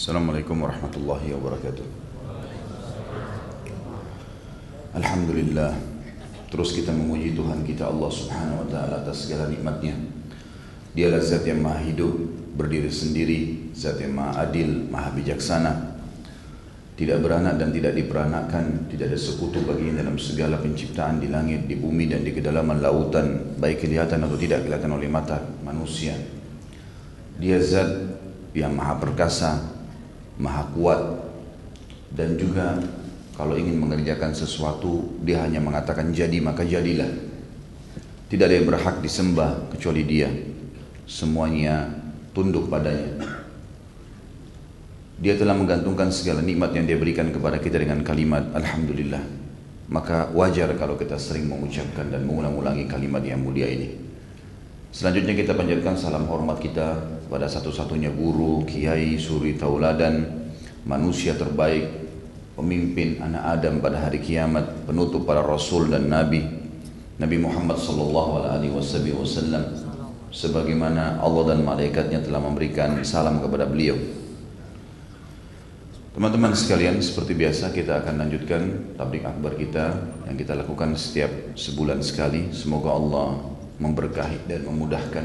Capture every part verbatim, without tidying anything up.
Assalamualaikum warahmatullahi wabarakatuh. Alhamdulillah, terus kita memuji Tuhan kita Allah subhanahu wa ta'ala atas segala nikmatnya. Dialah zat yang maha hidup, berdiri sendiri, zat yang maha adil, maha bijaksana, tidak beranak dan tidak diperanakan, tidak ada sekutu baginya dalam segala penciptaan di langit, di bumi dan di kedalaman lautan, baik kelihatan atau tidak kelihatan oleh mata manusia. Dia zat yang maha perkasa, maha kuat, dan juga kalau ingin mengerjakan sesuatu dia hanya mengatakan jadi maka jadilah. Tidak ada yang berhak disembah kecuali dia, semuanya tunduk padanya. Dia telah menggantungkan segala nikmat yang dia berikan kepada kita dengan kalimat Alhamdulillah. Maka wajar kalau kita sering mengucapkan dan mengulang-ulangi kalimat yang mulia ini. Selanjutnya kita panjatkan salam hormat kita pada satu-satunya guru, kiai, suri tauladan, manusia terbaik, pemimpin anak Adam pada hari kiamat, penutup para rasul dan nabi, Nabi Muhammad sallallahu alaihi wasallam, sebagaimana Allah dan malaikatnya telah memberikan salam kepada beliau. Teman-teman sekalian, seperti biasa kita akan lanjutkan tabligh akbar kita yang kita lakukan setiap sebulan sekali. Semoga Allah memberkahi dan memudahkan.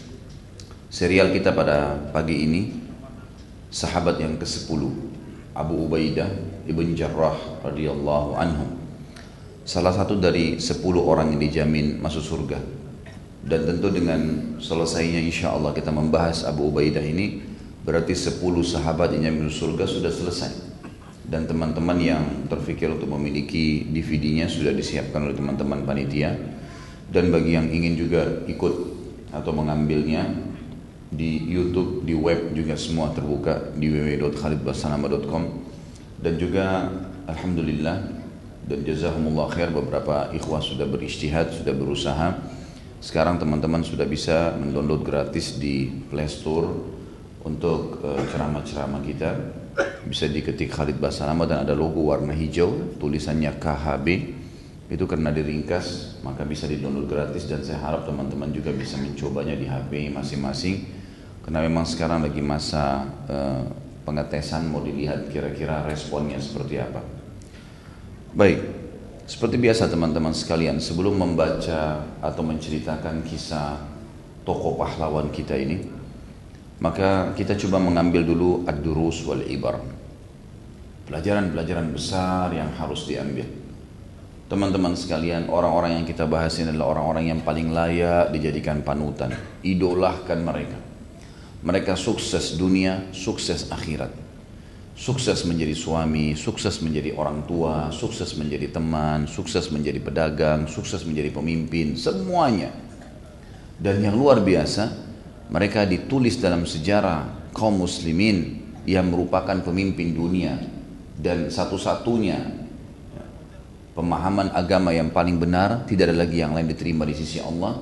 Serial kita pada pagi ini sahabat yang kesepuluh, Abu Ubaidah ibn Jarrah radhiyallahu anhu, salah satu dari sepuluh orang yang dijamin masuk surga. Dan tentu dengan selesainya insya Allah kita membahas Abu Ubaidah ini, berarti sepuluh sahabat yang dijamin masuk surga sudah selesai. Dan teman-teman yang terfikir untuk memiliki D V D-nya sudah disiapkan oleh teman-teman panitia. Dan bagi yang ingin juga ikut atau mengambilnya, di YouTube, di web juga semua terbuka di w w w titik khalid basalama titik com. Dan juga alhamdulillah dan jazakumullah khair, beberapa ikhwah sudah berijtihad, sudah berusaha. Sekarang teman-teman sudah bisa mendownload gratis di Play Store untuk uh, ceramah-ceramah kita. Bisa diketik Khalid Basalama dan ada logo warna hijau, tulisannya K H B. Itu karena diringkas, maka bisa di-download gratis. Dan saya harap teman-teman juga bisa mencobanya di H P masing-masing, karena memang sekarang lagi masa uh, pengetesan, mau dilihat kira-kira responnya seperti apa. Baik, seperti biasa teman-teman sekalian, sebelum membaca atau menceritakan kisah tokoh pahlawan kita ini, maka kita coba mengambil dulu ad-durus wal ibar, pelajaran-pelajaran besar yang harus diambil. Teman-teman sekalian, orang-orang yang kita bahas ini adalah orang-orang yang paling layak dijadikan panutan. Idolahkan mereka. Mereka sukses dunia, sukses akhirat. Sukses menjadi suami, sukses menjadi orang tua, sukses menjadi teman, sukses menjadi pedagang, sukses menjadi pemimpin, semuanya. Dan yang luar biasa, mereka ditulis dalam sejarah kaum muslimin yang merupakan pemimpin dunia. Dan satu-satunya pemahaman agama yang paling benar, tidak ada lagi yang lain diterima di sisi Allah.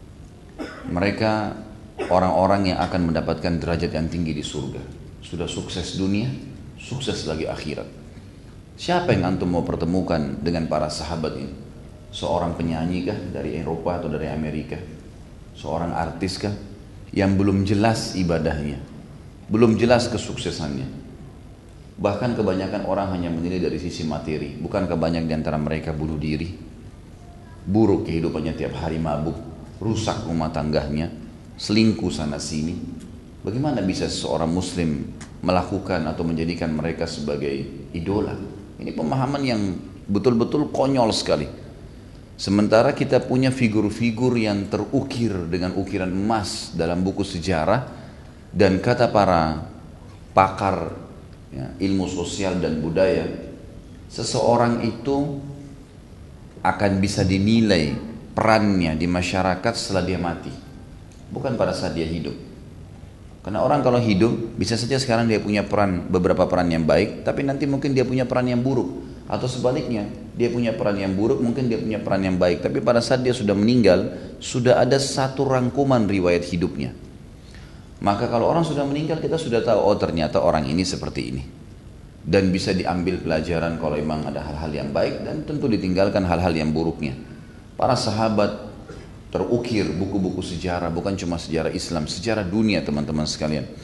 Mereka orang-orang yang akan mendapatkan derajat yang tinggi di surga. Sudah sukses dunia, sukses lagi akhirat. Siapa yang antum mau pertemukan dengan para sahabat ini? Seorang penyanyi kah dari Eropa atau dari Amerika? Seorang artis kah yang belum jelas ibadahnya, belum jelas kesuksesannya? Bahkan kebanyakan orang hanya menilai dari sisi materi. Bukankah banyak di antara mereka bunuh diri, buruk kehidupannya, tiap hari mabuk, rusak rumah tangganya, selingkuh sana sini? Bagaimana bisa seorang muslim melakukan atau menjadikan mereka sebagai idola? Ini pemahaman yang betul-betul konyol sekali. Sementara kita punya figur-figur yang terukir dengan ukiran emas dalam buku sejarah. Dan kata para pakar ya, ilmu sosial dan budaya, seseorang itu akan bisa dinilai perannya di masyarakat setelah dia mati, bukan pada saat dia hidup. Karena orang kalau hidup bisa saja sekarang dia punya peran, beberapa peran yang baik, tapi nanti mungkin dia punya peran yang buruk. Atau sebaliknya, dia punya peran yang buruk, mungkin dia punya peran yang baik, tapi pada saat dia sudah meninggal, sudah ada satu rangkuman riwayat hidupnya. Maka kalau orang sudah meninggal, kita sudah tahu, oh ternyata orang ini seperti ini. Dan bisa diambil pelajaran kalau memang ada hal-hal yang baik, dan tentu ditinggalkan hal-hal yang buruknya. Para sahabat terukir buku-buku sejarah, bukan cuma sejarah Islam, sejarah dunia teman-teman sekalian.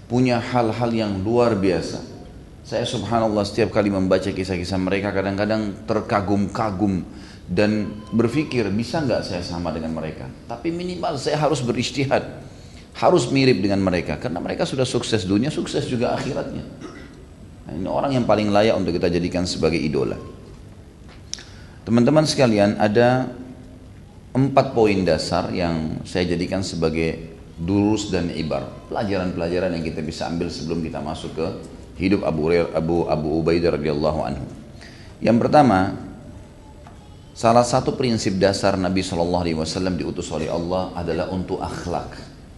punya hal-hal yang luar biasa. Saya subhanallah setiap kali membaca kisah-kisah mereka kadang-kadang terkagum-kagum dan berpikir bisa nggak saya sama dengan mereka. Tapi minimal saya harus berijtihad, harus mirip dengan mereka karena mereka sudah sukses dunia, sukses juga akhiratnya. Nah, ini orang yang paling layak untuk kita jadikan sebagai idola. Teman-teman sekalian, ada empat poin dasar yang saya jadikan sebagai durus dan ibar, pelajaran-pelajaran yang kita bisa ambil sebelum kita masuk ke hidup Abu Abu Abu Ubaidah radhiyallahu anhu. Yang pertama, salah satu prinsip dasar Nabi shallallahu alaihi wasallam diutus oleh Allah adalah untuk akhlak.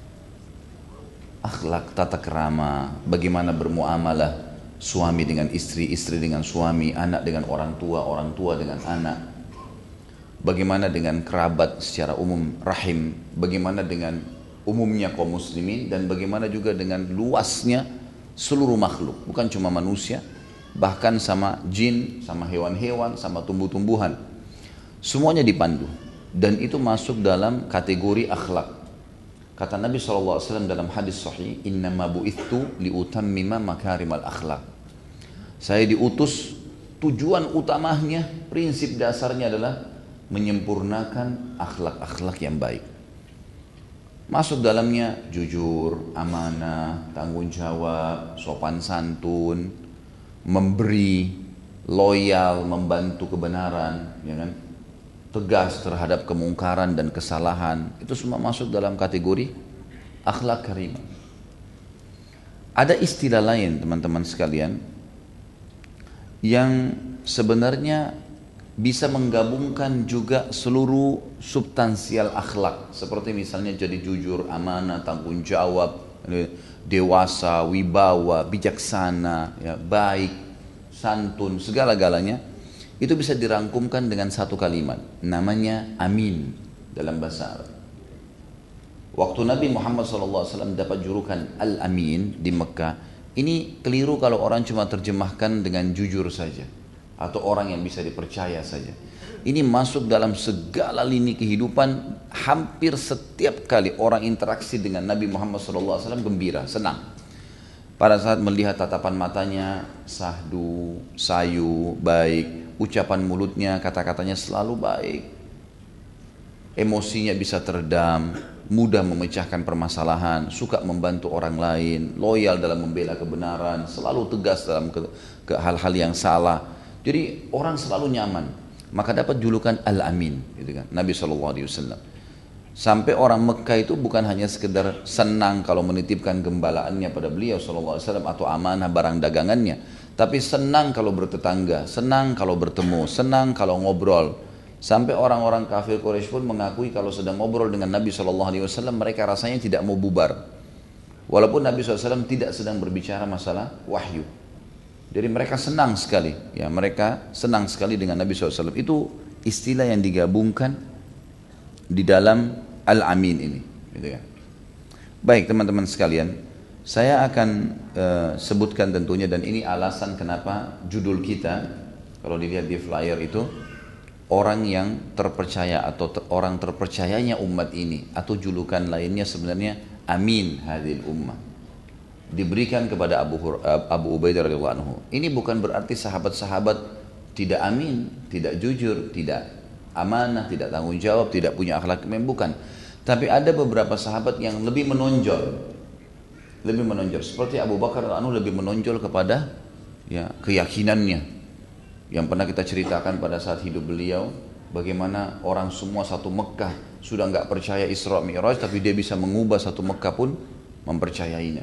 Akhlak, tata kerama, bagaimana bermuamalah suami dengan istri, istri dengan suami, anak dengan orang tua, orang tua dengan anak. Bagaimana dengan kerabat secara umum, rahim, bagaimana dengan umumnya kaum muslimin, dan bagaimana juga dengan luasnya seluruh makhluk, bukan cuma manusia, bahkan sama jin, sama hewan-hewan, sama tumbuh-tumbuhan. Semuanya dipandu dan itu masuk dalam kategori akhlak. Kata Nabi shallallahu alaihi wasallam dalam hadis sahih, innama bu'ithtu liutammima makarimal akhlak. Saya diutus, tujuan utamanya, prinsip dasarnya adalah menyempurnakan akhlak-akhlak yang baik. Masuk dalamnya jujur, amanah, tanggung jawab, sopan santun, memberi, loyal, membantu kebenaran, ya kan? Tegas terhadap kemungkaran dan kesalahan. Itu semua masuk dalam kategori akhlak karimah. Ada istilah lain teman-teman sekalian yang sebenarnya bisa menggabungkan juga seluruh substansial akhlak, seperti misalnya jadi jujur, amanah, tanggung jawab, dewasa, wibawa, bijaksana, ya, baik, santun, segala-galanya. Itu bisa dirangkumkan dengan satu kalimat, namanya amin dalam bahasa Arab. Waktu Nabi Muhammad shallallahu alaihi wasallam dapat julukan Al-Amin di Mekah, ini keliru kalau orang cuma terjemahkan dengan jujur saja, atau orang yang bisa dipercaya saja. Ini masuk dalam segala lini kehidupan. Hampir setiap kali orang interaksi dengan Nabi Muhammad shallallahu alaihi wasallam gembira, senang. Pada saat melihat tatapan matanya, sahdu, sayu, baik. Ucapan mulutnya, kata-katanya selalu baik. Emosinya bisa teredam, mudah memecahkan permasalahan, suka membantu orang lain, loyal dalam membela kebenaran, selalu tegas dalam ke, ke hal-hal yang salah. Jadi orang selalu nyaman, maka dapat julukan Al-Amin, gitu kan, Nabi shallallahu alaihi wasallam. Sampai orang Mekah itu bukan hanya sekedar senang kalau menitipkan gembalaannya pada beliau shallallahu alaihi wasallam atau amanah barang dagangannya, tapi senang kalau bertetangga, senang kalau bertemu, senang kalau ngobrol. Sampai orang-orang kafir Quraisy pun mengakui kalau sedang ngobrol dengan Nabi shallallahu alaihi wasallam mereka rasanya tidak mau bubar, walaupun Nabi shallallahu alaihi wasallam tidak sedang berbicara masalah wahyu. Jadi mereka senang sekali, ya mereka senang sekali dengan Nabi shallallahu alaihi wasallam. Itu istilah yang digabungkan di dalam Al-Amin ini, gitu ya. Baik teman-teman sekalian, saya akan uh, sebutkan tentunya, dan ini alasan kenapa judul kita, kalau dilihat di flyer itu, orang yang terpercaya atau ter, orang terpercayanya umat ini, atau julukan lainnya sebenarnya Amin hadhil ummah, diberikan kepada Abu, Abu Ubaidah radhiyallahu anhu. Ini bukan berarti sahabat-sahabat tidak amin, tidak jujur, tidak amanah, tidak tanggung jawab, tidak punya akhlak, memang bukan. Tapi ada beberapa sahabat yang lebih menonjol, lebih menonjol. Seperti Abu Bakar radhiyallahu anhu lebih menonjol kepada ya keyakinannya, yang pernah kita ceritakan pada saat hidup beliau, bagaimana orang semua satu Mekah sudah nggak percaya Isra Mi'raj, tapi dia bisa mengubah satu Mekah pun mempercayainya.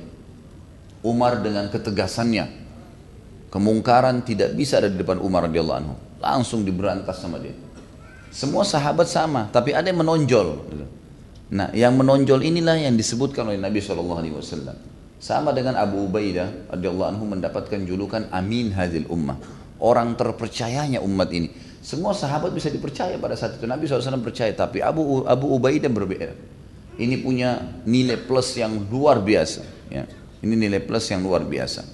Umar dengan ketegasannya, kemungkaran tidak bisa ada di depan Umar radhiyallahu anhu, langsung diberantas sama dia. Semua sahabat sama, tapi ada yang menonjol. Nah, yang menonjol inilah yang disebutkan oleh Nabi shallallahu alaihi wasallam. Sama dengan Abu Ubaidah radhiyallahu anhu mendapatkan julukan Amin hadhil ummah, orang terpercayanya umat ini. Semua sahabat bisa dipercaya pada saat itu, Nabi shallallahu alaihi wasallam percaya, tapi Abu Abu Ubaidah berbeda. Ini punya nilai plus yang luar biasa, ya. Ini nilai plus yang luar biasa.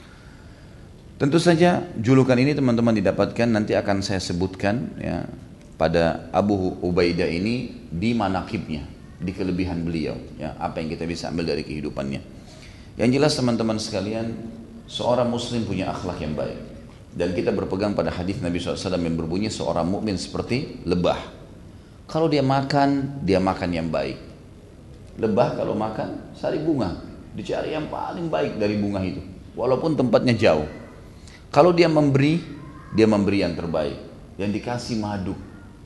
Tentu saja julukan ini teman-teman didapatkan, nanti akan saya sebutkan ya, pada Abu Ubaidah ini di manaqibnya, di kelebihan beliau, ya, apa yang kita bisa ambil dari kehidupannya. Yang jelas teman-teman sekalian, seorang muslim punya akhlak yang baik. Dan kita berpegang pada hadis Nabi shallallahu alaihi wasallam yang berbunyi seorang mukmin seperti lebah. Kalau dia makan, dia makan yang baik. Lebah kalau makan, sari bunga. Dicari yang paling baik dari bunga itu. Walaupun tempatnya jauh. Kalau dia memberi, dia memberi yang terbaik. Yang dikasih madu.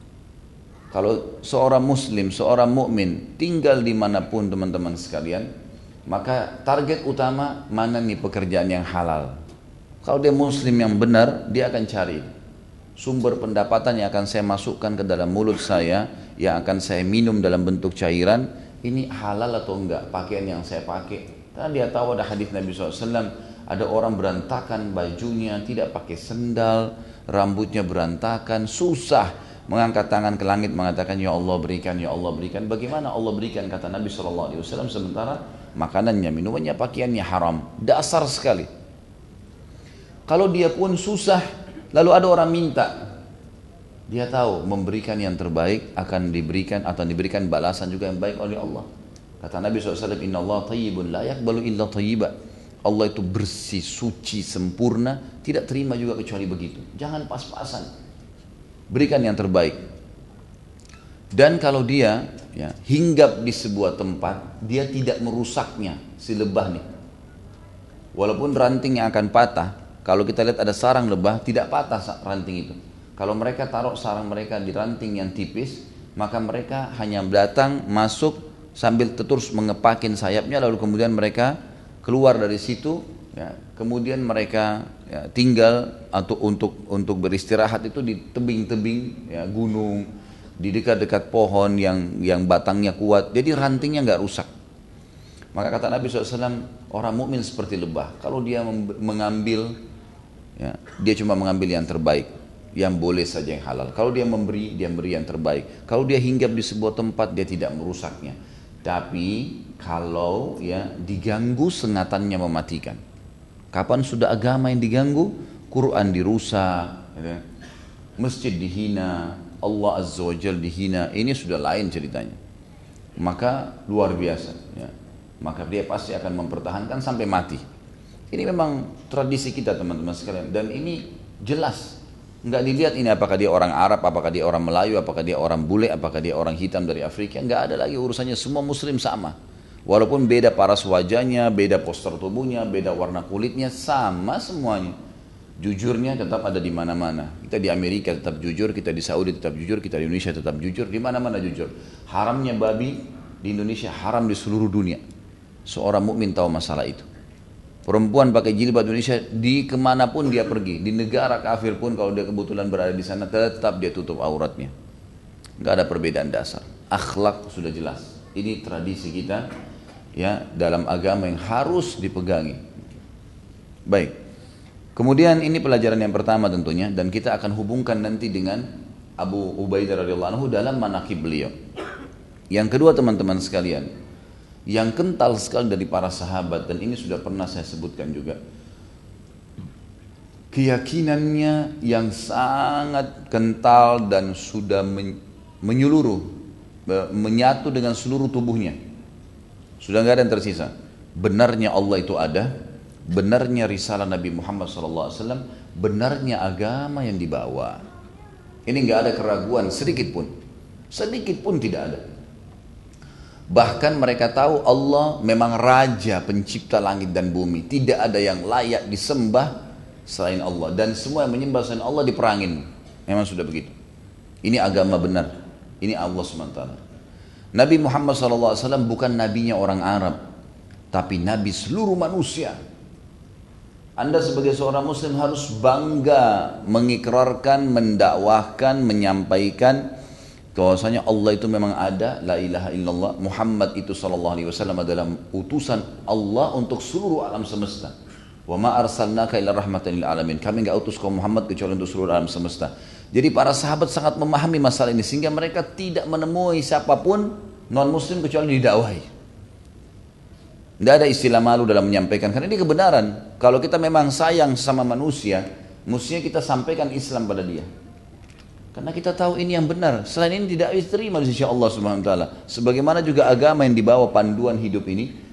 Kalau seorang muslim, seorang mukmin tinggal dimanapun teman-teman sekalian, maka target utama mana nih pekerjaan yang halal. Kalau dia muslim yang benar, dia akan cari sumber pendapatan yang akan saya masukkan ke dalam mulut saya, yang akan saya minum dalam bentuk cairan, ini halal atau enggak, pakaian yang saya pakai. Karena dia tahu ada hadis Nabi shallallahu alaihi wasallam, ada orang berantakan bajunya, tidak pakai sendal, rambutnya berantakan, susah mengangkat tangan ke langit mengatakan, ya Allah berikan, ya Allah berikan. Bagaimana Allah berikan, kata Nabi shallallahu alaihi wasallam, sementara makanannya, minumannya, pakaiannya haram. Dasar sekali. Kalau dia pun susah, lalu ada orang minta, dia tahu memberikan yang terbaik akan diberikan atau diberikan balasan juga yang baik oleh Allah. Kata Nabi shallallahu alaihi wasallam, Inna Allah tayyibun la yakbalu illa tayyiba. Allah itu bersih, suci, sempurna, tidak terima juga kecuali begitu. Jangan pas-pasan, berikan yang terbaik. Dan kalau dia ya, hinggap di sebuah tempat, dia tidak merusaknya, si lebah nih. Walaupun ranting yang akan patah, kalau kita lihat ada sarang lebah, tidak patah ranting itu. Kalau mereka taruh sarang mereka di ranting yang tipis, maka mereka hanya datang, masuk, sambil terus mengepakin sayapnya, lalu kemudian mereka keluar dari situ, ya, kemudian mereka ya, tinggal atau untuk untuk beristirahat itu di tebing-tebing ya, gunung, di dekat-dekat pohon yang yang batangnya kuat, jadi rantingnya nggak rusak. Maka kata Nabi shallallahu alaihi wasallam, orang mukmin seperti lebah. Kalau dia mengambil, ya, dia cuma mengambil yang terbaik, yang boleh saja yang halal. Kalau dia memberi, dia memberi yang terbaik. Kalau dia hinggap di sebuah tempat, dia tidak merusaknya. Tapi kalau ya diganggu, sengatannya mematikan. Kapan sudah agama yang diganggu? Quran dirusak, ya, masjid dihina, Allah Azza wa Jalla dihina. Ini sudah lain ceritanya. Maka luar biasa. Ya. Maka dia pasti akan mempertahankan sampai mati. Ini memang tradisi kita teman-teman sekalian. Dan ini jelas. Nggak dilihat ini apakah dia orang Arab, apakah dia orang Melayu, apakah dia orang bule, apakah dia orang hitam dari Afrika. Nggak ada lagi urusannya, semua muslim sama. Walaupun beda paras wajahnya, beda postur tubuhnya, beda warna kulitnya, sama semuanya. Jujurnya tetap ada di mana-mana. Kita di Amerika tetap jujur, kita di Saudi tetap jujur, kita di Indonesia tetap jujur, di mana-mana jujur. Haramnya babi di Indonesia haram di seluruh dunia. Seorang mukmin tahu masalah itu. Perempuan pakai jilbab Indonesia di kemanapun dia pergi, di negara kafir pun kalau dia kebetulan berada di sana tetap dia tutup auratnya. Nggak ada perbedaan dasar. Akhlak sudah jelas. Ini tradisi kita ya dalam agama yang harus dipegangi. Baik. Kemudian ini pelajaran yang pertama tentunya, dan kita akan hubungkan nanti dengan Abu Ubaidah radhiyallahu anhu dalam manaqib beliau. Yang kedua teman-teman sekalian, yang kental sekali dari para sahabat, dan ini sudah pernah saya sebutkan juga, keyakinannya yang sangat kental dan sudah menyeluruh, menyatu dengan seluruh tubuhnya, sudah nggak ada yang tersisa. Benarnya Allah itu ada, benarnya risalah Nabi Muhammad shallallahu alaihi wasallam, benarnya agama yang dibawa. Ini nggak ada keraguan sedikit pun, sedikit pun tidak ada. Bahkan mereka tahu Allah memang Raja pencipta langit dan bumi. Tidak ada yang layak disembah selain Allah. Dan semua yang menyembah selain Allah diperangin. Memang sudah begitu. Ini agama benar. Ini Allah subhanahu wa taala. Nabi Muhammad shallallahu alaihi wasallam bukan nabinya orang Arab, tapi nabi seluruh manusia. Anda sebagai seorang muslim harus bangga mengikrarkan, mendakwahkan, menyampaikan bahwasanya Allah itu memang ada, la ilaha illallah, Muhammad itu sallallahu alaihi wasallam adalah utusan Allah untuk seluruh alam semesta. Wa ma arsalnaka illa rahmatan lil alamin. Kami enggak utus kaum Muhammad kecuali untuk seluruh alam semesta. Jadi para sahabat sangat memahami masalah ini sehingga mereka tidak menemui siapapun non muslim kecuali didakwahi. Tidak ada istilah malu dalam menyampaikan, karena ini kebenaran. Kalau kita memang sayang sama manusia, mestinya kita sampaikan Islam pada dia. Karena kita tahu ini yang benar. Selain ini tidak diterima di sisi Allah Subhanahu wa taala. Sebagaimana juga agama yang dibawa panduan hidup ini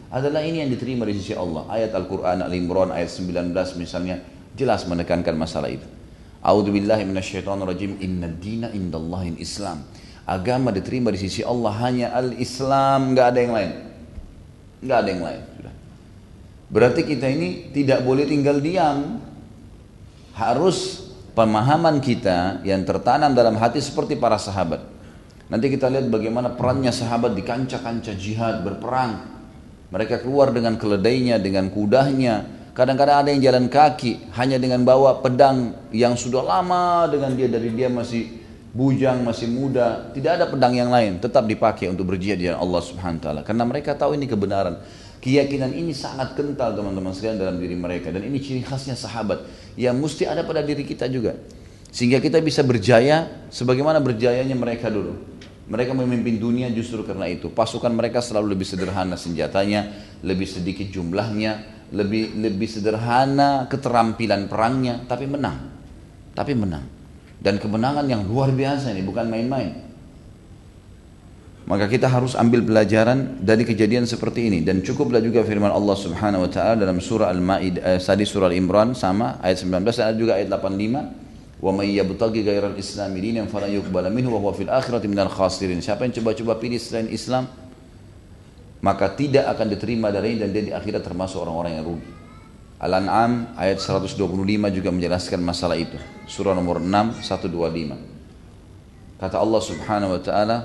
adalah ini yang diterima di sisi Allah. Ayat Al-Quran Al-Imran ayat sembilan belas misalnya jelas menekankan masalah itu. A'udzubillahi minasyaitonirrajim. Innad dina indallahil Islam. Agama diterima di sisi Allah hanya al-Islam, nggak ada yang lain. Nggak ada yang lain. Sudah. Berarti kita ini tidak boleh tinggal diam. Harus pemahaman kita yang tertanam dalam hati seperti para sahabat. Nanti kita lihat bagaimana perannya sahabat di kancah-kancah jihad berperang. Mereka keluar dengan keledainya, dengan kudanya. Kadang-kadang ada yang jalan kaki hanya dengan bawa pedang yang sudah lama dengan dia, dari dia masih bujang, masih muda. Tidak ada pedang yang lain, tetap dipakai untuk berjihad di jalan Allah Subhanahu wa taala. Karena mereka tahu ini kebenaran. Keyakinan ini sangat kental teman-teman sekalian dalam diri mereka, dan ini ciri khasnya sahabat yang mesti ada pada diri kita juga. Sehingga kita bisa berjaya sebagaimana berjayanya mereka dulu. Mereka memimpin dunia justru karena itu. Pasukan mereka selalu lebih sederhana senjatanya, lebih sedikit jumlahnya, lebih lebih sederhana keterampilan perangnya, tapi menang. Tapi menang. Dan kemenangan yang luar biasa ini, bukan main-main. Maka kita harus ambil pelajaran dari kejadian seperti ini. Dan cukuplah juga firman Allah Subhanahu wa taala dalam surah Al-Maidah, eh, tadi surah Al-Imran sama ayat sembilan belas, dan ada juga ayat delapan puluh lima. Wa may yabtaghi ghairal islami dinan falan yuqbala minhu wa huwa fil akhirati minal khasirin. Siapa yang coba-coba pilih selain Islam, maka tidak akan diterima darinya dan dia di akhirat termasuk orang-orang yang rugi. Al-An'am ayat seratus dua puluh lima juga menjelaskan masalah itu. Surah nomor enam, seratus dua puluh lima. Kata Allah Subhanahu wa taala,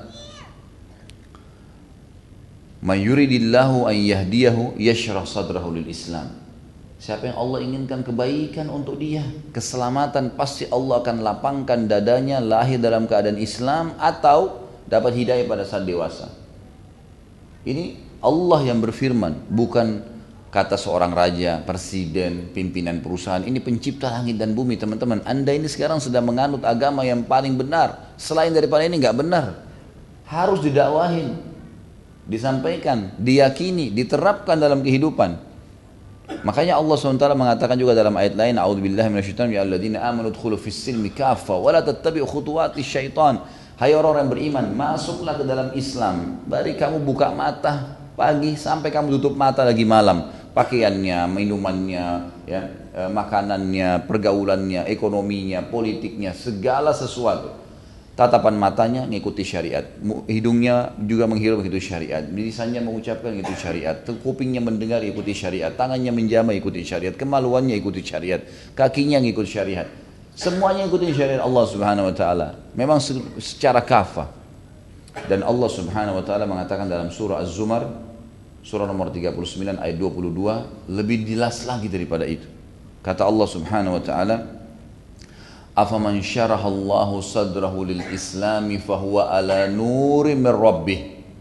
"May yuridillahu an yahdiyahu yashrah sadrahu lil Islam." Siapa yang Allah inginkan kebaikan untuk dia, keselamatan, pasti Allah akan lapangkan dadanya, lahir dalam keadaan Islam atau dapat hidayah pada saat dewasa. Ini Allah yang berfirman, bukan kata seorang raja, presiden, pimpinan perusahaan. Ini pencipta langit dan bumi, teman-teman. Anda ini sekarang sedang menganut agama yang paling benar. Selain daripada ini nggak benar. Harus didakwahin, disampaikan, diyakini, diterapkan dalam kehidupan. Makanya Allah subhanahu wa taala mengatakan juga dalam ayat lain, a'udzubillahi minasyaitonir rajim, ya alladzina amanu dkhulu fis silmi kaffa wa la tattabi'u khutuwatis syaitan. Hai orang-orang yang beriman, masuklah ke dalam Islam. Dari kamu buka mata pagi sampai kamu tutup mata lagi malam. Pakaiannya, minumannya, ya, makanannya, pergaulannya, ekonominya, politiknya, segala sesuatu. Tatapan matanya mengikuti syariat, hidungnya juga menghirup ikuti syariat, lisannya mengucapkan ikuti syariat, kupingnya mendengar ikuti syariat, tangannya menjamah ikuti syariat, kemaluannya ikuti syariat, kakinya mengikuti syariat. Semuanya ikuti syariat Allah Subhanahu wa taala. Memang secara kafah. Dan Allah Subhanahu wa taala mengatakan dalam surah Az-Zumar, surah nomor tiga puluh sembilan ayat dua puluh dua, lebih jelas lagi daripada itu. Kata Allah Subhanahu wa taala, afaman syarahallahu sadrahu lil islami fahuwa ala nuri min rabbih.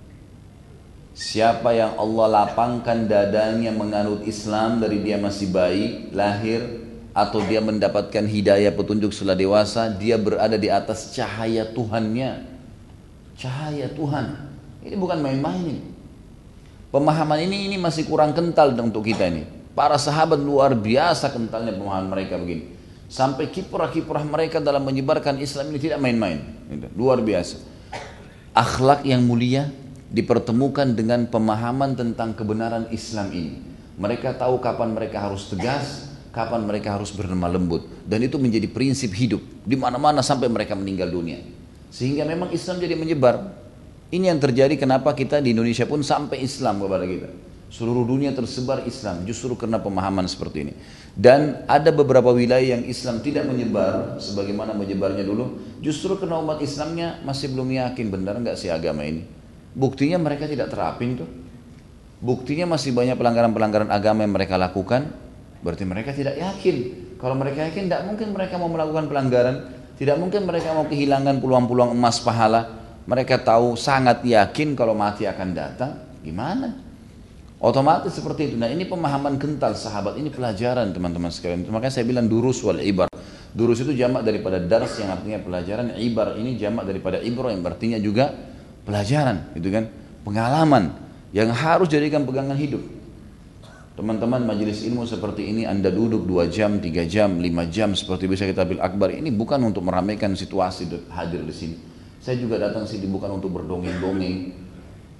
Siapa yang Allah lapangkan dadanya menganut Islam dari dia masih bayi, lahir, atau dia mendapatkan hidayah petunjuk setelah dewasa, dia berada di atas cahaya Tuhannya. Cahaya Tuhan. Ini bukan main-main ini. Pemahaman ini ini masih kurang kental untuk kita ini. Para sahabat luar biasa kentalnya pemahaman mereka begini. Sampai kiprah-kiprah mereka dalam menyebarkan Islam ini tidak main-main. Luar biasa. Akhlak yang mulia dipertemukan dengan pemahaman tentang kebenaran Islam ini. Mereka tahu kapan mereka harus tegas, kapan mereka harus berlemah lembut. Dan itu menjadi prinsip hidup di mana-mana sampai mereka meninggal dunia. Sehingga memang Islam jadi menyebar. Ini yang terjadi kenapa kita di Indonesia pun sampai Islam kepada kita. Seluruh dunia tersebar Islam justru karena pemahaman seperti ini. Dan ada beberapa wilayah yang Islam tidak menyebar sebagaimana menyebarnya dulu, justru karena umat Islamnya masih belum yakin benar nggak sih agama ini. Buktinya mereka tidak terapin tuh. Buktinya masih banyak pelanggaran-pelanggaran agama yang mereka lakukan. Berarti mereka tidak yakin. Kalau mereka yakin, tidak mungkin mereka mau melakukan pelanggaran. Tidak mungkin mereka mau kehilangan peluang-peluang emas pahala. Mereka tahu sangat yakin kalau mati akan datang. Gimana? Otomatis seperti itu. Nah ini pemahaman kental sahabat, ini pelajaran teman-teman sekalian. Makanya saya bilang durus wal ibar. Durus itu jamak daripada dars yang artinya pelajaran. Ibar ini jamak daripada ibro yang artinya juga pelajaran, gitu kan? Pengalaman yang harus jadikan pegangan hidup. Teman-teman majelis ilmu seperti ini, Anda duduk dua jam, tiga jam, lima jam seperti bisa kita bil akbar. Ini bukan untuk meramaikan situasi hadir di sini. Saya juga datang sini bukan untuk berdongeng-dongeng.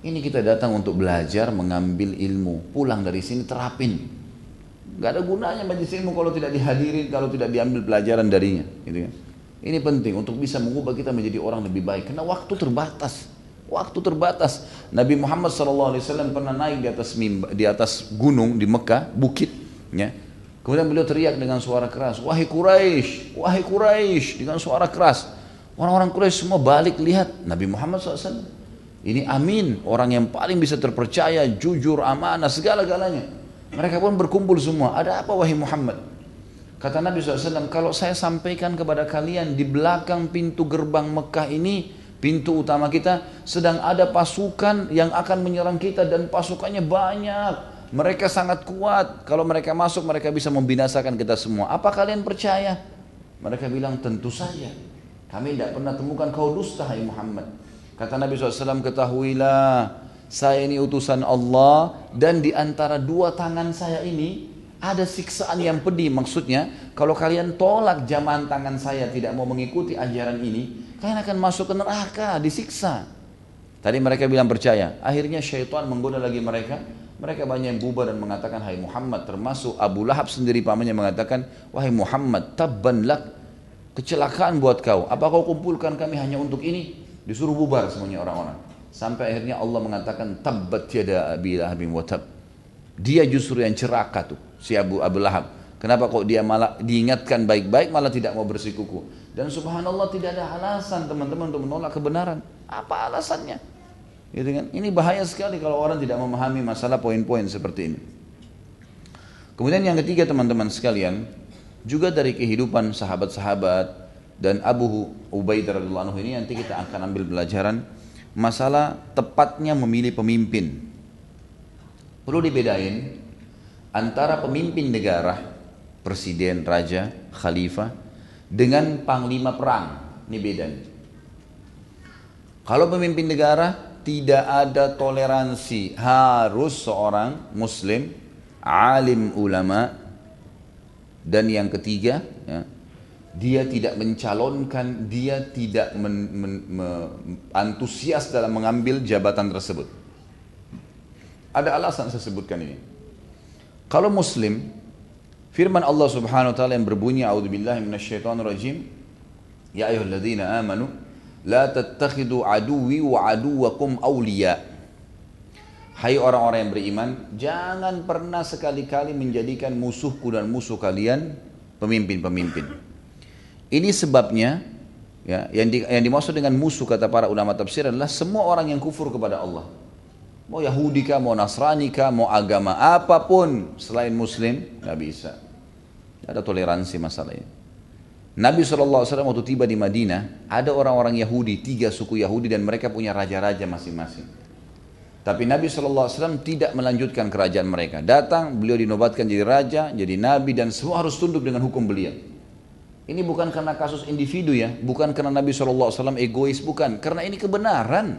Ini kita datang untuk belajar, mengambil ilmu, pulang dari sini terapin. Gak ada gunanya majelis ilmu kalau tidak dihadirin, kalau tidak diambil pelajaran darinya, gitu kan. Ini penting untuk bisa mengubah kita menjadi orang lebih baik, karena waktu terbatas. Waktu terbatas. Nabi Muhammad shallallahu alaihi wasallam pernah naik di atas mimbar, di atas gunung di Mekah, bukit, ya. Kemudian beliau teriak dengan suara keras, wahai Quraisy, wahai Quraisy, dengan suara keras. Orang-orang Quraisy semua balik lihat Nabi Muhammad shallallahu alaihi wasallam. Ini amin, orang yang paling bisa terpercaya, jujur, amanah, segala-galanya. Mereka pun berkumpul semua. Ada apa wahai Muhammad? Kata Nabi shallallahu alaihi wasallam, kalau saya sampaikan kepada kalian di belakang pintu gerbang Mekah ini, pintu utama kita, sedang ada pasukan yang akan menyerang kita dan pasukannya banyak. Mereka sangat kuat. Kalau mereka masuk, mereka bisa membinasakan kita semua. Apa kalian percaya? Mereka bilang, tentu saja. Kami tidak pernah temukan kau dusta, hai Muhammad. Kata Nabi shallallahu alaihi wasallam, ketahuilah, saya ini utusan Allah dan di antara dua tangan saya ini ada siksaan yang pedih. Maksudnya, kalau kalian tolak jamahan tangan saya, tidak mau mengikuti ajaran ini, kalian akan masuk ke neraka, disiksa. Tadi mereka bilang percaya. Akhirnya syaitan menggoda lagi mereka. Mereka banyak yang bubar dan mengatakan, hai Muhammad, termasuk Abu Lahab sendiri pamannya mengatakan, wahai Muhammad, tabban lak, kecelakaan buat kau. Apa kau kumpulkan kami hanya untuk ini? Disuruh bubar semuanya orang-orang. Sampai akhirnya Allah mengatakan, tabbat yada abi lahabin wa tab. Dia justru yang ceraka tuh, si Abu Abu Lahab. Kenapa kok dia malah diingatkan baik-baik malah tidak mau bersikuku? Dan subhanallah tidak ada alasan teman-teman untuk menolak kebenaran. Apa alasannya? Gitu kan? Ini bahaya sekali kalau orang tidak memahami masalah poin-poin seperti ini. Kemudian yang ketiga teman-teman sekalian, juga dari kehidupan sahabat-sahabat dan Abu Ubaidah radhiyallahu anhu ini nanti kita akan ambil pelajaran masalah tepatnya memilih pemimpin. Perlu dibedain antara pemimpin negara, presiden, raja, khalifah dengan panglima perang. Ini beda. Kalau pemimpin negara tidak ada toleransi, harus seorang muslim, alim ulama, dan yang ketiga, ya, dia tidak mencalonkan, dia tidak men, men, me, antusias dalam mengambil jabatan tersebut. Ada alasan saya sebutkan ini. Kalau muslim, firman Allah Subhanahu wa taala yang berbunyi, a'udzubillahi minasyaitonir rajim, ya ayyuhalladzina amanu la tattakhidu aduwwi wa aduwwakum awliya. Hai orang-orang yang beriman, jangan pernah sekali-kali menjadikan musuhku dan musuh kalian pemimpin-pemimpin. Ini sebabnya, ya, yang, di, yang dimaksud dengan musuh kata para ulama tafsir adalah semua orang yang kufur kepada Allah. Mau Yahudi kah, mau Nasrani kah, mau agama apapun selain Muslim, nggak bisa. Tidak ada toleransi masalah ini. Nabi shallallahu alaihi wasallam waktu tiba di Madinah, ada orang-orang Yahudi, tiga suku Yahudi dan mereka punya raja-raja masing-masing. Tapi Nabi shallallahu alaihi wasallam tidak melanjutkan kerajaan mereka. Datang, beliau dinobatkan jadi raja, jadi nabi dan semua harus tunduk dengan hukum beliau. Ini bukan karena kasus individu ya, bukan karena Nabi shallallahu alaihi wasallam egois, bukan. Karena ini kebenaran.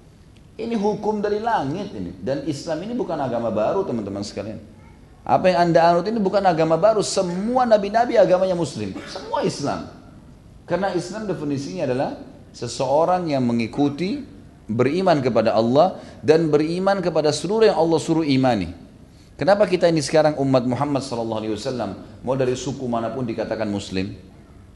Ini hukum dari langit ini. Dan Islam ini bukan agama baru teman-teman sekalian. Apa yang anda anut ini bukan agama baru. Semua nabi-nabi agamanya muslim. Semua Islam. Karena Islam definisinya adalah seseorang yang mengikuti, beriman kepada Allah dan beriman kepada seluruh yang Allah suruh imani. Kenapa kita ini sekarang umat Muhammad shallallahu alaihi wasallam mau dari suku manapun dikatakan muslim?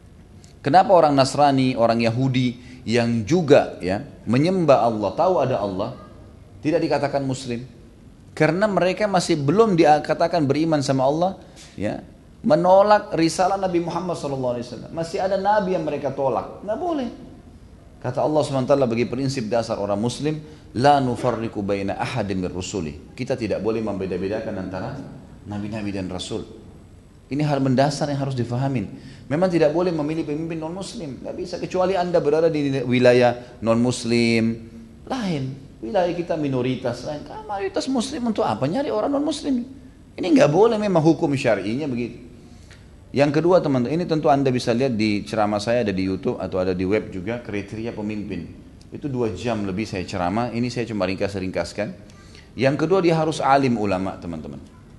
Kenapa orang Nasrani, orang Yahudi yang juga ya menyembah Allah, tahu ada Allah, tidak dikatakan muslim? Karena mereka masih belum dikatakan beriman sama Allah, ya, menolak risalah Nabi Muhammad shallallahu alaihi wasallam. Masih ada nabi yang mereka tolak, nggak boleh. Kata Allah subhanahu wa taala bagi prinsip dasar orang muslim, la nufarriqu baina ahadin min rusuli. Kita tidak boleh membeda-bedakan antara nabi-nabi dan rasul. Ini hal mendasar yang harus difahamin. Memang tidak boleh memilih pemimpin non muslim, nggak bisa, kecuali anda berada di wilayah non muslim lain, wilayah kita minoritas lain. Kan mayoritas muslim untuk apa nyari orang non muslim? Ini nggak boleh, memang hukum syar'inya begitu. Yang kedua teman-teman, ini tentu anda bisa lihat di ceramah saya, ada di YouTube atau ada di web juga, kriteria pemimpin. Itu dua jam lebih saya ceramah, ini saya cuma ringkas-ringkaskan. Yang kedua, dia harus alim ulama teman-teman.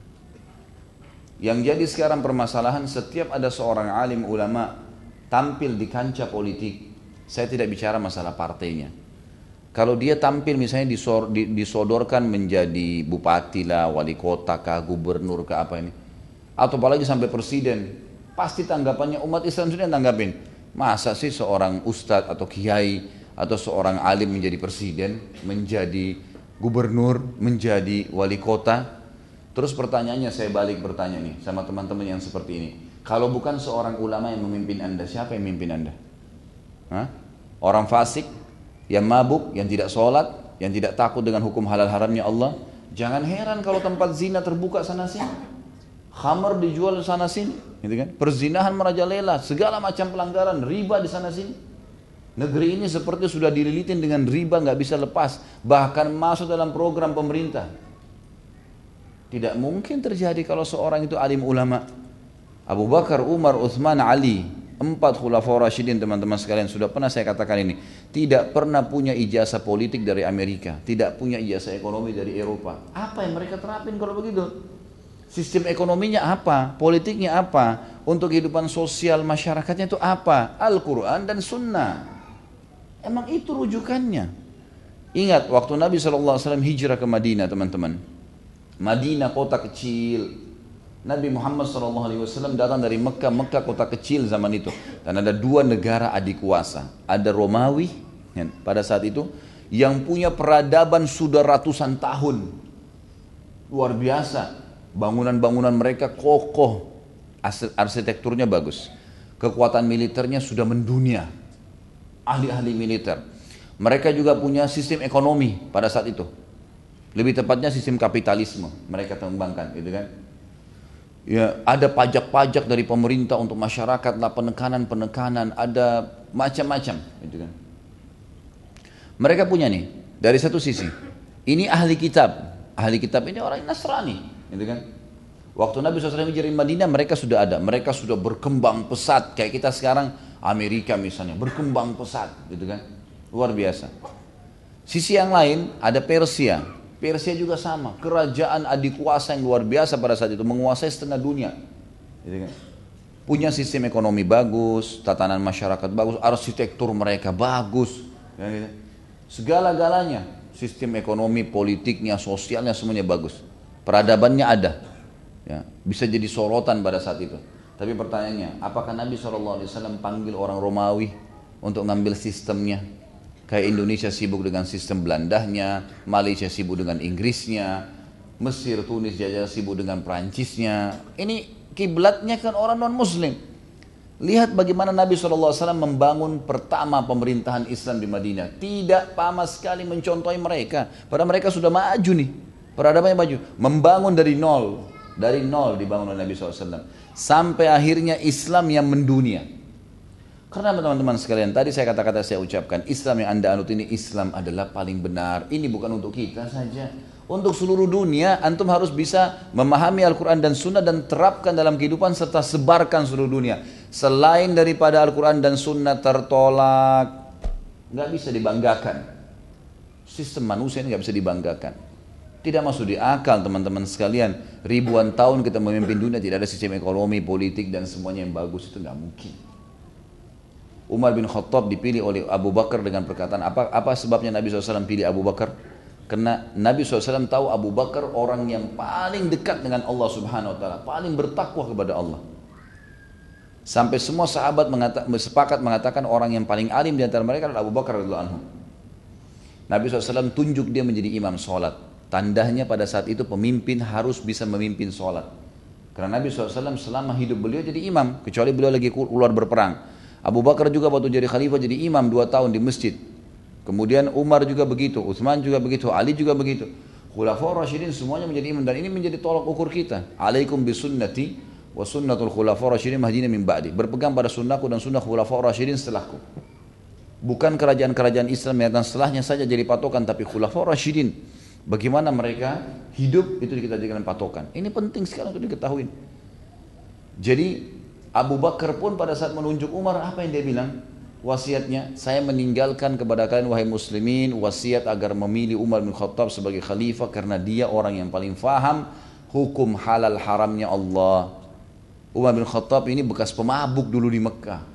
Yang jadi sekarang permasalahan, setiap ada seorang alim ulama tampil di kancah politik, saya tidak bicara masalah partainya, Kalau dia tampil misalnya disor, disodorkan menjadi bupati lah, wali kota kah, gubernur kah, apa ini, atau apalagi sampai presiden, pasti tanggapannya umat Islam sendiri yang tanggapin. Masa sih seorang ustadz atau kiai atau seorang alim menjadi presiden, menjadi gubernur, menjadi wali kota? Terus pertanyaannya, saya balik bertanya nih sama teman-teman yang seperti ini. Kalau bukan seorang ulama yang memimpin anda, siapa yang memimpin anda? Hah? Orang fasik, yang mabuk, yang tidak sholat, yang tidak takut dengan hukum halal haramnya Allah. Jangan heran kalau tempat zina terbuka sana sini, khamar dijual sana sini, gitu kan? Perzinahan merajalela, segala macam pelanggaran, riba di sana sini. Negeri ini seperti sudah dililitin dengan riba, nggak bisa lepas, bahkan masuk dalam program pemerintah. Tidak mungkin terjadi kalau seorang itu alim ulama. Abu Bakar, Umar, Uthman, Ali, empat khulafaur rasyidin, teman-teman sekalian, sudah pernah saya katakan ini, tidak pernah punya ijazah politik dari Amerika, tidak punya ijazah ekonomi dari Eropa. Apa yang mereka terapin kalau begitu? Sistem ekonominya apa? Politiknya apa? Untuk kehidupan sosial masyarakatnya itu apa? Al-Quran dan Sunnah. Emang itu rujukannya. Ingat waktu Nabi shallallahu alaihi wasallam hijrah ke Madinah, teman-teman. Madinah kota kecil. Nabi Muhammad shallallahu alaihi wasallam datang dari Mekah. Mekah kota kecil zaman itu. Dan ada dua negara adik kuasa. Ada Romawi ya, pada saat itu, yang punya peradaban sudah ratusan tahun. Luar biasa. Bangunan-bangunan mereka kokoh. Arsitekturnya bagus. Kekuatan militernya sudah mendunia. Ahli-ahli militer. Mereka juga punya sistem ekonomi pada saat itu. Lebih tepatnya sistem kapitalisme mereka kembangkan, gitu kan? Ya, ada pajak-pajak dari pemerintah untuk masyarakat, lah penekanan-penekanan, ada macam-macam, gitu kan? Mereka punya nih dari satu sisi, ini ahli kitab, ahli kitab ini orang Nasrani, gitu kan? Waktu Nabi shallallahu alaihi wasallam hijrah di Madinah, mereka sudah ada, mereka sudah berkembang pesat, kayak kita sekarang Amerika misalnya berkembang pesat, gitu kan? Luar biasa. Sisi yang lain ada Persia. Persia juga sama, kerajaan adik kuasa yang luar biasa pada saat itu, menguasai setengah dunia. Gitu kan? Punya sistem ekonomi bagus, tatanan masyarakat bagus, arsitektur mereka bagus. Ya, gitu. Segala-galanya, sistem ekonomi, politiknya, sosialnya semuanya bagus. Peradabannya ada, ya, bisa jadi sorotan pada saat itu. Tapi pertanyaannya, apakah Nabi shallallahu alaihi wasallam panggil orang Romawi untuk ngambil sistemnya? Kayak Indonesia sibuk dengan sistem Belandanya, Malaysia sibuk dengan Inggrisnya, Mesir, Tunis, Jajah sibuk dengan Perancisnya. Ini kiblatnya kan orang non-Muslim. Lihat bagaimana Nabi shallallahu alaihi wasallam membangun pertama pemerintahan Islam di Madinah. Tidak sama sekali mencontohi mereka. Padahal mereka sudah maju nih. Peradabannya maju. Membangun dari nol. Dari nol dibangun oleh Nabi shallallahu alaihi wasallam. Sampai akhirnya Islam yang mendunia. Karena teman-teman sekalian, tadi saya kata-kata saya ucapkan, Islam yang anda anut ini Islam adalah paling benar. Ini bukan untuk kita saja. Untuk seluruh dunia, antum harus bisa memahami Al-Quran dan Sunnah dan terapkan dalam kehidupan serta sebarkan seluruh dunia. Selain daripada Al-Quran dan Sunnah tertolak, nggak bisa dibanggakan. Sistem manusia ini nggak bisa dibanggakan. Tidak masuk di akal teman-teman sekalian. Ribuan tahun kita memimpin dunia, tidak ada sistem ekonomi, politik dan semuanya yang bagus, itu nggak mungkin. Umar bin Khattab dipilih oleh Abu Bakar dengan perkataan apa? Apa sebabnya Nabi shallallahu alaihi wasallam pilih Abu Bakar? Karena Nabi shallallahu alaihi wasallam tahu Abu Bakar orang yang paling dekat dengan Allah Subhanahu Wa Taala, paling bertakwa kepada Allah. Sampai semua sahabat mengata, sepakat mengatakan orang yang paling alim di antara mereka adalah Abu Bakar radhiyallahu anhu. Nabi shallallahu alaihi wasallam tunjuk dia menjadi imam sholat. Tandanya pada saat itu pemimpin harus bisa memimpin sholat. Karena Nabi shallallahu alaihi wasallam selama hidup beliau jadi imam, kecuali beliau lagi keluar berperang. Abu Bakar juga waktu jadi khalifah jadi imam dua tahun di masjid. Kemudian Umar juga begitu, Utsman juga begitu, Ali juga begitu. Khulafaur Rasyidin semuanya menjadi imam dan ini menjadi tolak ukur kita. Alaikum bisunnati wa sunnatul khulafaur rasyidin mahdina min ba'di. Berpegang pada sunnahku dan sunnah khulafaur rasyidin setelahku. Bukan kerajaan-kerajaan Islam yang datang setelahnya saja jadi patokan, tapi khulafaur rasyidin. Bagaimana mereka hidup itu kita jadikan patokan. Ini penting sekali untuk diketahui. Jadi Abu Bakar pun pada saat menunjuk Umar, apa yang dia bilang? Wasiatnya, saya meninggalkan kepada kalian wahai muslimin, wasiat agar memilih Umar bin Khattab sebagai khalifah karena dia orang yang paling faham hukum halal haramnya Allah. Umar bin Khattab ini bekas pemabuk dulu di Mekah.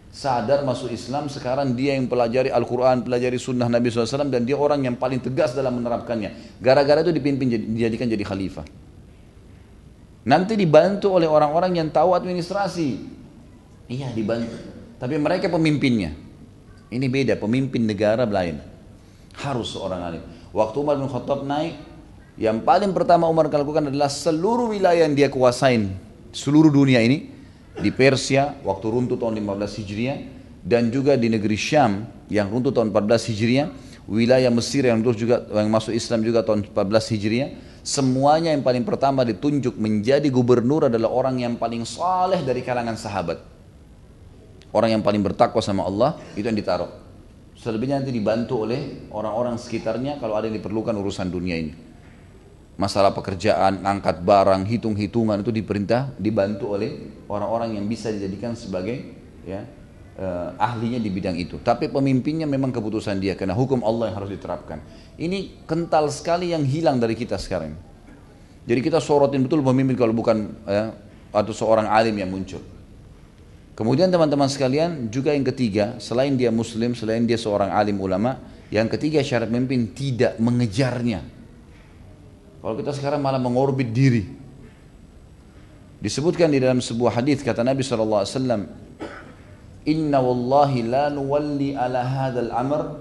sadar masuk Islam, sekarang dia yang pelajari Al-Quran, pelajari sunnah Nabi shallallahu alaihi wasallam, dan dia orang yang paling tegas dalam menerapkannya. Gara-gara itu dipimpin, dijadikan jadi khalifah. Nanti dibantu oleh orang-orang yang tahu administrasi. Iya, dibantu. Tapi mereka pemimpinnya. Ini beda, pemimpin negara lain. Harus seorang alim. Waktu Umar bin Khattab naik, yang paling pertama Umar lakukan adalah seluruh wilayah yang dia kuasain, seluruh dunia ini, di Persia waktu runtuh tahun lima belas Hijriah, dan juga di negeri Syam yang runtuh tahun empat belas Hijriah, wilayah Mesir yang terus juga yang masuk Islam juga tahun empat belas Hijriah, semuanya yang paling pertama ditunjuk menjadi gubernur adalah orang yang paling saleh dari kalangan sahabat. Orang yang paling bertakwa sama Allah, itu yang ditaruh. Selebihnya nanti dibantu oleh orang-orang sekitarnya kalau ada yang diperlukan urusan dunia ini. Masalah pekerjaan, angkat barang, hitung-hitungan itu diperintah, dibantu oleh orang-orang yang bisa dijadikan sebagai ya, eh, ahlinya di bidang itu. Tapi pemimpinnya memang keputusan dia, karena hukum Allah yang harus diterapkan. Ini kental sekali yang hilang dari kita sekarang. Jadi kita sorotin betul pemimpin kalau bukan ya, atau seorang alim yang muncul. Kemudian teman-teman sekalian, juga yang ketiga, selain dia muslim, selain dia seorang alim ulama, yang ketiga syarat pemimpin tidak mengejarnya. Kalau kita sekarang malah mengorbit diri. Disebutkan di dalam sebuah hadis kata Nabi shallallahu alaihi wasallam, Inna wallahi la nuwalli ala hadal amr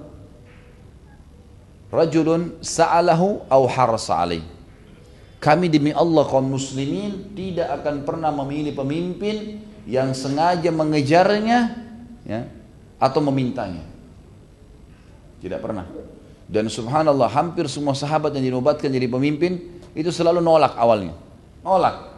rajulun sa'alahu aw harasa alaih. Kami demi Allah kaum muslimin tidak akan pernah memilih pemimpin yang sengaja mengejarnya ya, atau memintanya. Tidak pernah. Dan subhanallah hampir semua sahabat yang dinobatkan jadi pemimpin itu selalu nolak awalnya. Nolak.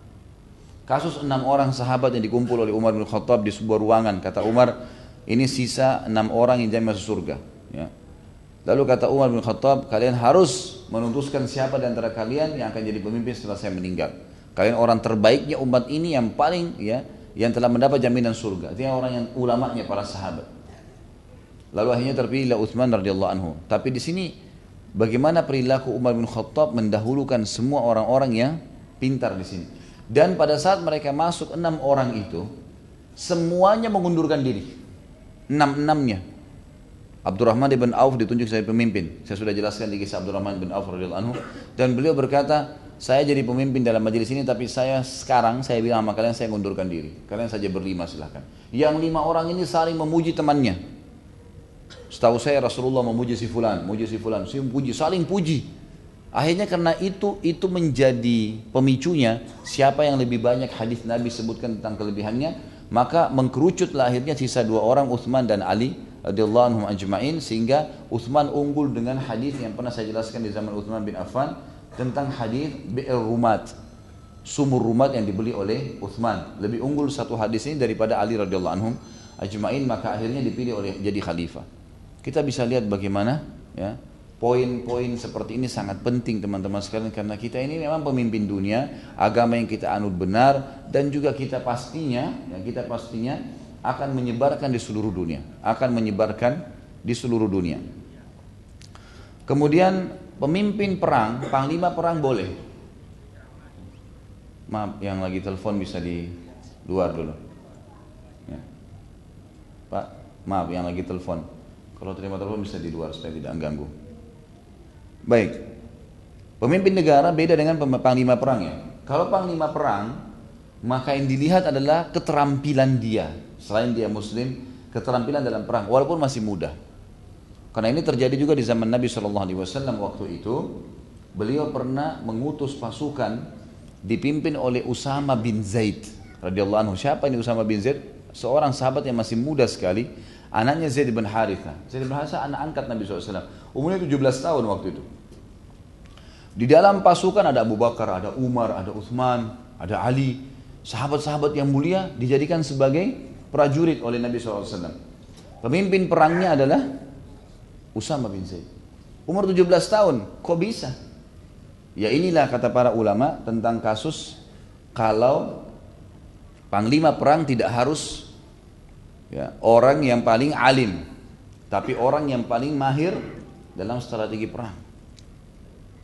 Kasus enam orang sahabat yang dikumpul oleh Umar bin Khattab di sebuah ruangan. Kata Umar, ini sisa enam orang yang jamin masuk surga. Ya. Lalu kata Umar bin Khattab, kalian harus memutuskan siapa di antara kalian yang akan jadi pemimpin setelah saya meninggal. Kalian orang terbaiknya umat ini yang paling ya, yang telah mendapat jaminan surga. Itu orang yang ulamanya para sahabat. Lalu akhirnya terpilihlah Utsman radhiyallahu anhu. Tapi di sini bagaimana perilaku Umar bin Khattab mendahulukan semua orang-orang yang pintar di sini. Dan pada saat mereka masuk enam orang itu, semuanya mengundurkan diri. Enam-enamnya. Abdurrahman bin Auf ditunjuk sebagai pemimpin. Saya sudah jelaskan di kisah Abdurrahman bin Auf radhiyallahu anhu. Dan beliau berkata, saya jadi pemimpin dalam majelis ini, tapi saya sekarang saya bilang sama kalian, saya mengundurkan diri. Kalian saja berlima silahkan. Yang lima orang ini saling memuji temannya. Setahu saya Rasulullah memuji si fulan, memuji si fulan, si puji, saling puji. Akhirnya karena itu itu menjadi pemicunya siapa yang lebih banyak hadis Nabi sebutkan tentang kelebihannya, maka mengkerucutlah akhirnya sisa dua orang, Utsman dan Ali radhiyallahu anhum ajma'in, sehingga Utsman unggul dengan hadis yang pernah saya jelaskan di zaman Utsman bin Affan tentang hadis Bi'r Rumat, sumur Rumat yang dibeli oleh Utsman. Lebih unggul satu hadis ini daripada Ali radhiyallahu anhum ajma'in, maka akhirnya dipilih oleh jadi khalifah. Kita bisa lihat bagaimana ya, poin-poin seperti ini sangat penting teman-teman sekalian, karena kita ini memang pemimpin dunia, agama yang kita anut benar, dan juga kita pastinya, ya, kita pastinya akan menyebarkan di seluruh dunia, akan menyebarkan di seluruh dunia. Kemudian pemimpin perang, panglima perang boleh. Maaf, yang lagi telepon bisa di luar dulu. Ya. Pak, maaf yang lagi telepon. Kalau terima telepon bisa di luar supaya tidak mengganggu. Baik. Pemimpin negara beda dengan panglima perang ya. Kalau panglima perang, maka yang dilihat adalah keterampilan dia. Selain dia muslim, keterampilan dalam perang walaupun masih muda. Karena ini terjadi juga di zaman Nabi shallallahu alaihi wasallam. Waktu itu beliau pernah mengutus pasukan dipimpin oleh Usama bin Zaid radhiyallahu anhu. Siapa ini Usama bin Zaid? Seorang sahabat yang masih muda sekali. Anaknya Zaid bin Harithah. Zaid bin Harithah anak angkat Nabi shallallahu alaihi wasallam. Umurnya tujuh belas tahun waktu itu. Di dalam pasukan ada Abu Bakar, ada Umar, ada Utsman, ada Ali. Sahabat-sahabat yang mulia dijadikan sebagai prajurit oleh Nabi shallallahu alaihi wasallam. Pemimpin perangnya adalah Usama bin Zaid. Umur tujuh belas tahun, kok bisa? Ya inilah kata para ulama tentang kasus kalau panglima perang tidak harus ya, orang yang paling alim, tapi orang yang paling mahir dalam strategi perang.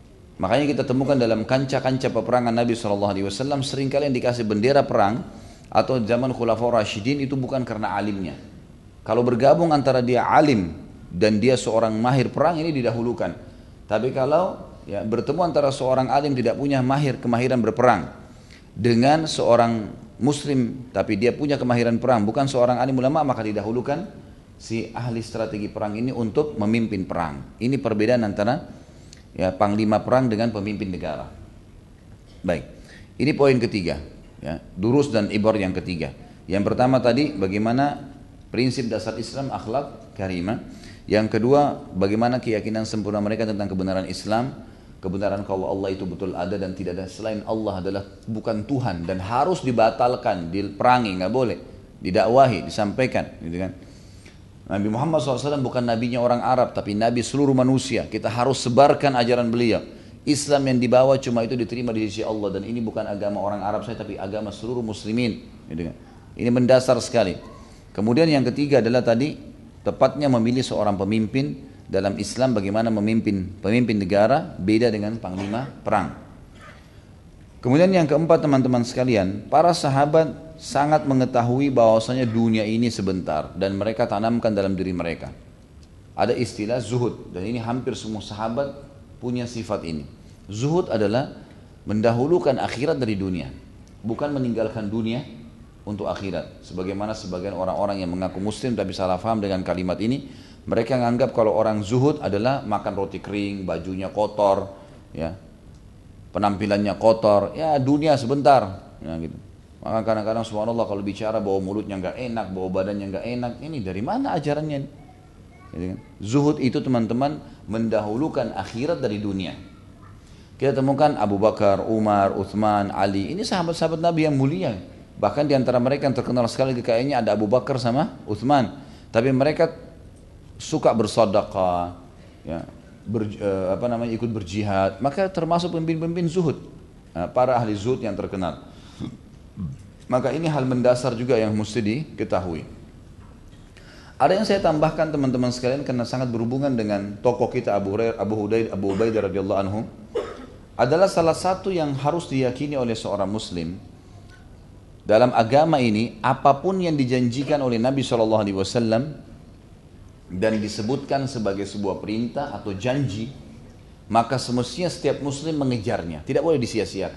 Makanya kita temukan dalam kancah-kancah peperangan Nabi shallallahu alaihi wasallam seringkali yang dikasih bendera perang atau zaman Khulafaur Rasyidin itu bukan karena alimnya. Kalau bergabung antara dia alim dan dia seorang mahir perang ini didahulukan. Tapi kalau ya, bertemu antara seorang alim tidak punya mahir kemahiran berperang dengan seorang muslim tapi dia punya kemahiran perang bukan seorang alim ulama, maka didahulukan si ahli strategi perang ini untuk memimpin perang. Ini perbedaan antara ya, panglima perang dengan pemimpin negara. Baik, ini poin ketiga ya, durus dan ibar yang ketiga. Yang pertama tadi bagaimana prinsip dasar Islam, akhlak karimah. Yang kedua, bagaimana keyakinan sempurna mereka tentang kebenaran Islam, kebenaran kalau Allah itu betul ada dan tidak ada selain Allah adalah bukan Tuhan dan harus dibatalkan, diperangi, nggak boleh, didakwahi, disampaikan, gitu kan. Nabi Muhammad shallallahu alaihi wasallam bukan nabinya orang Arab, tapi nabi seluruh manusia. Kita harus sebarkan ajaran beliau. Islam yang dibawa cuma itu diterima di sisi Allah dan ini bukan agama orang Arab saja, tapi agama seluruh muslimin, gitu kan. Ini mendasar sekali. Kemudian yang ketiga adalah tadi tepatnya memilih seorang pemimpin dalam Islam, bagaimana memimpin pemimpin negara beda dengan panglima perang. Kemudian yang keempat teman-teman sekalian, para sahabat sangat mengetahui bahwasanya dunia ini sebentar dan mereka tanamkan dalam diri mereka. Ada istilah zuhud dan ini hampir semua sahabat punya sifat ini. Zuhud adalah mendahulukan akhirat dari dunia, bukan meninggalkan dunia untuk akhirat. Sebagaimana sebagian orang-orang yang mengaku muslim tapi salah faham dengan kalimat ini, mereka menganggap kalau orang zuhud adalah makan roti kering, bajunya kotor, ya, penampilannya kotor, ya dunia sebentar, ya, gitu. Maka kadang-kadang subhanallah kalau bicara bawa mulutnya nggak enak, bawa badannya nggak enak, ini dari mana ajarannya? Gitu kan? Zuhud itu teman-teman mendahulukan akhirat dari dunia. Kita temukan Abu Bakar, Umar, Uthman, Ali, ini sahabat-sahabat Nabi yang mulia. Bahkan di antara mereka yang terkenal sekali kekayaannya ada Abu Bakar sama Uthman. Tapi mereka suka bersedekah, ya, ber, eh, apa namanya ikut berjihad. Maka termasuk pemimpin-pemimpin zuhud, nah, para ahli zuhud yang terkenal. Maka ini hal mendasar juga yang mesti diketahui. Ada yang saya tambahkan teman-teman sekalian karena sangat berhubungan dengan tokoh kita Abu Hurairah, Abu Hudayr, Abu Ubaidah radhiyallahu anhu, adalah salah satu yang harus diyakini oleh seorang muslim. Dalam agama ini, apapun yang dijanjikan oleh Nabi shallallahu alaihi wasallam dan disebutkan sebagai sebuah perintah atau janji, maka semestinya setiap muslim mengejarnya, tidak boleh disia-siakan.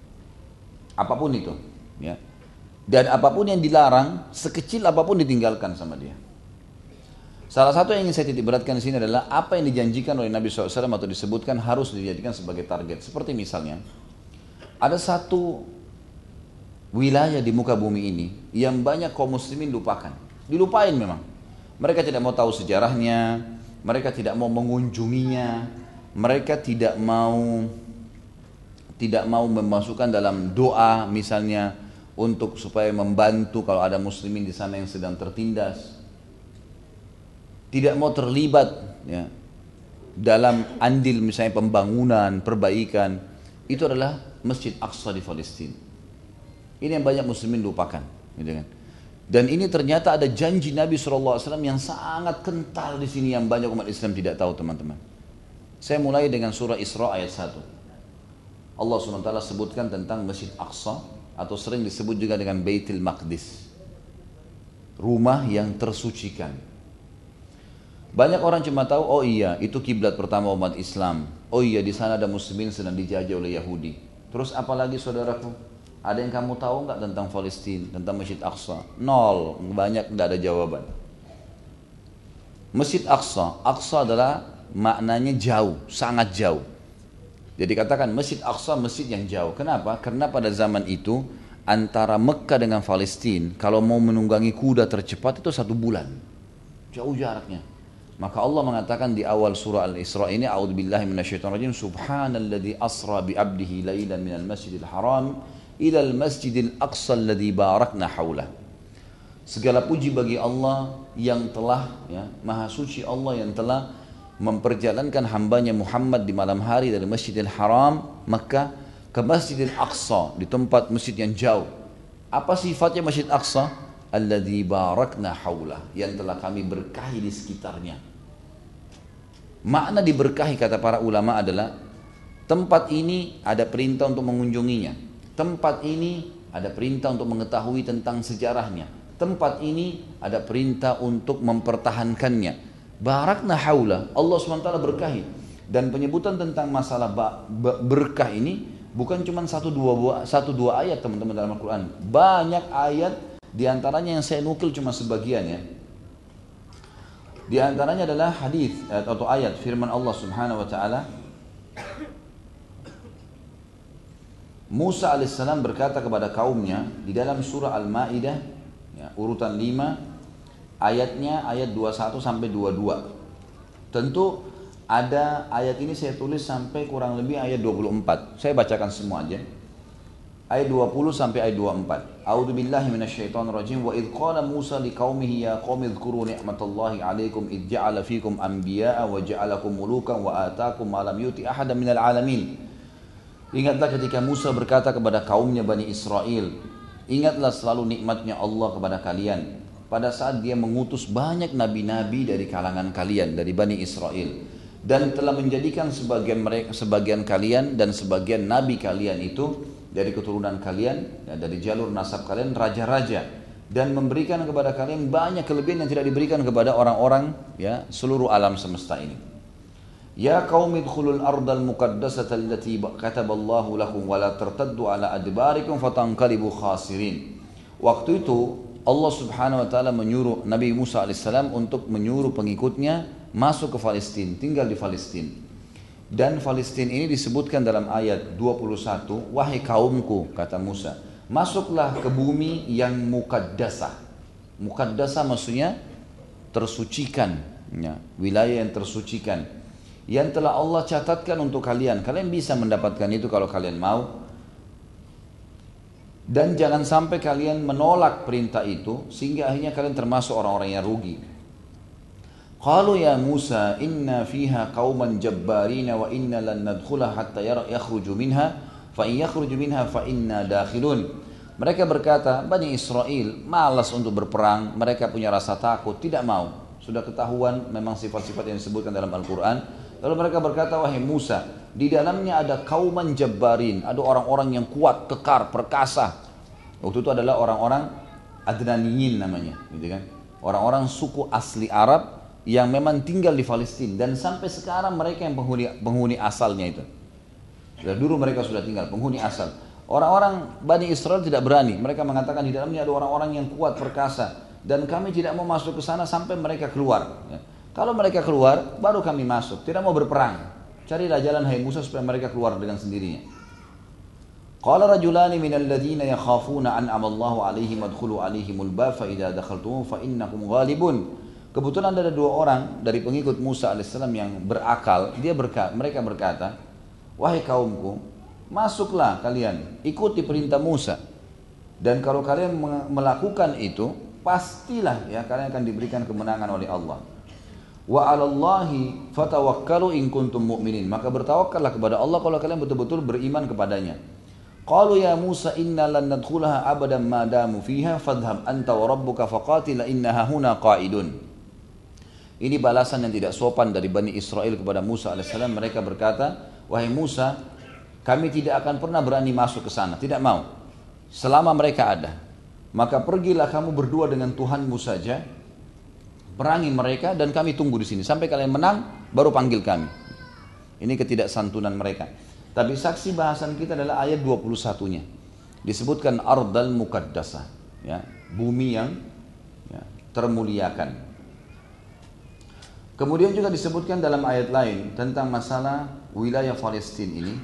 Apapun itu, ya. Dan apapun yang dilarang, sekecil apapun ditinggalkan sama dia. Salah satu yang ingin saya titik beratkan di sini adalah apa yang dijanjikan oleh Nabi shallallahu alaihi wasallam atau disebutkan harus dijadikan sebagai target. Seperti misalnya, ada satu wilayah di muka bumi ini yang banyak kaum muslimin lupakan, dilupain memang. Mereka tidak mau tahu sejarahnya, mereka tidak mau mengunjunginya, mereka tidak mau tidak mau memasukkan dalam doa misalnya untuk supaya membantu kalau ada muslimin di sana yang sedang tertindas. Tidak mau terlibat ya, dalam andil misalnya pembangunan, perbaikan. Itu adalah Masjid Aqsa di Palestina. Ini yang banyak muslimin lupakan, gitu kan? Dan ini ternyata ada janji Nabi shallallahu alaihi wasallam yang sangat kental di sini yang banyak umat Islam tidak tahu, teman-teman. Saya mulai dengan surah Isra ayat satu. Allah subhanahu wa taala sebutkan tentang Masjid Aqsa atau sering disebut juga dengan Baitul Maqdis, rumah yang tersucikan. Banyak orang cuma tahu, oh iya itu kiblat pertama umat Islam. Oh iya di sana ada muslimin sedang dijajah oleh Yahudi. Terus apalagi saudaraku? Ada yang kamu tahu nggak tentang Palestina, tentang Masjid Aqsa? Nol, banyak tidak ada jawaban. Masjid Aqsa, Aqsa adalah maknanya jauh, sangat jauh. Jadi katakan Masjid Aqsa, masjid yang jauh. Kenapa? Karena pada zaman itu antara Mekah dengan Palestina, kalau mau menunggangi kuda tercepat itu satu bulan, jauh jaraknya. Maka Allah mengatakan di awal surah Al-Isra ini, A'udzubillahi minasyaitonirrajim, Subhanalladzi asra bi 'abdihi lailan minal masjidil haram ilal masjidil aqsa alladzi barakna haulah. Segala puji bagi Allah yang telah, ya, maha suci Allah yang telah memperjalankan hambanya Muhammad di malam hari dari Masjidil Haram Makkah ke Masjidil Aqsa, di tempat masjid yang jauh. Apa sifatnya Masjid Aqsa? Alladzi barakna haulah, yang telah kami berkahi di sekitarnya. Makna diberkahi kata para ulama adalah tempat ini ada perintah untuk mengunjunginya. Tempat ini ada perintah untuk mengetahui tentang sejarahnya. Tempat ini ada perintah untuk mempertahankannya. Barakna haula, Allah subhanahu wa taala berkahi. Dan penyebutan tentang masalah berkah ini bukan cuma satu dua, satu dua ayat teman-teman dalam Al-Quran. Banyak ayat, diantaranya yang saya nukil cuma sebagian ya. Di antaranya adalah hadis atau ayat firman Allah subhanahu wa ta'ala. Musa alaihissalam berkata kepada kaumnya di dalam surah Al-Ma'idah ya, urutan lima, ayatnya ayat dua puluh satu sampai dua puluh dua. Tentu ada ayat ini saya tulis sampai kurang lebih ayat dua puluh empat. Saya bacakan semua aja. Ayat dua puluh sampai ayat dua puluh empat. A'udzu billahi minasyaitonir rajim. Wa idz qala Musa liqaumihi ya qaumi dzkuru ni'matallahi 'alaikum idz ja'ala fikum anbiya'a wa ja'alakum mulukan wa ataakum ma lam yuti ahadan minal 'alamin. Ingatlah ketika Musa berkata kepada kaumnya Bani Israel, ingatlah selalu nikmatnya Allah kepada kalian pada saat dia mengutus banyak nabi-nabi dari kalangan kalian, dari Bani Israel, dan telah menjadikan sebagian mereka, sebagian kalian dan sebagian nabi kalian itu dari keturunan kalian, ya, dari jalur nasab kalian, raja-raja, dan memberikan kepada kalian banyak kelebihan yang tidak diberikan kepada orang-orang ya seluruh alam semesta ini. Ya qaumi idkhulul ardal muqaddasata allati kataballahu lakum wa la tartaddu ala adbarikum fatanqalibu khasirin. Waktu itu Allah subhanahu wa ta'ala menyuruh Nabi Musa alaihissalam untuk menyuruh pengikutnya masuk ke Palestina, tinggal di Palestina. Dan Palestina ini disebutkan dalam ayat dua puluh satu, wahai kaumku, kata Musa, masuklah ke bumi yang muqaddasah. Muqaddasah maksudnya tersucikan, ya, wilayah yang tersucikan, yang telah Allah catatkan untuk kalian. Kalian bisa mendapatkan itu kalau kalian mau. Dan jangan sampai kalian menolak perintah itu sehingga akhirnya kalian termasuk orang-orang yang rugi. Qalu ya Musa inna fiha qauman jabbarina wa inna lan nadkhulaha hatta yakhruju minha fa in yakhruju minha fa inna dakhilun. Mereka berkata, Bani Israel malas untuk berperang, mereka punya rasa takut, tidak mau. Sudah ketahuan memang sifat-sifat yang disebutkan dalam Al-Quran. Lalu mereka berkata, wahai Musa, di dalamnya ada kauman jabbarin, ada orang-orang yang kuat, kekar, perkasa. Waktu itu adalah orang-orang Adnaniyin namanya, gitu kan? Orang-orang suku asli Arab yang memang tinggal di Palestina dan sampai sekarang mereka yang penghuni, penghuni asalnya itu. Sudah dulu mereka sudah tinggal, penghuni asal. Orang-orang Bani Israel tidak berani, mereka mengatakan di dalamnya ada orang-orang yang kuat, perkasa, dan kami tidak mau masuk ke sana sampai mereka keluar. Ya. Kalau mereka keluar, baru kami masuk. Tidak mau berperang. Carilah jalan hai Musa supaya mereka keluar dengan sendirinya. Qala rajulani minal ladzina yakhafuna an'ama Allahu 'alaihim adkhulu 'alaihimul bab fa idza dakhaltum fa innakum ghalibun. Kebetulan ada dua orang dari pengikut Musa alaihissalam yang berakal. Dia berkata, mereka berkata, wahai kaumku, masuklah kalian, ikuti perintah Musa. Dan kalau kalian melakukan itu, pastilah ya kalian akan diberikan kemenangan oleh Allah. Wa 'alallahi fatawakkalu in kuntum mu'minin. Maka bertawakkallah kepada Allah kalau kalian betul-betul beriman kepadanya. Qalu ya Musa inna lan nadkhulaha abadan ma damu fiha fadhhab anta wa rabbuka faqatila innaha huna qa'idun. Ini balasan yang tidak sopan dari Bani Israel kepada Musa alaihissalam. Mereka berkata, wahai Musa, kami tidak akan pernah berani masuk ke sana, tidak mau. Selama mereka ada, maka pergilah kamu berdua dengan Tuhanmu saja. Perangi mereka dan kami tunggu di sini sampai kalian menang baru panggil kami. Ini ketidaksantunan mereka. Tapi saksi bahasan kita adalah ayat dua puluh satu-nya. Disebutkan ardal muqaddasah, ya, bumi yang ya, termuliakan. Kemudian juga disebutkan dalam ayat lain tentang masalah wilayah Palestina ini.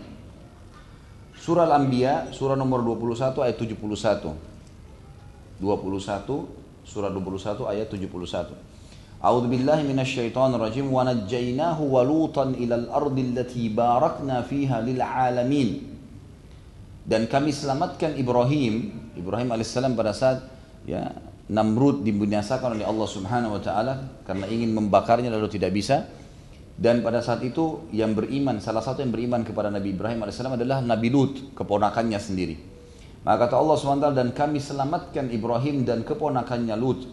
Surah Al-Anbiya, surah nomor dua puluh satu ayat tujuh puluh satu. dua puluh satu, surah dua puluh satu ayat tujuh puluh satu. A'udzu billahi minasyaitonir rajim wa najjaynahu wa lutan ilal ardi allati barakna fiha lil alamin. Dan kami selamatkan Ibrahim, Ibrahim alaihissalam pada saat ya Namrud dibinasakan oleh Allah Subhanahu wa taala karena ingin membakarnya lalu tidak bisa. Dan pada saat itu yang beriman, salah satu yang beriman kepada Nabi Ibrahim alaihissalam adalah Nabi Lut, keponakannya sendiri. Maka kata Allah subhanahu wa taala, dan kami selamatkan Ibrahim dan keponakannya Lut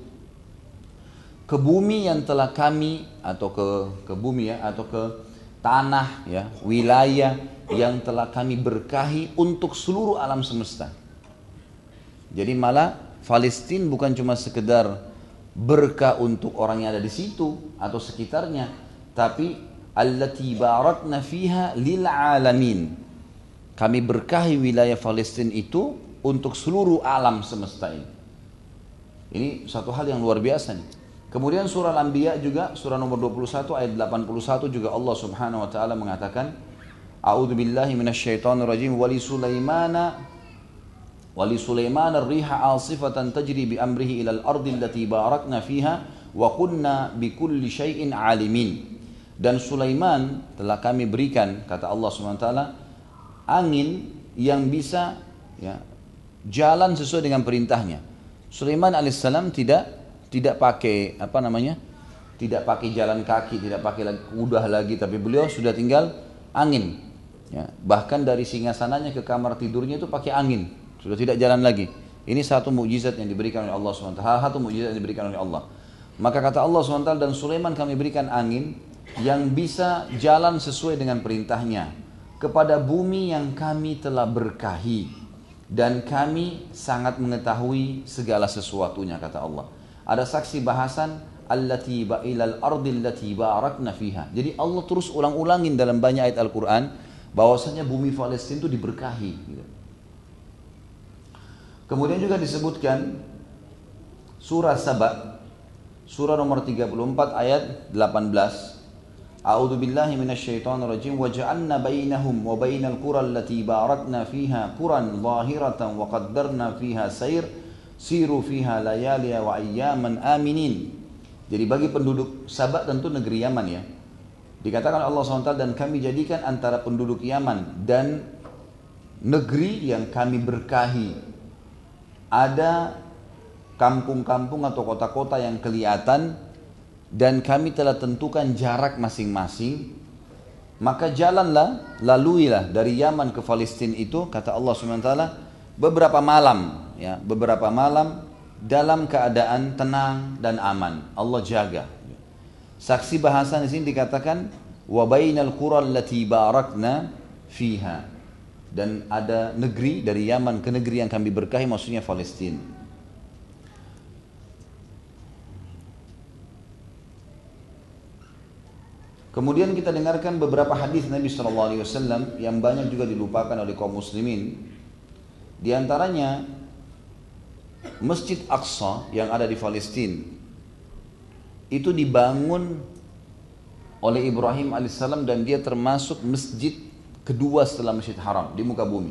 ke bumi yang telah kami atau ke ke bumi ya atau ke tanah ya, wilayah yang telah kami berkahi untuk seluruh alam semesta. Jadi malah Palestina bukan cuma sekedar berkah untuk orang yang ada di situ atau sekitarnya, tapi allati barakna fiha lil alamin. Kami berkahi wilayah Palestina itu untuk seluruh alam semesta ini. Ini satu hal yang luar biasa nih. Kemudian surah Al-Anbiya juga, surah nomor dua puluh satu ayat delapan puluh satu juga Allah Subhanahu wa taala mengatakan, A'udzu billahi minasyaitonir rajim wa li Sulaimana wa li Sulaiman ar-riha 'asifatan tajri bi amrihi ila al-ardi allati barakna fiha wa kunna bi kulli syai'in 'alimin. Dan Sulaiman telah kami berikan, kata Allah Subhanahu wa taala, angin yang bisa ya, jalan sesuai dengan perintahnya. Sulaiman alaihissalam tidak tidak pakai apa namanya, tidak pakai jalan kaki, tidak pakai kuda lagi, tapi beliau sudah tinggal angin. Ya, bahkan dari singgasananya ke kamar tidurnya itu pakai angin, sudah tidak jalan lagi. Ini satu mukjizat yang diberikan oleh Allah subhanahu wa taala, satu mukjizat yang diberikan oleh Allah. Maka kata Allah subhanahu wa taala, dan Sulaiman kami berikan angin yang bisa jalan sesuai dengan perintahnya kepada bumi yang kami telah berkahi, dan kami sangat mengetahui segala sesuatunya, kata Allah. Ada saksi bahasan allati ba'ilal ardi allati barakna fiha. Jadi Allah terus ulang-ulangin dalam banyak ayat Al-Quran bahwasanya bumi Palestina itu diberkahi. Kemudian juga disebutkan surah Saba, surah nomor tiga puluh empat ayat delapan belas. A'udzu billahi minasyaitonir rajim wa ja'alna bainahum wa bainal qura allati barakna fiha quran zahiratan wa qaddarna fiha sayr siru fiha layaliya wa ayyaman aminin. Jadi bagi penduduk Sabak tentu negeri Yaman ya. Dikatakan Allah subhanahu wa taala, dan kami jadikan antara penduduk Yaman dan negeri yang kami berkahi ada kampung-kampung atau kota-kota yang kelihatan, dan kami telah tentukan jarak masing-masing. Maka jalanlah, laluilah dari Yaman ke Palestina itu, kata Allah subhanahu wa taala, beberapa malam, ya, beberapa malam dalam keadaan tenang dan aman. Allah jaga. Saksi bahasan di sini dikatakan wa bainal qura allati barakna fiha, dan ada negeri dari Yaman ke negeri yang kami berkahi, maksudnya Palestina. Kemudian kita dengarkan beberapa hadis Nabi shallallahu alaihi wasallam yang banyak juga dilupakan oleh kaum muslimin. Di antaranya Masjid Aqsa yang ada di Palestina itu dibangun oleh Ibrahim alaihissalam, dan dia termasuk masjid kedua setelah Masjid Haram di muka bumi.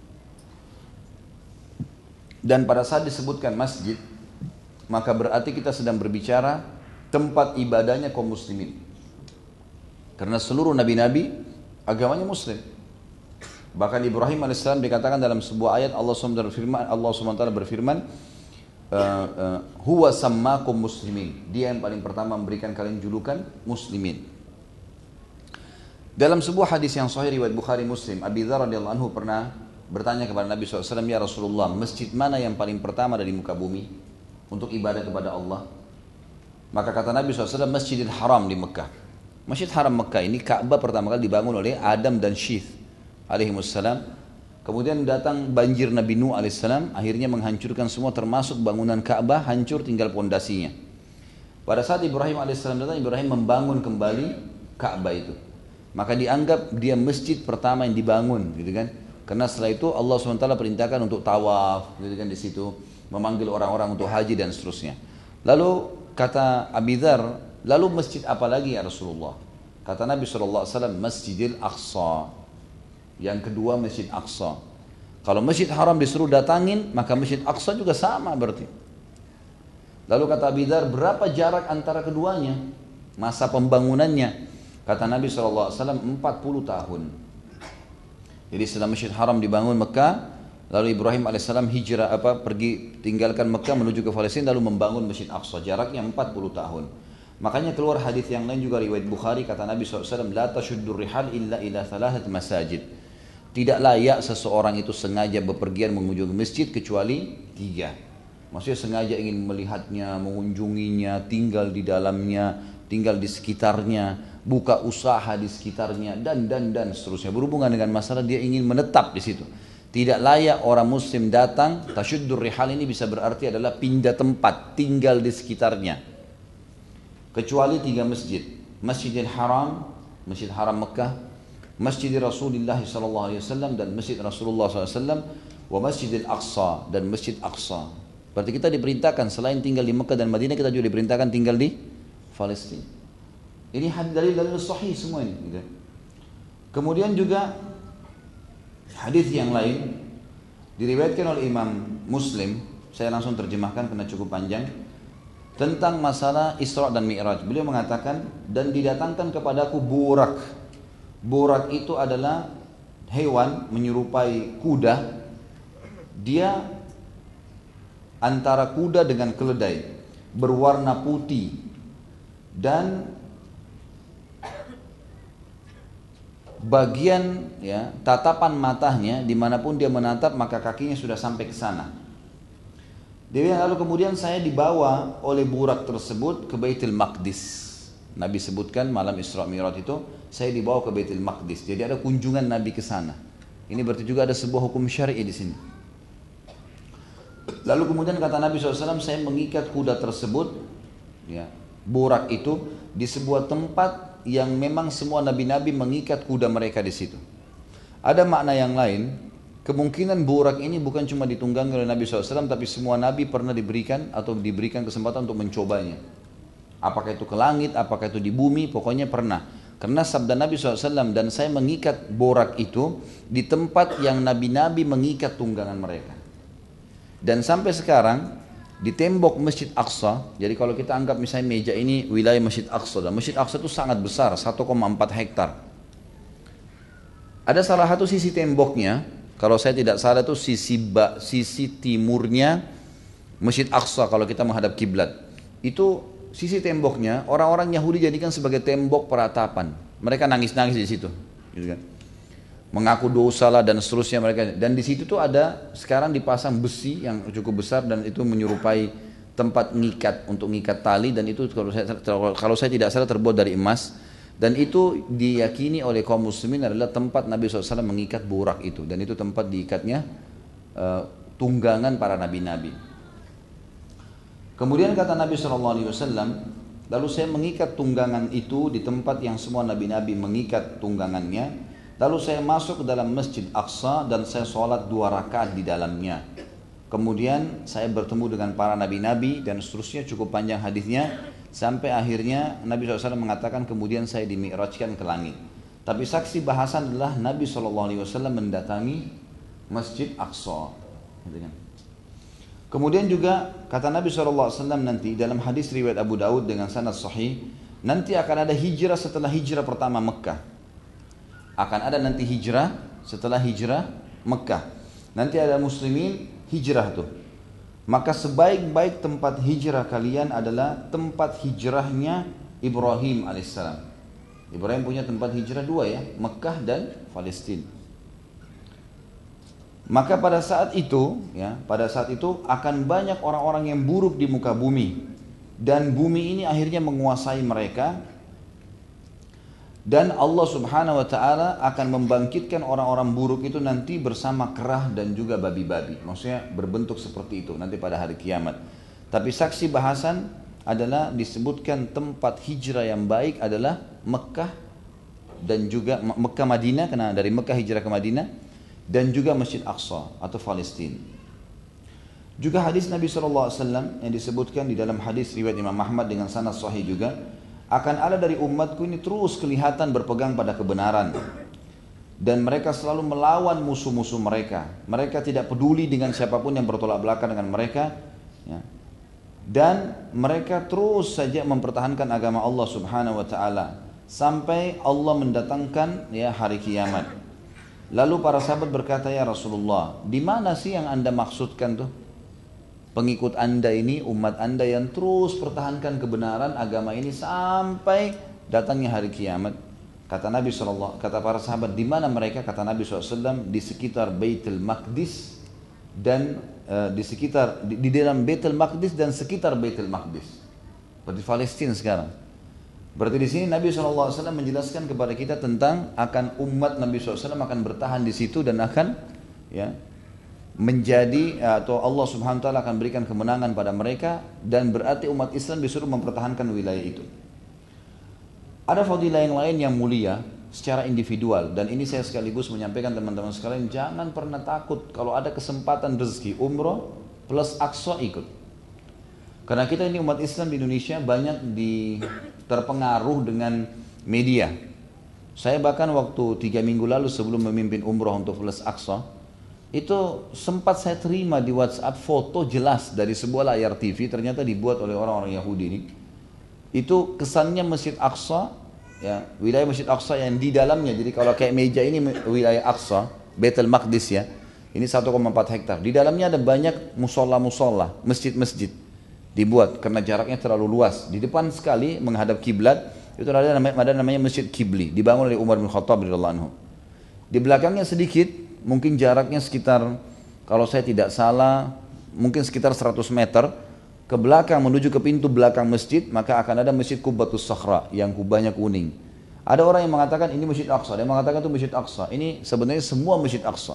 Dan pada saat disebutkan masjid, maka berarti kita sedang berbicara tempat ibadahnya kaum muslimin. Karena seluruh nabi-nabi agamanya muslim. Bahkan Ibrahim alaihissalam dikatakan dalam sebuah ayat Allah subhanahu wa taala berfirman, Allah subhanahu wa taala berfirman, huwa sammakum muslimin. Dia yang paling pertama memberikan kalian julukan muslimin. Dalam sebuah hadis yang sahih riwayat Bukhari Muslim, Abi Dzar radhiyallahu anhu pernah bertanya kepada Nabi shallallahu alaihi wasallam, ya Rasulullah, masjid mana yang paling pertama dari muka bumi untuk ibadah kepada Allah? Maka kata Nabi shallallahu alaihi wasallam, Masjidil Haram di Mekah. Masjid Haram Mekah ini Ka'bah pertama kali dibangun oleh Adam dan Syith alaihimussalam. Kemudian datang banjir Nabi Nuh alaihissalam, akhirnya menghancurkan semua termasuk bangunan Ka'bah, hancur tinggal pondasinya. Pada saat Ibrahim alaihissalam datang, Ibrahim membangun kembali Ka'bah itu. Maka dianggap dia masjid pertama yang dibangun, gitu kan? Karena setelah itu Allah subhanahu wa taala perintahkan untuk tawaf, gitu kan, di situ memanggil orang-orang untuk haji dan seterusnya. Lalu kata Abi Dzar, lalu masjid apa lagi ya Rasulullah? Kata Nabi shallallahu alaihi wasallam, Masjidil Aqsa. Yang kedua Masjid Aqsa. Kalau Masjid Haram disuruh datangin, maka Masjid Aqsa juga sama berarti. Lalu kata Abi Dzar, berapa jarak antara keduanya? Masa pembangunannya? Kata Nabi shallallahu alaihi wasallam, empat puluh tahun. Jadi setelah Masjid Haram dibangun Mekah, lalu Ibrahim alaihissalam hijrah apa pergi tinggalkan Mekah menuju ke Palestina, lalu membangun Masjid Aqsa. Jaraknya empat puluh tahun. Makanya keluar hadis yang lain juga riwayat Bukhari, kata Nabi shallallahu alaihi wasallam, la tashuddur rihal illa ila thalathati masajid. Tidak layak seseorang itu sengaja bepergian mengunjungi masjid kecuali tiga. Maksudnya sengaja ingin melihatnya, mengunjunginya, tinggal di dalamnya, tinggal di sekitarnya, buka usaha di sekitarnya, dan dan dan seterusnya. Berhubungan dengan masalah dia ingin menetap di situ. Tidak layak orang muslim datang, tasyuddur rihal ini bisa berarti adalah pindah tempat, tinggal di sekitarnya. Kecuali tiga masjid. Masjidil Haram, Masjid Haram Mekah, Masjid Rasulullah sallallahu alaihi wasallam dan Masjid Rasulullah sallallahu alaihi wasallam, wa Masjidil Aqsa dan Masjid Aqsa. Berarti kita diperintahkan selain tinggal di Mekah dan Madinah, kita juga diperintahkan tinggal di Palestina. Ini hadis dari dalil sahih semua ini. Gitu. Kemudian juga hadis yang lain diriwayatkan oleh Imam Muslim, saya langsung terjemahkan karena cukup panjang, tentang masalah Isra dan Mi'raj. Beliau mengatakan, dan didatangkan kepadaku burak. Burak itu adalah hewan menyerupai kuda. Dia antara kuda dengan keledai, berwarna putih dan bagian ya tatapan matanya dimanapun dia menatap maka kakinya sudah sampai ke sana. Dia bilang, lalu kemudian saya dibawa oleh burak tersebut ke Baitul Maqdis. Nabi sebutkan malam Isra Mi'raj itu saya dibawa ke Baitul Maqdis. Jadi ada kunjungan Nabi ke sana. Ini berarti juga ada sebuah hukum syar'i di sini. Lalu kemudian kata Nabi shallallahu alaihi wasallam, saya mengikat kuda tersebut, ya, burak itu di sebuah tempat yang memang semua nabi-nabi mengikat kuda mereka di situ. Ada makna yang lain, kemungkinan burak ini bukan cuma ditunggangi oleh Nabi shallallahu alaihi wasallam, tapi semua nabi pernah diberikan atau diberikan kesempatan untuk mencobanya. Apakah itu ke langit, apakah itu di bumi, pokoknya pernah. Karena sabda Nabi shallallahu alaihi wasallam, dan saya mengikat burak itu di tempat yang nabi-nabi mengikat tunggangan mereka. Dan sampai sekarang di tembok Masjid Aqsa, jadi kalau kita anggap misalnya meja ini wilayah Masjid Aqsa, dan Masjid Aqsa itu sangat besar, satu koma empat hektar. Ada salah satu sisi temboknya, kalau saya tidak salah itu sisi ba, sisi timurnya Masjid Aqsa kalau kita menghadap kiblat. Itu sisi temboknya orang-orang Yahudi jadikan sebagai tembok peratapan. Mereka nangis-nangis di situ, gitu kan. Mengaku dosa lah dan seterusnya mereka. Dan di situ tuh ada sekarang dipasang besi yang cukup besar dan itu menyerupai tempat ngikat untuk ngikat tali, dan itu kalau saya kalau saya tidak salah terbuat dari emas, dan itu diyakini oleh kaum muslimin adalah tempat Nabi shallallahu alaihi wasallam mengikat burak itu, dan itu tempat diikatnya uh, tunggangan para nabi-nabi. Kemudian kata Nabi shallallahu alaihi wasallam, lalu saya mengikat tunggangan itu di tempat yang semua nabi-nabi mengikat tunggangannya. Lalu saya masuk ke dalam Masjid Aqsa dan saya sholat dua rakaat di dalamnya. Kemudian saya bertemu dengan para nabi-nabi dan seterusnya, cukup panjang hadisnya. Sampai akhirnya Nabi shallallahu alaihi wasallam mengatakan kemudian saya dimi'rajkan ke langit. Tapi saksi bahasan adalah Nabi shallallahu alaihi wasallam mendatangi Masjid Aqsa. Kemudian juga kata Nabi shallallahu alaihi wasallam nanti dalam hadis riwayat Abu Daud dengan sanad sahih, nanti akan ada hijrah setelah hijrah pertama Mekah. Akan ada nanti hijrah setelah hijrah Mekah. Nanti ada muslimin hijrah tuh. Maka sebaik-baik tempat hijrah kalian adalah tempat hijrahnya Ibrahim alaihissalam. Ibrahim punya tempat hijrah dua ya, Mekah dan Palestina. Maka pada saat itu, ya, pada saat itu akan banyak orang-orang yang buruk di muka bumi, dan bumi ini akhirnya menguasai mereka. Dan Allah subhanahu wa ta'ala akan membangkitkan orang-orang buruk itu nanti bersama kerah dan juga babi-babi. Maksudnya berbentuk seperti itu nanti pada hari kiamat. Tapi saksi bahasan adalah disebutkan tempat hijrah yang baik adalah Mekah dan juga Mekah Madinah, karena dari Mekah hijrah ke Madinah, dan juga Masjid Aqsa atau Palestina. Juga hadis Nabi shallallahu alaihi wasallam yang disebutkan di dalam hadis riwayat Imam Ahmad dengan sanad sahih juga, akan ada dari umatku ini terus kelihatan berpegang pada kebenaran, dan mereka selalu melawan musuh-musuh mereka. Mereka tidak peduli dengan siapapun yang bertolak belakang dengan mereka, ya. Dan mereka terus saja mempertahankan agama Allah subhanahu wa ta'ala sampai Allah mendatangkan ya hari kiamat. Lalu para sahabat berkata, ya Rasulullah, di mana sih yang anda maksudkan tuh? Pengikut anda ini, umat anda yang terus pertahankan kebenaran agama ini sampai datangnya hari kiamat. Kata Nabi shallallahu alaihi wasallam, kata para sahabat, di mana mereka? Kata Nabi shallallahu alaihi wasallam, di sekitar Baitul Maqdis dan uh, di sekitar di, di dalam Baitul Maqdis dan sekitar Baitul Maqdis. Berarti Palestina sekarang. Berarti di sini Nabi shallallahu alaihi wasallam menjelaskan kepada kita tentang akan umat Nabi shallallahu alaihi wasallam akan bertahan di situ dan akan ya, menjadi atau Allah Subhanahu wa taala akan berikan kemenangan pada mereka, dan berarti umat Islam disuruh mempertahankan wilayah itu. Ada fadilah yang lain yang mulia secara individual, dan ini saya sekaligus menyampaikan teman-teman sekalian, jangan pernah takut kalau ada kesempatan rezeki umroh plus Aqsa ikut. Karena kita ini umat Islam di Indonesia banyak di terpengaruh dengan media. Saya bahkan waktu tiga minggu lalu sebelum memimpin umroh untuk plus Aqsa, itu sempat saya terima di WhatsApp foto jelas dari sebuah layar T V, ternyata dibuat oleh orang-orang Yahudi ini. Itu kesannya Masjid Aqsa, ya, wilayah Masjid Aqsa yang di dalamnya, jadi kalau kayak meja ini wilayah Aqsa, Baitul Maqdis ya, ini satu koma empat hektar. Di dalamnya ada banyak musola-musola, masjid-masjid dibuat karena jaraknya terlalu luas. Di depan sekali menghadap kiblat itu ada namanya, ada namanya Masjid Kibli, dibangun oleh Umar bin Khattab radhiyallahu anhu. Di belakangnya sedikit, mungkin jaraknya sekitar, kalau saya tidak salah, mungkin sekitar seratus meter ke belakang menuju ke pintu belakang masjid, maka akan ada Masjid Qubbatus Sakhra yang kubahnya kuning. Ada orang yang mengatakan ini Masjid Aqsa, dia mengatakan itu Masjid Aqsa. Ini sebenarnya semua Masjid Aqsa.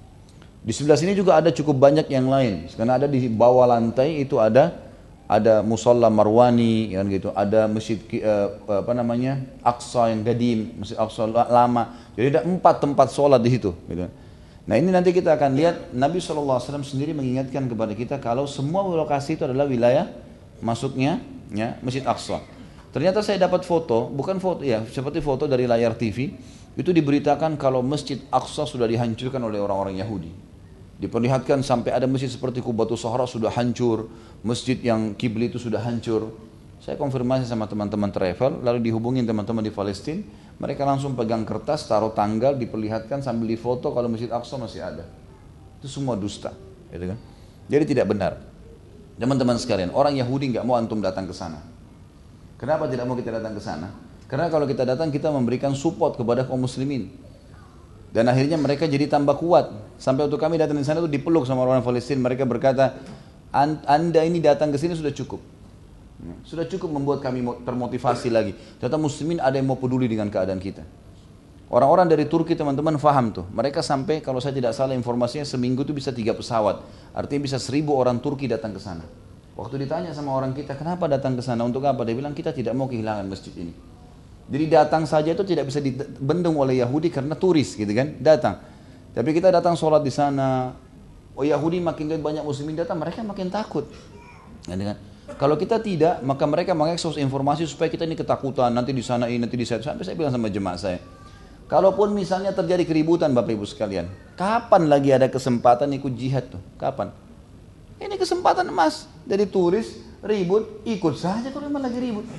Di sebelah sini juga ada cukup banyak yang lain, karena ada di bawah lantai itu ada ada musola Marwani, kan gitu. Ada masjid uh, apa namanya Aqsa yang gadim, Masjid Aqsa lama. Jadi ada empat tempat sholat di situ. Gitu. Nah ini nanti kita akan lihat Nabi shallallahu alaihi wasallam sendiri mengingatkan kepada kita kalau semua lokasi itu adalah wilayah masuknya ya, Masjid Aqsa. Ternyata saya dapat foto, bukan foto ya, seperti foto dari layar T V, itu diberitakan kalau Masjid Aqsa sudah dihancurkan oleh orang-orang Yahudi. Diperlihatkan sampai ada masjid seperti Qubbatus Sakhra sudah hancur, masjid yang kibli itu sudah hancur. Saya konfirmasi sama teman-teman travel, lalu dihubungin teman-teman di Palestina, mereka langsung pegang kertas, taruh tanggal, diperlihatkan sambil difoto kalau Masjid Aqsa masih ada. Itu semua dusta, gitu kan? Jadi tidak benar. Teman-teman sekalian, orang Yahudi nggak mau antum datang ke sana. Kenapa tidak mau kita datang ke sana? Karena kalau kita datang kita memberikan support kepada kaum muslimin. Dan akhirnya mereka jadi tambah kuat. Sampai waktu kami datang di sana itu dipeluk sama orang Palestina. Mereka berkata, Anda ini datang ke sini sudah cukup. Sudah cukup membuat kami termotivasi lagi. Ternyata muslimin ada yang mau peduli dengan keadaan kita. Orang-orang dari Turki teman-teman faham tuh. Mereka sampai kalau saya tidak salah informasinya seminggu itu bisa tiga pesawat. Artinya bisa seribu orang Turki datang ke sana. Waktu ditanya sama orang kita, kenapa datang ke sana? Untuk apa? Dia bilang kita tidak mau kehilangan masjid ini. Jadi datang saja itu tidak bisa dibendung oleh Yahudi karena turis gitu kan, datang. Tapi kita datang sholat di sana, oh Yahudi makin banyak muslimin datang, mereka makin takut. Gitu kan? Kalau kita tidak, maka mereka mengekspos informasi supaya kita ini ketakutan, nanti di sana ini, nanti di sana. Sampai saya bilang sama jemaah saya, kalaupun misalnya terjadi keributan Bapak Ibu sekalian, kapan lagi ada kesempatan ikut jihad tuh? Kapan? Ini kesempatan emas. Jadi turis, ribut, ikut saja kalau memang lagi ribut.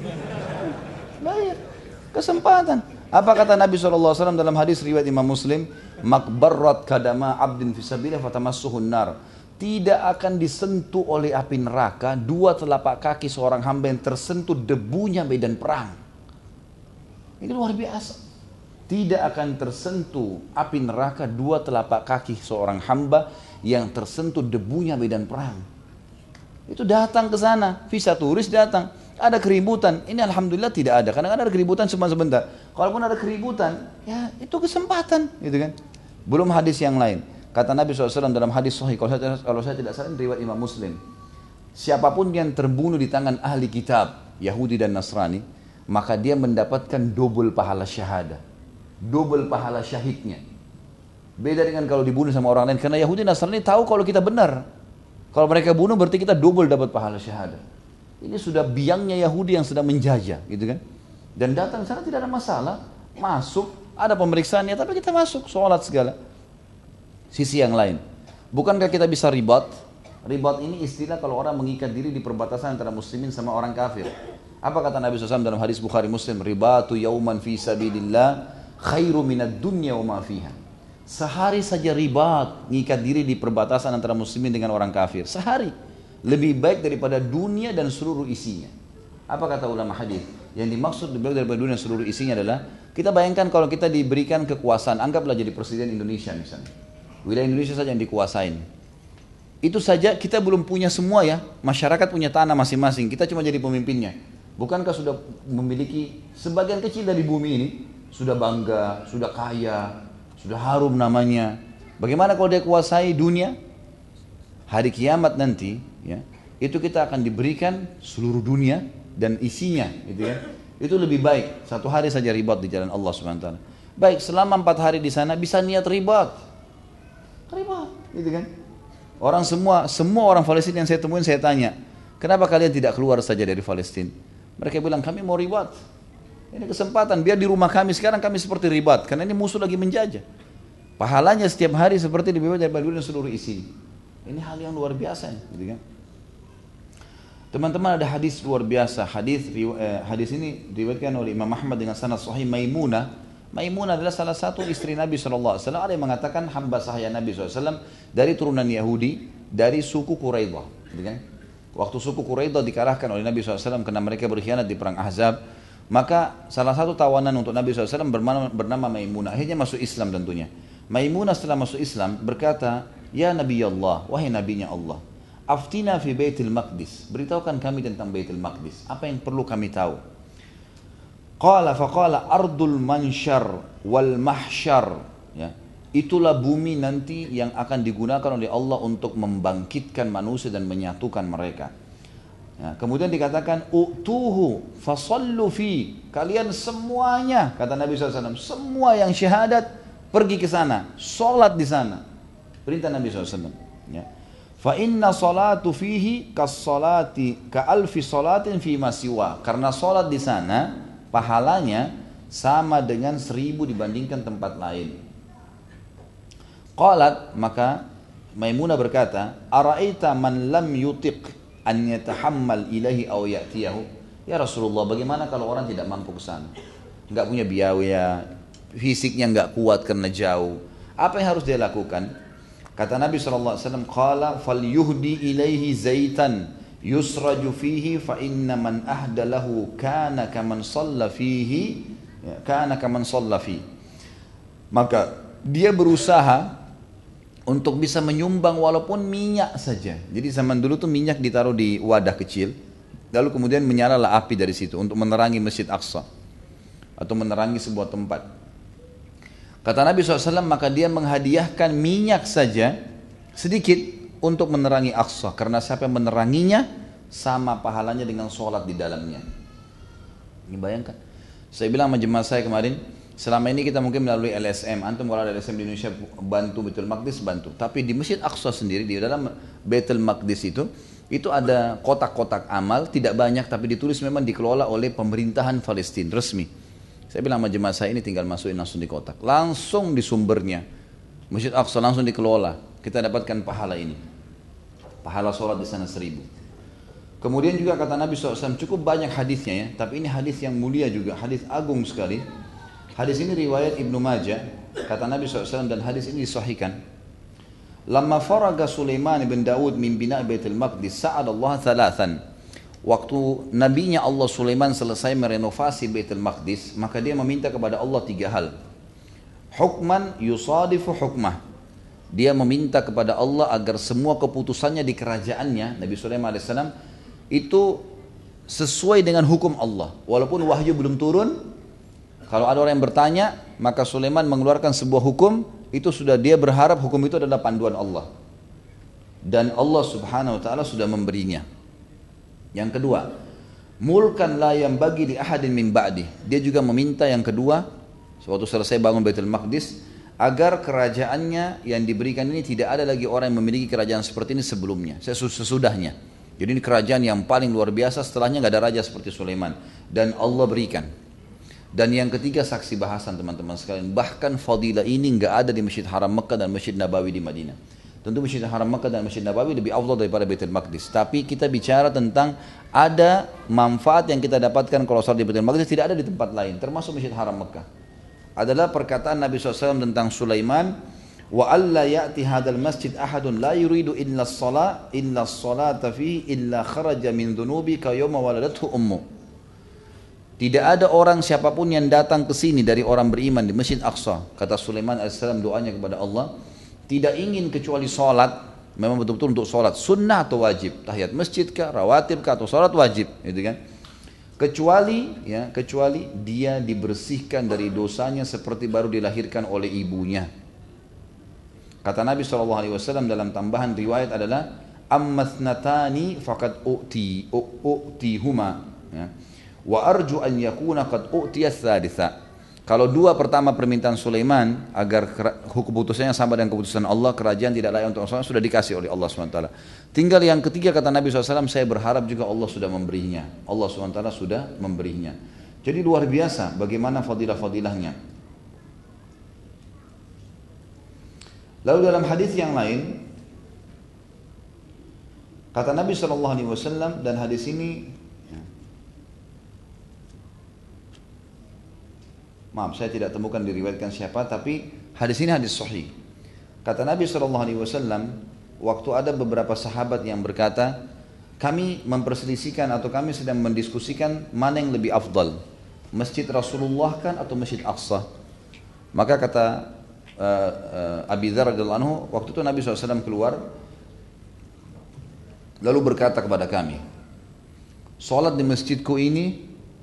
Bayar. Kesempatan. Apa kata Nabi shallallahu alaihi wasallam dalam hadis riwayat Imam Muslim? Makbarrat kadama abdin fisabilillah fatamassuhun nar. Tidak akan disentuh oleh api neraka dua telapak kaki seorang hamba yang tersentuh debunya medan perang. Ini luar biasa. Tidak akan tersentuh api neraka dua telapak kaki seorang hamba yang tersentuh debunya medan perang. Itu datang ke sana, visa turis datang. Ada keributan, ini alhamdulillah tidak ada. Kadang-kadang ada keributan cuma sebentar. Kalaupun ada keributan, ya itu kesempatan, gitu kan. Belum hadis yang lain. Kata Nabi shallallahu alaihi wasallam dalam hadis sahih, kalau saya, kalau saya tidak salah riwayat Imam Muslim. Siapapun yang terbunuh di tangan ahli kitab, Yahudi dan Nasrani, maka dia mendapatkan double pahala syahadah. Double pahala syahidnya. Beda dengan kalau dibunuh sama orang lain. Karena Yahudi dan Nasrani tahu kalau kita benar. Kalau mereka bunuh berarti kita double dapat pahala syahadah. Ini sudah biangnya Yahudi yang sedang menjajah, gitu kan? Dan datang sana tidak ada masalah, masuk, ada pemeriksaannya, tapi kita masuk, sholat segala. Sisi yang lain, bukankah kita bisa ribat? Ribat ini istilah kalau orang mengikat diri di perbatasan antara muslimin sama orang kafir. Apa kata Nabi shallallahu alaihi wasallam dalam hadis Bukhari Muslim? Ribatu yauman fi sabilillah khairu minad dunya wa ma fiha. Sehari saja ribat, mengikat diri di perbatasan antara muslimin dengan orang kafir. Sehari. Lebih baik daripada dunia dan seluruh isinya. Apa kata ulama hadis? Yang dimaksud lebih baik daripada dunia dan seluruh isinya adalah, kita bayangkan kalau kita diberikan kekuasaan, anggaplah jadi presiden Indonesia misalnya. Wilayah Indonesia saja yang dikuasain. Itu saja kita belum punya semua ya. Masyarakat punya tanah masing-masing, kita cuma jadi pemimpinnya. Bukankah sudah memiliki sebagian kecil dari bumi ini? Sudah bangga, sudah kaya, sudah harum namanya. Bagaimana kalau dia kuasai dunia? Hari kiamat nanti, ya, itu kita akan diberikan seluruh dunia dan isinya, gitu kan? Itu lebih baik satu hari saja ribat di jalan Allah Subhanahu Wa Taala. Baik, selama empat hari di sana bisa niat ribat, ribat, gitu kan? Orang semua, semua orang Palestina yang saya temuin saya tanya, kenapa kalian tidak keluar saja dari Palestina? Mereka bilang kami mau ribat. Ini kesempatan, biar di rumah kami sekarang kami seperti ribat, karena ini musuh lagi menjajah. Pahalanya setiap hari seperti lebih banyak daripada dunia seluruh isi. Ini hal yang luar biasa, gitu kan? Teman-teman, ada hadis luar biasa. Hadis eh, hadis ini diriwayatkan oleh Imam Ahmad dengan sanad sahih. Maimunah, Maimunah adalah salah satu istri Nabi shallallahu alaihi wasallam. Ada yang mengatakan hamba sahaya Nabi shallallahu alaihi wasallam dari turunan Yahudi dari suku Quraidah, gitu kan? Waktu suku Quraidah dikalahkan oleh Nabi shallallahu alaihi wasallam karena mereka berkhianat di perang Ahzab, maka salah satu tawanan untuk Nabi shallallahu alaihi wasallam bernama, bernama Maimunah. Akhirnya masuk Islam tentunya. Maimunah setelah masuk Islam berkata, ya Nabi Allah, wahai Nabinya Allah, aftina fi Baitul Maqdis, beritahukan kami tentang Baitul Maqdis, apa yang perlu kami tahu? Qala faqala ardul mansyar wal mahsyar, ya, itulah bumi nanti yang akan digunakan oleh Allah untuk membangkitkan manusia dan menyatukan mereka. Ya, kemudian dikatakan utuhu fasallu fi, kalian semuanya, kata Nabi shallallahu alaihi wasallam, semua yang syahadat pergi ke sana, sholat di sana. Perintah Nabi shallallahu alaihi wasallam. Ya. Fa inna salatu fihi kas salati ka alfi salatin fi masiwa. Karena salat di sana pahalanya sama dengan seribu dibandingkan tempat lain. Qalat, maka Maimunah berkata, araita man lam yutiq an yatahammal ilahi aw ya'tiyahu. Ya Rasulullah, bagaimana kalau orang tidak mampu ke sana? Enggak punya biaya, fisiknya enggak kuat karena jauh. Apa yang harus dia lakukan? Kata Nabi shallallahu alaihi wasallam, qala falyuhdi ilaihi zaitan yusraju fihi fa inna man ahda lahu kana kaman shalla fihi, ya, kana kaman shalla fi. Maka dia berusaha untuk bisa menyumbang walaupun minyak saja. Jadi zaman dulu tuh minyak ditaruh di wadah kecil, lalu kemudian menyalalah api dari situ untuk menerangi Masjid Aqsa atau menerangi sebuah tempat. Kata Nabi shallallahu alaihi wasallam, maka dia menghadiahkan minyak saja sedikit untuk menerangi Aqsa, karena siapa yang meneranginya sama pahalanya dengan sholat di dalamnya. Ini bayangkan, saya bilang sama jemaah saya kemarin, selama ini kita mungkin melalui L S M, antum kalau ada L S M di Indonesia bantu Baitul Maqdis bantu, tapi di Masjid Aqsa sendiri, di dalam Baitul Maqdis itu itu ada kotak-kotak amal, tidak banyak tapi ditulis memang dikelola oleh pemerintahan Palestina resmi. Saya bilang sama jemaah saya, ini tinggal masukin langsung di kotak, langsung di sumbernya Masjid Aqsa langsung dikelola, kita dapatkan pahala ini, pahala sholat di sana seribu. Kemudian juga kata Nabi shallallahu alaihi wasallam, cukup banyak hadisnya ya, tapi ini hadis yang mulia juga, hadis agung sekali. Hadis ini riwayat Ibnu Majah, kata Nabi shallallahu alaihi wasallam, dan hadis ini disahihkan. Lamma faraga Sulaiman bin Daud min bina' Baitul Maqdis sa'adallah thalathan. Waktu nabinya Allah Sulaiman selesai merenovasi Baitul Maqdis, maka dia meminta kepada Allah tiga hal. Hukman yusadifu hukmah. Dia meminta kepada Allah agar semua keputusannya di kerajaannya, Nabi Sulaiman alaihissalam, itu sesuai dengan hukum Allah. Walaupun wahyu belum turun, kalau ada orang yang bertanya, maka Sulaiman mengeluarkan sebuah hukum, itu sudah dia berharap hukum itu adalah panduan Allah. Dan Allah subhanahu wa ta'ala sudah memberinya. Yang kedua, mulkan la yang bagi di ahadin min ba'di. Dia juga meminta yang kedua, suatu selesai bangun Baitul Maqdis, agar kerajaannya yang diberikan ini tidak ada lagi orang yang memiliki kerajaan seperti ini sebelumnya, sesudahnya. Jadi ini kerajaan yang paling luar biasa, setelahnya nggak ada raja seperti Sulaiman, dan Allah berikan. Dan yang ketiga, saksi bahasan teman-teman sekalian, bahkan fadilah ini nggak ada di Masjid Haram Mekah dan Masjid Nabawi di Madinah. Tentu Masjid Haram Mekah dan Masjid Nabawi lebih afdal daripada Baitul Maqdis. Tapi kita bicara tentang ada manfaat yang kita dapatkan kalau sholat di Baitul Maqdis tidak ada di tempat lain, termasuk Masjid Haram Mekah. Adalah perkataan Nabi shallallahu alaihi wasallam tentang Sulaiman, wa alla ya'ti hadal masjid ahadun la yuridu illa as-salat illa as-salata fihi illa kharaja min dhunubi ka yawma waladathu ummu. Tidak ada orang siapapun yang datang ke sini dari orang beriman di Masjid Aqsa, kata Sulaiman alaihissalam doanya kepada Allah, tidak ingin kecuali sholat, memang betul-betul untuk sholat, sunnah atau wajib, tahiyat masjid kah, rawatib kah, atau sholat wajib, gitu kan? Kecuali, ya, kecuali dia dibersihkan dari dosanya seperti baru dilahirkan oleh ibunya. Kata Nabi shallallahu alaihi wasallam dalam tambahan riwayat adalah ammathnatani faqad u'ti u'tihuma, ya. Wa arju an yakuna qad u'tiya tsalitsa. Kalau dua pertama permintaan Sulaiman agar keputusannya sama dengan keputusan Allah, kerajaan tidak layak untuk Allah, sudah dikasih oleh Allah subhanahu wa taala. Tinggal yang ketiga kata Nabi shallallahu alaihi wasallam, saya berharap juga Allah sudah memberinya. Allah subhanahu wa taala sudah memberinya. Jadi luar biasa bagaimana fadilah-fadilahnya. Lalu dalam hadis yang lain kata Nabi shallallahu alaihi wasallam, dan hadis ini maaf saya tidak temukan diriwayatkan siapa, tapi hadis ini hadis sahih. Kata Nabi shallallahu alaihi wasallam, waktu ada beberapa sahabat yang berkata, kami memperselisihkan atau kami sedang mendiskusikan mana yang lebih afdal, Masjid Rasulullah kan atau Masjid Aqsa. Maka kata uh, uh, Abi Dzar radhiyallahu anhu, waktu itu Nabi shallallahu alaihi wasallam keluar lalu berkata kepada kami, sholat di masjidku ini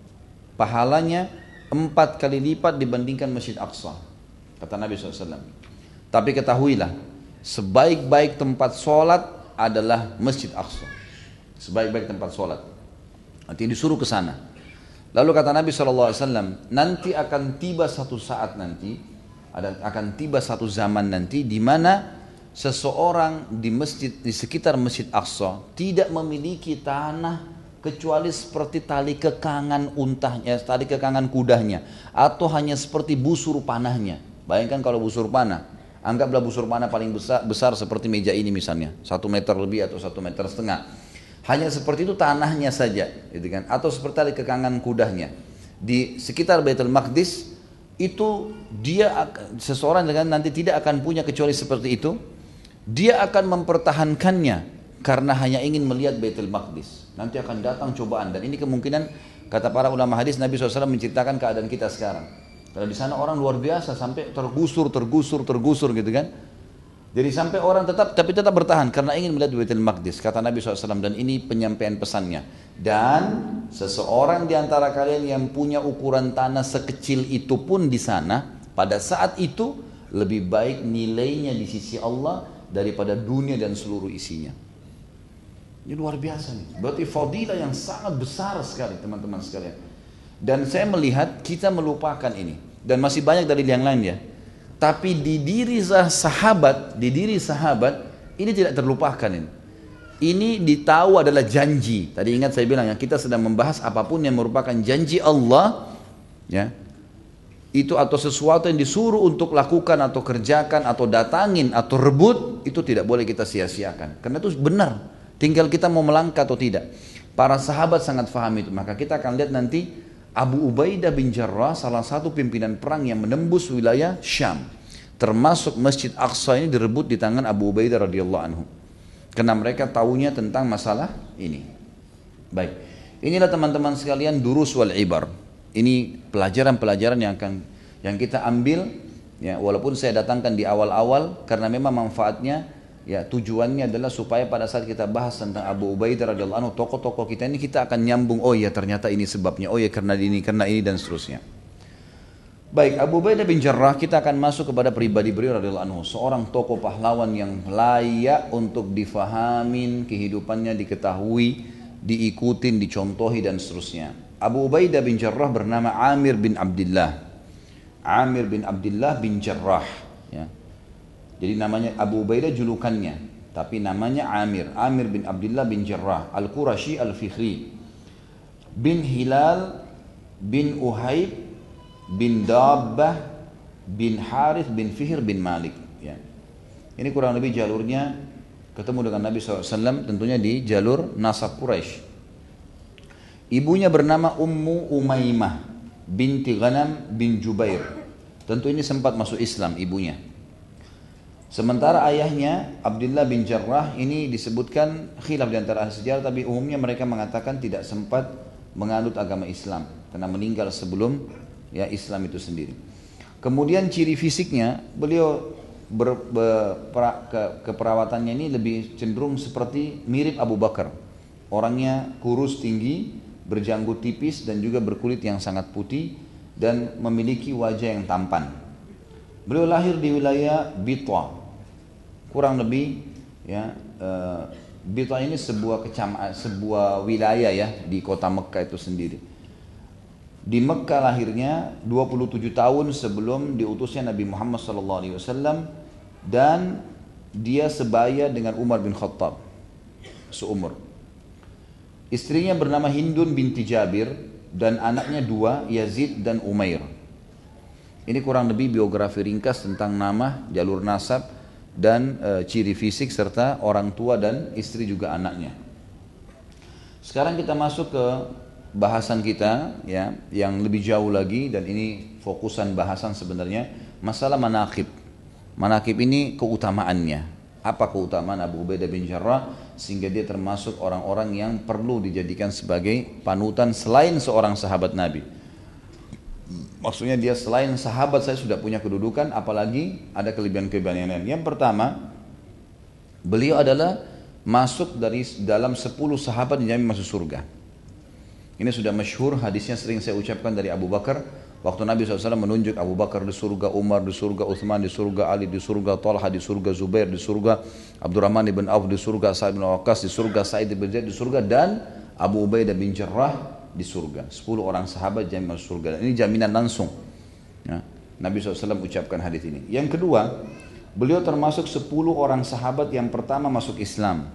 pahalanya empat kali lipat dibandingkan Masjid Aqsa, kata Nabi shallallahu alaihi wasallam. Tapi ketahuilah, sebaik-baik tempat sholat adalah Masjid Aqsa, sebaik-baik tempat sholat. Nanti disuruh ke sana. Lalu kata Nabi shallallahu alaihi wasallam, nanti akan tiba satu saat nanti, ada akan tiba satu zaman nanti di mana seseorang di masjid di sekitar Masjid Aqsa tidak memiliki tanah kecuali seperti tali kekangan untahnya, tali kekangan kudanya, atau hanya seperti busur panahnya. Bayangkan kalau busur panah, anggaplah busur panah paling besar, besar seperti meja ini misalnya, satu meter lebih atau satu meter setengah. Hanya seperti itu tanahnya saja, gitu kan? Atau seperti tali kekangan kudanya. Di sekitar Baitul Maqdis itu dia seseorang dengan nanti tidak akan punya kecuali seperti itu. Dia akan mempertahankannya karena hanya ingin melihat Baitul Maqdis. Nanti akan datang cobaan, dan ini kemungkinan kata para ulama hadis Nabi shallallahu alaihi wasallam menceritakan keadaan kita sekarang. Kalau di sana orang luar biasa sampai tergusur, tergusur, tergusur gitu kan. Jadi sampai orang tetap tapi tetap bertahan karena ingin melihat Baitul Maqdis, kata Nabi shallallahu alaihi wasallam, dan ini penyampaian pesannya. Dan seseorang di antara kalian yang punya ukuran tanah sekecil itu pun di sana, pada saat itu lebih baik nilainya di sisi Allah daripada dunia dan seluruh isinya. Ini luar biasa nih. Berarti fadilah yang sangat besar sekali teman-teman sekalian. Dan saya melihat kita melupakan ini. Dan masih banyak dalil yang lain ya. Tapi di diri sahabat, di diri sahabat ini tidak terlupakan ini. Ini ditahu adalah janji. Tadi ingat saya bilang ya, kita sedang membahas apapun yang merupakan janji Allah, ya. Itu atau sesuatu yang disuruh untuk lakukan atau kerjakan atau datangin atau rebut, itu tidak boleh kita sia-siakan. Karena itu benar. Tinggal kita mau melangkah atau tidak. Para sahabat sangat faham itu. Maka kita akan lihat nanti Abu Ubaidah bin Jarrah, salah satu pimpinan perang yang menembus wilayah Syam, termasuk Masjid Aqsa ini direbut di tangan Abu Ubaidah radhiyallahu anhu. Karena mereka tahunya tentang masalah ini. Baik, inilah teman-teman sekalian durus wal ibar. Ini pelajaran-pelajaran yang akan yang kita ambil. Ya, walaupun saya datangkan di awal-awal karena memang manfaatnya. Ya, tujuannya adalah supaya pada saat kita bahas tentang Abu Ubaidah radhiyallahu anhu, tokoh-tokoh kita ini kita akan nyambung, oh ya ternyata ini sebabnya, oh ya karena ini, karena ini dan seterusnya. Baik, Abu Ubaidah bin Jarrah, kita akan masuk kepada pribadi beliau radhiyallahu anhu, seorang tokoh pahlawan yang layak untuk difahamin, kehidupannya diketahui, diikutin, dicontohi dan seterusnya. Abu Ubaidah bin Jarrah bernama Amir bin Abdullah. Amir bin Abdullah bin Jarrah, ya. Jadi namanya Abu Ubaidah julukannya, tapi namanya Amir. Amir bin Abdullah bin Jarrah Al-Qurashi Al-Fikhri bin Hilal bin Uhaib bin Dabbah bin Harith bin Fihr bin Malik, ya. Ini kurang lebih jalurnya ketemu dengan Nabi shallallahu alaihi wasallam, tentunya di jalur nasab Quraisy. Ibunya bernama Ummu Umaymah binti Ghanam bin Jubair. Tentu ini sempat masuk Islam ibunya. Sementara ayahnya Abdullah bin Jarrah ini disebutkan khilaf di antara ahli sejarah, tapi umumnya mereka mengatakan tidak sempat menganut agama Islam karena meninggal sebelum ya Islam itu sendiri. Kemudian ciri fisiknya beliau ber, ber, pra, ke, keperawatannya ini lebih cenderung seperti mirip Abu Bakar. Orangnya kurus tinggi, berjanggut tipis dan juga berkulit yang sangat putih dan memiliki wajah yang tampan. Beliau lahir di wilayah Bitwa, Kurang lebih ya, uh, Bitah ini sebuah kecamatan, sebuah wilayah ya di kota Mekah itu sendiri. Di Mekah lahirnya dua puluh tujuh tahun sebelum diutusnya Nabi Muhammad sallallahu alaihi wasallam, dan dia sebaya dengan Umar bin Khattab, seumur. Istrinya bernama Hindun binti Jabir dan anaknya dua, Yazid dan Umair. Ini kurang lebih biografi ringkas tentang nama, jalur nasab, dan e, ciri fisik serta orang tua dan istri juga anaknya. Sekarang kita masuk ke bahasan kita ya, yang lebih jauh lagi, dan ini fokusan bahasan sebenarnya masalah manaqib. Manaqib ini keutamaannya. Apa keutamaan Abu Ubaidah bin Jarrah sehingga dia termasuk orang-orang yang perlu dijadikan sebagai panutan selain seorang sahabat Nabi. Maksudnya dia selain sahabat saya sudah punya kedudukan, apalagi ada kelebihan-kelebihan yang lain. Yang pertama, beliau adalah masuk dari dalam sepuluh sahabat yang jamin masuk surga. Ini sudah masyhur, hadisnya sering saya ucapkan dari Abu Bakar. Waktu Nabi shallallahu alaihi wasallam menunjuk Abu Bakar di surga, Umar di surga, Uthman di surga, Ali di surga, Talha di surga, Zubair di surga, Abdurrahman bin Auf di surga, Sa'id bin Waqqas di surga, Sa'id bin Zaid di surga, dan Abu Ubaidah bin Jarrah di surga. Sepuluh orang sahabat jamin masuk surga. Dan ini jaminan langsung ya, Nabi shallallahu alaihi wasallam ucapkan hadis ini. Yang kedua, beliau termasuk sepuluh orang sahabat yang pertama masuk Islam.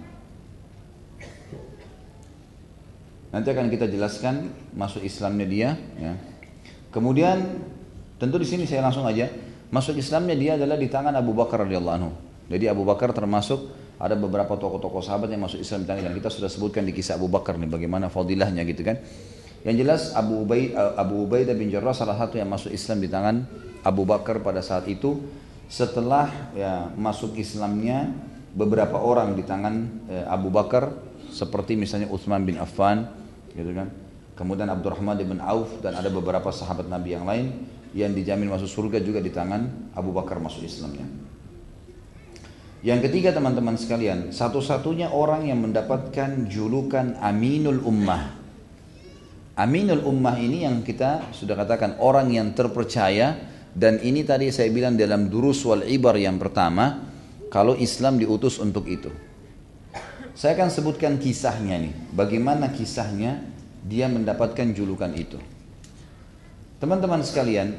Nanti akan kita jelaskan masuk Islamnya dia ya. Kemudian tentu di sini saya langsung aja, masuk Islamnya dia adalah di tangan Abu Bakar radhiyallahu anhu. Jadi Abu Bakar termasuk, ada beberapa tokoh-tokoh sahabat yang masuk Islam di tangan, dan kita sudah sebutkan di kisah Abu Bakar nih bagaimana fadilahnya gitu kan. Yang jelas Abu Ubaidah, Abu Ubaidah bin Jarrah salah satu yang masuk Islam di tangan Abu Bakar pada saat itu. Setelah ya masuk Islamnya beberapa orang di tangan eh, Abu Bakar, seperti misalnya Utsman bin Affan gitu kan. Kemudian Abdurrahman bin Auf, dan ada beberapa sahabat Nabi yang lain yang dijamin masuk surga juga di tangan Abu Bakar masuk Islamnya. Yang ketiga teman-teman sekalian, satu-satunya orang yang mendapatkan julukan Aminul Ummah. Aminul Ummah ini yang kita sudah katakan orang yang terpercaya, dan ini tadi saya bilang dalam durus wal ibar yang pertama, kalau Islam diutus untuk itu. Saya akan sebutkan kisahnya nih, bagaimana kisahnya dia mendapatkan julukan itu. Teman-teman sekalian,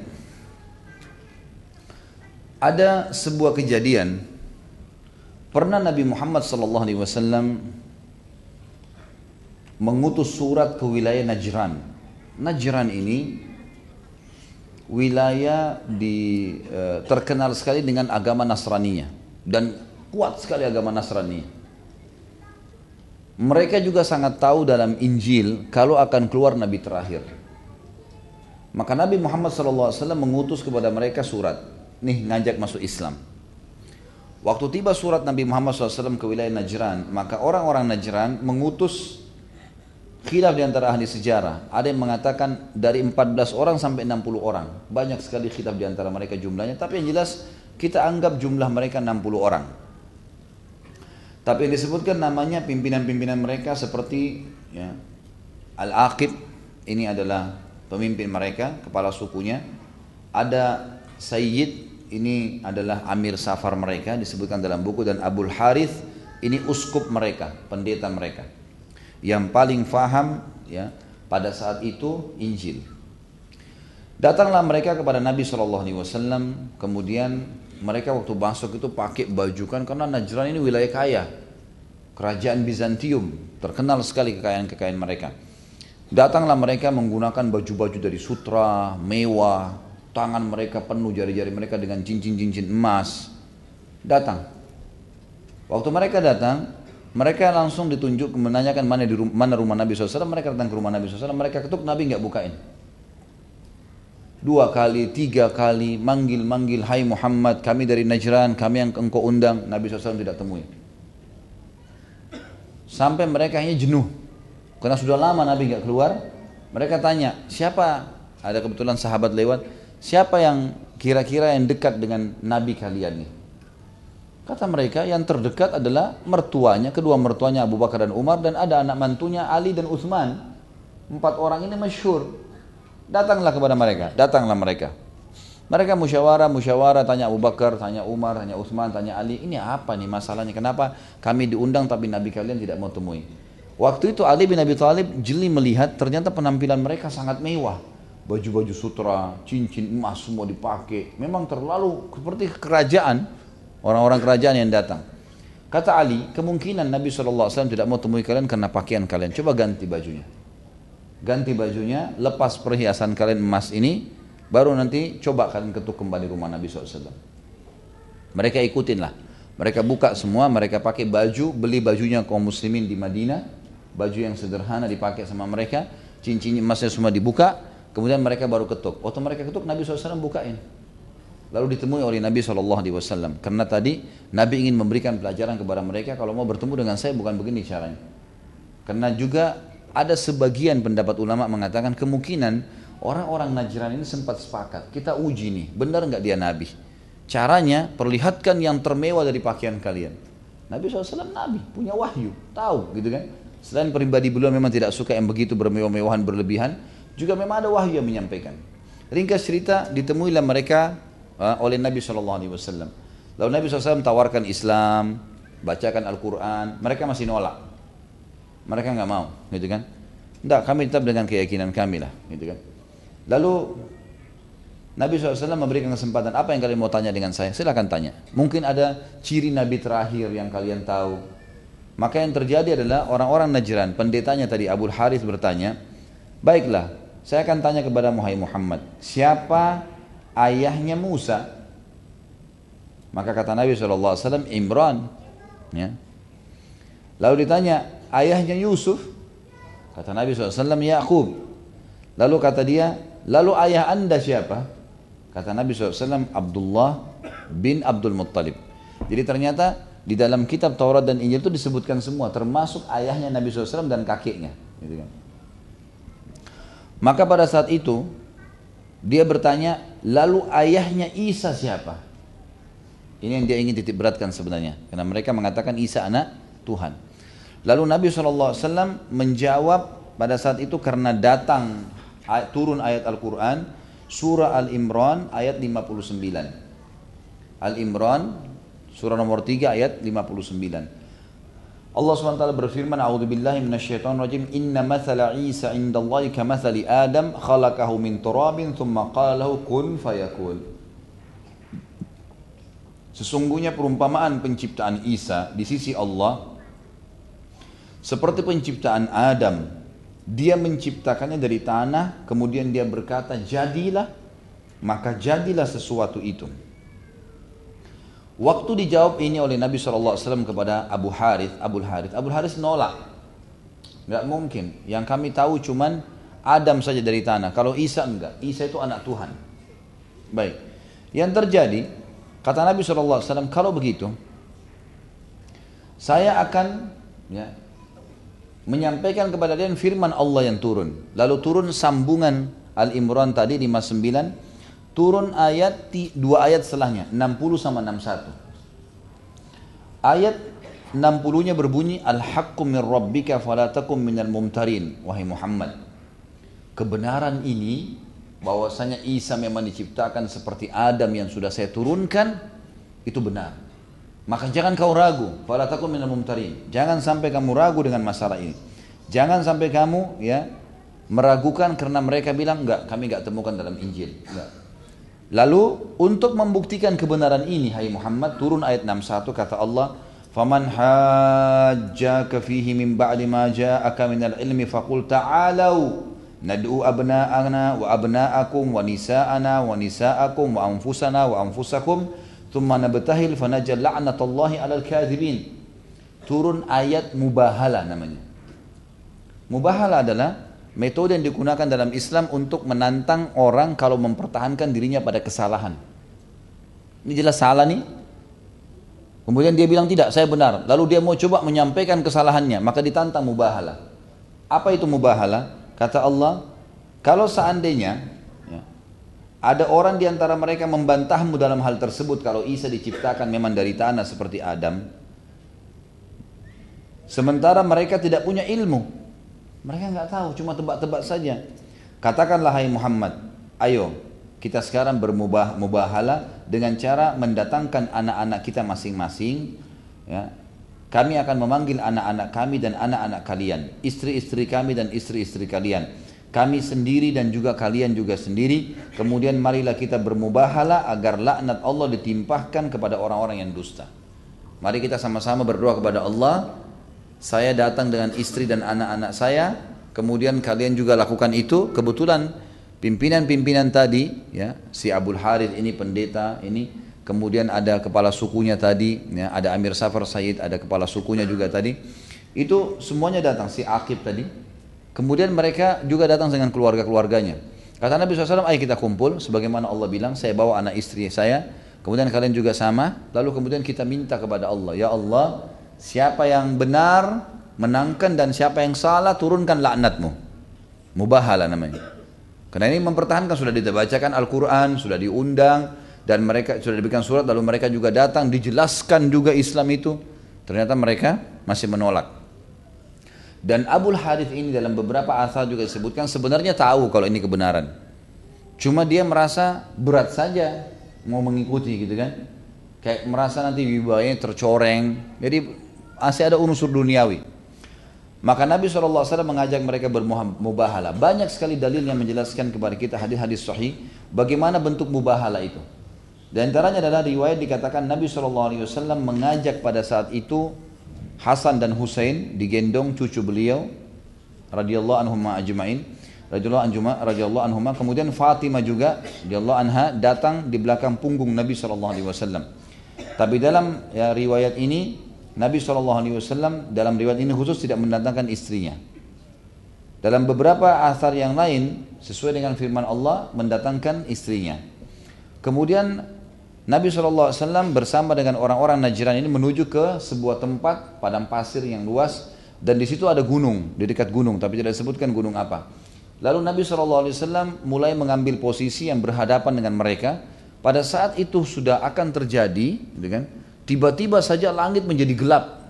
ada sebuah kejadian. Pernah Nabi Muhammad sallallahu alaihi wasallam mengutus surat ke wilayah Najran. Najran ini wilayah di, eh, terkenal sekali dengan agama Nasraninya, dan kuat sekali agama Nasrani. Mereka juga sangat tahu dalam Injil kalau akan keluar Nabi terakhir. Maka Nabi Muhammad shallallahu alaihi wasallam mengutus kepada mereka surat, nih ngajak masuk Islam. Waktu tiba surat Nabi Muhammad shallallahu alaihi wasallam ke wilayah Najran, maka orang-orang Najran mengutus, khilaf di antara ahli sejarah. Ada yang mengatakan dari empat belas orang sampai enam puluh orang. Banyak sekali khilaf di antara mereka jumlahnya, tapi yang jelas kita anggap jumlah mereka enam puluh orang. Tapi yang disebutkan namanya pimpinan-pimpinan mereka seperti ya, Al-Aqib, ini adalah pemimpin mereka, kepala sukunya. Ada Sayyid, ini adalah Amir Safar mereka, disebutkan dalam buku. Dan Abul Harith, ini uskup mereka, pendeta mereka, yang paling faham ya, pada saat itu Injil. Datanglah mereka kepada Nabi shallallahu alaihi wasallam. Kemudian mereka waktu masuk itu pakai baju, kan karena Najran ini wilayah kaya, kerajaan Bizantium, terkenal sekali kekayaan-kekayaan mereka. Datanglah mereka menggunakan baju-baju dari sutra, mewah, tangan mereka penuh, jari-jari mereka dengan cincin-cincin emas. Datang. Waktu mereka datang, mereka langsung ditunjuk menanyakan mana, di rumah, mana rumah Nabi shallallahu alaihi wasallam. Mereka datang ke rumah Nabi shallallahu alaihi wasallam, mereka ketuk, Nabi nggak bukain. Dua kali, tiga kali, manggil-manggil, hai Muhammad, kami dari Najran, kami yang engkau undang. Nabi shallallahu alaihi wasallam tidak temui. Sampai mereka hanya jenuh, karena sudah lama Nabi nggak keluar. Mereka tanya, siapa, ada kebetulan sahabat lewat, siapa yang kira-kira yang dekat dengan Nabi kalian nih? Kata mereka, yang terdekat adalah mertuanya, kedua mertuanya Abu Bakar dan Umar, dan ada anak mantunya Ali dan Utsman. Empat orang ini masyhur. Datanglah kepada mereka, datanglah mereka. Mereka musyawarah, musyawarah, tanya Abu Bakar, tanya Umar, tanya Utsman, tanya Ali, ini apa nih masalahnya? Kenapa kami diundang tapi Nabi kalian tidak mau temui? Waktu itu Ali bin Abi Thalib jeli melihat ternyata penampilan mereka sangat mewah. Baju-baju sutra, cincin emas semua dipakai. Memang terlalu seperti kerajaan, orang-orang kerajaan yang datang. Kata Ali, kemungkinan Nabi shallallahu alaihi wasallam tidak mau temui kalian karena pakaian kalian. Coba ganti bajunya. Ganti bajunya, lepas perhiasan kalian emas ini, baru nanti coba kalian ketuk kembali rumah Nabi shallallahu alaihi wasallam. Mereka ikutin lah. Mereka buka semua, mereka pakai baju, beli bajunya kaum muslimin di Madinah. Baju yang sederhana dipakai sama mereka. Cincin emasnya semua dibuka. Kemudian mereka baru ketuk. Waktu mereka ketuk, Nabi shallallahu alaihi wasallam bukain. Lalu ditemui oleh Nabi shallallahu alaihi wasallam. Karena tadi Nabi ingin memberikan pelajaran kepada mereka, kalau mau bertemu dengan saya bukan begini caranya. Karena juga ada sebagian pendapat ulama mengatakan kemungkinan orang-orang Najran ini sempat sepakat. Kita uji nih, benar nggak dia Nabi? Caranya perlihatkan yang termewah dari pakaian kalian. Nabi shallallahu alaihi wasallam Nabi, punya wahyu, tahu gitu kan. Selain pribadi beliau memang tidak suka yang begitu bermewah-mewahan berlebihan, juga memang ada wahyu yang menyampaikan. Ringkas cerita, ditemuilah mereka uh, oleh Nabi shallallahu alaihi wasallam. Lalu Nabi shallallahu alaihi wasallam tawarkan Islam, bacakan Al-Quran, mereka masih nolak. Mereka nggak mau, gitu kan? Tidak, kami tetap dengan keyakinan kami lah, gitu kan? Lalu Nabi shallallahu alaihi wasallam memberikan kesempatan, apa yang kalian mau tanya dengan saya? Silakan tanya. Mungkin ada ciri Nabi terakhir yang kalian tahu. Maka yang terjadi adalah orang-orang Najran, pendetanya tadi Abu Harith bertanya, baiklah, saya akan tanya kepada Muhammad, siapa ayahnya Musa? Maka kata Nabi shallallahu alaihi wasallam, Imran. Ya. Lalu ditanya, ayahnya Yusuf? Kata Nabi shallallahu alaihi wasallam, Yaqub. Lalu kata dia, lalu ayah anda siapa? Kata Nabi shallallahu alaihi wasallam, Abdullah bin Abdul Muttalib. Jadi ternyata di dalam kitab Taurat dan Injil itu disebutkan semua, termasuk ayahnya Nabi shallallahu alaihi wasallam dan kakeknya. Gitu kan. Maka pada saat itu, dia bertanya, lalu ayahnya Isa siapa? Ini yang dia ingin titik beratkan sebenarnya. Karena mereka mengatakan Isa anak Tuhan. Lalu Nabi shallallahu alaihi wasallam menjawab pada saat itu karena datang turun ayat Al-Quran, surah Al-Imran ayat lima puluh sembilan. Al-Imran surah nomor tiga ayat lima puluh sembilan. Allah subhanahu wa taala berfirman, a'udzubillahi minasyaitonir rajim, inna mathala Isa 'indallahi kamathali Adam khalaqahu min turabin tsumma qala lahu kun fayakun. Sesungguhnya perumpamaan penciptaan Isa di sisi Allah seperti penciptaan Adam. Dia menciptakannya dari tanah, kemudian dia berkata, jadilah, maka jadilah sesuatu itu. Waktu dijawab ini oleh Nabi shallallahu alaihi wasallam kepada Abu Harith, Abu Harith, Abu Harith nolak. Enggak mungkin, yang kami tahu cuman Adam saja dari tanah, kalau Isa enggak, Isa itu anak Tuhan. Baik, yang terjadi, kata Nabi shallallahu alaihi wasallam, kalau begitu, saya akan ya, menyampaikan kepada kalian firman Allah yang turun. Lalu turun sambungan Al-Imran tadi lima puluh sembilan, turun ayat dua ayat setelahnya enam puluh sama enam puluh satu. Ayat enam puluh-nya berbunyi, Al-haqqu min rabbika fala takum minal mumtarin. Wahai Muhammad, kebenaran ini bahwasanya Isa memang diciptakan seperti Adam yang sudah saya turunkan, itu benar. Maka jangan kau ragu, fala takum minal mumtarin. Jangan sampai kamu ragu dengan masalah ini. Jangan sampai kamu ya meragukan karena mereka bilang enggak, kami enggak temukan dalam Injil. Enggak. Lalu untuk membuktikan kebenaran ini, hai Muhammad, turun ayat enam puluh satu, kata Allah, "Faman hajjaka fihi min ba'di ma ja'aka minal ilmi faqul ta'alu nad'u abna'ana wa abna'akum wa nisa'ana wa nisa'akum wa anfusana wa anfusakum thumma nabtahil fanajal la'natullahi 'alal kadhibin." Turun ayat mubahala namanya. Mubahala adalah metode yang digunakan dalam Islam untuk menantang orang kalau mempertahankan dirinya pada kesalahan. Ini jelas salah nih. Kemudian dia bilang tidak, saya benar. Lalu dia mau coba menyampaikan kesalahannya, maka ditantang mubahala. Apa itu mubahala? Kata Allah, kalau seandainya ya, ada orang di antara mereka membantahmu dalam hal tersebut, kalau Isa diciptakan memang dari tanah seperti Adam, sementara mereka tidak punya ilmu, mereka nggak tahu, cuma tebak-tebak saja. Katakanlah, hai Muhammad, ayo Kita sekarang bermubah mubahala dengan cara mendatangkan anak-anak kita masing-masing. Ya. Kami akan memanggil anak-anak kami dan anak-anak kalian, istri-istri kami dan istri-istri kalian, kami sendiri dan juga kalian juga sendiri. Kemudian marilah kita bermubahala agar laknat Allah ditimpahkan kepada orang-orang yang dusta. Mari kita sama-sama berdoa kepada Allah. Saya datang dengan istri dan anak-anak saya, kemudian kalian juga lakukan itu. Kebetulan pimpinan-pimpinan tadi, ya, si Abul Harith ini pendeta ini, kemudian ada kepala sukunya tadi, ya, ada Amir Safar Said, ada kepala sukunya juga tadi. Itu semuanya datang, si Aqib tadi. Kemudian mereka juga datang dengan keluarga-keluarganya. Kata Nabi shallallahu alaihi wasallam, ayo kita kumpul, sebagaimana Allah bilang, saya bawa anak istri saya, kemudian kalian juga sama. Lalu kemudian kita minta kepada Allah, ya Allah, siapa yang benar menangkan dan siapa yang salah turunkan laknatmu. Mubahala namanya. Karena ini mempertahankan, sudah dibacakan Al-Quran, sudah diundang, dan mereka sudah diberikan surat, lalu mereka juga datang, dijelaskan juga Islam itu. Ternyata mereka masih menolak. Dan Abul Harith ini dalam beberapa asal juga disebutkan, sebenarnya tahu kalau ini kebenaran. Cuma dia merasa berat saja mau mengikuti gitu kan. Kayak merasa nanti wibawanya tercoreng, jadi masih ada unsur duniawi. Maka Nabi shallallahu alaihi wasallam mengajak mereka bermubahala. Banyak sekali dalil yang menjelaskan kepada kita hadis-hadis sahih bagaimana bentuk mubahala itu. Di antaranya adalah riwayat dikatakan Nabi shallallahu alaihi wasallam mengajak pada saat itu Hasan dan Husain digendong cucu beliau radhiyallahu anhuma ajma'in, radhiyallahu anhuma radhiyallahu anhuma, kemudian Fatimah juga radhiyallahu anha datang di belakang punggung Nabi shallallahu alaihi wasallam. Tapi dalam ya, riwayat ini Nabi shallallahu alaihi wasallam dalam riwayat ini khusus tidak mendatangkan istrinya. Dalam beberapa asar yang lain sesuai dengan firman Allah mendatangkan istrinya. Kemudian Nabi shallallahu alaihi wasallam bersama dengan orang-orang Najran ini menuju ke sebuah tempat padang pasir yang luas, dan di situ ada gunung, di dekat gunung, tapi tidak disebutkan gunung apa. Lalu Nabi shallallahu alaihi wasallam mulai mengambil posisi yang berhadapan dengan mereka. Pada saat itu sudah akan terjadi, gitu kan? Tiba-tiba saja langit menjadi gelap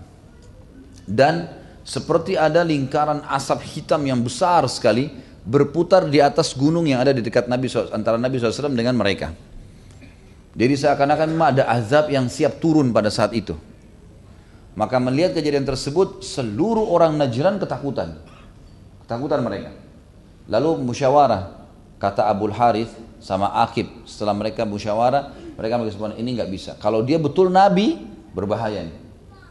dan seperti ada lingkaran asap hitam yang besar sekali berputar di atas gunung yang ada di dekat Nabi antara Nabi shallallahu alaihi wasallam dengan mereka. Jadi seakan-akan memang ada azab yang siap turun pada saat itu. Maka melihat kejadian tersebut, seluruh orang Najran ketakutan, ketakutan mereka. Lalu musyawarah, kata Abul Harith sama Aqib, setelah mereka musyawarah, mereka mengatakan ini nggak bisa. Kalau dia betul Nabi, berbahaya nih.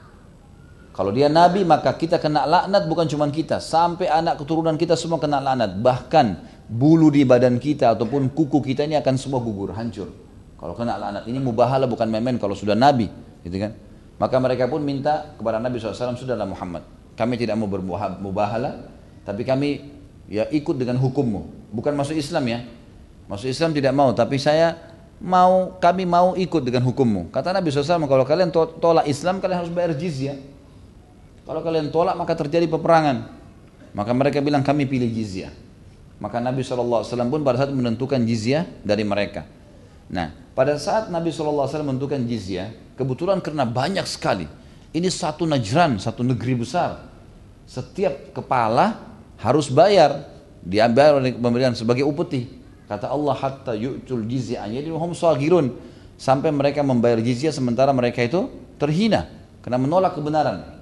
Kalau dia Nabi, maka kita kena laknat, bukan cuma kita, sampai anak keturunan kita semua kena laknat. Bahkan bulu di badan kita ataupun kuku kita ini akan semua gugur, hancur. Kalau kena laknat, ini mubahala bukan main-main kalau sudah Nabi, gitu kan? Maka mereka pun minta kepada Nabi shallallahu alaihi wasallam, sudahlah Muhammad, kami tidak mau bermubahala, tapi kami ya ikut dengan hukummu. Bukan masuk Islam ya, masuk Islam tidak mau, tapi saya mau, kami mau ikut dengan hukummu. Kata Nabi shallallahu alaihi wasallam, kalau kalian tolak Islam, kalian harus bayar jizyah. Kalau kalian tolak, maka terjadi peperangan. Maka mereka bilang, kami pilih jizyah. Maka Nabi shallallahu alaihi wasallam pun pada saat menentukan jizyah dari mereka. Nah, pada saat Nabi shallallahu alaihi wasallam menentukan jizyah, kebetulan karena banyak sekali, ini satu Najran, satu negeri besar, setiap kepala harus bayar, diambil oleh pemberian sebagai upeti. Kata Allah, hatta yu'tul jizyah jadi hum saghirun, sampai mereka membayar jizyah sementara mereka itu terhina karena menolak kebenaran.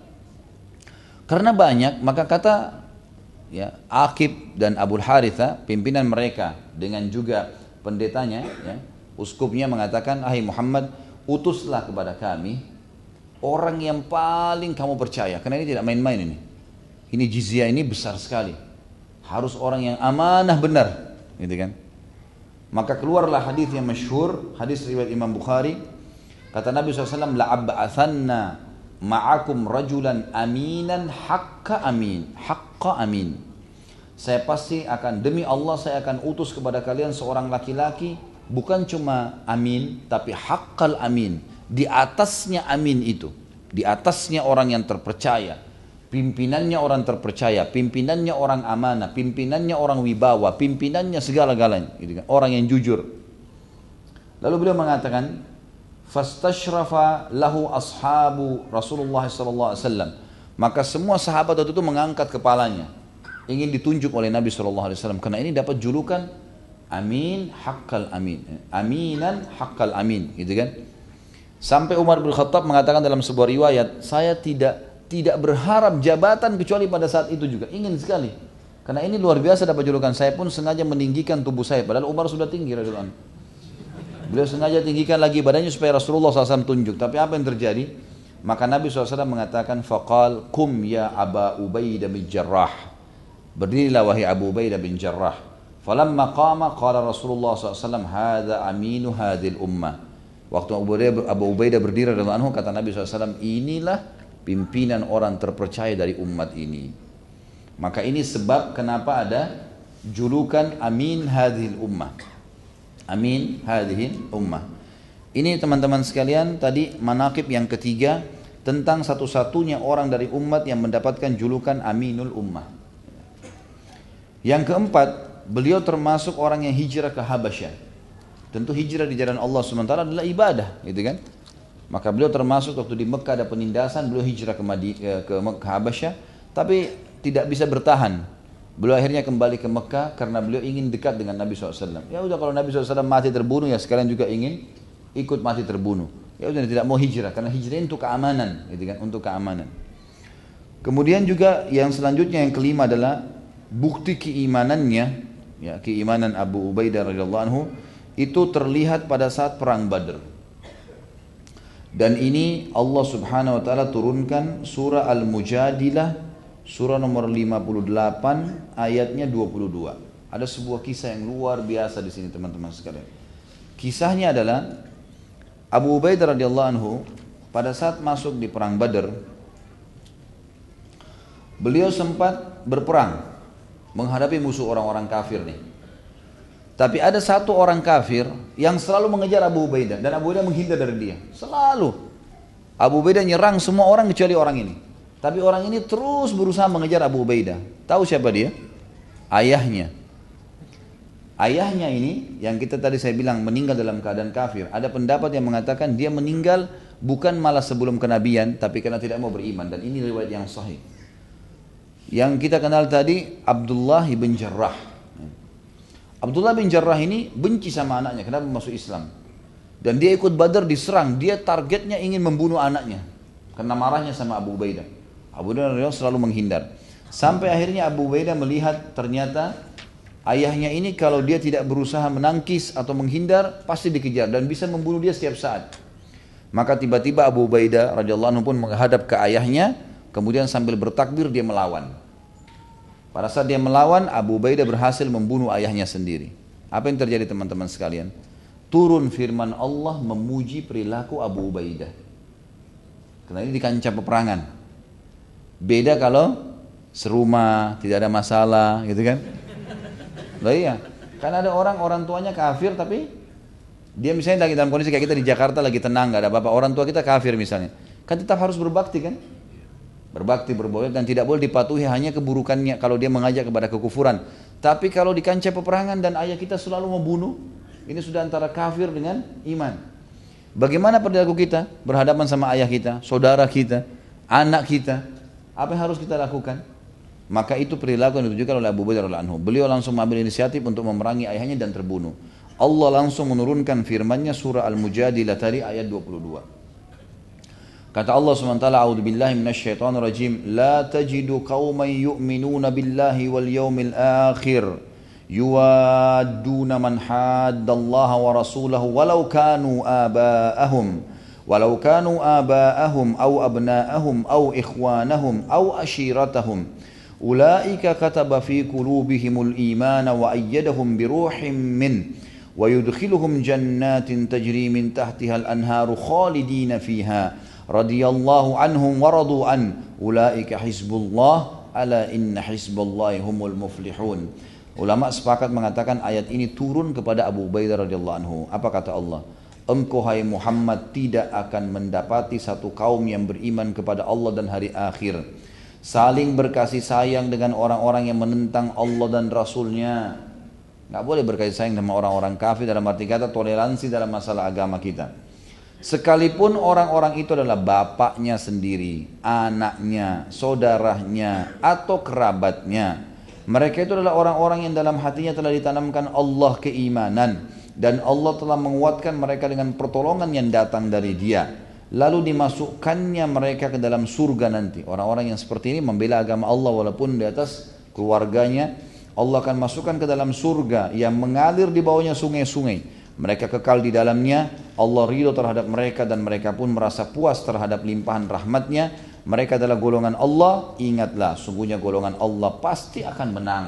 Karena banyak, maka kata ya Aqib dan Abul Haritha, pimpinan mereka dengan juga pendetanya, ya, uskupnya mengatakan, "Hai Muhammad, utuslah kepada kami orang yang paling kamu percaya, karena ini tidak main-main ini. Ini jizyah ini besar sekali. Harus orang yang amanah benar." Gitu kan? Maka keluarlah hadis yang masyhur, hadis riwayat Imam Bukhari. Kata Nabi shallallahu alaihi wasallam, "La'abba'athanna ma'akum rajulan aminan haqqa amin, haqqa amin." Saya pasti akan, demi Allah saya akan utus kepada kalian seorang laki-laki, bukan cuma amin, tapi haqqal amin, di atasnya amin itu, di atasnya orang yang terpercaya, pimpinannya orang terpercaya, pimpinannya orang amanah, pimpinannya orang wibawa, pimpinannya segala-galanya, gitu kan? Orang yang jujur. Lalu beliau mengatakan, fastashrafa lahu ashabu Rasulullah sallallahu alaihi wasallam. Maka semua sahabat waktu itu mengangkat kepalanya, ingin ditunjuk oleh Nabi sallallahu alaihi wasallam, karena ini dapat julukan Amin haqqal amin. Aminan haqqal amin, gitu kan? Sampai Umar bin Khattab mengatakan dalam sebuah riwayat, saya tidak tidak berharap jabatan kecuali pada saat itu juga, ingin sekali. Karena ini luar biasa dapat julukan, saya pun sengaja meninggikan tubuh saya, padahal Umar sudah tinggi radhiyallahu anhu. Beliau sengaja tinggikan lagi badannya supaya Rasulullah shallallahu alaihi wasallam tunjuk. Tapi apa yang terjadi? Maka Nabi shallallahu alaihi wasallam mengatakan, faqal kum ya Aba Ubaidah bin Jarrah. Berdirilah wahai Abu Ubaidah bin Jarrah. Falamma qama qala Rasulullah shallallahu alaihi wasallam, hadza aminu hadhil ummah. Waktu Abu Ubaidah, Abu Ubaidah berdiri radhiyallahu anhu, kata Nabi shallallahu alaihi wasallam, inilah pimpinan orang terpercaya dari umat ini. Maka ini sebab kenapa ada julukan amin hadhil ummah. Amin hadhil ummah. Ini teman-teman sekalian tadi manaqib yang ketiga tentang satu-satunya orang dari umat yang mendapatkan julukan aminul ummah. Yang keempat, beliau termasuk orang yang hijrah ke Habasyah. Tentu hijrah di jalan Allah sementara adalah ibadah, gitu kan? Maka beliau termasuk waktu di Mekah ada penindasan, beliau hijrah ke Madi, ke, ke Habasyah, tapi tidak bisa bertahan. Beliau akhirnya kembali ke Mekah karena beliau ingin dekat dengan Nabi shallallahu alaihi wasallam. Ya udah, kalau Nabi shallallahu alaihi wasallam mati terbunuh, ya sekalian juga ingin ikut mati terbunuh. Ya udah, tidak mau hijrah karena hijrah untuk keamanan, gitu kan? Untuk keamanan. Kemudian juga yang selanjutnya yang kelima adalah bukti keimanannya, ya, keimanan Abu Ubaidah radhiyallahu anhu itu terlihat pada saat perang Badr. Dan ini Allah Subhanahu wa taala turunkan surah Al-Mujadilah, surah nomor lima puluh delapan ayatnya dua puluh dua. Ada sebuah kisah yang luar biasa di sini teman-teman sekalian. Kisahnya adalah Abu Ubaidah radhiyallahu anhu pada saat masuk di perang Badr, beliau sempat berperang menghadapi musuh orang-orang kafir nih. Tapi ada satu orang kafir yang selalu mengejar Abu Ubaidah dan Abu Ubaidah menghindar dari dia. Selalu. Abu Ubaidah nyerang semua orang kecuali orang ini. Tapi orang ini terus berusaha mengejar Abu Ubaidah. Tahu siapa dia? Ayahnya. Ayahnya ini yang kita tadi saya bilang meninggal dalam keadaan kafir. Ada pendapat yang mengatakan dia meninggal bukan malah sebelum kenabian, tapi karena tidak mau beriman. Dan ini riwayat yang sahih. Yang kita kenal tadi Abdullah bin Jarrah. Abdullah bin Jarrah ini benci sama anaknya, kenapa masuk Islam? Dan dia ikut Badar diserang, dia targetnya ingin membunuh anaknya karena marahnya sama Abu Ubaidah. Abu Ubaidah selalu menghindar. Sampai akhirnya Abu Ubaidah melihat ternyata ayahnya ini kalau dia tidak berusaha menangkis atau menghindar pasti dikejar dan bisa membunuh dia setiap saat. Maka tiba-tiba Abu Ubaidah radhiyallahu anhu pun menghadap ke ayahnya, kemudian sambil bertakbir dia melawan. Pada saat dia melawan, Abu Ubaidah berhasil membunuh ayahnya sendiri. Apa yang terjadi teman-teman sekalian? Turun firman Allah memuji perilaku Abu Ubaidah. Karena ini di kancah peperangan. Beda kalau serumah, tidak ada masalah, gitu kan? Loh iya, kan ada orang orang tuanya kafir tapi dia misalnya lagi dalam kondisi kayak kita di Jakarta lagi tenang, gak ada apa-apa. Orang tua kita kafir misalnya, kan tetap harus berbakti kan? Berbakti, berboleh dan tidak boleh dipatuhi hanya keburukannya kalau dia mengajak kepada kekufuran. Tapi kalau di kancah peperangan dan ayah kita selalu membunuh, ini sudah antara kafir dengan iman. Bagaimana perilaku kita berhadapan sama ayah kita, saudara kita, anak kita? Apa yang harus kita lakukan? Maka itu perilaku yang ditunjukkan oleh Abu Ubaidah radhiyallahu anhu. Beliau langsung mengambil inisiatif untuk memerangi ayahnya dan terbunuh. Allah langsung menurunkan firman-Nya surah Al-Mujadilah tadi ayat dua puluh dua. Kata Allah subhanahu wa taala, a'udzu billahi minasyaitonir rajim, la tajidu qauman yu'minuna billahi wal yawmil akhir yuwadduna man haddallaha wa rasulahu walau kanu aba'ahum walau kanu aba'ahum aw abna'ahum aw ikhwanahum aw ashiratahum ulaika kataba fi qulubihimul imana wa ayyadahum biruhim min wa yudkhiluhum jannatin tajri min tahtiha al-anharu khalidina fiha radhiyallahu anhum wa radu an ulaika hizbullah ala inna hizballahi humul muflihun. Ulama sepakat mengatakan ayat ini turun kepada Abu Ubaidah radhiyallahu anhu. Apa kata Allah? Engkau hai Muhammad tidak akan mendapati satu kaum yang beriman kepada Allah dan hari akhir, saling berkasih sayang dengan orang-orang yang menentang Allah dan Rasulnya. Nggak boleh berkasih sayang sama orang-orang kafir dalam arti kata toleransi dalam masalah agama kita. Sekalipun orang-orang itu adalah bapaknya sendiri, anaknya, saudaranya, atau kerabatnya, Mereka itu adalah orang-orang yang dalam hatinya telah ditanamkan Allah keimanan. Dan Allah telah menguatkan mereka dengan pertolongan yang datang dari Dia. Lalu dimasukkannya mereka ke dalam surga nanti. Orang-orang yang seperti ini membela agama Allah walaupun di atas keluarganya. Allah akan masukkan ke dalam surga yang mengalir di bawahnya sungai-sungai. Mereka kekal di dalamnya. Allah ridho terhadap mereka dan mereka pun merasa puas terhadap limpahan rahmatnya. Mereka adalah golongan Allah. Ingatlah, sungguhnya golongan Allah pasti akan menang.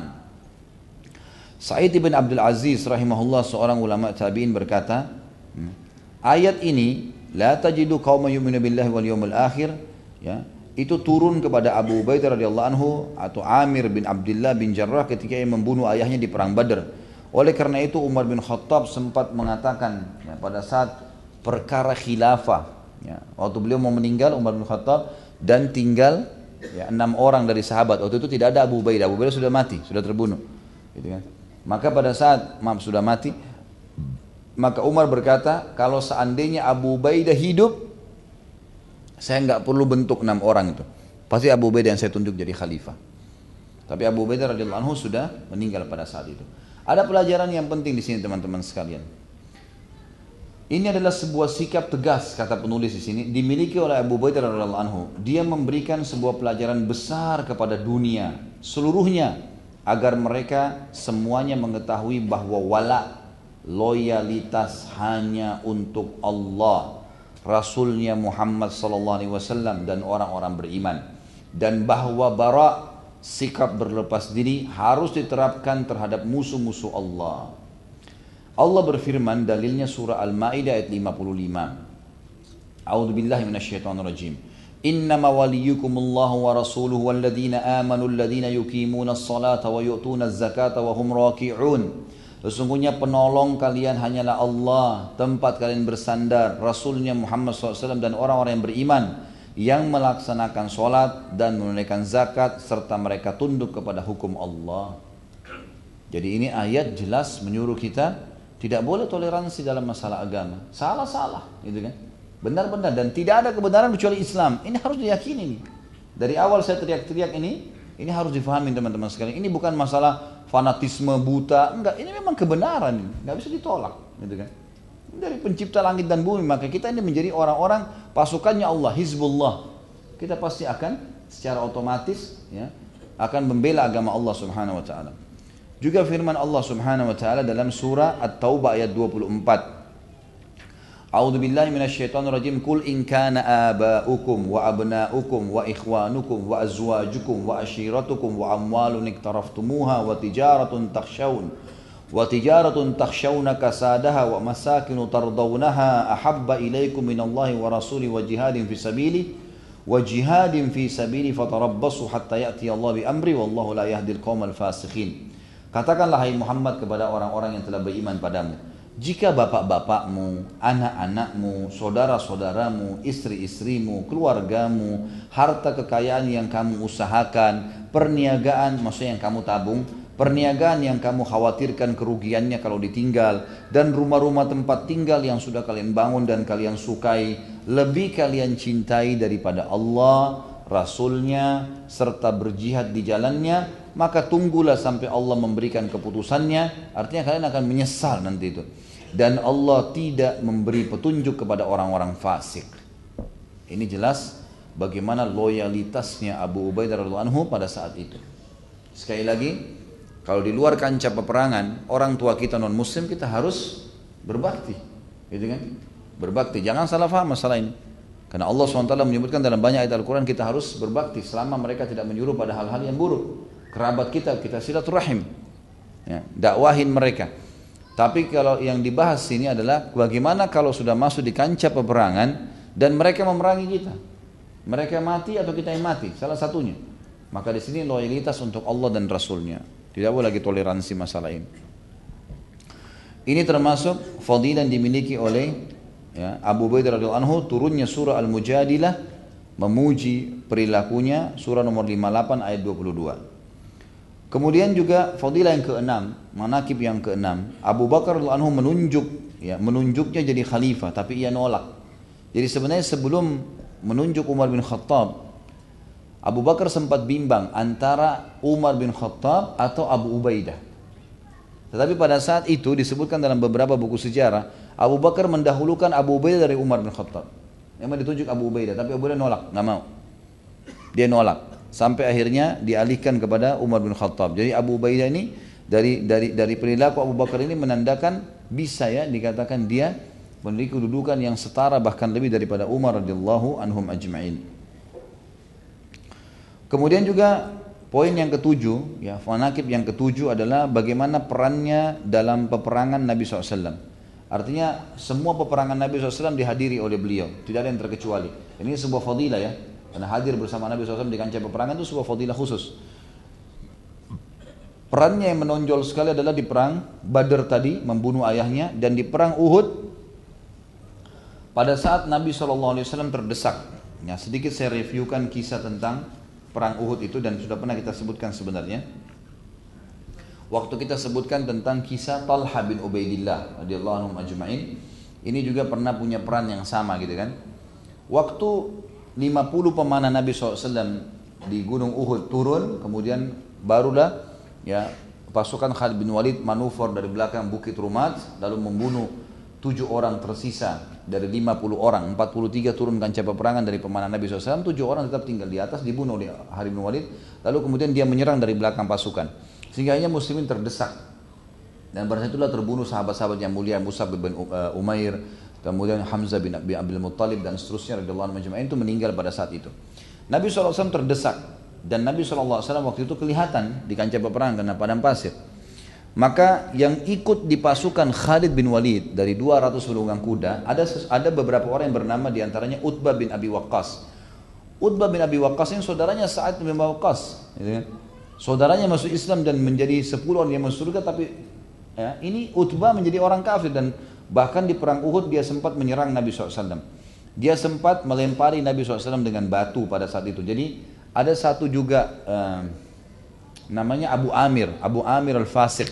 Sa'id bin Abdul Aziz rahimahullah, seorang ulama tabi'in, berkata, ayat ini, la tajidu qauman yu'minu billahi wal yawmil akhir, ya, itu turun kepada Abu Ubaidah radhiyallahu anhu atau Amir bin Abdullah bin Jarrah ketika ia membunuh ayahnya di perang Badar. Oleh karena itu Umar bin Khattab sempat mengatakan, ya, pada saat perkara khilafah, ya, waktu beliau mau meninggal Umar bin Khattab dan tinggal, ya, enam orang dari sahabat. Waktu itu tidak ada Abu Ubaidah, Abu Ubaidah sudah mati, sudah terbunuh, gitu kan. Maka pada saat maaf sudah mati, maka Umar berkata, kalau seandainya Abu Ubaidah hidup, saya nggak perlu bentuk enam orang itu, pasti Abu Ubaidah yang saya tunjuk jadi khalifah. Tapi Abu Ubaidah radhiyallahu anhu sudah meninggal pada saat itu. Ada pelajaran yang penting di sini teman-teman sekalian. Ini adalah sebuah sikap tegas, kata penulis di sini, dimiliki oleh Abu Ubaidah radhiyallahu anhu. Dia memberikan sebuah pelajaran besar kepada dunia seluruhnya, agar mereka semuanya mengetahui bahwa wala, loyalitas hanya untuk Allah, Rasulnya Muhammad sallallahu alaihi wasallam dan orang-orang beriman, dan bahwa bara, sikap berlepas diri harus diterapkan terhadap musuh-musuh Allah. Allah berfirman, dalilnya surah Al-Maidah ayat lima puluh lima. A'udzubillahi minasyaitonirrajim. Innama waliyukumullahu wa rasuluhu walladzina amanu alladzina yuqimuna as-salata wa yu'tuna az-zakata wa hum raki'un. Sesungguhnya penolong kalian hanyalah Allah, tempat kalian bersandar Rasulnya Muhammad shallallahu alaihi wasallam dan orang-orang yang beriman, yang melaksanakan sholat dan menunaikan zakat serta mereka tunduk kepada hukum Allah. Jadi ini ayat jelas menyuruh kita tidak boleh toleransi dalam masalah agama. Salah-salah, gitu kan? Benar-benar, dan tidak ada kebenaran kecuali Islam. Ini harus diyakini nih. Dari awal saya teriak-teriak ini, ini harus difahami teman-teman sekalian. Ini bukan masalah fanatisme buta, enggak. Ini memang kebenaran, ini nggak bisa ditolak, gitu kan? Dari pencipta langit dan bumi, maka kita ini menjadi orang-orang pasukannya Allah, Hizbullah. Kita pasti akan secara otomatis, ya, akan membela agama Allah Subhanahu Wa Taala. Juga firman Allah Subhanahu Wa Taala dalam surah At-Taubah ayat dua puluh empat. A'udzu billahi minasyaitonir rajim. Qul in kana aba'ukum wa abna'ukum wa ikhwanukum wa azwajukum wa ashiratukum wa amwalun iktaraftumuha wa tijaratun takhshawun wa tijaratun takhshawna kasadaha wa masakinu tardawnaha ahabba ilaikum minallahi wa rasuli wa jihadin fi sabili wa jihadin fi sabili fatarabbasu hatta ya'ti Allah bi amri wallahu la yahdil qaumal fasikhin. Katakanlah hai Muhammad kepada orang-orang yang telah beriman padamu, jika bapak-bapakmu, anak-anakmu, saudara-saudaramu, istri-istrimu, keluargamu, harta kekayaan yang kamu usahakan, perniagaan maksudnya yang kamu tabung, perniagaan yang kamu khawatirkan kerugiannya kalau ditinggal, dan rumah-rumah tempat tinggal yang sudah kalian bangun dan kalian sukai, lebih kalian cintai daripada Allah, Rasulnya, serta berjihad di jalannya, maka tunggulah sampai Allah memberikan keputusannya. Artinya kalian akan menyesal nanti itu. Dan Allah tidak memberi petunjuk kepada orang-orang fasik. Ini jelas bagaimana loyalitasnya Abu Ubaidah radhiyallahu anhu pada saat itu. Sekali lagi, kalau di luar kancah peperangan, orang tua kita non muslim, kita harus berbakti, gitu kan? Berbakti, jangan salah faham masalah ini. Karena Allah subhanahu wa taala menyebutkan dalam banyak ayat Al-Quran kita harus berbakti selama mereka tidak menyuruh pada hal-hal yang buruk. Kerabat kita, kita silaturahim, ya, dakwahin mereka. Tapi kalau yang dibahas sini adalah bagaimana kalau sudah masuk di kancah peperangan dan mereka memerangi kita, mereka mati atau kita yang mati, salah satunya. Maka di sini loyalitas untuk Allah dan Rasulnya. Tidak boleh lagi toleransi masalah ini. Ini termasuk fadilah yang dimiliki oleh, ya, Abu Ubaidah radhiyallahu anhu. Turunnya surah Al-Mujadilah memuji perilakunya, surah nomor lima puluh delapan ayat dua puluh dua. Kemudian juga fadilah yang keenam, manakib yang keenam, Abu Bakar radhiyallahu anhu menunjuk, ya, menunjuknya jadi khalifah, tapi ia nolak. Jadi sebenarnya sebelum menunjuk Umar bin Khattab, Abu Bakar sempat bimbang antara Umar bin Khattab atau Abu Ubaidah. Tetapi pada saat itu disebutkan dalam beberapa buku sejarah, Abu Bakar mendahulukan Abu Ubaidah dari Umar bin Khattab. Memang ditunjuk Abu Ubaidah, tapi Abu Ubaidah nolak, nggak mau. Dia nolak, sampai akhirnya dialihkan kepada Umar bin Khattab. Jadi Abu Ubaidah ini dari dari dari perilaku Abu Bakar ini menandakan bisa ya dikatakan dia memiliki kedudukan yang setara bahkan lebih daripada Umar radhiyallahu anhum ajma'in. Kemudian juga poin yang ketujuh, ya, manaqib yang ketujuh adalah bagaimana perannya dalam peperangan Nabi shallallahu alaihi wasallam. Artinya semua peperangan Nabi shallallahu alaihi wasallam dihadiri oleh beliau, tidak ada yang terkecuali. Ini sebuah fadilah ya, karena hadir bersama Nabi shallallahu alaihi wasallam di kancah peperangan itu sebuah fadilah khusus. Perannya yang menonjol sekali adalah di perang Badr tadi, membunuh ayahnya, dan di perang Uhud pada saat Nabi shallallahu alaihi wasallam terdesak. Ya, sedikit saya reviewkan kisah tentang perang Uhud itu dan sudah pernah kita sebutkan sebenarnya. Waktu kita sebutkan tentang kisah Talha bin Ubaidillah radhiyallahu anhum ajma'in, ini juga pernah punya peran yang sama gitu kan. Waktu lima puluh pemanah Nabi shallallahu alaihi wasallam di Gunung Uhud turun, kemudian barulah ya pasukan Khalid bin Walid manuver dari belakang Bukit Rumat lalu membunuh tujuh orang tersisa dari lima puluh orang, empat puluh tiga turun kancah peperangan dari pemanah Nabi shallallahu alaihi wasallam, tujuh orang tetap tinggal di atas, dibunuh oleh Khalid bin Walid, lalu kemudian dia menyerang dari belakang pasukan, sehingga akhirnya muslimin terdesak, dan pada saat itulah terbunuh sahabat-sahabat yang mulia, Mus'ab bin Umair, kemudian Hamzah bin Abdul Muttalib dan seterusnya radhiyallahu anhum ajma'in itu meninggal pada saat itu. Nabi shallallahu alaihi wasallam terdesak, dan Nabi shallallahu alaihi wasallam waktu itu kelihatan di kancah peperangan karena padang pasir. Maka yang ikut di pasukan Khalid bin Walid dari dua ratus penunggang kuda, ada ada beberapa orang yang bernama diantaranya Utbah bin Abi Waqqas. Utbah bin Abi Waqqas ini saudaranya Sa'ad bin Abi Waqqas, gitu kan? Saudaranya masuk Islam dan menjadi sepuluh orang yang masuk surga, tapi ya, ini Utbah menjadi orang kafir, dan bahkan di perang Uhud dia sempat menyerang Nabi shallallahu alaihi wasallam. Dia sempat melempari Nabi shallallahu alaihi wasallam dengan batu pada saat itu. Jadi ada satu juga uh, namanya Abu Amir, Abu Amir al-Fasiq.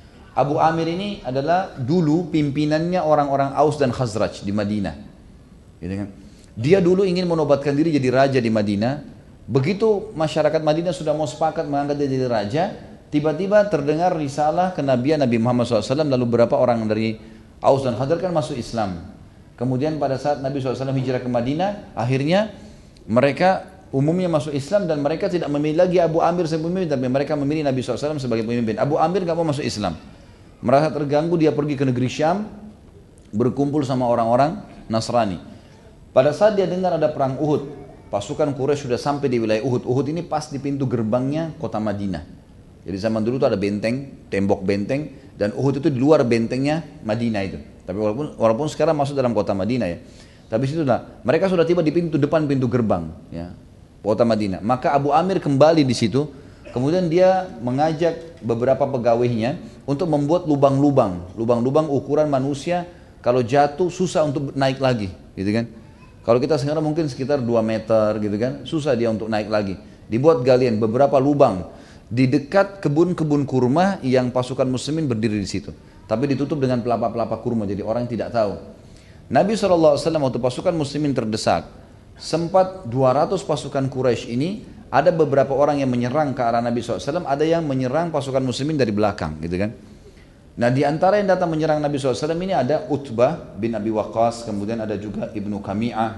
Abu Amir ini adalah dulu pimpinannya orang-orang Aus dan Khazraj di Madinah. Gitu kan? Dia dulu ingin menobatkan diri jadi raja di Madinah. Begitu masyarakat Madinah sudah mau sepakat mengangkat dia jadi raja, tiba-tiba terdengar risalah kenabian Nabi Muhammad shallallahu alaihi wasallam, lalu beberapa orang dari Aus dan Khazraj kan masuk Islam. Kemudian pada saat Nabi shallallahu alaihi wasallam hijrah ke Madinah, akhirnya mereka umumnya masuk Islam dan mereka tidak memilih lagi Abu Amir sebagai pemimpin, tapi mereka memilih Nabi shallallahu alaihi wasallam sebagai pemimpin. Abu Amir gak mau masuk Islam, merasa terganggu, dia pergi ke negeri Syam, berkumpul sama orang-orang Nasrani. Pada saat dia dengar ada perang Uhud, pasukan Quraisy sudah sampai di wilayah Uhud. Uhud ini pas di pintu gerbangnya kota Madinah. Jadi zaman dulu itu ada benteng, tembok benteng, dan Uhud itu di luar bentengnya Madinah itu. Tapi walaupun walaupun sekarang masuk dalam kota Madinah ya. Tapi situlah mereka sudah tiba di pintu depan pintu gerbang ya, kota Madinah. Maka Abu Amir kembali di situ. Kemudian dia mengajak beberapa pegawainya untuk membuat lubang-lubang, lubang-lubang ukuran manusia kalau jatuh susah untuk naik lagi, gitu kan? Kalau kita sekarang mungkin sekitar dua meter, gitu kan? Susah dia untuk naik lagi. Dibuat galian beberapa lubang di dekat kebun-kebun kurma yang pasukan muslimin berdiri di situ. Tapi ditutup dengan pelapa-pelapa kurma, jadi orang tidak tahu. Nabi shallallahu alaihi wasallam waktu pasukan muslimin terdesak, sempat dua ratus pasukan Quraisy ini, ada beberapa orang yang menyerang ke arah Nabi shallallahu alaihi wasallam, ada yang menyerang pasukan muslimin dari belakang, gitu kan. Nah di antara yang datang menyerang Nabi shallallahu alaihi wasallam ini ada Utbah bin Abi Waqqas, kemudian ada juga Ibnu Kami'ah,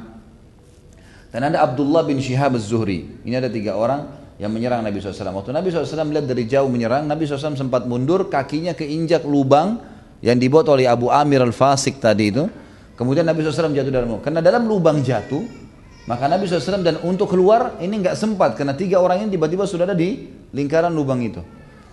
dan ada Abdullah bin Shihab az-Zuhri. Ini ada tiga orang yang menyerang Nabi shallallahu alaihi wasallam. Waktu Nabi shallallahu alaihi wasallam melihat dari jauh menyerang, Nabi shallallahu alaihi wasallam sempat mundur, kakinya keinjak lubang yang dibuat oleh Abu Amir al-Fasiq tadi itu. Kemudian Nabi shallallahu alaihi wasallam jatuh dalam lubang. Karena dalam lubang jatuh, maka Nabi shallallahu alaihi wasallam dan untuk keluar ini nggak sempat, karena tiga orang ini tiba-tiba sudah ada di lingkaran lubang itu.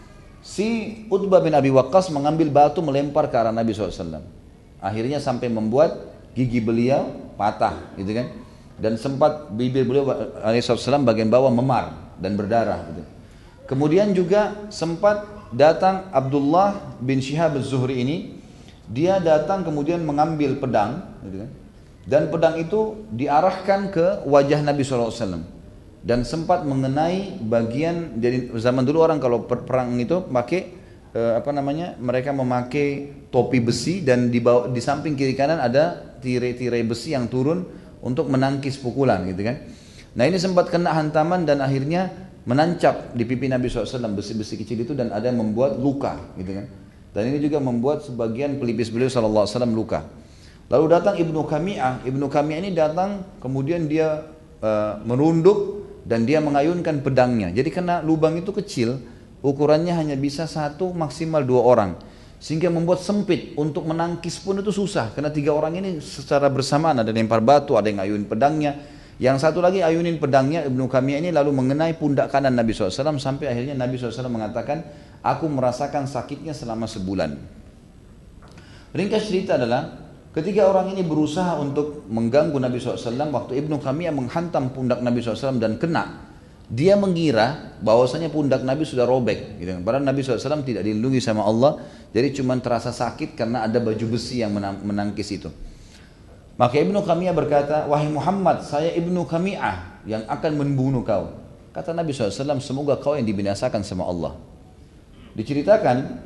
Si Utbah bin Abi Waqqas mengambil batu melempar ke arah Nabi shallallahu alaihi wasallam. Akhirnya sampai membuat gigi beliau patah, gitu kan. Dan sempat bibir beliau alaihi wasallam bagian bawah memar dan berdarah, gitu. Kemudian juga sempat datang Abdullah bin Shihab az-Zuhri ini, dia datang kemudian mengambil pedang, gitu kan. Dan pedang itu diarahkan ke wajah Nabi shallallahu alaihi wasallam dan sempat mengenai bagian. Jadi zaman dulu orang kalau perang itu pakai eh, apa namanya, mereka memakai topi besi dan di bawah, di samping kiri kanan ada tirai-tirai besi yang turun untuk menangkis pukulan, gitu kan. Nah ini sempat kena hantaman dan akhirnya menancap di pipi Nabi shallallahu alaihi wasallam besi-besi kecil itu dan ada yang membuat luka gitu kan. Dan ini juga membuat sebagian pelipis beliau shallallahu alaihi wasallam luka. Lalu datang Ibnu Kami'ah. Ibnu Kami'ah ini datang kemudian dia uh, merunduk dan dia mengayunkan pedangnya. Jadi karena lubang itu kecil, ukurannya hanya bisa satu maksimal dua orang. Sehingga membuat sempit, untuk menangkis pun itu susah. Karena tiga orang ini secara bersamaan, ada yang lempar batu, ada yang ayunin pedangnya. Yang satu lagi ayunin pedangnya, Ibnu Kami'ah ini lalu mengenai pundak kanan Nabi shallallahu alaihi wasallam. Sampai akhirnya Nabi shallallahu alaihi wasallam mengatakan, aku merasakan sakitnya selama sebulan. Ringkas cerita adalah, ketika orang ini berusaha untuk mengganggu Nabi shallallahu alaihi wasallam, waktu Ibnu Kami'ah menghantam pundak Nabi shallallahu alaihi wasallam dan kena, dia mengira bahwasanya pundak Nabi sudah robek. Gitu. Padahal Nabi shallallahu alaihi wasallam tidak dilindungi sama Allah, jadi cuma terasa sakit karena ada baju besi yang menang, menangkis itu. Maka Ibnu Kami'ah berkata, wahai Muhammad, saya Ibnu Kami'ah yang akan membunuh kau. Kata Nabi shallallahu alaihi wasallam, semoga kau yang dibinasakan sama Allah. Diceritakan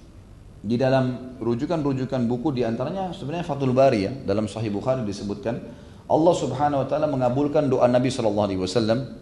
di dalam rujukan-rujukan buku, diantaranya sebenarnya Fathul Bari ya, dalam Sahih Bukhari disebutkan, Allah subhanahu wa ta'ala mengabulkan doa Nabi shallallahu alaihi wasallam.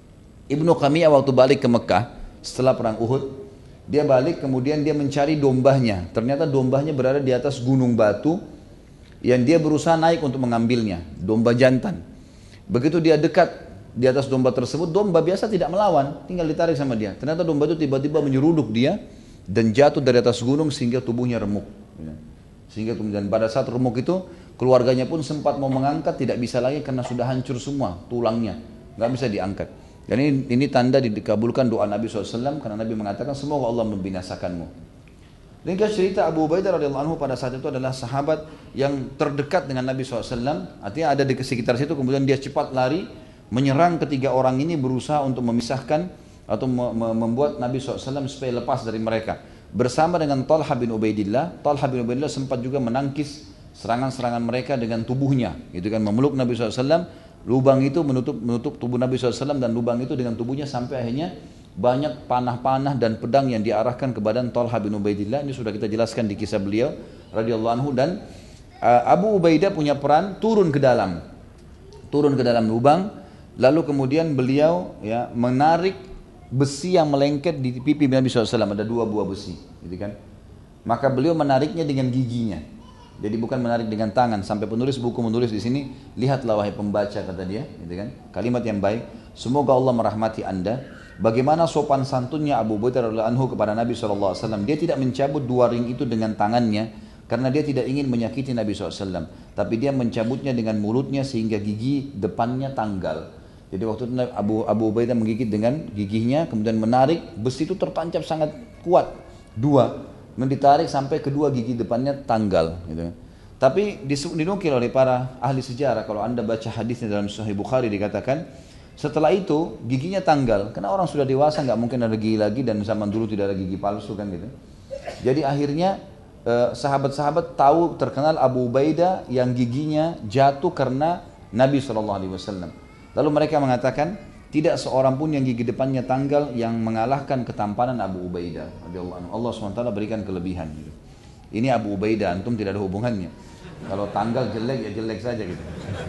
Ibnu Kami'ah waktu balik ke Mekah setelah perang Uhud, dia balik kemudian dia mencari dombanya. Ternyata dombanya berada di atas gunung batu yang dia berusaha naik untuk mengambilnya, domba jantan. Begitu dia dekat di atas domba tersebut, domba biasa tidak melawan, tinggal ditarik sama dia. Ternyata domba itu tiba-tiba menyeruduk dia dan jatuh dari atas gunung sehingga tubuhnya remuk. Sehingga kemudian pada saat remuk itu, keluarganya pun sempat mau mengangkat, tidak bisa lagi karena sudah hancur semua tulangnya, nggak bisa diangkat. Dan ini, ini tanda dikabulkan doa Nabi shallallahu alaihi wasallam karena Nabi mengatakan semoga Allah membinasakanmu. Ringkas cerita, Abu Ubaidah radhiyallahu anhu pada saat itu adalah sahabat yang terdekat dengan Nabi shallallahu alaihi wasallam. Artinya ada di sekitar situ, kemudian dia cepat lari menyerang ketiga orang ini, berusaha untuk memisahkan atau membuat Nabi shallallahu alaihi wasallam supaya lepas dari mereka. Bersama dengan Talha bin Ubaidillah, Talha bin Ubaidillah sempat juga menangkis serangan-serangan mereka dengan tubuhnya, gitu kan, memeluk Nabi shallallahu alaihi wasallam. Lubang itu menutup menutup tubuh Nabi shallallahu alaihi wasallam dan lubang itu dengan tubuhnya sampai akhirnya banyak panah-panah dan pedang yang diarahkan ke badan Talha bin Ubaidillah. Ini sudah kita jelaskan di kisah beliau radhiyallahu anhu. Dan uh, Abu Ubaidah punya peran turun ke dalam, turun ke dalam lubang, lalu kemudian beliau ya menarik besi yang melengket di pipi Nabi shallallahu alaihi wasallam. Ada dua buah besi, gitu kan? Maka beliau menariknya dengan giginya. Jadi bukan menarik dengan tangan. Sampai penulis buku menulis di sini, lihatlah wahai pembaca, kata dia, gitu kan? Kalimat yang baik. Semoga Allah merahmati anda. Bagaimana sopan santunnya Abu Ubaidah radhiyallahu anhu kepada Nabi shallallahu alaihi wasallam. Dia tidak mencabut dua ring itu dengan tangannya karena dia tidak ingin menyakiti Nabi shallallahu alaihi wasallam. Tapi dia mencabutnya dengan mulutnya sehingga gigi depannya tanggal. Jadi waktu itu Abu, Abu Ubaidah menggigit dengan giginya, kemudian menarik, besi itu tertancap sangat kuat. Dua. Ditarik sampai kedua gigi depannya tanggal, gitu. Tapi dinukil oleh para ahli sejarah, kalau anda baca hadisnya dalam Sahih Bukhari dikatakan setelah itu giginya tanggal, karena orang sudah dewasa nggak mungkin ada gigi lagi dan zaman dulu tidak ada gigi palsu kan gitu. Jadi akhirnya eh, sahabat-sahabat tahu terkenal Abu Ubaidah yang giginya jatuh karena Nabi shallallahu alaihi wasallam. Lalu mereka mengatakan tidak seorang pun yang gigi depannya tanggal yang mengalahkan ketampanan Abu Ubaidah radhiyallahu anhu. Allah subhanahu wa taala berikan kelebihan gitu. Ini Abu Ubaidah, antum tidak ada hubungannya. Kalau tanggal jelek ya jelek saja gitu.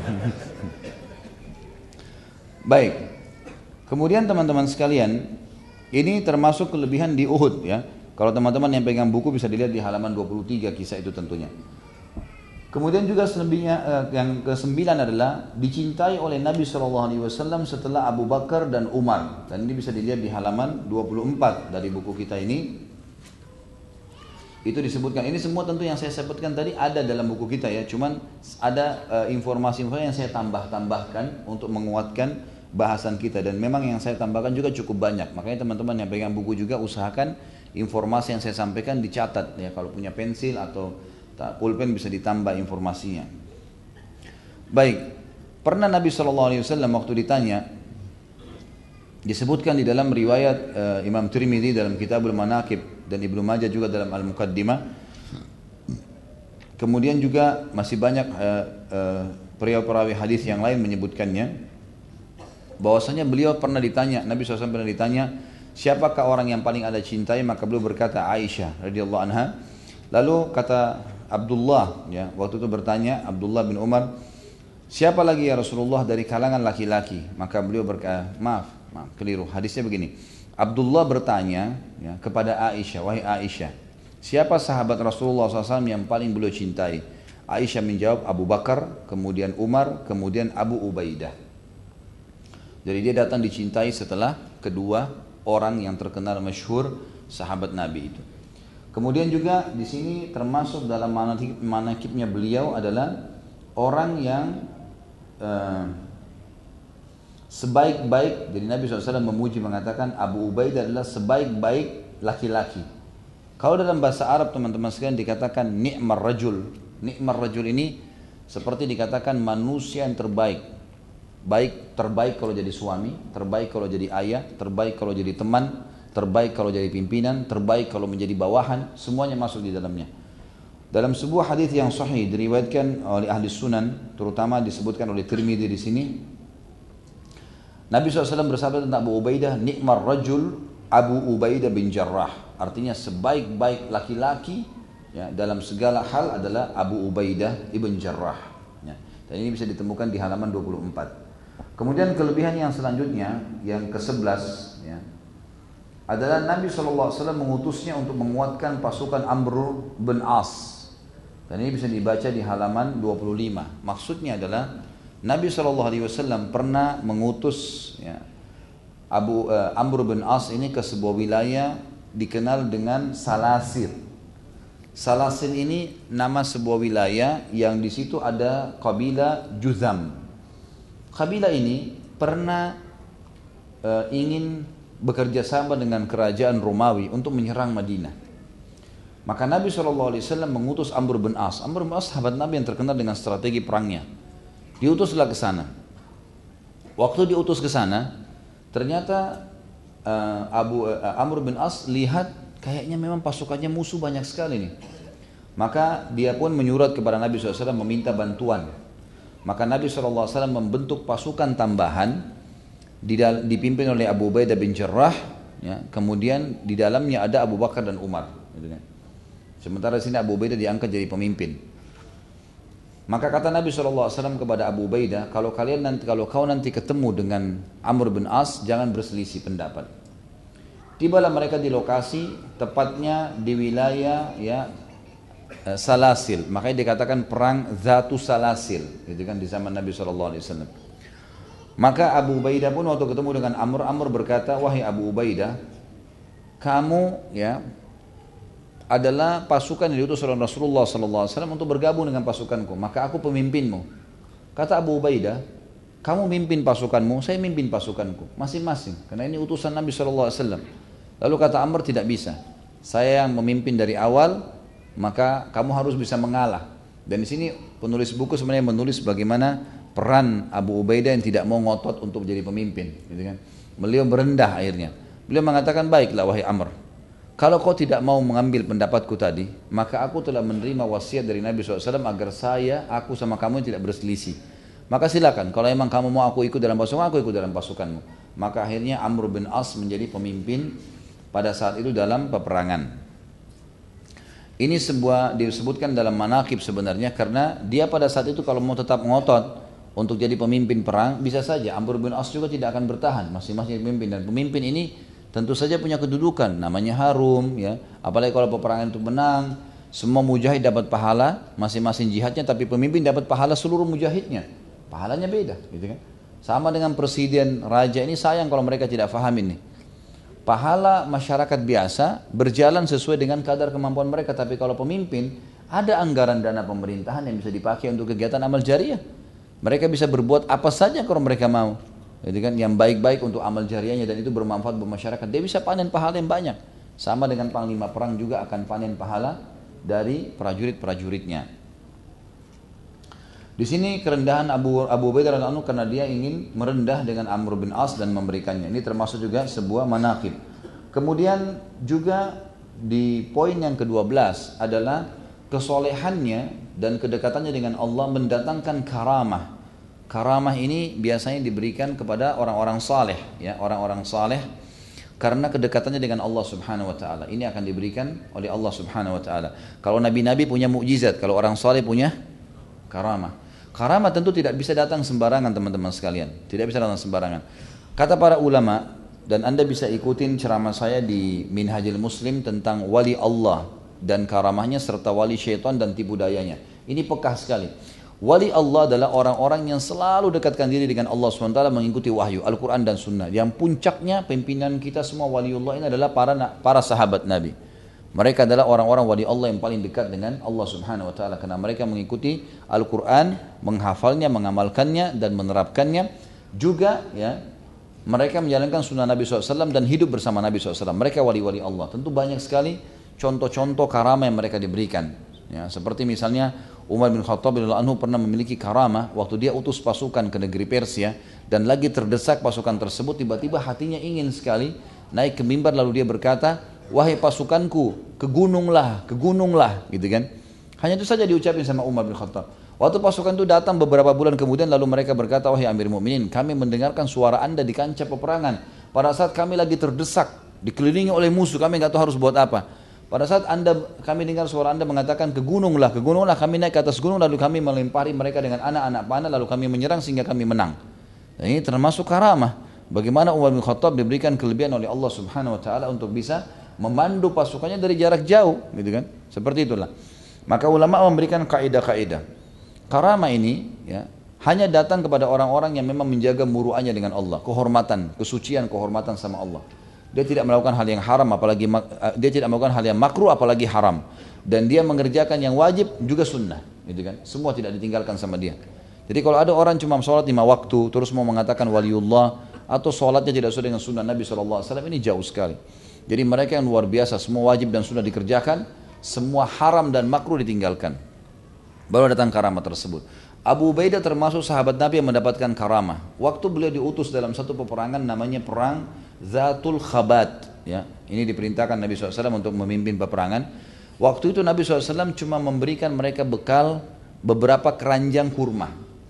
Baik. Kemudian teman-teman sekalian, ini termasuk kelebihan di Uhud ya. Kalau teman-teman yang pegang buku bisa dilihat di halaman dua puluh tiga kisah itu tentunya. Kemudian juga selebihnya, eh, yang kesembilan adalah dicintai oleh Nabi shallallahu alaihi wasallam setelah Abu Bakar dan Umar. Dan ini bisa dilihat di halaman dua puluh empat dari buku kita ini. Itu disebutkan. Ini semua tentu yang saya sebutkan tadi ada dalam buku kita ya. Cuman ada eh, informasi-informasi yang saya tambah-tambahkan untuk menguatkan bahasan kita. Dan memang yang saya tambahkan juga cukup banyak. Makanya teman-teman yang pegang buku juga usahakan informasi yang saya sampaikan dicatat ya. Kalau punya pensil atau pulpen bisa ditambah informasinya. Baik, pernah Nabi shallallahu alaihi wasallam waktu ditanya, disebutkan di dalam riwayat uh, Imam Tirmidzi dalam Kitabul Manaqib dan Ibnu Majah juga dalam Al-Muqaddimah. Kemudian juga masih banyak uh, uh, perawi-perawi hadis yang lain menyebutkannya, bahwasanya beliau pernah ditanya, Nabi shallallahu alaihi wasallam pernah ditanya, siapakah orang yang paling Anda cintai? Maka beliau berkata Aisyah radhiyallahu anha. Lalu kata Abdullah ya, waktu itu bertanya Abdullah bin Umar, siapa lagi ya Rasulullah dari kalangan laki-laki? Maka beliau berkata, maaf, maaf, keliru. Hadisnya begini. Abdullah bertanya ya, kepada Aisyah, wahai Aisyah, siapa sahabat Rasulullah shallallahu alaihi wasallam yang paling beliau cintai? Aisyah menjawab Abu Bakar, kemudian Umar, kemudian Abu Ubaidah. Jadi dia datang dicintai setelah kedua orang yang terkenal masyhur sahabat Nabi itu. Kemudian juga di sini termasuk dalam manaqibnya beliau adalah orang yang uh, sebaik-baik, jadi Nabi shallallahu alaihi wasallam memuji mengatakan Abu Ubaidah adalah sebaik-baik laki-laki. Kalau dalam bahasa Arab teman-teman sekalian dikatakan ni'mar rajul. Ni'mar rajul ini seperti dikatakan manusia yang terbaik. Baik, terbaik kalau jadi suami, terbaik kalau jadi ayah, terbaik kalau jadi teman, terbaik kalau jadi pimpinan, terbaik kalau menjadi bawahan, semuanya masuk di dalamnya. Dalam sebuah hadis yang sahih diriwayatkan oleh ahli sunan, terutama disebutkan oleh Tirmidzi di sini, Nabi shallallahu alaihi wasallam bersabda tentang Abu Ubaidah, ni'mar rajul Abu Ubaidah bin Jarrah. Artinya sebaik-baik laki-laki ya, dalam segala hal adalah Abu Ubaidah ibn Jarrah. Ya. Dan ini bisa ditemukan di halaman dua puluh empat. Kemudian kelebihan yang selanjutnya, yang kesebelas, ya, adalah Nabi shallallahu alaihi wasallam mengutusnya untuk menguatkan pasukan Amr bin As. Dan ini bisa dibaca di halaman dua puluh lima. Maksudnya adalah Nabi shallallahu alaihi wasallam pernah mengutus ya, Abu uh, Amr bin As ini ke sebuah wilayah dikenal dengan Salasir. Salasir ini nama sebuah wilayah yang di situ ada kabilah Juzam. Kabilah ini pernah uh, ingin bekerja sama dengan kerajaan Romawi untuk menyerang Madinah. Maka Nabi shallallahu alaihi wasallam mengutus Amr bin As. Amr bin As sahabat Nabi yang terkenal dengan strategi perangnya. Diutuslah ke sana. Waktu diutus ke sana, ternyata uh, Abu uh, Amr bin As lihat kayaknya memang pasukannya musuh banyak sekali nih. Maka dia pun menyurat kepada Nabi shallallahu alaihi wasallam meminta bantuan. Maka Nabi shallallahu alaihi wasallam membentuk pasukan tambahan dipimpin oleh Abu Ubaidah bin Jarrah. Ya, kemudian di dalamnya ada Abu Bakar dan Umar. Gitu kan. Sementara di sini Abu Ubaidah diangkat jadi pemimpin. Maka kata Nabi shallallahu alaihi wasallam kepada Abu Ubaidah, kalau kalian nanti, kalau kau nanti ketemu dengan Amr bin As, jangan berselisih pendapat. Tibalah mereka di lokasi, tepatnya di wilayah ya Salasil. Makanya dikatakan perang Zatu Salasil, gitu kan, di zaman Nabi shallallahu alaihi wasallam. Maka Abu Ubaidah pun waktu ketemu dengan Amr, Amr berkata, wahai Abu Ubaidah, kamu ya adalah pasukan yang diutus oleh Rasulullah shallallahu alaihi wasallam untuk bergabung dengan pasukanku, maka aku pemimpinmu. Kata Abu Ubaidah, kamu mimpin pasukanmu, saya mimpin pasukanku, masing-masing, karena ini utusan Nabi shallallahu alaihi wasallam. Lalu kata Amr, tidak bisa, saya yang memimpin dari awal, maka kamu harus bisa mengalah. Dan di sini penulis buku sebenarnya menulis bagaimana peran Abu Ubaidah yang tidak mau ngotot untuk menjadi pemimpin, gitu kan. Beliau merendah akhirnya. Beliau mengatakan, baiklah wahai Amr, kalau kau tidak mau mengambil pendapatku tadi, maka aku telah menerima wasiat dari Nabi shallallahu alaihi wasallam agar saya, aku sama kamu tidak berselisih. Maka silakan, kalau emang kamu mau aku ikut dalam pasukan, aku ikut dalam pasukanmu. Maka akhirnya Amr bin As menjadi pemimpin pada saat itu dalam peperangan. Ini sebuah disebutkan dalam manaqib sebenarnya, karena dia pada saat itu kalau mau tetap ngotot untuk jadi pemimpin perang, bisa saja Amr bin As juga tidak akan bertahan, masing-masing pemimpin. Dan pemimpin ini tentu saja punya kedudukan, namanya harum ya. Apalagi kalau peperangan itu menang, semua mujahid dapat pahala masing-masing jihadnya, tapi pemimpin dapat pahala seluruh mujahidnya. Pahalanya beda, gitu kan. Sama dengan presiden, raja, ini sayang kalau mereka tidak paham ini. Pahala masyarakat biasa berjalan sesuai dengan kadar kemampuan mereka, tapi kalau pemimpin ada anggaran dana pemerintahan yang bisa dipakai untuk kegiatan amal jariah. Mereka bisa berbuat apa saja kalau mereka mau. Jadi kan yang baik-baik untuk amal jariahnya, dan itu bermanfaat buat masyarakat. Dia bisa panen pahala yang banyak. Sama dengan panglima perang juga akan panen pahala dari prajurit-prajuritnya. Di sini kerendahan Abu Abu Ubaidah radhiyallahu anhu karena dia ingin merendah dengan Amr bin As dan memberikannya. Ini termasuk juga sebuah manaqib. Kemudian juga di poin yang kedua belas adalah kesolehannya dan kedekatannya dengan Allah mendatangkan karamah. Karamah ini biasanya diberikan kepada orang-orang saleh, ya, orang-orang saleh karena kedekatannya dengan Allah Subhanahu wa taala. Ini akan diberikan oleh Allah Subhanahu wa taala. Kalau nabi-nabi punya mukjizat, kalau orang saleh punya karamah. Karamat tentu tidak bisa datang sembarangan teman-teman sekalian. Tidak bisa datang sembarangan. Kata para ulama, dan Anda bisa ikutin ceramah saya di Minhajul Muslim tentang wali Allah dan karamahnya serta wali syaitan dan tipu dayanya. Ini pekah sekali. Wali Allah adalah orang-orang yang selalu dekatkan diri dengan Allah subhanahu wa taala mengikuti wahyu, Al-Quran dan Sunnah. Yang puncaknya pimpinan kita semua waliullah ini adalah para para sahabat Nabi. Mereka adalah orang-orang wali Allah yang paling dekat dengan Allah subhanahu wa ta'ala. Karena mereka mengikuti Al-Quran, menghafalnya, mengamalkannya, dan menerapkannya. Juga ya, mereka menjalankan sunnah Nabi shallallahu alaihi wasallam dan hidup bersama Nabi shallallahu alaihi wasallam. Mereka wali-wali Allah. Tentu banyak sekali contoh-contoh karamah yang mereka diberikan. Ya, seperti misalnya Umar bin Khattab radhiyallahu anhu pernah memiliki karamah waktu dia utus pasukan ke negeri Persia. Dan lagi terdesak pasukan tersebut, tiba-tiba hatinya ingin sekali naik ke mimbar lalu dia berkata, wahai pasukanku, ke gununglah, ke gununglah, gitu kan. Hanya itu saja diucapin sama Umar bin Khattab. Waktu pasukan itu datang beberapa bulan kemudian, lalu mereka berkata, wahai Amir Mu'minin, kami mendengarkan suara anda di kancah peperangan. Pada saat kami lagi terdesak, dikelilingi oleh musuh, kami nggak tahu harus buat apa. Pada saat anda, kami dengar suara anda mengatakan, ke gununglah, ke gununglah, kami naik ke atas gunung, lalu kami melempari mereka dengan anak-anak panah, lalu kami menyerang sehingga kami menang. Dan ini termasuk karamah. Bagaimana Umar bin Khattab diberikan kelebihan oleh Allah subhanahu wa ta'ala untuk bisa memandu pasukannya dari jarak jauh, gitu kan? Seperti itulah. Maka ulama memberikan kaidah-kaidah. Karamah ini ya, hanya datang kepada orang-orang yang memang menjaga muruannya dengan Allah, kehormatan, kesucian, kehormatan sama Allah. Dia tidak melakukan hal yang haram, apalagi dia tidak melakukan hal yang makruh, apalagi haram. Dan dia mengerjakan yang wajib juga sunnah, gitu kan? Semua tidak ditinggalkan sama dia. Jadi kalau ada orang cuma sholat lima waktu, terus mau mengatakan waliullah atau sholatnya tidak sesuai dengan sunnah Nabi shallallahu alaihi wasallam, ini jauh sekali. Jadi mereka yang luar biasa, semua wajib dan sunnah dikerjakan, semua haram dan makruh ditinggalkan. Baru datang karamah tersebut. Abu Ubaidah termasuk sahabat Nabi yang mendapatkan karamah. Waktu beliau diutus dalam satu peperangan namanya perang Zatul Khabat. Ya, ini diperintahkan Nabi shallallahu alaihi wasallam untuk memimpin peperangan. Waktu itu Nabi shallallahu alaihi wasallam cuma memberikan mereka bekal beberapa keranjang kurma.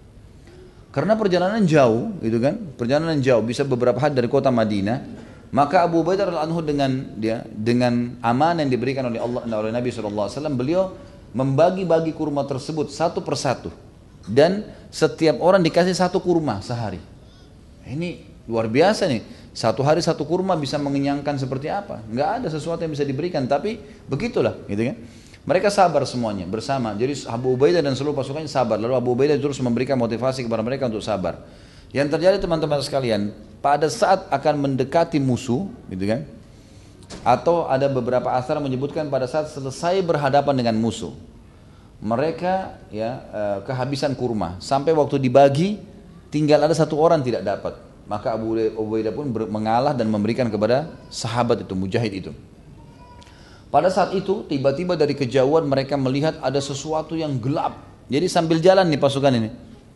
Karena perjalanan jauh, gitu kan? Perjalanan jauh bisa beberapa hari dari kota Madinah. Maka Abu Ubaidah radhiyallahu anhu dengan dia dengan amanah yang diberikan oleh Allah oleh Nabi shallallahu alaihi wasallam, beliau membagi-bagi kurma tersebut satu persatu. Dan setiap orang dikasih satu kurma sehari. Ini luar biasa nih. Satu hari satu kurma bisa mengenyangkan seperti apa? Nggak ada sesuatu yang bisa diberikan, tapi begitulah, gitu kan? Mereka sabar semuanya bersama. Jadi Abu Ubaidah dan seluruh pasukannya sabar. Lalu Abu Ubaidah terus memberikan motivasi kepada mereka untuk sabar. Yang terjadi teman-teman sekalian, pada saat akan mendekati musuh, gitu kan? Atau ada beberapa asar menyebutkan pada saat selesai berhadapan dengan musuh, mereka ya kehabisan kurma. Sampai waktu dibagi, tinggal ada satu orang tidak dapat. Maka Abu Ubaidah pun mengalah dan memberikan kepada sahabat itu, mujahid itu. Pada saat itu tiba-tiba dari kejauhan mereka melihat ada sesuatu yang gelap. Jadi sambil jalan nih pasukan ini,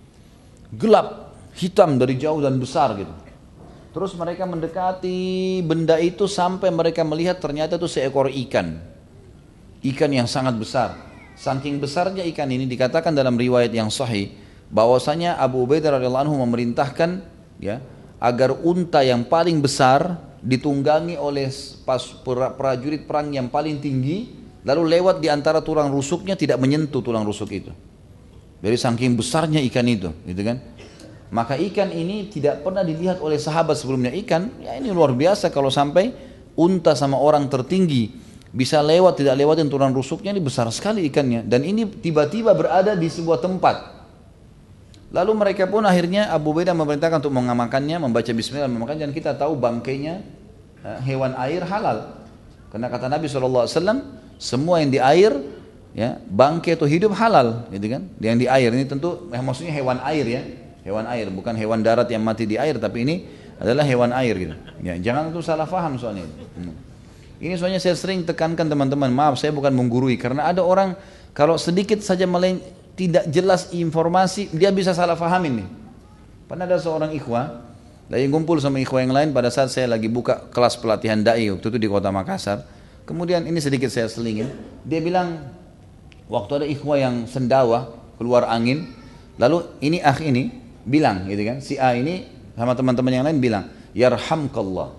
gelap, hitam dari jauh dan besar gitu. Terus mereka mendekati benda itu sampai mereka melihat ternyata itu seekor ikan. Ikan yang sangat besar. Saking besarnya ikan ini dikatakan dalam riwayat yang sahih bahwasanya Abu Ubaidah radhiyallahu anhu memerintahkan ya agar unta yang paling besar ditunggangi oleh pas prajurit perang yang paling tinggi, lalu lewat di antara tulang rusuknya tidak menyentuh tulang rusuk itu. Dari saking besarnya ikan itu, gitu kan? Maka ikan ini tidak pernah dilihat oleh sahabat sebelumnya. Ikan, ya ini luar biasa kalau sampai unta sama orang tertinggi bisa lewat tidak lewatin tulang rusuknya, ini besar sekali ikannya. Dan ini tiba-tiba berada di sebuah tempat. Lalu mereka pun akhirnya Abu Ubaidah memerintahkan untuk mengamankannya, membaca bismillah, memakannya. Dan kita tahu bangkainya hewan air halal. Karena kata Nabi shallallahu alaihi wasallam, semua yang di air, ya, bangkai atau hidup halal, gitu kan? Yang di air ini tentu eh, maksudnya hewan air ya, hewan air, bukan hewan darat yang mati di air, tapi ini adalah hewan air gitu. Ya, jangan itu salah faham soalnya. Hmm. Ini soalnya saya sering tekankan teman-teman, maaf saya bukan menggurui, karena ada orang kalau sedikit saja melen tidak jelas informasi, dia bisa salah fahamin nih. Pernah ada seorang ikhwah, lagi ngumpul sama ikhwah yang lain pada saat saya lagi buka kelas pelatihan dai waktu itu di kota Makassar. Kemudian ini sedikit saya selingin, dia bilang waktu ada ikhwah yang sendawa keluar angin, lalu ini akh ini bilang gitu kan, si A ini sama teman-teman yang lain bilang yarhamkallah.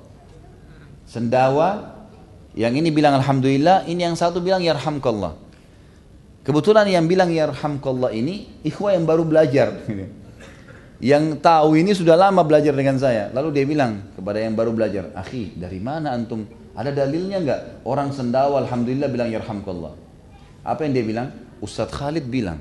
Sendawa yang ini bilang alhamdulillah, ini yang satu bilang yarhamkallah. Kebetulan yang bilang yarhamkallah ini ikhwah yang baru belajar. Yang tahu ini sudah lama belajar dengan saya. Lalu dia bilang kepada yang baru belajar, akhi dari mana antum? Ada dalilnya enggak? Orang sendawa alhamdulillah bilang yarhamkallah. Apa yang dia bilang? Ustadz Khalid bilang.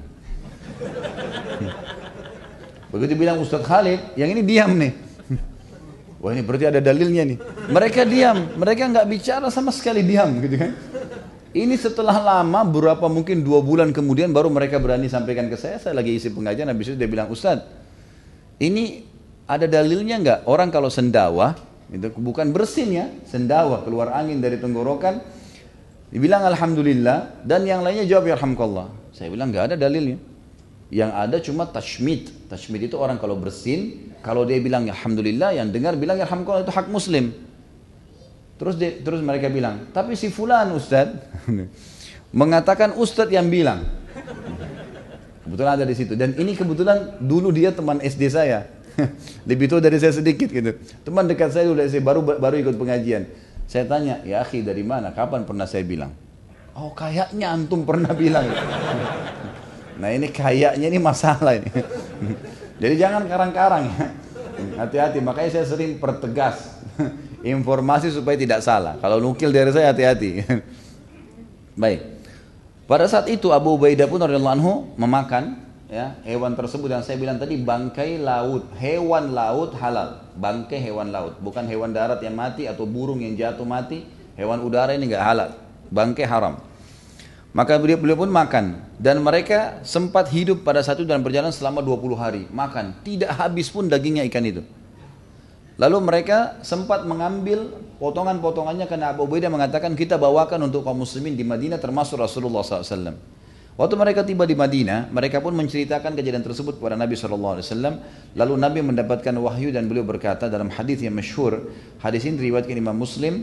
Begitu bilang Ustadz Khalid, yang ini diam nih. Wah ini berarti ada dalilnya nih. Mereka diam, mereka nggak bicara sama sekali, diam gitu kan. Ini setelah lama, berapa mungkin dua bulan kemudian baru mereka berani sampaikan ke saya. Saya lagi isi pengajian, habis itu dia bilang, Ustadz, ini ada dalilnya nggak? Orang kalau sendawa, itu bukan bersin ya, sendawa keluar angin dari tenggorokan, dibilang alhamdulillah, dan yang lainnya jawab yarhamkallah. Saya bilang nggak ada dalilnya. Yang ada cuma tashmid. Tashmid itu orang kalau bersin, kalau dia bilang alhamdulillah, yang dengar bilang yarhamkallah, itu hak muslim. Terus dia, terus mereka bilang, tapi si fulan Ustadz mengatakan Ustadz yang bilang. Kebetulan ada di situ. Dan ini kebetulan dulu dia teman S D saya. Lebih tua dari saya sedikit gitu. Teman dekat saya udah saya baru baru ikut pengajian. Saya tanya, ya akhi dari mana? Kapan pernah saya bilang? Oh kayaknya antum pernah bilang. Nah ini kayaknya ini masalah ini. Jadi jangan karang-karang ya. Hati-hati, makanya saya sering pertegas informasi supaya tidak salah. Kalau nukil dari saya hati-hati. Baik. Pada saat itu Abu Ubaidah pun radhiyallahu anhu memakan ya hewan tersebut yang saya bilang tadi, bangkai laut, hewan laut halal, bangkai hewan laut, bukan hewan darat yang mati atau burung yang jatuh mati, hewan udara ini enggak halal, bangkai haram. Maka beliau, beliau pun makan, dan mereka sempat hidup pada satu dan berjalan selama dua puluh hari, makan, tidak habis pun dagingnya ikan itu. Lalu mereka sempat mengambil potongan-potongannya karena Abu Ubaidah mengatakan kita bawakan untuk kaum muslimin di Madinah termasuk Rasulullah shallallahu alaihi wasallam. Waktu mereka tiba di Madinah, mereka pun menceritakan kejadian tersebut kepada Nabi shallallahu alaihi wasallam. Lalu Nabi mendapatkan wahyu dan beliau berkata dalam hadis yang masyhur, hadis ini diriwayatkan Imam Muslim,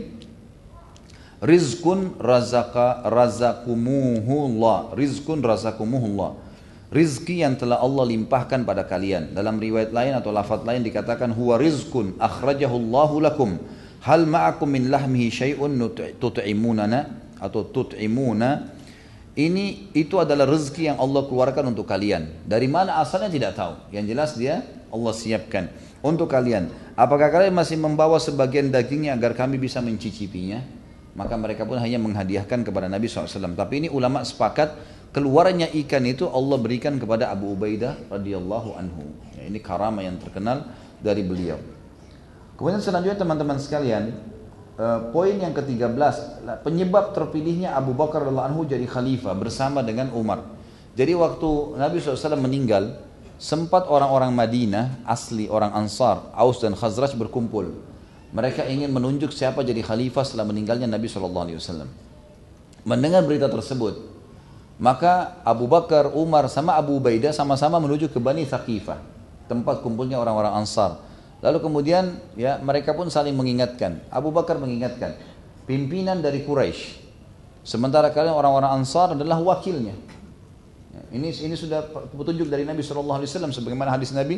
rizqun razaka razakumuhullah, rizqun razakumuhullah, rizki yang telah Allah limpahkan pada kalian. Dalam riwayat lain atau lafaz lain dikatakan huwa rizqun akhrajahullahu lakum hal ma'akum min lahmihi syai'un tut'imunana atau tut'imuna. Ini itu adalah rezeki yang Allah keluarkan untuk kalian. Dari mana asalnya tidak tahu. Yang jelas dia Allah siapkan untuk kalian. Apakah kalian masih membawa sebagian dagingnya agar kami bisa mencicipinya? Maka mereka pun hanya menghadiahkan kepada Nabi shallallahu alaihi wasallam. Tapi ini ulama sepakat keluarnya ikan itu Allah berikan kepada Abu Ubaidah radhiyallahu anhu. Ya, ini karamah yang terkenal dari beliau. Kemudian selanjutnya teman-teman sekalian, uh, poin yang ketiga belas, penyebab terpilihnya Abu Bakar radhiyallahu anhu jadi khalifah bersama dengan Umar. Jadi waktu Nabi shallallahu alaihi wasallam meninggal, sempat orang-orang Madinah asli orang Ansar, Aus dan Khazraj berkumpul. Mereka ingin menunjuk siapa jadi khalifah setelah meninggalnya Nabi shallallahu alaihi wasallam. Mendengar berita tersebut, maka Abu Bakar, Umar sama Abu Ubaidah sama-sama menuju ke Bani Thaqifah, tempat kumpulnya orang-orang Ansar. Lalu kemudian ya mereka pun saling mengingatkan. Abu Bakar mengingatkan, pimpinan dari Quraisy, sementara kalian orang-orang Ansar adalah wakilnya. Ya, ini ini sudah petunjuk dari Nabi shallallahu alaihi wasallam sebagaimana hadis Nabi,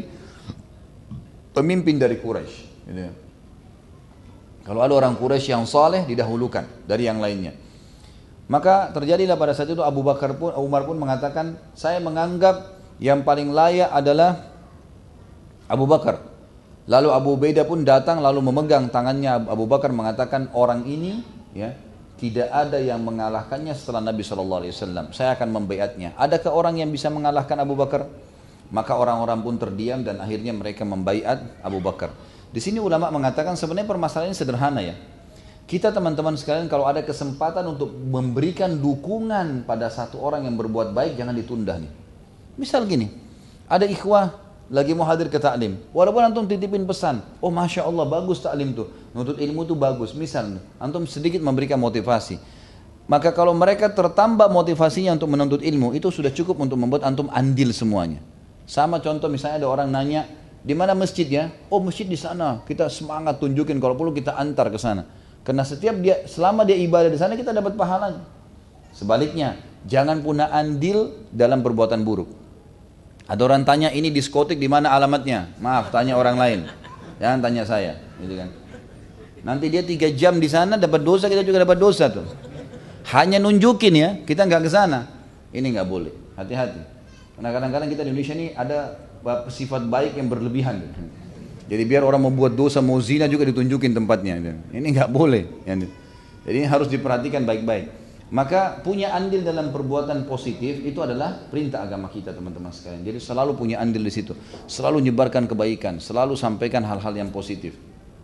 pemimpin dari Quraisy. Gitu ya. Kalau ada orang Quraisy yang saleh didahulukan dari yang lainnya. Maka terjadilah pada saat itu Abu Bakar pun, Umar pun mengatakan, saya menganggap yang paling layak adalah Abu Bakar. Lalu Abu Ubaidah pun datang lalu memegang tangannya Abu Bakar mengatakan, orang ini ya tidak ada yang mengalahkannya setelah Nabi shallallahu alaihi wasallam. Saya akan membaiatnya. Adakah orang yang bisa mengalahkan Abu Bakar? Maka orang-orang pun terdiam dan akhirnya mereka membaiat Abu Bakar. Di sini ulama mengatakan sebenarnya permasalahannya sederhana ya. Kita teman-teman sekalian kalau ada kesempatan untuk memberikan dukungan pada satu orang yang berbuat baik, jangan ditunda nih. Misal gini, ada ikhwah lagi mau hadir ke taklim, walaupun antum titipin pesan, oh masya Allah bagus taklim tuh, nuntut ilmu tuh bagus. Misal antum sedikit memberikan motivasi, maka kalau mereka tertambah motivasinya untuk menuntut ilmu, itu sudah cukup untuk membuat antum andil semuanya. Sama contoh misalnya ada orang nanya, di mana masjidnya? Oh masjid di sana. Kita semangat tunjukin, kalau perlu kita antar ke sana. Karena setiap dia, selama dia ibadah di sana kita dapat pahalanya. Sebaliknya, jangan punya andil dalam perbuatan buruk. Ada orang tanya ini diskotik di mana alamatnya? Maaf, tanya orang lain. Jangan tanya saya, gitu kan. Nanti dia tiga jam di sana dapat dosa, kita juga dapat dosa tuh. Hanya nunjukin ya, kita nggak ke sana. Ini nggak boleh, hati-hati. Karena kadang-kadang kita di Indonesia ini ada sifat baik yang berlebihan. Jadi biar orang membuat dosa, mau zina juga ditunjukin tempatnya. Ini nggak boleh. Jadi ini harus diperhatikan baik-baik. Maka punya andil dalam perbuatan positif itu adalah perintah agama kita, teman-teman sekalian. Jadi selalu punya andil di situ. Selalu nyebarkan kebaikan, selalu sampaikan hal-hal yang positif.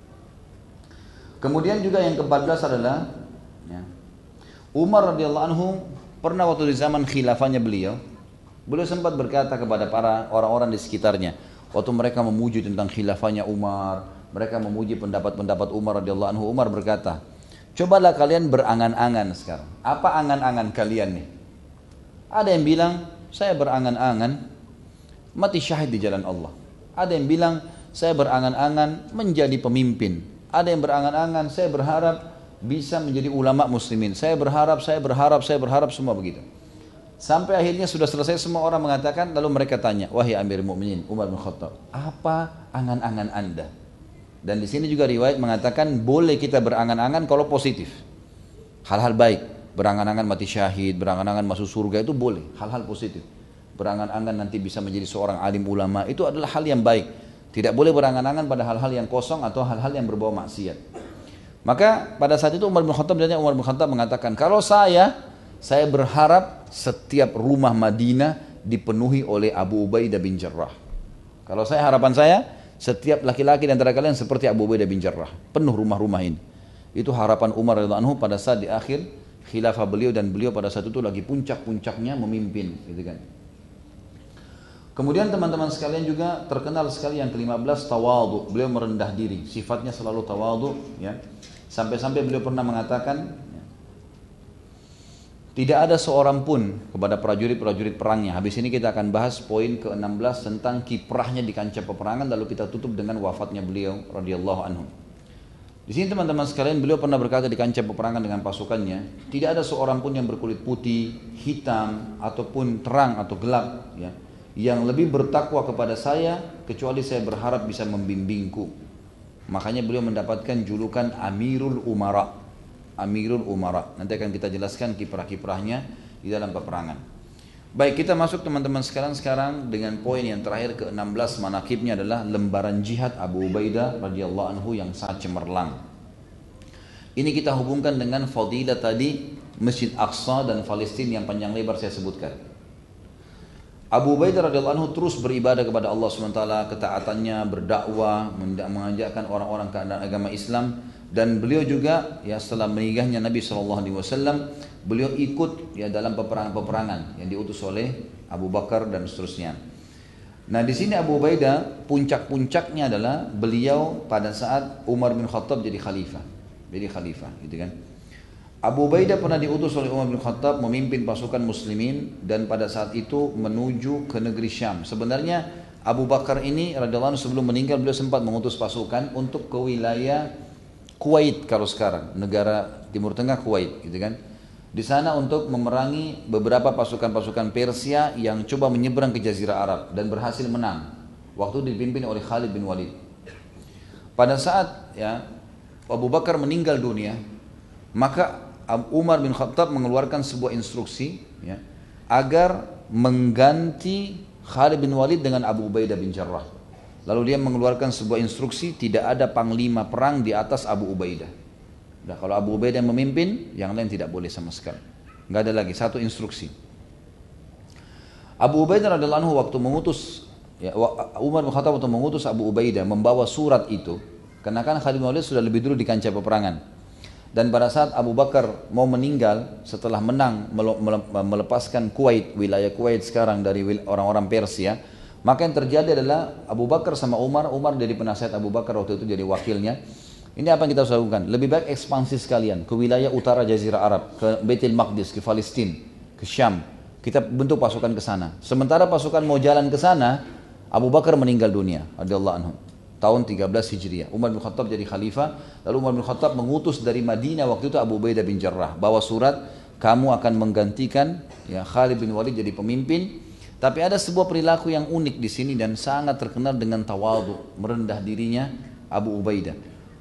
Kemudian juga yang keempat belas adalah ya, Umar radhiyallahu anhu pernah waktu di zaman khilafahnya beliau, beliau sempat berkata kepada para orang-orang di sekitarnya, waktu mereka memuji tentang khilafahnya Umar, mereka memuji pendapat-pendapat Umar radhiyallahu anhu, Umar berkata, cobalah kalian berangan-angan sekarang. Apa angan-angan kalian nih? Ada yang bilang, saya berangan-angan mati syahid di jalan Allah. Ada yang bilang, saya berangan-angan menjadi pemimpin. Ada yang berangan-angan, saya berharap bisa menjadi ulama muslimin. Saya berharap, saya berharap, saya berharap, semua begitu. Sampai akhirnya sudah selesai, semua orang mengatakan, lalu mereka tanya, wahai Amir Mu'minin Umar bin Khattab, apa angan-angan anda? Dan di sini juga riwayat mengatakan boleh kita berangan-angan kalau positif, hal-hal baik, berangan-angan mati syahid, berangan-angan masuk surga, itu boleh, hal-hal positif. Berangan-angan nanti bisa menjadi seorang alim ulama, itu adalah hal yang baik. Tidak boleh berangan-angan pada hal-hal yang kosong atau hal-hal yang berbau maksiat. Maka pada saat itu Umar bin Khattab dan Umar bin Khattab mengatakan, kalau saya, saya berharap setiap rumah Madinah dipenuhi oleh Abu Ubaidah bin Jarrah. Kalau saya, harapan saya, setiap laki-laki di antara kalian seperti Abu Ubaidah bin Jarrah, penuh rumah-rumah ini. Itu harapan Umar radhiyallahu anhu pada saat di akhir khilafah beliau, dan beliau pada saat itu lagi puncak-puncaknya memimpin, gitu kan. Kemudian teman-teman sekalian juga terkenal sekali yang kelima belas, tawadhu. Beliau merendah diri, sifatnya selalu tawadhu, ya. Sampai-sampai beliau pernah mengatakan, ya, tidak ada seorang pun kepada prajurit-prajurit perangnya. Habis ini kita akan bahas poin ke enam belas tentang kiprahnya di kancah peperangan, lalu kita tutup dengan wafatnya beliau radhiyallahu anhu. Di sini teman-teman sekalian, beliau pernah berkata di kancah peperangan dengan pasukannya, tidak ada seorang pun yang berkulit putih, hitam, ataupun terang atau gelap, ya, yang lebih bertakwa kepada saya kecuali saya berharap bisa membimbingku. Makanya beliau mendapatkan julukan Amirul Umara. Amirul Umara. Nanti akan kita jelaskan kiprah-kiprahnya di dalam peperangan. Baik, kita masuk teman-teman sekalian sekarang dengan poin yang terakhir ke enam belas manaqibnya adalah lembaran jihad Abu Ubaidah radhiyallahu anhu yang sangat cemerlang. Ini kita hubungkan dengan fadilah tadi Masjid Aqsa dan Palestina yang panjang lebar saya sebutkan. Abu Ubaidah radhiyallahu anhu terus beribadah kepada Allah subhanahu wa taala, ketaatannya, berdakwah, mengajakkan orang-orang ke agama Islam, dan beliau juga ya setelah meninggalnya Nabi shallallahu alaihi wasallam, beliau ikut ya dalam peperangan-peperangan yang diutus oleh Abu Bakar dan seterusnya. Nah, di sini Abu Ubaidah puncak-puncaknya adalah beliau pada saat Umar bin Khattab jadi khalifah. Jadi khalifah, gitu kan. Abu Ubaidah pernah diutus oleh Umar bin Khattab memimpin pasukan muslimin, dan pada saat itu menuju ke negeri Syam. Sebenarnya Abu Bakar ini radhiyallahu anhu sebelum meninggal beliau sempat mengutus pasukan untuk ke wilayah Kuwait, kalau sekarang negara Timur Tengah, Kuwait, gitu kan. Di sana untuk memerangi beberapa pasukan-pasukan Persia yang coba menyeberang ke Jazirah Arab, dan berhasil menang. Waktu dipimpin oleh Khalid bin Walid. Pada saat ya Abu Bakar meninggal dunia, maka Umar bin Khattab mengeluarkan sebuah instruksi ya, agar mengganti Khalid bin Walid dengan Abu Ubaidah bin Jarrah. Lalu dia mengeluarkan sebuah instruksi, tidak ada panglima perang di atas Abu Ubaidah. Nah, kalau Abu Ubaidah memimpin, yang lain tidak boleh sama sekali. Nggak ada lagi, satu instruksi. Abu Ubaidah radhiyallahu anhu waktu mengutus ya, Umar bin Khattab waktu mengutus Abu Ubaidah membawa surat itu, karena kan Khalid bin Walid sudah lebih dulu di kancah peperangan. Dan pada saat Abu Bakar mau meninggal setelah menang melepaskan Kuwait, wilayah Kuwait sekarang dari orang-orang Persia, maka yang terjadi adalah Abu Bakar sama Umar, Umar jadi penasihat Abu Bakar waktu itu, jadi wakilnya. Ini apa yang kita harus lakukan? Lebih baik ekspansi sekalian ke wilayah utara Jazirah Arab, ke Baitul Maqdis, ke Palestina, ke Syam. Kita bentuk pasukan ke sana. Sementara pasukan mau jalan ke sana, Abu Bakar meninggal dunia radhiyallahu anhu. Tahun tiga belas Hijriah. Umar bin Khattab jadi khalifah. Lalu Umar bin Khattab mengutus dari Madinah waktu itu Abu Ubaidah bin Jarrah, bawa surat, kamu akan menggantikan ya Khalid bin Walid jadi pemimpin. Tapi ada sebuah perilaku yang unik di sini dan sangat terkenal dengan tawadhu, merendah dirinya Abu Ubaidah.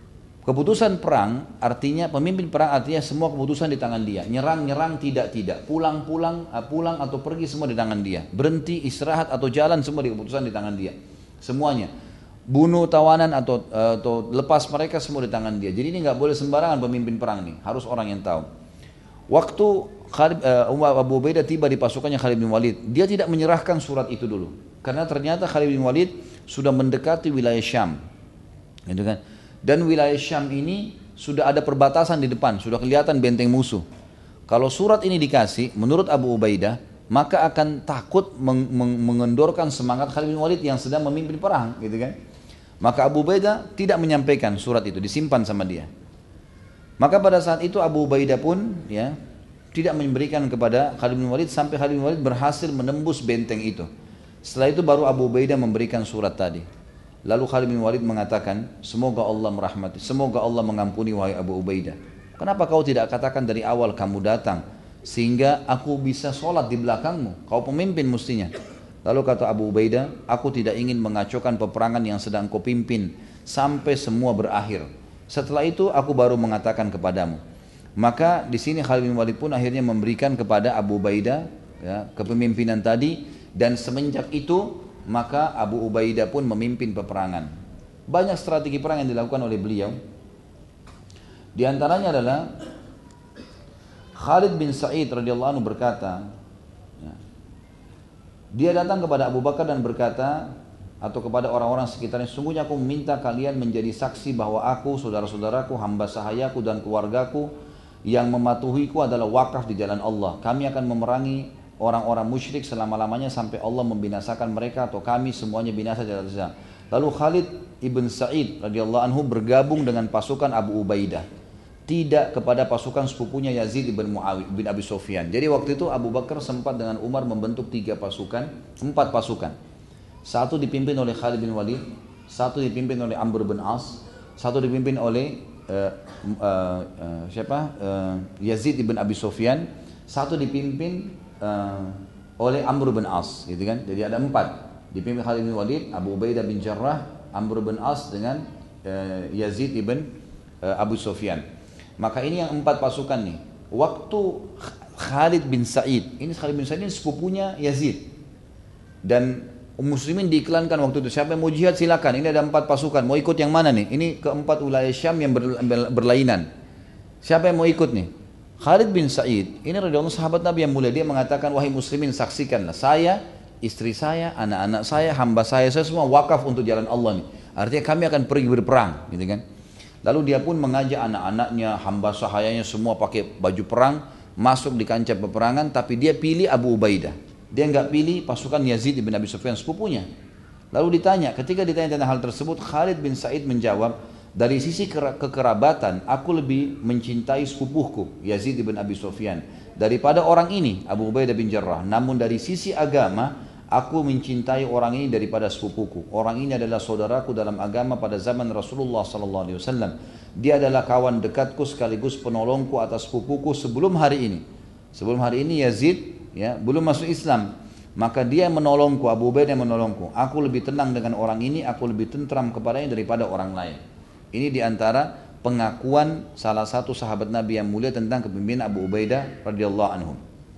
Keputusan perang artinya, pemimpin perang artinya semua keputusan di tangan dia. Nyerang-nyerang, tidak-tidak. Pulang-pulang, pulang atau pergi semua di tangan dia. Berhenti, istirahat atau jalan semua di keputusan di tangan dia. Semuanya. Bunuh tawanan atau, atau lepas mereka semua di tangan dia. Jadi ini nggak boleh sembarangan pemimpin perang nih. Harus orang yang tahu. Waktu Khalid, uh, Abu Ubaidah tiba di pasukannya Khalid bin Walid, dia tidak menyerahkan surat itu dulu. Karena ternyata Khalid bin Walid sudah mendekati wilayah Syam. Gitu kan? Dan wilayah Syam ini sudah ada perbatasan di depan, sudah kelihatan benteng musuh. Kalau surat ini dikasih, menurut Abu Ubaidah, maka akan takut meng meng mengendorkan semangat Khalid bin Walid yang sedang memimpin perang, gitu kan? Maka Abu Ubaidah tidak menyampaikan surat itu, disimpan sama dia. Maka pada saat itu Abu Ubaidah pun ya tidak memberikan kepada Khalid bin Walid sampai Khalid bin Walid berhasil menembus benteng itu. Setelah itu baru Abu Ubaidah memberikan surat tadi. Lalu Khalid bin Walid mengatakan, semoga Allah merahmati, semoga Allah mengampuni wahai Abu Ubaidah. Kenapa kau tidak katakan dari awal kamu datang, sehingga aku bisa sholat di belakangmu, kau pemimpin mestinya. Lalu kata Abu Ubaidah, aku tidak ingin mengacaukan peperangan yang sedang kau pimpin, sampai semua berakhir. Setelah itu aku baru mengatakan kepadamu. Maka di sini Khalid bin Walid pun akhirnya memberikan kepada Abu Ubaidah ya, kepemimpinan tadi, dan semenjak itu maka Abu Ubaidah pun memimpin peperangan. Banyak strategi perang yang dilakukan oleh beliau. Di antaranya adalah Khalid bin Sa'id radhiyallahu anhu berkata, ya, dia datang kepada Abu Bakar dan berkata, atau kepada orang-orang sekitarnya, sungguhnya aku meminta kalian menjadi saksi bahwa aku, saudara-saudaraku, hamba sahayaku dan keluargaku yang mematuhiku adalah wakaf di jalan Allah. Kami akan memerangi orang-orang musyrik selama-lamanya sampai Allah membinasakan mereka atau kami semuanya binasa jalan Allah. Lalu Khalid ibn Sa'id radhiyallahu anhu bergabung dengan pasukan Abu Ubaidah, tidak kepada pasukan sepupunya Yazid ibn Muawiyah bin Abi Sufyan. Jadi waktu itu Abu Bakar sempat dengan Umar membentuk tiga pasukan, empat pasukan. Satu dipimpin oleh Khalid bin Walid, satu dipimpin oleh Amr bin As, satu dipimpin oleh uh, uh, uh, siapa? Uh, Yazid ibn Abi Sufyan, satu dipimpin Uh, oleh Amr bin As, gitu kan? Jadi ada empat, dipimpin Khalid bin Walid, Abu Ubaidah bin Jarrah, Amr bin As dengan uh, Yazid ibn uh, Abu Sufyan. Maka ini yang empat pasukan nih. Waktu Khalid bin Sa'id, ini Khalid bin Sa'id ini sepupunya Yazid, dan muslimin diiklankan waktu itu, siapa yang mau jihad silakan. Ini ada empat pasukan, mau ikut yang mana nih? Ini keempat wilayah Syam yang berlainan. Siapa yang mau ikut nih? Khalid bin Sa'id, ini radhiyallahu anhu sahabat Nabi yang mulia, dia mengatakan, wahai muslimin saksikanlah, saya, istri saya, anak-anak saya, hamba saya, saya semua wakaf untuk jalan Allah nih. Artinya kami akan pergi berperang, gitu kan. Lalu dia pun mengajak anak-anaknya, hamba sahayanya semua pakai baju perang, masuk di kancah peperangan, tapi dia pilih Abu Ubaidah. Dia nggak pilih pasukan Yazid bin Abi Sufyan sepupunya. Lalu ditanya, ketika ditanya tentang hal tersebut, Khalid bin Sa'id menjawab, dari sisi kekerabatan, aku lebih mencintai sepupuhku Yazid bin Abi Sufyan daripada orang ini, Abu Ubaidah bin Jarrah. Namun dari sisi agama, aku mencintai orang ini daripada sepupuku. Orang ini adalah saudaraku dalam agama pada zaman Rasulullah sallallahu alaihi wasallam. Dia adalah kawan dekatku sekaligus penolongku atas sepupuku sebelum hari ini. Sebelum hari ini Yazid ya belum masuk Islam. Maka dia menolongku, Abu Ubaidah menolongku. Aku lebih tenang dengan orang ini, aku lebih tentram kepadanya daripada orang lain. Ini diantara pengakuan salah satu sahabat Nabi yang mulia tentang kepemimpinan Abu Ubaidah radhiyallahu anhu.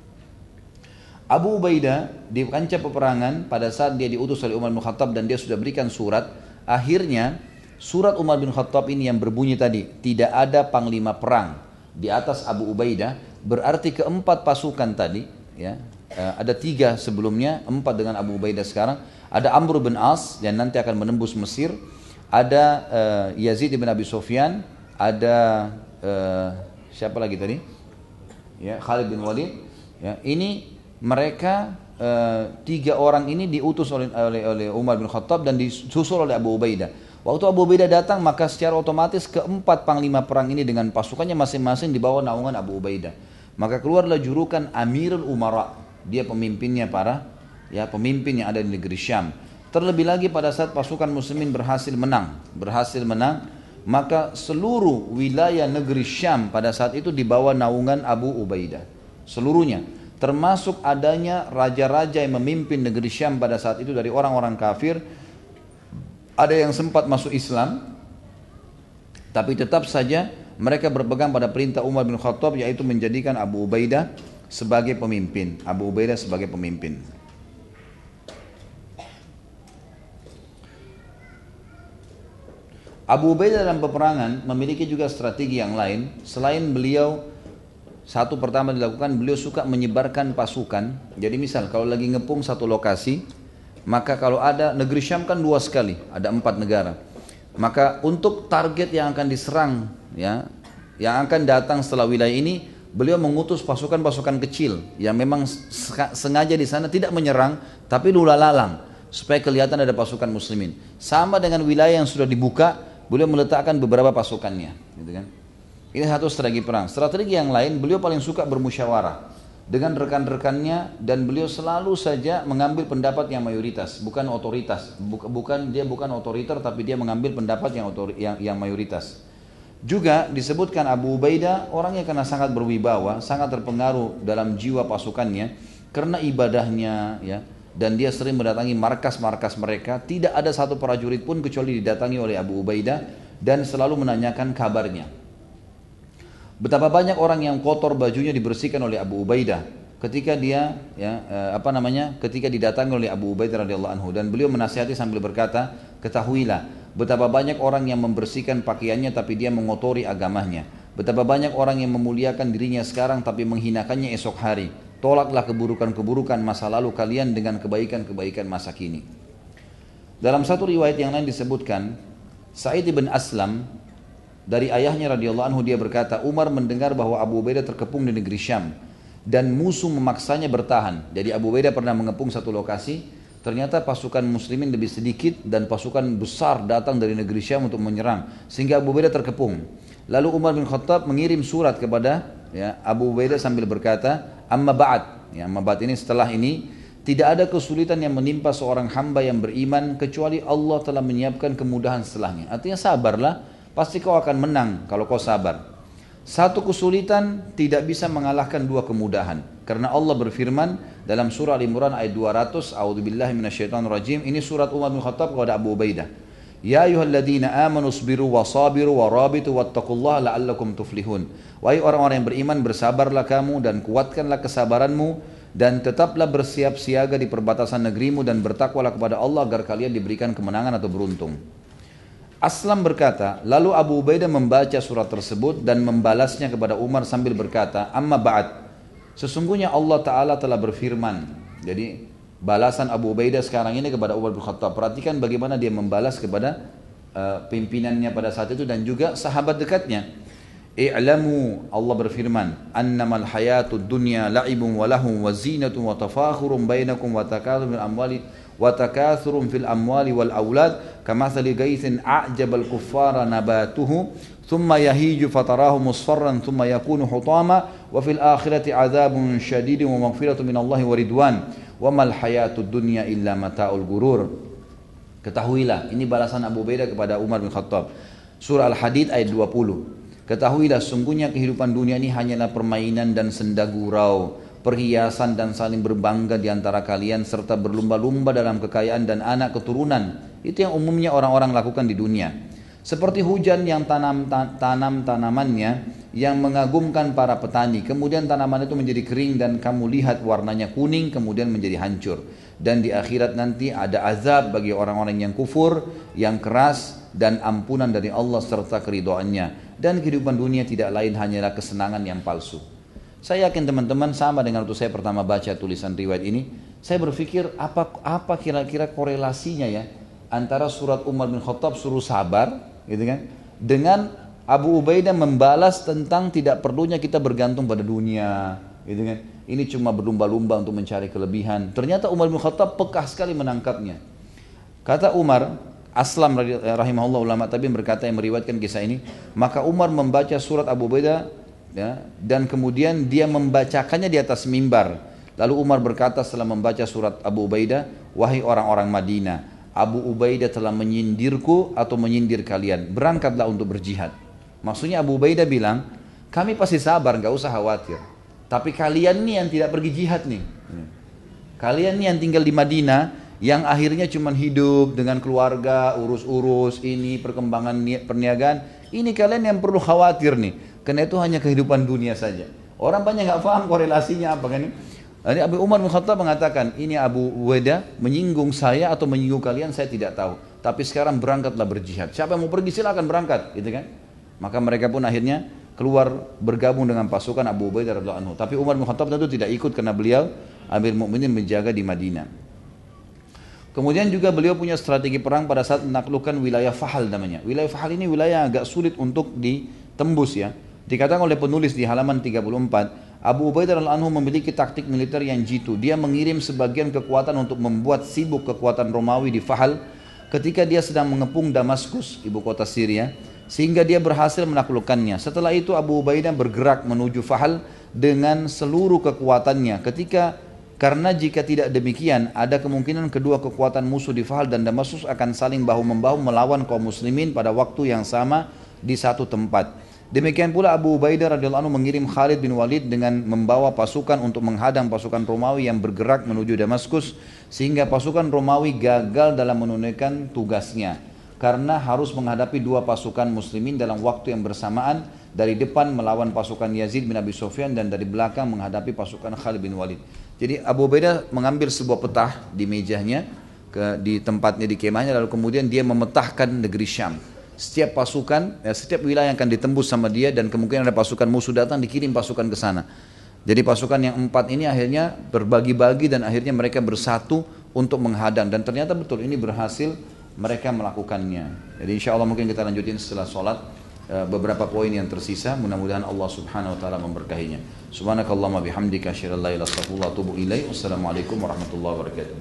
Abu Ubaidah di kancah peperangan pada saat dia diutus oleh Umar bin Khattab dan dia sudah berikan surat, akhirnya surat Umar bin Khattab ini yang berbunyi tadi, tidak ada panglima perang di atas Abu Ubaidah, berarti keempat pasukan tadi, ya, ada tiga sebelumnya, empat dengan Abu Ubaidah sekarang, ada Amr bin As yang nanti akan menembus Mesir, ada uh, Yazid bin Abi Sufyan, ada uh, siapa lagi tadi? Ya, Khalid bin Walid. Ya, ini mereka uh, tiga orang ini diutus oleh, oleh oleh Umar bin Khattab dan disusul oleh Abu Ubaidah. Waktu Abu Ubaidah datang, maka secara otomatis keempat panglima perang ini dengan pasukannya masing-masing di bawah naungan Abu Ubaidah. Maka keluarlah julukan Amirul Umara. Dia pemimpinnya para ya pemimpin yang ada di negeri Syam. Terlebih lagi pada saat pasukan muslimin berhasil menang, berhasil menang, maka seluruh wilayah negeri Syam pada saat itu di bawah naungan Abu Ubaidah. Seluruhnya, termasuk adanya raja-raja yang memimpin negeri Syam pada saat itu dari orang-orang kafir. Ada yang sempat masuk Islam, Tapi tetap saja mereka berpegang pada perintah Umar bin Khattab, yaitu menjadikan Abu Ubaidah sebagai pemimpin. Abu Ubaidah sebagai pemimpin. Abu Ubaidah dalam peperangan memiliki juga strategi yang lain. Selain beliau, satu pertama dilakukan, beliau suka menyebarkan pasukan. Jadi misal kalau lagi ngepung satu lokasi, maka kalau ada negeri Syam kan luas sekali, ada empat negara. Maka untuk target yang akan diserang, ya, yang akan datang setelah wilayah ini, beliau mengutus pasukan-pasukan kecil yang memang sengaja di sana tidak menyerang, tapi lula-lalang supaya kelihatan ada pasukan muslimin. Sama dengan wilayah yang sudah dibuka, beliau meletakkan beberapa pasukannya, gitu kan? Ini satu strategi perang. Strategi yang lain, beliau paling suka bermusyawarah dengan rekan-rekannya, dan beliau selalu saja mengambil pendapat yang mayoritas, bukan otoritas. Bukan dia bukan otoriter, tapi dia mengambil pendapat yang otori, yang, yang mayoritas. Juga disebutkan Abu Ubaidah orangnya karena sangat berwibawa, sangat terpengaruh dalam jiwa pasukannya karena ibadahnya, ya. Dan dia sering mendatangi markas-markas mereka. Tidak ada satu prajurit pun kecuali didatangi oleh Abu Ubaidah dan selalu menanyakan kabarnya. Betapa banyak orang yang kotor bajunya dibersihkan oleh Abu Ubaidah ketika dia, ya, apa namanya, ketika didatangi oleh Abu Ubaidah radhiyallahu anhu, dan beliau menasihati sambil berkata, ketahuilah betapa banyak orang yang membersihkan pakaiannya tapi dia mengotori agamanya. Betapa banyak orang yang memuliakan dirinya sekarang tapi menghinakannya esok hari. Tolaklah keburukan-keburukan masa lalu kalian dengan kebaikan-kebaikan masa kini. Dalam satu riwayat yang lain disebutkan, Sa'id bin Aslam dari ayahnya radhiyallahu anhu, dia berkata, Umar mendengar bahwa Abu Ubaidah terkepung di negeri Syam dan musuh memaksanya bertahan. Jadi Abu Ubaidah pernah mengepung satu lokasi, ternyata pasukan muslimin lebih sedikit dan pasukan besar datang dari negeri Syam untuk menyerang, sehingga Abu Ubaidah terkepung. Lalu Umar bin Khattab mengirim surat kepada, ya, Abu Ubaidah sambil berkata, amma ba'd, ya, amma ba'd ini setelah ini, tidak ada kesulitan yang menimpa seorang hamba yang beriman kecuali Allah telah menyiapkan kemudahan setelahnya. Artinya sabarlah, pasti kau akan menang kalau kau sabar. Satu kesulitan tidak bisa mengalahkan dua kemudahan. Karena Allah berfirman dalam surah Al-Imran ayat dua ratus, A'udzubillahi minasyaitonirrajim. Ini surat Umar bin Khattab kepada Abu Ubaidah. Ya ayyuhalladzina amanu sabiru wasabiru warabitu wattaqullaha la'allakum tuflihun. Wahai orang-orang yang beriman, bersabarlah kamu dan kuatkanlah kesabaranmu, dan tetaplah bersiap siaga di perbatasan negerimu, dan bertakwalah kepada Allah agar kalian diberikan kemenangan atau beruntung. Aslam berkata, lalu Abu Ubaidah membaca surat tersebut dan membalasnya kepada Umar sambil berkata, amma ba'd, sesungguhnya Allah Ta'ala telah berfirman. Jadi balasan Abu Ubaidah sekarang ini kepada Umar bin Khattab. Perhatikan bagaimana dia membalas kepada uh, pimpinannya pada saat itu dan juga sahabat dekatnya. I'lamu, Allah berfirman, annamal hayatud dunya la'ibun wa lahum wa zinatun wa tafakhurun bainakum wa takatsum fil amwali wa takatsum fil amwali wal aulad kamathali ghaythin a'jabal kuffara nabatuhu thumma yahiju fatarahu musfarran thumma yakunu hutama wa fil akhirati 'adzabun syadidun wa maghfiratun minallahi wa ridwan wa mal hayatud dunya illa mata'ul gurur. Ketahuilah, ini balasan Abu Ubaidah kepada Umar bin Khattab. Surah Al-Hadid ayat dua puluh. Ketahuilah, sungguhnya kehidupan dunia ini hanyalah permainan dan senda gurau, perhiasan dan saling berbangga di antara kalian, serta berlumba-lumba dalam kekayaan dan anak keturunan. Itu yang umumnya orang-orang lakukan di dunia. Seperti hujan yang tanam tanam tanamannya yang mengagumkan para petani, kemudian tanaman itu menjadi kering dan kamu lihat warnanya kuning, kemudian menjadi hancur. Dan di akhirat nanti ada azab bagi orang-orang yang kufur, yang keras, dan ampunan dari Allah serta keridhaannya. Dan kehidupan dunia tidak lain hanyalah kesenangan yang palsu. Saya yakin teman-teman sama dengan waktu saya pertama baca tulisan riwayat ini, saya berpikir apa apa kira-kira korelasinya ya antara surat Umar bin Khattab suruh sabar, gitu kan, dengan Abu Ubaidah membalas tentang tidak perlunya kita bergantung pada dunia, gitu kan. Ini cuma berlumba-lumba untuk mencari kelebihan. Ternyata Umar bin Khattab peka sekali menangkapnya. Kata Umar, Aslam rahimahullah, ulama tabi'in berkata yang meriwayatkan kisah ini, maka Umar membaca surat Abu Ubaidah, ya, dan kemudian dia membacakannya di atas mimbar. Lalu Umar berkata setelah membaca surat Abu Ubaidah, wahai orang-orang Madinah, Abu Ubaidah telah menyindirku atau menyindir kalian, berangkatlah untuk berjihad. Maksudnya Abu Ubaidah bilang, kami pasti sabar, gak usah khawatir, tapi kalian nih yang tidak pergi jihad nih, kalian nih yang tinggal di Madinah, yang akhirnya cuma hidup dengan keluarga, urus-urus ini, perkembangan perniagaan. Ini kalian yang perlu khawatir nih, karena itu hanya kehidupan dunia saja. Orang banyak nggak paham korelasinya apa kan ini. Ini Abu Umar bin Khattab mengatakan, ini Abu Ubaidah menyinggung saya atau menyinggung kalian, saya tidak tahu. Tapi sekarang berangkatlah berjihad. Siapa yang mau pergi silakan berangkat, gitu kan? Maka mereka pun akhirnya keluar bergabung dengan pasukan Abu Ubaidah radhiyallahu anhu. Tapi Umar bin Khattab tentu tidak ikut karena beliau Amir Mukminin menjaga di Madinah. Kemudian juga beliau punya strategi perang pada saat menaklukkan wilayah Fahal namanya. Wilayah Fahal ini wilayah agak sulit untuk ditembus ya. Dikatakan oleh penulis di halaman tiga puluh empat, Abu Ubaidah radhiyallahu anhu memiliki taktik militer yang jitu. Dia mengirim sebagian kekuatan untuk membuat sibuk kekuatan Romawi di Fahal ketika dia sedang mengepung Damaskus, ibu kota Syria, sehingga dia berhasil menaklukkannya. Setelah itu Abu Ubaidah bergerak menuju Fahal dengan seluruh kekuatannya. Ketika karena jika tidak demikian, ada kemungkinan kedua kekuatan musuh di Fahal dan Damaskus akan saling bahu-membahu melawan kaum muslimin pada waktu yang sama di satu tempat. Demikian pula Abu Ubaidah radhiyallahu anhu mengirim Khalid bin Walid dengan membawa pasukan untuk menghadang pasukan Romawi yang bergerak menuju Damaskus, sehingga pasukan Romawi gagal dalam menunaikan tugasnya karena harus menghadapi dua pasukan muslimin dalam waktu yang bersamaan, dari depan melawan pasukan Yazid bin Abi Sufyan dan dari belakang menghadapi pasukan Khalid bin Walid. Jadi Abu Ubaidah mengambil sebuah petah di mejanya, ke, di tempatnya di kemahnya, lalu kemudian dia memetahkan negeri Syam. Setiap pasukan, ya, setiap wilayah yang akan ditembus sama dia dan kemungkinan ada pasukan musuh datang, dikirim pasukan ke sana. Jadi pasukan yang empat ini akhirnya berbagi-bagi dan akhirnya mereka bersatu untuk menghadang, dan ternyata betul ini berhasil mereka melakukannya. Jadi insya Allah mungkin kita lanjutin setelah sholat beberapa poin yang tersisa. Mudah-mudahan Allah Subhanahu Wa Taala memberkahinya. Subhanakallahumma bihamdika asyhadu an la ilaha illa anta astaghfiruka wa atubu ilaik. Wassalamualaikum warahmatullahi wabarakatuh.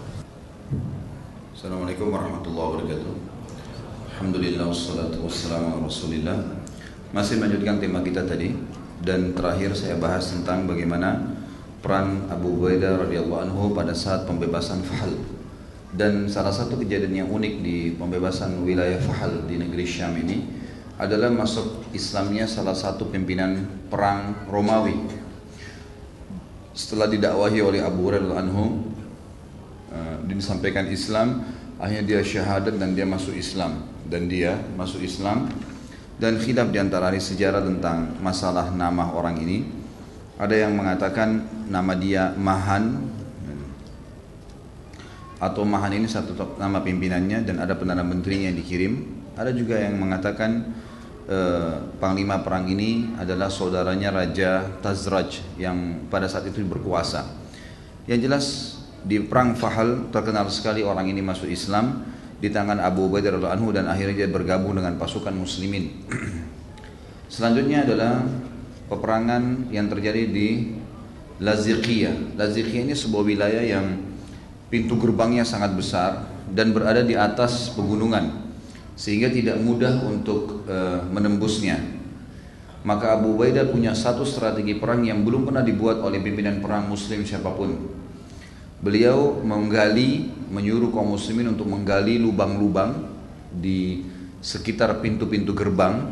Assalamualaikum warahmatullahi wabarakatuh. Alhamdulillah wassalatu wassalamu ala Rasulillah. Masih melanjutkan tema kita tadi, dan terakhir saya bahas tentang bagaimana peran Abu Ubaidah radhiyallahu anhu pada saat pembebasan Fahal. Dan salah satu kejadian yang unik di pembebasan wilayah Fahal di negeri Syam ini adalah masuk Islamnya salah satu pimpinan perang Romawi. Setelah didakwahi oleh Abu Hurairah radhiyallahu anhu, uh, disampaikan Islam, akhirnya dia syahadat dan dia masuk Islam. Dan dia masuk Islam, dan khilaf di antara ahli sejarah tentang masalah nama orang ini. Ada yang mengatakan nama dia Mahan, atau Mahan ini satu nama pimpinannya dan ada perdana menterinya yang dikirim. Ada juga yang mengatakan eh, panglima perang ini adalah saudaranya Raja Tazraj yang pada saat itu berkuasa. Yang jelas di perang Fahal terkenal sekali orang ini masuk Islam di tangan Abu Ubaidah radhiyallahu anhu, dan akhirnya dia bergabung dengan pasukan muslimin. Selanjutnya adalah peperangan yang terjadi di Laziqiyah. Laziqiyah ini sebuah wilayah yang pintu gerbangnya sangat besar dan berada di atas pegunungan, sehingga tidak mudah untuk e, menembusnya. Maka Abu Ubaidah punya satu strategi perang yang belum pernah dibuat oleh pimpinan perang muslim siapapun. Beliau menggali, menyuruh kaum muslimin untuk menggali lubang-lubang di sekitar pintu-pintu gerbang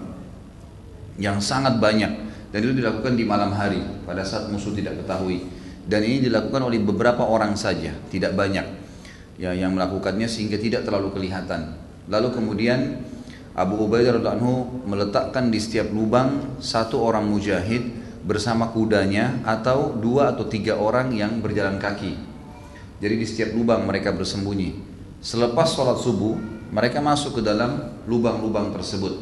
yang sangat banyak, dan itu dilakukan di malam hari pada saat musuh tidak ketahui. Dan ini dilakukan oleh beberapa orang saja, tidak banyak ya yang melakukannya, sehingga tidak terlalu kelihatan. Lalu kemudian Abu Ubaidah radhiyallahu anhu meletakkan di setiap lubang satu orang mujahid bersama kudanya, atau dua atau tiga orang yang berjalan kaki. Jadi di setiap lubang mereka bersembunyi. Selepas sholat subuh, mereka masuk ke dalam lubang-lubang tersebut.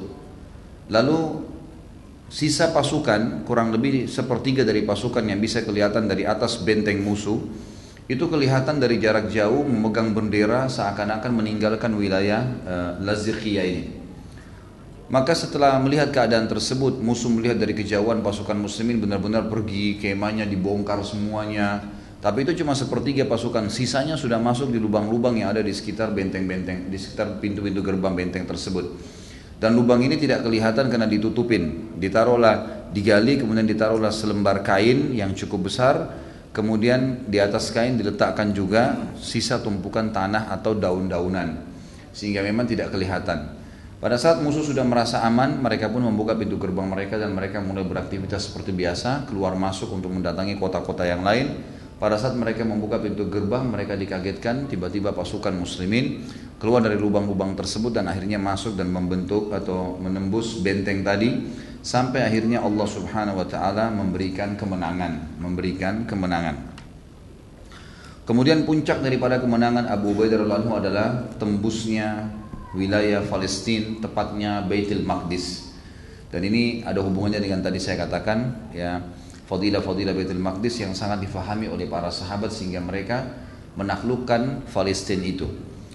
Lalu sisa pasukan, kurang lebih sepertiga dari pasukan yang bisa kelihatan dari atas benteng musuh, itu kelihatan dari jarak jauh memegang bendera seakan-akan meninggalkan wilayah uh, Laziqiyah ini. Maka setelah melihat keadaan tersebut, musuh melihat dari kejauhan pasukan muslimin benar-benar pergi, kemahnya dibongkar semuanya. Tapi itu cuma sepertiga pasukan, sisanya sudah masuk di lubang-lubang yang ada di sekitar benteng-benteng, di sekitar pintu-pintu gerbang benteng tersebut. Dan lubang ini tidak kelihatan karena ditutupin. Ditaruhlah, digali, kemudian ditaruhlah selembar kain yang cukup besar. Kemudian di atas kain diletakkan juga sisa tumpukan tanah atau daun-daunan, sehingga memang tidak kelihatan. Pada saat musuh sudah merasa aman, mereka pun membuka pintu gerbang mereka dan mereka mulai beraktivitas seperti biasa, keluar masuk untuk mendatangi kota-kota yang lain. Pada saat mereka membuka pintu gerbang, mereka dikagetkan tiba-tiba pasukan muslimin keluar dari lubang-lubang tersebut dan akhirnya masuk dan membentuk atau menembus benteng tadi, sampai akhirnya Allah Subhanahu wa taala memberikan kemenangan, memberikan kemenangan. Kemudian puncak daripada kemenangan Abu Ubaidah radhiyallahu anhu adalah tembusnya wilayah Palestina, tepatnya Baitul Maqdis. Dan ini ada hubungannya dengan tadi saya katakan, ya, fadilah-fadilah Baitul Maqdis yang sangat difahami oleh para sahabat sehingga mereka menaklukkan Palestina itu.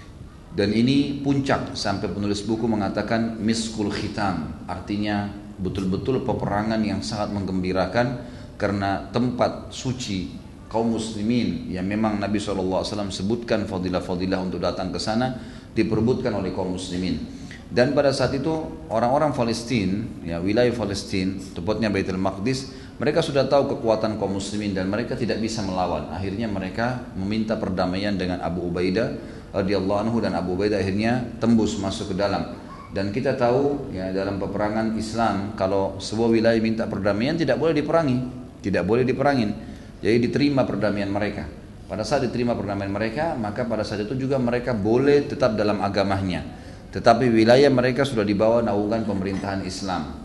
Dan ini puncak sampai penulis buku mengatakan miskul khitam, artinya betul-betul peperangan yang sangat menggembirakan karena tempat suci kaum muslimin yang memang Nabi shallallahu alaihi wasallam sebutkan fadilah-fadilah untuk datang ke sana diperebutkan oleh kaum muslimin. Dan pada saat itu orang-orang Palestina, ya, wilayah Palestina, tepatnya Baitul Maqdis, mereka sudah tahu kekuatan kaum muslimin dan mereka tidak bisa melawan. Akhirnya mereka meminta perdamaian dengan Abu Ubaidah radhiyallahu anhu dan Abu Ubaidah akhirnya tembus masuk ke dalam. Dan kita tahu, ya, dalam peperangan Islam kalau sebuah wilayah minta perdamaian tidak boleh diperangi, tidak boleh diperangin. Jadi diterima perdamaian mereka. Pada saat diterima perdamaian mereka, maka pada saat itu juga mereka boleh tetap dalam agamanya. Tetapi wilayah mereka sudah dibawa naungan pemerintahan Islam.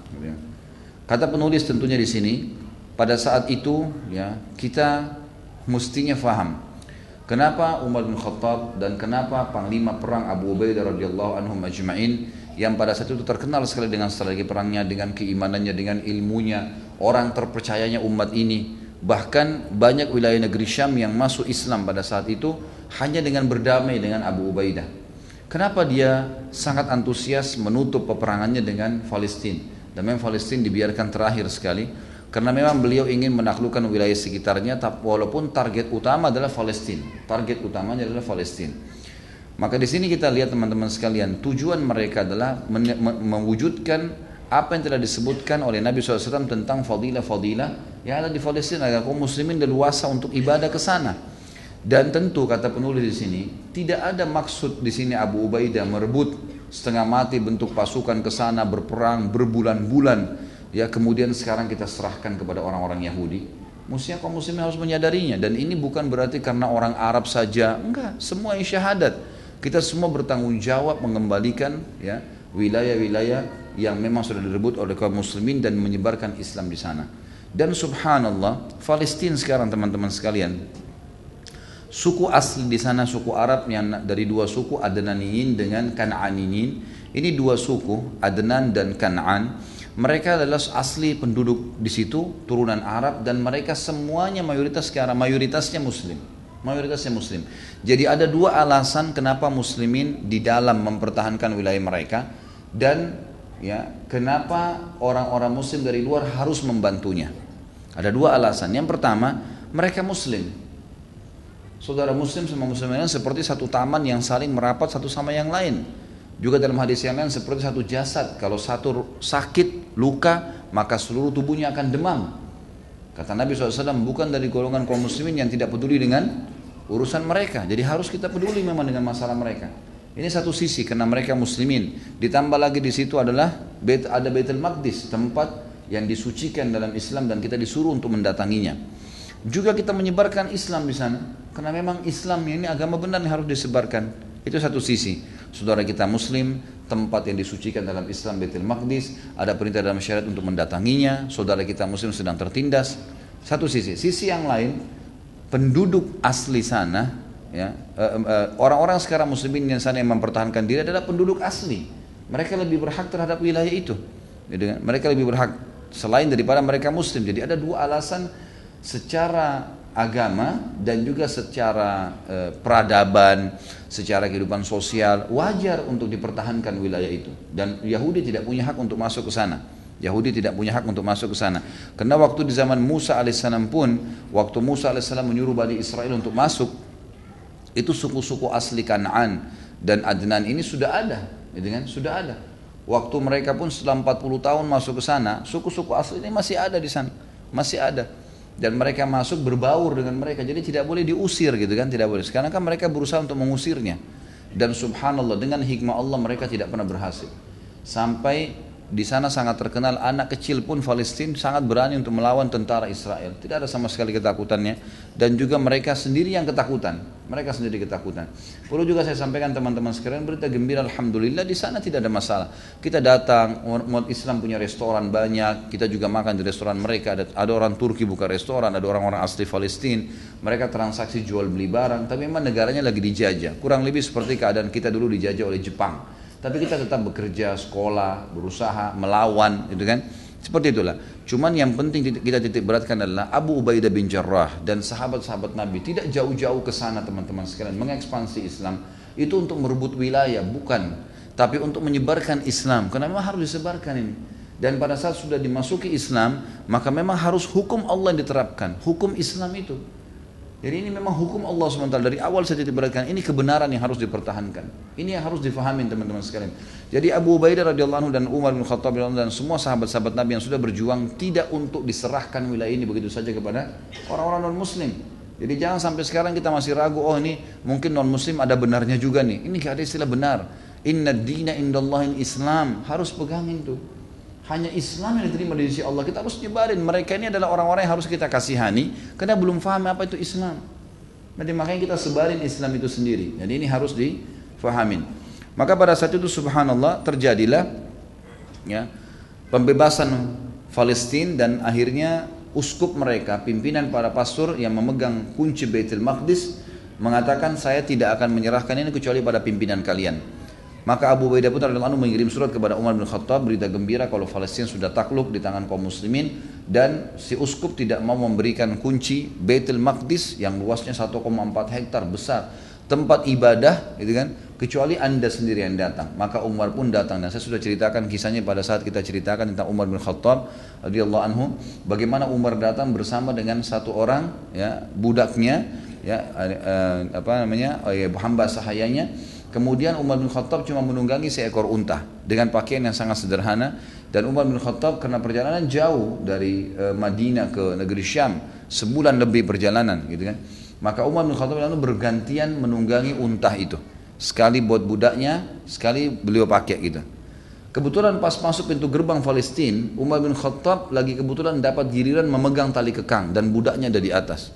Kata penulis tentunya di sini, pada saat itu, ya, kita mestinya faham kenapa Umar bin Khattab dan kenapa panglima perang Abu Ubaidah radhiyallahu anhum ajma'in yang pada saat itu terkenal sekali dengan strategi perangnya, dengan keimanannya, dengan ilmunya, orang terpercayanya umat ini. Bahkan banyak wilayah negeri Syam yang masuk Islam pada saat itu hanya dengan berdamai dengan Abu Ubaidah. Kenapa dia sangat antusias menutup peperangannya dengan Palestina? Dan memang Palestina dibiarkan terakhir sekali karena memang beliau ingin menaklukkan wilayah sekitarnya, walaupun target utama adalah Palestina. Target utamanya adalah Palestina. Maka di sini kita lihat teman-teman sekalian, tujuan mereka adalah mewujudkan apa yang telah disebutkan oleh Nabi shallallahu alaihi wasallam tentang fadilah-fadilah yang ada di Palestina agar kaum muslimin leluasa untuk ibadah ke sana. Dan tentu kata penulis di sini tidak ada maksud di sini Abu Ubaidah merebut setengah mati bentuk pasukan ke sana berperang berbulan-bulan, ya, kemudian sekarang kita serahkan kepada orang-orang Yahudi. Mestinya kaum muslimin harus menyadarinya, dan ini bukan berarti karena orang Arab saja, enggak, semua yang syahadat. Kita semua bertanggung jawab mengembalikan, ya, wilayah-wilayah yang memang sudah direbut oleh kaum muslimin dan menyebarkan Islam di sana. Dan subhanallah, Palestina sekarang teman-teman sekalian, suku asli di sana suku Arab yang dari dua suku Adnaniyin dengan Kan'aniyin. Ini dua suku Adnan dan Kan'an. Mereka adalah asli penduduk di situ, turunan Arab, dan mereka semuanya mayoritas sekarang mayoritasnya Muslim. Mayoritasnya Muslim. Jadi ada dua alasan kenapa Muslimin di dalam mempertahankan wilayah mereka dan, ya, kenapa orang-orang Muslim dari luar harus membantunya. Ada dua alasan. Yang pertama, mereka Muslim. Saudara Muslim sama Muslim lain seperti satu taman yang saling merapat satu sama yang lain. Juga dalam hadis yang lain seperti satu jasad. Kalau satu sakit, luka, maka seluruh tubuhnya akan demam. Kata Nabi shallallahu alaihi wasallam, bukan dari golongan kaum muslimin yang tidak peduli dengan urusan mereka. Jadi harus kita peduli memang dengan masalah mereka. Ini satu sisi karena mereka muslimin. Ditambah lagi di situ adalah ada Baitul Maqdis, tempat yang disucikan dalam Islam dan kita disuruh untuk mendatanginya. Juga kita menyebarkan Islam di sana karena memang Islam ini agama benar yang harus disebarkan. Itu satu sisi. Saudara kita Muslim, tempat yang disucikan dalam Islam Baitul Maqdis, ada perintah dalam syariat untuk mendatanginya. Saudara kita Muslim sedang tertindas. Satu sisi. Sisi yang lain, penduduk asli sana, ya, orang-orang sekarang Muslimin yang sana yang mempertahankan diri adalah penduduk asli. Mereka lebih berhak terhadap wilayah itu. Mereka lebih berhak selain daripada mereka Muslim. Jadi ada dua alasan secara agama dan juga secara eh, peradaban, secara kehidupan sosial wajar untuk dipertahankan wilayah itu. Dan Yahudi tidak punya hak untuk masuk ke sana. Yahudi tidak punya hak untuk masuk ke sana. Karena waktu di zaman Musa alaihissalam pun, waktu Musa alaihissalam menyuruh Bani Israel untuk masuk, itu suku-suku asli Kan'an dan Adnan ini sudah ada, gitu kan? Sudah ada. Waktu mereka pun setelah empat puluh tahun masuk ke sana, suku-suku asli ini masih ada di sana, masih ada. Dan mereka masuk berbaur dengan mereka, jadi tidak boleh diusir, gitu kan? Tidak boleh. Sekarang kan mereka berusaha untuk mengusirnya. Dan subhanallah dengan hikmah Allah mereka tidak pernah berhasil. Sampai Di sana sangat terkenal, anak kecil pun Palestina sangat berani untuk melawan tentara Israel. Tidak ada sama sekali ketakutannya. Dan juga mereka sendiri yang ketakutan. Mereka sendiri ketakutan. Perlu juga saya sampaikan teman-teman sekalian, berita gembira alhamdulillah di sana tidak ada masalah. Kita datang, umat Islam punya restoran banyak. Kita juga makan di restoran mereka. Ada, ada orang Turki buka restoran, ada orang-orang asli Palestina. Mereka transaksi jual beli barang. Tapi memang negaranya lagi dijajah. Kurang lebih seperti keadaan kita dulu dijajah oleh Jepang. Tapi kita tetap bekerja, sekolah, berusaha, melawan, gitu kan? Seperti itulah. Cuman yang penting kita titik beratkan adalah Abu Ubaidah bin Jarrah dan sahabat-sahabat Nabi tidak jauh-jauh ke sana teman-teman sekalian mengekspansi Islam itu untuk merebut wilayah, bukan, tapi untuk menyebarkan Islam. Karena memang harus disebarkan ini. Dan pada saat sudah dimasuki Islam, maka memang harus hukum Allah yang diterapkan, hukum Islam itu. Jadi ini memang hukum Allah subhanahu wa taala. Dari awal saya titik beratkan, ini kebenaran yang harus dipertahankan. Ini yang harus difahami teman-teman sekalian. Jadi Abu Ubaidah radhiyallahu anhu dan Umar bin Khattab radhiyallahu anhu dan semua sahabat-sahabat Nabi yang sudah berjuang tidak untuk diserahkan wilayah ini begitu saja kepada orang-orang non-muslim. Jadi jangan sampai sekarang kita masih ragu, oh ini mungkin non-muslim ada benarnya juga nih. Ini gak ada istilah benar. Inna dina indallahil Islam. Harus pegangin tuh. Hanya Islam yang diterima di sisi Allah. Kita harus nyebarin. Mereka ini adalah orang-orang yang harus kita kasihani karena belum paham apa itu Islam. Jadi makanya kita sebarin Islam itu sendiri. Jadi ini harus difahamin. Maka pada saat itu subhanallah terjadilah ya, pembebasan Palestina dan akhirnya uskup mereka, pimpinan para pastor yang memegang kunci Baitul Maqdis mengatakan saya tidak akan menyerahkan ini kecuali pada pimpinan kalian. Maka Abu Ubaidah pun radhiyallahu anhu mengirim surat kepada Umar bin Khattab berita gembira kalau Palestina sudah takluk di tangan kaum muslimin dan si uskup tidak mau memberikan kunci Baitul Maqdis yang luasnya satu koma empat hektar besar tempat ibadah gitu kan, kecuali Anda sendiri yang datang. Maka Umar pun datang dan saya sudah ceritakan kisahnya pada saat kita ceritakan tentang Umar bin Khattab radhiyallahu anhu, bagaimana Umar datang bersama dengan satu orang ya budaknya ya eh, apa namanya eh, hamba sahayanya. Kemudian Umar bin Khattab cuma menunggangi seekor unta dengan pakaian yang sangat sederhana. Dan Umar bin Khattab karena perjalanan jauh dari e, Madinah ke negeri Syam, sebulan lebih perjalanan gitu kan. Maka Umar bin Khattab lalu bergantian menunggangi unta itu. Sekali buat budaknya, sekali beliau pakai gitu. Kebetulan pas masuk pintu gerbang Palestina, Umar bin Khattab lagi kebetulan dapat giliran memegang tali kekang dan budaknya ada di atas.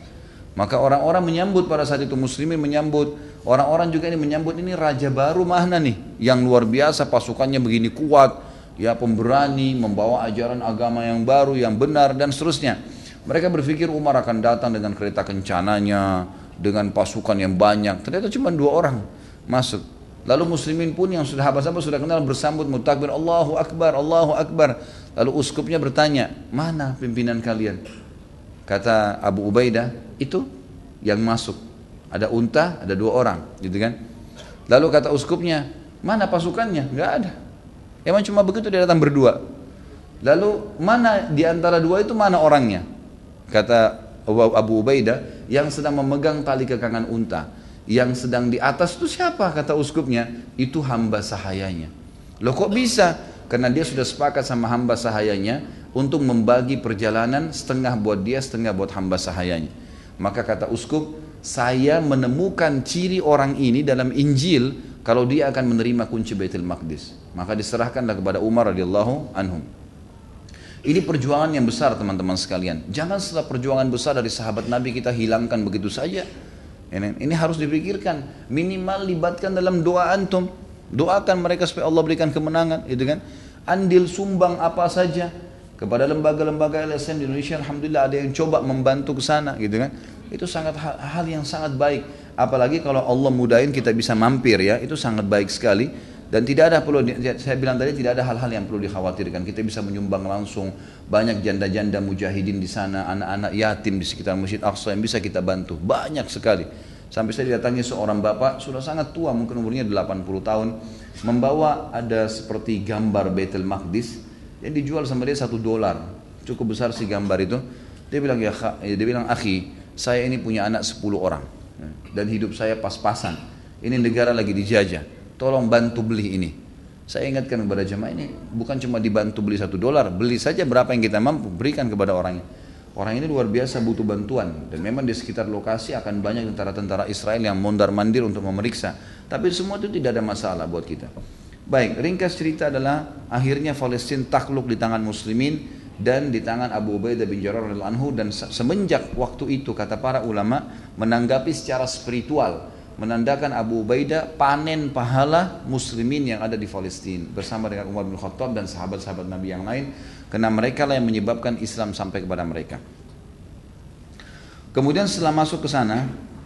Maka orang-orang menyambut pada saat itu, muslimin menyambut, orang-orang juga ini menyambut ini raja baru mana nih, yang luar biasa pasukannya begini kuat, ya pemberani, membawa ajaran agama yang baru, yang benar dan seterusnya. Mereka berpikir Umar akan datang dengan kereta kencananya, dengan pasukan yang banyak. Ternyata cuma dua orang masuk. Lalu muslimin pun yang sudah sahabat-sahabat sudah kenal bersambut mutakbir Allahu Akbar, Allahu Akbar. Lalu uskupnya bertanya, mana pimpinan kalian? Kata Abu Ubaidah, itu yang masuk. Ada unta, ada dua orang, gitu kan? Lalu kata uskupnya, mana pasukannya? Enggak ada. Emang cuma begitu dia datang berdua. Lalu mana di antara dua itu mana orangnya? Kata Abu Ubaidah, yang sedang memegang tali kekangan unta. Yang sedang di atas itu siapa? Kata uskupnya, itu hamba sahayanya. Loh kok bisa? Karena dia sudah sepakat sama hamba sahayanya untuk membagi perjalanan, setengah buat dia, setengah buat hamba sahayanya. Maka kata uskup, saya menemukan ciri orang ini dalam Injil kalau dia akan menerima kunci Baitul Maqdis. Maka diserahkanlah kepada Umar radhiyallahu anhum. Ini perjuangan yang besar teman-teman sekalian. Jangan setelah perjuangan besar dari sahabat Nabi kita hilangkan begitu saja. Ini, ini harus dipikirkan. Minimal libatkan dalam doa antum. Doakan mereka supaya Allah berikan kemenangan, gitu kan? Andil sumbang apa saja kepada lembaga-lembaga L S M di Indonesia. Alhamdulillah ada yang coba membantu ke sana, gitu kan? Itu sangat hal yang sangat baik. Apalagi kalau Allah mudahin kita bisa mampir ya, itu sangat baik sekali. Dan tidak ada perlu, saya bilang tadi tidak ada hal-hal yang perlu dikhawatirkan. Kita bisa menyumbang langsung, banyak janda-janda mujahidin di sana, anak-anak yatim di sekitar Masjid Aqsa yang bisa kita bantu, banyak sekali. Sampai saya didatangi seorang bapak, sudah sangat tua, mungkin umurnya delapan puluh tahun, membawa ada seperti gambar Baitul Maqdis yang dijual sama dia satu dolar, cukup besar si gambar itu. Dia bilang ya, dia bilang akhi, saya ini punya anak sepuluh orang dan hidup saya pas-pasan. Ini negara lagi dijajah, tolong bantu beli ini. Saya ingatkan kepada jemaah ini, bukan cuma dibantu beli satu dolar, beli saja berapa yang kita mampu, berikan kepada orangnya. Orang ini luar biasa butuh bantuan dan memang di sekitar lokasi akan banyak tentara-tentara Israel yang mondar-mandir untuk memeriksa. Tapi semua itu tidak ada masalah buat kita. Baik, ringkas cerita adalah akhirnya Palestina takluk di tangan muslimin dan di tangan Abu Ubaidah bin Jarrah radhiyallahu anhu, dan semenjak waktu itu kata para ulama menanggapi secara spiritual, menandakan Abu Ubaidah panen pahala muslimin yang ada di Palestina bersama dengan Umar bin Khattab dan sahabat-sahabat Nabi yang lain, karena mereka lah yang menyebabkan Islam sampai kepada mereka. Kemudian setelah masuk ke sana,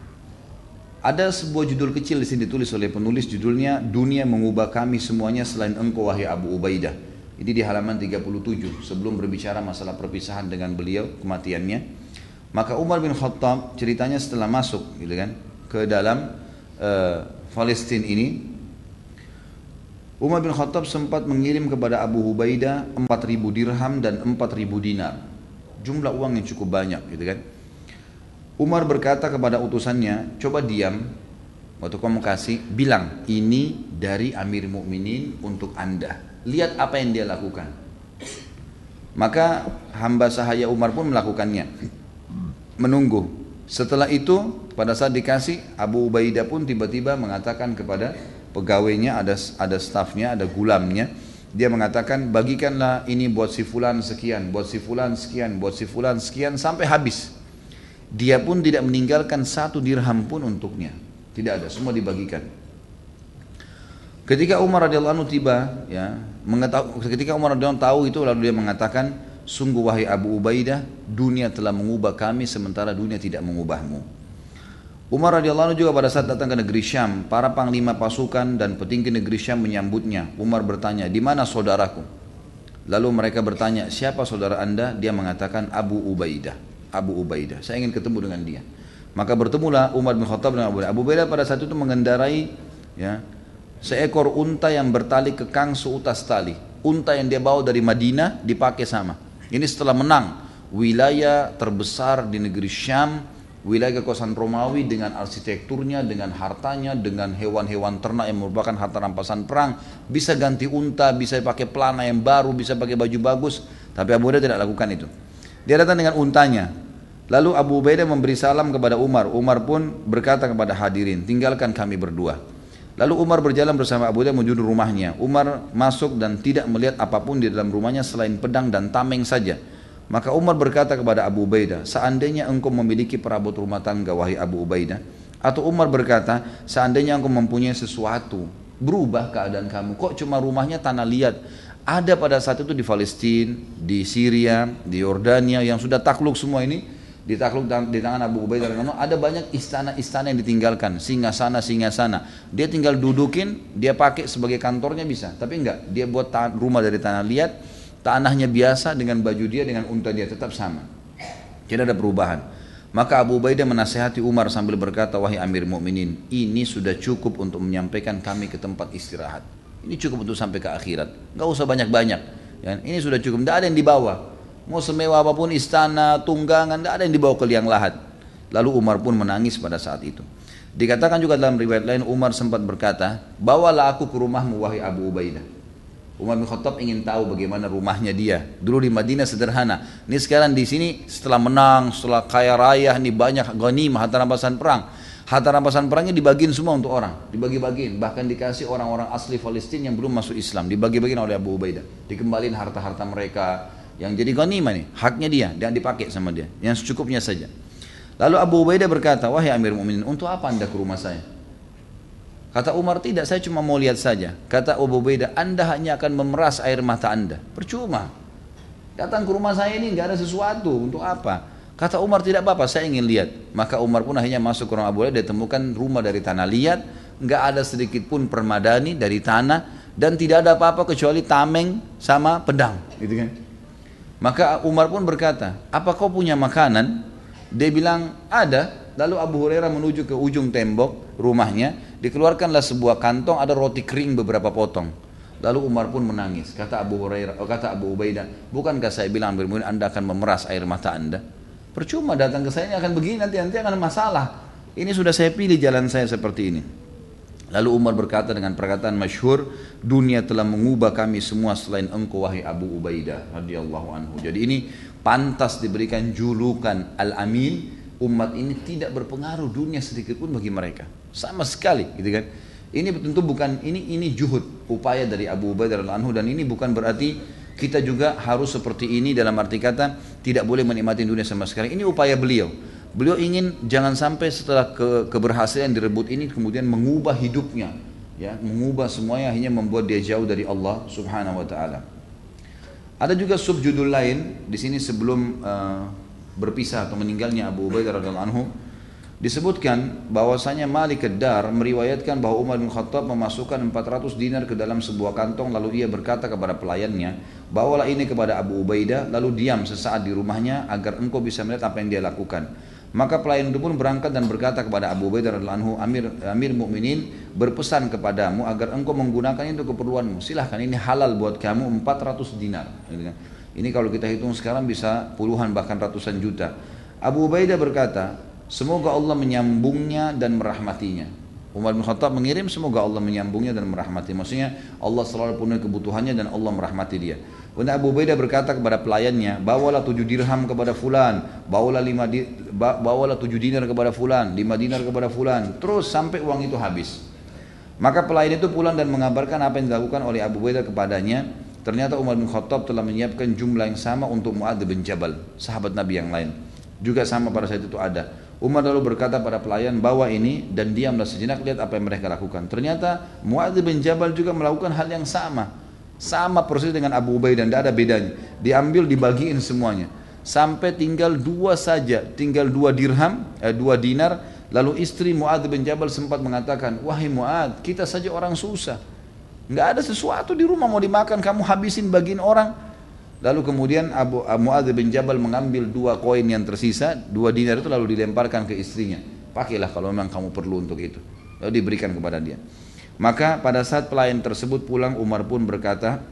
ada sebuah judul kecil di sini ditulis oleh penulis, judulnya Dunia Mengubah Kami Semuanya Selain Engkau Wahai Abu Ubaidah. Ini di halaman tiga puluh tujuh sebelum berbicara masalah perpisahan dengan beliau, kematiannya. Maka Umar bin Khattab ceritanya setelah masuk gitu kan ke dalam uh, Palestina ini, Umar bin Khattab sempat mengirim kepada Abu Ubaidah empat ribu dirham dan empat ribu dinar. Jumlah uang yang cukup banyak gitu kan. Umar berkata kepada utusannya, coba diam, waktu kamu kasih, bilang ini dari Amir Mukminin untuk anda, lihat apa yang dia lakukan. Maka hamba sahaya Umar pun melakukannya, menunggu. Setelah itu pada saat dikasih, Abu Ubaidah pun tiba-tiba mengatakan kepada pegawainya, ada ada stafnya, ada gulamnya, dia mengatakan bagikanlah ini buat si fulan sekian, buat si fulan sekian, buat si fulan sekian sampai habis. Dia pun tidak meninggalkan satu dirham pun untuknya, tidak ada, semua dibagikan. Ketika Umar radhiyallahu anhu tiba, ya, mengetahui, ketika Umar radhiyallahu anhu tahu itu, lalu dia mengatakan, sungguh wahai Abu Ubaidah, dunia telah mengubah kami sementara dunia tidak mengubahmu. Umar radhiyallahu anhu juga pada saat datang ke negeri Syam, para panglima pasukan dan petinggi negeri Syam menyambutnya. Umar bertanya, di mana saudaraku? Lalu mereka bertanya, siapa saudara anda? Dia mengatakan Abu Ubaidah. Abu Ubaidah, saya ingin ketemu dengan dia. Maka bertemulah Umar bin Khattab dengan Abu Ubaidah. Abu Ubaidah pada saat itu mengendarai ya, seekor unta yang bertali kekang seutas tali. Unta yang dia bawa dari Madinah dipakai sama. Ini setelah menang wilayah terbesar di negeri Syam, wilayah kekuasaan Romawi dengan arsitekturnya, dengan hartanya, dengan hewan-hewan ternak yang merupakan harta rampasan perang. Bisa ganti unta, bisa pakai pelana yang baru, bisa pakai baju bagus. Tapi Abu Ubaidah tidak lakukan itu. Dia datang dengan untanya. Lalu Abu Ubaidah memberi salam kepada Umar. Umar pun berkata kepada hadirin, tinggalkan kami berdua. Lalu Umar berjalan bersama Abu Ubaidah menuju rumahnya. Umar masuk dan tidak melihat apapun di dalam rumahnya selain pedang dan tameng saja. Maka Umar berkata kepada Abu Ubaidah, seandainya engkau memiliki perabot rumah tangga wahai Abu Ubaidah. Atau Umar berkata, seandainya engkau mempunyai sesuatu, berubah keadaan kamu. Kok cuma rumahnya tanah liat? Ada pada saat itu di Palestina, di Syria, di Yordania yang sudah takluk semua ini, ditakluk di tangan Abu Ubaidah. Ada banyak istana-istana yang ditinggalkan, singasana-singasana. Dia tinggal dudukin, dia pakai sebagai kantornya bisa, tapi enggak, dia buat rumah dari tanah liat, tanahnya biasa dengan baju dia, dengan unta dia tetap sama. Tidak ada perubahan. Maka Abu Ubaidah menasihati Umar sambil berkata, wahai Amir Mukminin, ini sudah cukup untuk menyampaikan kami ke tempat istirahat. Ini cukup untuk sampai ke akhirat, nggak usah banyak-banyak. Ya, ini sudah cukup, tidak ada yang dibawa. Mau semewah apapun istana, tunggangan, tidak ada yang dibawa ke liang lahat. Lalu Umar pun menangis pada saat itu. Dikatakan juga dalam riwayat lain, Umar sempat berkata, bawalah aku ke rumahmu wahai Abu Ubaidah. Umar bin Khattab ingin tahu bagaimana rumahnya dia. Dulu di Madinah sederhana. Ini sekarang di sini setelah menang, setelah kaya raya, ini banyak ghanimah, harta rampasan perang. Harta rampasan perangnya dibagiin semua untuk orang, dibagi-bagiin, bahkan dikasih orang-orang asli Palestina yang belum masuk Islam, dibagi-bagiin oleh Abu Ubaidah, dikembaliin harta-harta mereka yang jadi ghanimah nih, haknya dia, dan dipakai sama dia, yang secukupnya saja. Lalu Abu Ubaidah berkata, wahai Amir Mukminin, untuk apa anda ke rumah saya? Kata Umar, tidak, saya cuma mau lihat saja. Kata Abu Ubaidah, anda hanya akan memeras air mata anda, percuma. Datang ke rumah saya ini nggak ada sesuatu, untuk apa? Kata Umar, tidak apa-apa, saya ingin lihat. Maka Umar pun akhirnya masuk ke rumah Abu Ubaidah, dia temukan rumah dari tanah liat, nggak ada sedikit pun permadani dari tanah, dan tidak ada apa-apa kecuali tameng sama pedang, gitu kan? Maka Umar pun berkata, apa kau punya makanan? Dia bilang, ada. Lalu Abu Hurairah menuju ke ujung tembok rumahnya, dikeluarkanlah sebuah kantong, ada roti kering beberapa potong. Lalu Umar pun menangis. Kata Abu Hurairah, oh, kata Abu Ubaidah, bukankah saya bilang Amir Mukminin, anda akan memeras air mata anda? Percuma datang ke saya ini akan begini, nanti nanti akan masalah. Ini sudah saya pilih jalan saya seperti ini. Lalu Umar berkata dengan perkataan masyhur, dunia telah mengubah kami semua selain engkau wahai Abu Ubaidah radhiyallahu anhu. Jadi ini pantas diberikan julukan Al-Amin. Umat ini tidak berpengaruh dunia sedikit pun bagi mereka, sama sekali, gitu kan? Ini tentu bukan ini ini juhud, upaya dari Abu Ubaidah radhiyallahu anhu, dan ini bukan berarti kita juga harus seperti ini dalam arti kata tidak boleh menikmati dunia sama sekali. Ini upaya beliau. Beliau ingin jangan sampai setelah ke, keberhasilan direbut ini kemudian mengubah hidupnya, ya, mengubah semuanya hanya membuat dia jauh dari Allah Subhanahu wa taala. Ada juga subjudul lain di sini sebelum uh, berpisah atau meninggalnya Abu Ubaidah radhiyallahu anhu. Disebutkan bahwasanya Malik ad-Dar meriwayatkan bahwa Umar bin Khattab memasukkan empat ratus dinar ke dalam sebuah kantong, lalu ia berkata kepada pelayannya, bawalah ini kepada Abu Ubaidah, lalu diam sesaat di rumahnya agar engkau bisa melihat apa yang dia lakukan. Maka pelayan itu pun berangkat dan berkata kepada Abu Ubaidah radhiyallahu anhu, Amir Amir Mukminin berpesan kepadamu agar engkau menggunakannya untuk keperluanmu. Silahkan, ini halal buat kamu empat ratus dinar. Ini kalau kita hitung sekarang bisa puluhan bahkan ratusan juta. Abu Ubaidah berkata, semoga Allah menyambungnya dan merahmatinya. Umar bin Khattab mengirim, semoga Allah menyambungnya dan merahmati. Maksudnya Allah selalu penuhi kebutuhannya dan Allah merahmati dia. Kemudian Abu Ubaidah berkata kepada pelayannya, bawalah tujuh dirham kepada fulan, bawalah lima di, bawalah tujuh dinar kepada fulan, lima dinar kepada fulan, terus sampai uang itu habis. Maka pelayan itu pulang dan mengabarkan apa yang dilakukan oleh Abu Ubaidah kepadanya. Ternyata Umar bin Khattab telah menyiapkan jumlah yang sama untuk Mu'adz bin Jabal, sahabat Nabi yang lain. Juga sama pada saat itu ada. Umar lalu berkata pada pelayan, bawa ini dan diamlah sejenak, lihat apa yang mereka lakukan. Ternyata Mu'adz bin Jabal juga melakukan hal yang sama. Sama persis dengan Abu Ubaidah, tidak ada bedanya. Diambil, dibagiin semuanya. Sampai tinggal dua saja, tinggal dua dirham, eh, dua dinar. Lalu istri Mu'adz bin Jabal sempat mengatakan, wahai Mu'adz, kita saja orang susah. Nggak ada sesuatu di rumah mau dimakan, kamu habisin bagiin orang. Lalu kemudian Abu Mu'adz bin Jabal mengambil dua koin yang tersisa, dua dinar itu lalu dilemparkan ke istrinya. Pakailah kalau memang kamu perlu untuk itu. Lalu diberikan kepada dia. Maka pada saat pelayan tersebut pulang, Umar pun berkata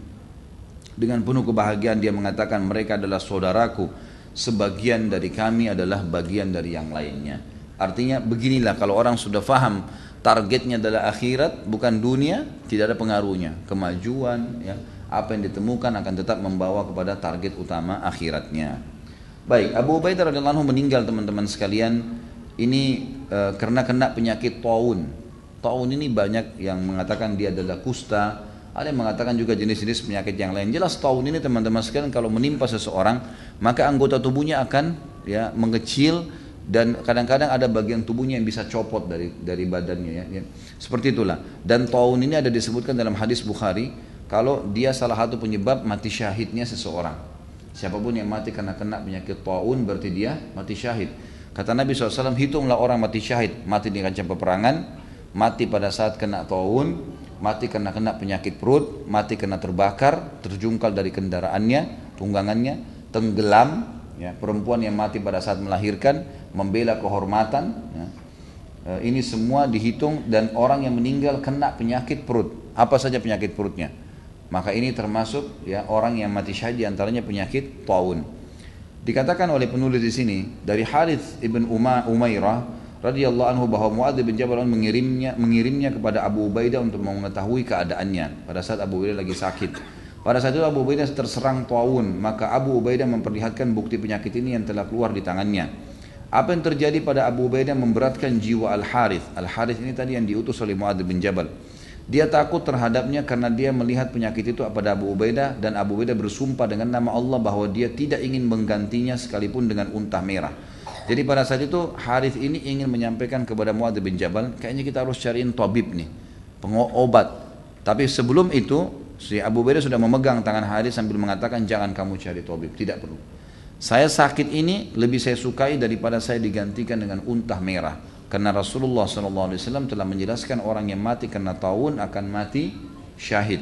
dengan penuh kebahagiaan, dia mengatakan, mereka adalah saudaraku, sebagian dari kami adalah bagian dari yang lainnya. Artinya beginilah, kalau orang sudah faham targetnya adalah akhirat bukan dunia, tidak ada pengaruhnya. Kemajuan, ya, apa yang ditemukan akan tetap membawa kepada target utama akhiratnya. Baik, Abu Ubaidah radhiyallahu anhu meninggal teman-teman sekalian. Ini e, karena kena penyakit taun. Taun ini banyak yang mengatakan dia adalah kusta, ada yang mengatakan juga jenis-jenis penyakit yang lain. Jelas taun ini teman-teman sekalian kalau menimpa seseorang, maka anggota tubuhnya akan ya mengecil dan kadang-kadang ada bagian tubuhnya yang bisa copot dari dari badannya, ya, ya. Seperti itulah. Dan taun ini ada disebutkan dalam hadis Bukhari, kalau dia salah satu penyebab mati syahidnya seseorang. Siapapun yang mati karena kena penyakit taun berarti dia mati syahid. Kata Nabi shallallahu alaihi wasallam, hitunglah orang mati syahid, mati di kancah peperangan, mati pada saat kena taun, mati karena kena penyakit perut, mati karena terbakar, terjungkal dari kendaraannya, tunggangannya, tenggelam, ya, perempuan yang mati pada saat melahirkan, membela kehormatan, ya. E, ini semua dihitung, dan orang yang meninggal kena penyakit perut, apa saja penyakit perutnya. Maka ini termasuk ya orang yang mati syahid, diantaranya penyakit taun. Dikatakan oleh penulis di sini dari Harits ibn Uma, Umairah radhiyallahu anhu bahwa Mu'adz bin Jabal mengirimnya mengirimnya kepada Abu Ubaidah untuk mengetahui keadaannya pada saat Abu Ubaidah lagi sakit. Pada saat itu Abu Ubaidah terserang taun, maka Abu Ubaidah memperlihatkan bukti penyakit ini yang telah keluar di tangannya. Apa yang terjadi pada Abu Ubaidah memberatkan jiwa Al-Harits. Al-Harits ini tadi yang diutus oleh Mu'adz bin Jabal. Dia takut terhadapnya karena dia melihat penyakit itu pada Abu Ubaidah, dan Abu Ubaidah bersumpah dengan nama Allah bahwa dia tidak ingin menggantinya sekalipun dengan unta merah. Jadi pada saat itu Harits ini ingin menyampaikan kepada Mu'adz bin Jabal, kayaknya kita harus cariin tabib nih, pengobat. Tapi sebelum itu si Abu Ubaidah sudah memegang tangan Harits sambil mengatakan, jangan kamu cari tabib, tidak perlu. Saya sakit ini lebih saya sukai daripada saya digantikan dengan unta merah. Karena Rasulullah shallallahu alaihi wasallam telah menjelaskan orang yang mati karena taun akan mati syahid.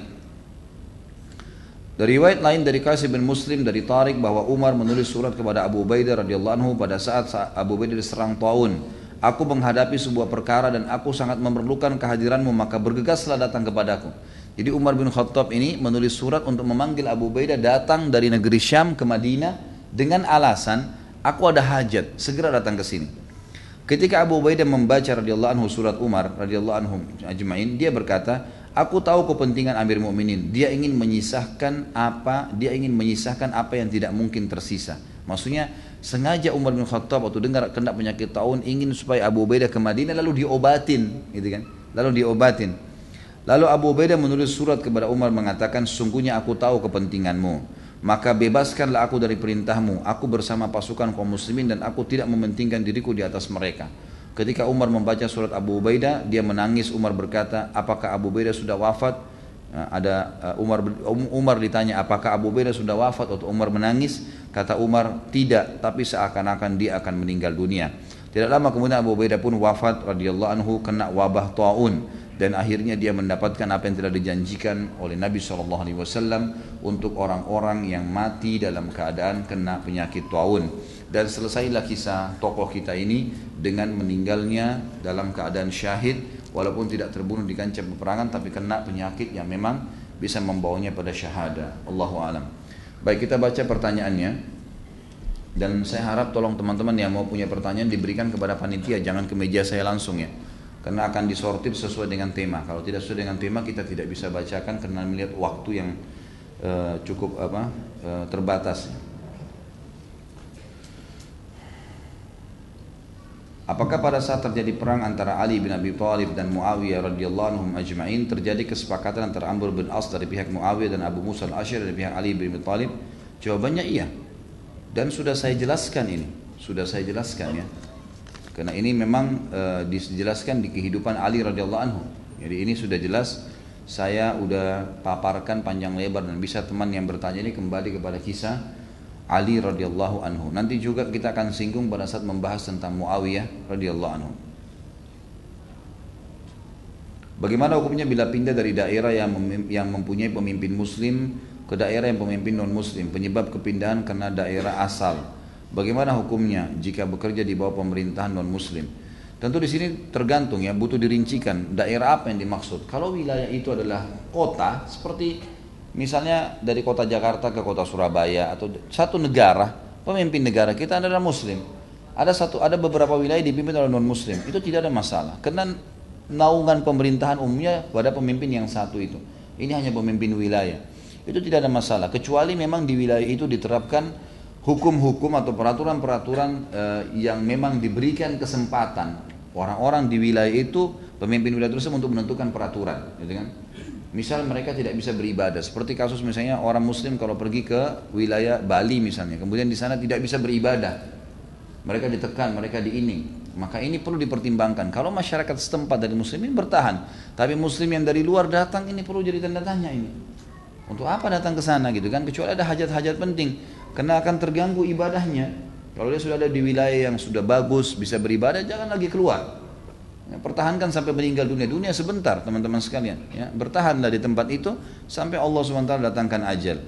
Dari riwayat lain dari Qais bin Muslim dari Tariq bahwa Umar menulis surat kepada Abu Ubaidah radhiyallahu anhu pada saat Abu Ubaidah diserang taun. Aku menghadapi sebuah perkara dan aku sangat memerlukan kehadiranmu, maka bergegaslah datang kepadaku. Jadi Umar bin Khattab ini menulis surat untuk memanggil Abu Ubaidah datang dari negeri Syam ke Madinah dengan alasan, aku ada hajat, segera datang ke sini. Ketika Abu Ubaidah membaca radhiyallahu anhu surat Umar radhiyallahu anhu ajma'in, dia berkata, aku tahu kepentingan Amir Mukminin. Dia ingin menyisahkan apa, dia ingin menyisahkan apa yang tidak mungkin tersisa. Maksudnya sengaja Umar bin Khattab waktu dengar kena penyakit taun ingin supaya Abu Ubaidah ke Madinah lalu diobatin, gitu kan? lalu diobatin. Lalu Abu Ubaidah menulis surat kepada Umar mengatakan, sungguhnya aku tahu kepentinganmu, maka bebaskanlah aku dari perintahmu. Aku bersama pasukan kaum muslimin dan aku tidak mementingkan diriku di atas mereka. Ketika Umar membaca surat Abu Ubaidah, dia menangis. Umar berkata, apakah Abu Ubaidah sudah wafat? Ada Umar Umar ditanya, apakah Abu Ubaidah sudah wafat? Atau Umar menangis. Kata Umar, tidak, tapi seakan-akan dia akan meninggal dunia. Tidak lama kemudian Abu Ubaidah pun wafat radhiyallahu anhu, kena wabah taun, dan akhirnya dia mendapatkan apa yang telah dijanjikan oleh Nabi shallallahu alaihi wasallam untuk orang-orang yang mati dalam keadaan kena penyakit taun. Dan selesailah kisah tokoh kita ini dengan meninggalnya dalam keadaan syahid, walaupun tidak terbunuh di kancah peperangan, tapi kena penyakit yang memang bisa membawanya pada syahada. Allahu alam. Baik, kita baca pertanyaannya. Dan saya harap tolong teman-teman yang mau punya pertanyaan diberikan kepada panitia, jangan ke meja saya langsung ya. Karena akan disortir sesuai dengan tema. Kalau tidak sesuai dengan tema kita tidak bisa bacakan karena melihat waktu yang uh, cukup apa uh, terbatas. Apakah pada saat terjadi perang antara Ali bin Abi Thalib dan Muawiyah radhiyallahu anhum ajma'in terjadi kesepakatan antara Amr bin As dari pihak Muawiyah dan Abu Musa al-Asy'ari dari pihak Ali bin Abi Thalib? Jawabannya iya. Dan sudah saya jelaskan ini, sudah saya jelaskan ya. Karena ini memang e, dijelaskan di kehidupan Ali radhiyallahu anhu. Jadi ini sudah jelas, saya udah paparkan panjang lebar dan bisa teman yang bertanya ini kembali kepada kisah Ali radhiyallahu anhu. Nanti juga kita akan singgung pada saat membahas tentang Muawiyah radhiyallahu anhu. Bagaimana hukumnya bila pindah dari daerah yang mem yang mempunyai pemimpin muslim ke daerah yang pemimpin non muslim? Penyebab kepindahan karena daerah asal. Bagaimana hukumnya jika bekerja di bawah pemerintahan non muslim? Tentu di sini tergantung ya, butuh dirincikan daerah apa yang dimaksud. Kalau wilayah itu adalah kota, seperti misalnya dari kota Jakarta ke kota Surabaya atau satu negara, pemimpin negara kita adalah muslim. Ada satu ada beberapa wilayah dipimpin oleh non muslim, itu tidak ada masalah. Karena naungan pemerintahan umumnya pada pemimpin yang satu itu. Ini hanya pemimpin wilayah. Itu tidak ada masalah, kecuali memang di wilayah itu diterapkan hukum-hukum atau peraturan-peraturan eh, yang memang diberikan kesempatan orang-orang di wilayah itu, pemimpin wilayah tersebut untuk menentukan peraturan, gitu kan? Misal mereka tidak bisa beribadah, seperti kasus misalnya orang muslim kalau pergi ke wilayah Bali misalnya, kemudian di sana tidak bisa beribadah, mereka ditekan, mereka di ini, maka ini perlu dipertimbangkan. Kalau masyarakat setempat dari muslimin bertahan, tapi muslim yang dari luar datang, ini perlu jadi tanda tanya ini. Untuk apa datang ke sana gitu kan? Kecuali ada hajat-hajat penting, karena akan terganggu ibadahnya. Kalau dia sudah ada di wilayah yang sudah bagus, bisa beribadah, jangan lagi keluar. Ya, pertahankan sampai meninggal dunia. Dunia sebentar teman-teman sekalian. Ya, bertahanlah di tempat itu sampai Allah subhanahu wa taala datangkan ajal.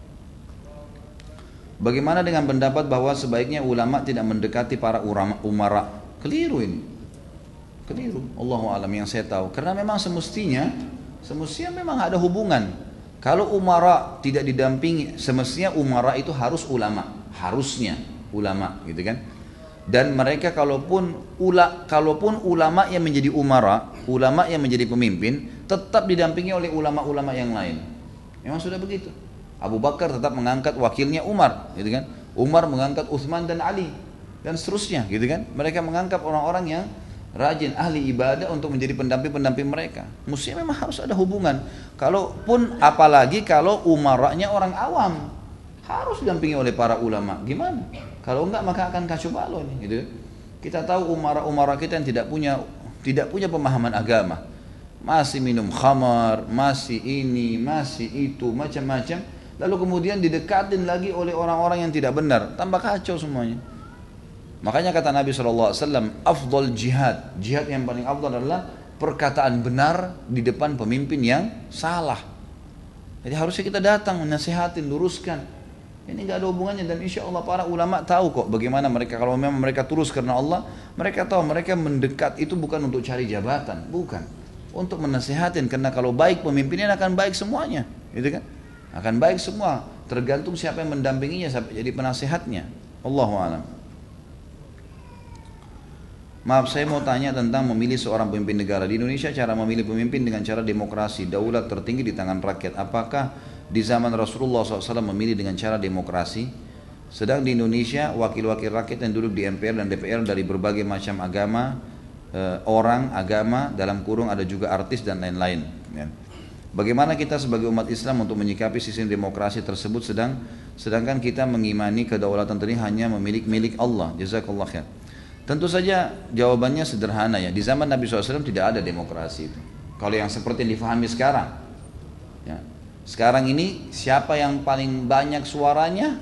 Bagaimana dengan pendapat bahwa sebaiknya ulama tidak mendekati para umara? Keliru ini. Keliru. Allahu a'lam, yang saya tahu. Karena memang semestinya, semestinya memang ada hubungan. Kalau umara tidak didampingi, semestinya umara itu harus ulama, harusnya ulama, gitu kan? Dan mereka kalaupun ula, kalaupun ulama yang menjadi umara, ulama yang menjadi pemimpin, tetap didampingi oleh ulama-ulama yang lain. Memang sudah begitu. Abu Bakar tetap mengangkat wakilnya Umar, gitu kan? Umar mengangkat Utsman dan Ali dan seterusnya, gitu kan? Mereka mengangkat orang-orang yang rajin, ahli ibadah untuk menjadi pendamping-pendamping mereka. Mestinya memang harus ada hubungan. Kalaupun apalagi kalau umaranya orang awam, harus didampingi oleh para ulama. Gimana? Kalau enggak maka akan kacau balau nih, gitu. Kita tahu umara-umara kita yang tidak punya tidak punya pemahaman agama, masih minum khamar, masih ini, masih itu, macam-macam. Lalu kemudian didekatin lagi oleh orang-orang yang tidak benar, tambah kacau semuanya. Makanya kata Nabi shallallahu alaihi wasallam, afdal jihad, jihad yang paling afdal adalah perkataan benar di depan pemimpin yang salah. Jadi harusnya kita datang, menasihatin, luruskan. Ini nggak ada hubungannya, dan insya Allah para ulama tahu kok bagaimana mereka, kalau memang mereka tulus karena Allah, mereka tahu mereka mendekat itu bukan untuk cari jabatan, bukan, untuk menasihatin. Karena kalau baik pemimpinnya akan baik semuanya, gitu kan? Akan baik semua, tergantung siapa yang mendampinginya sampai jadi penasihatnya. Allahu a'lam. Maaf, saya mau tanya tentang memilih seorang pemimpin negara. Di Indonesia cara memilih pemimpin dengan cara demokrasi, daulat tertinggi di tangan rakyat. Apakah di zaman Rasulullah shallallahu alaihi wasallam memilih dengan cara demokrasi? Sedang di Indonesia wakil-wakil rakyat yang duduk di M P R dan D P R dari berbagai macam agama uh, orang, agama, dalam kurung ada juga artis dan lain-lain. Ya. Bagaimana kita sebagai umat Islam untuk menyikapi sistem demokrasi tersebut sedang sedangkan kita mengimani kedaulatan tadi hanya memiliki milik Allah. Jazakallah khair. Tentu saja jawabannya sederhana ya. Di zaman Nabi shallallahu alaihi wasallam tidak ada demokrasi itu. Kalau yang seperti yang difahami sekarang, ya. Sekarang ini siapa yang paling banyak suaranya,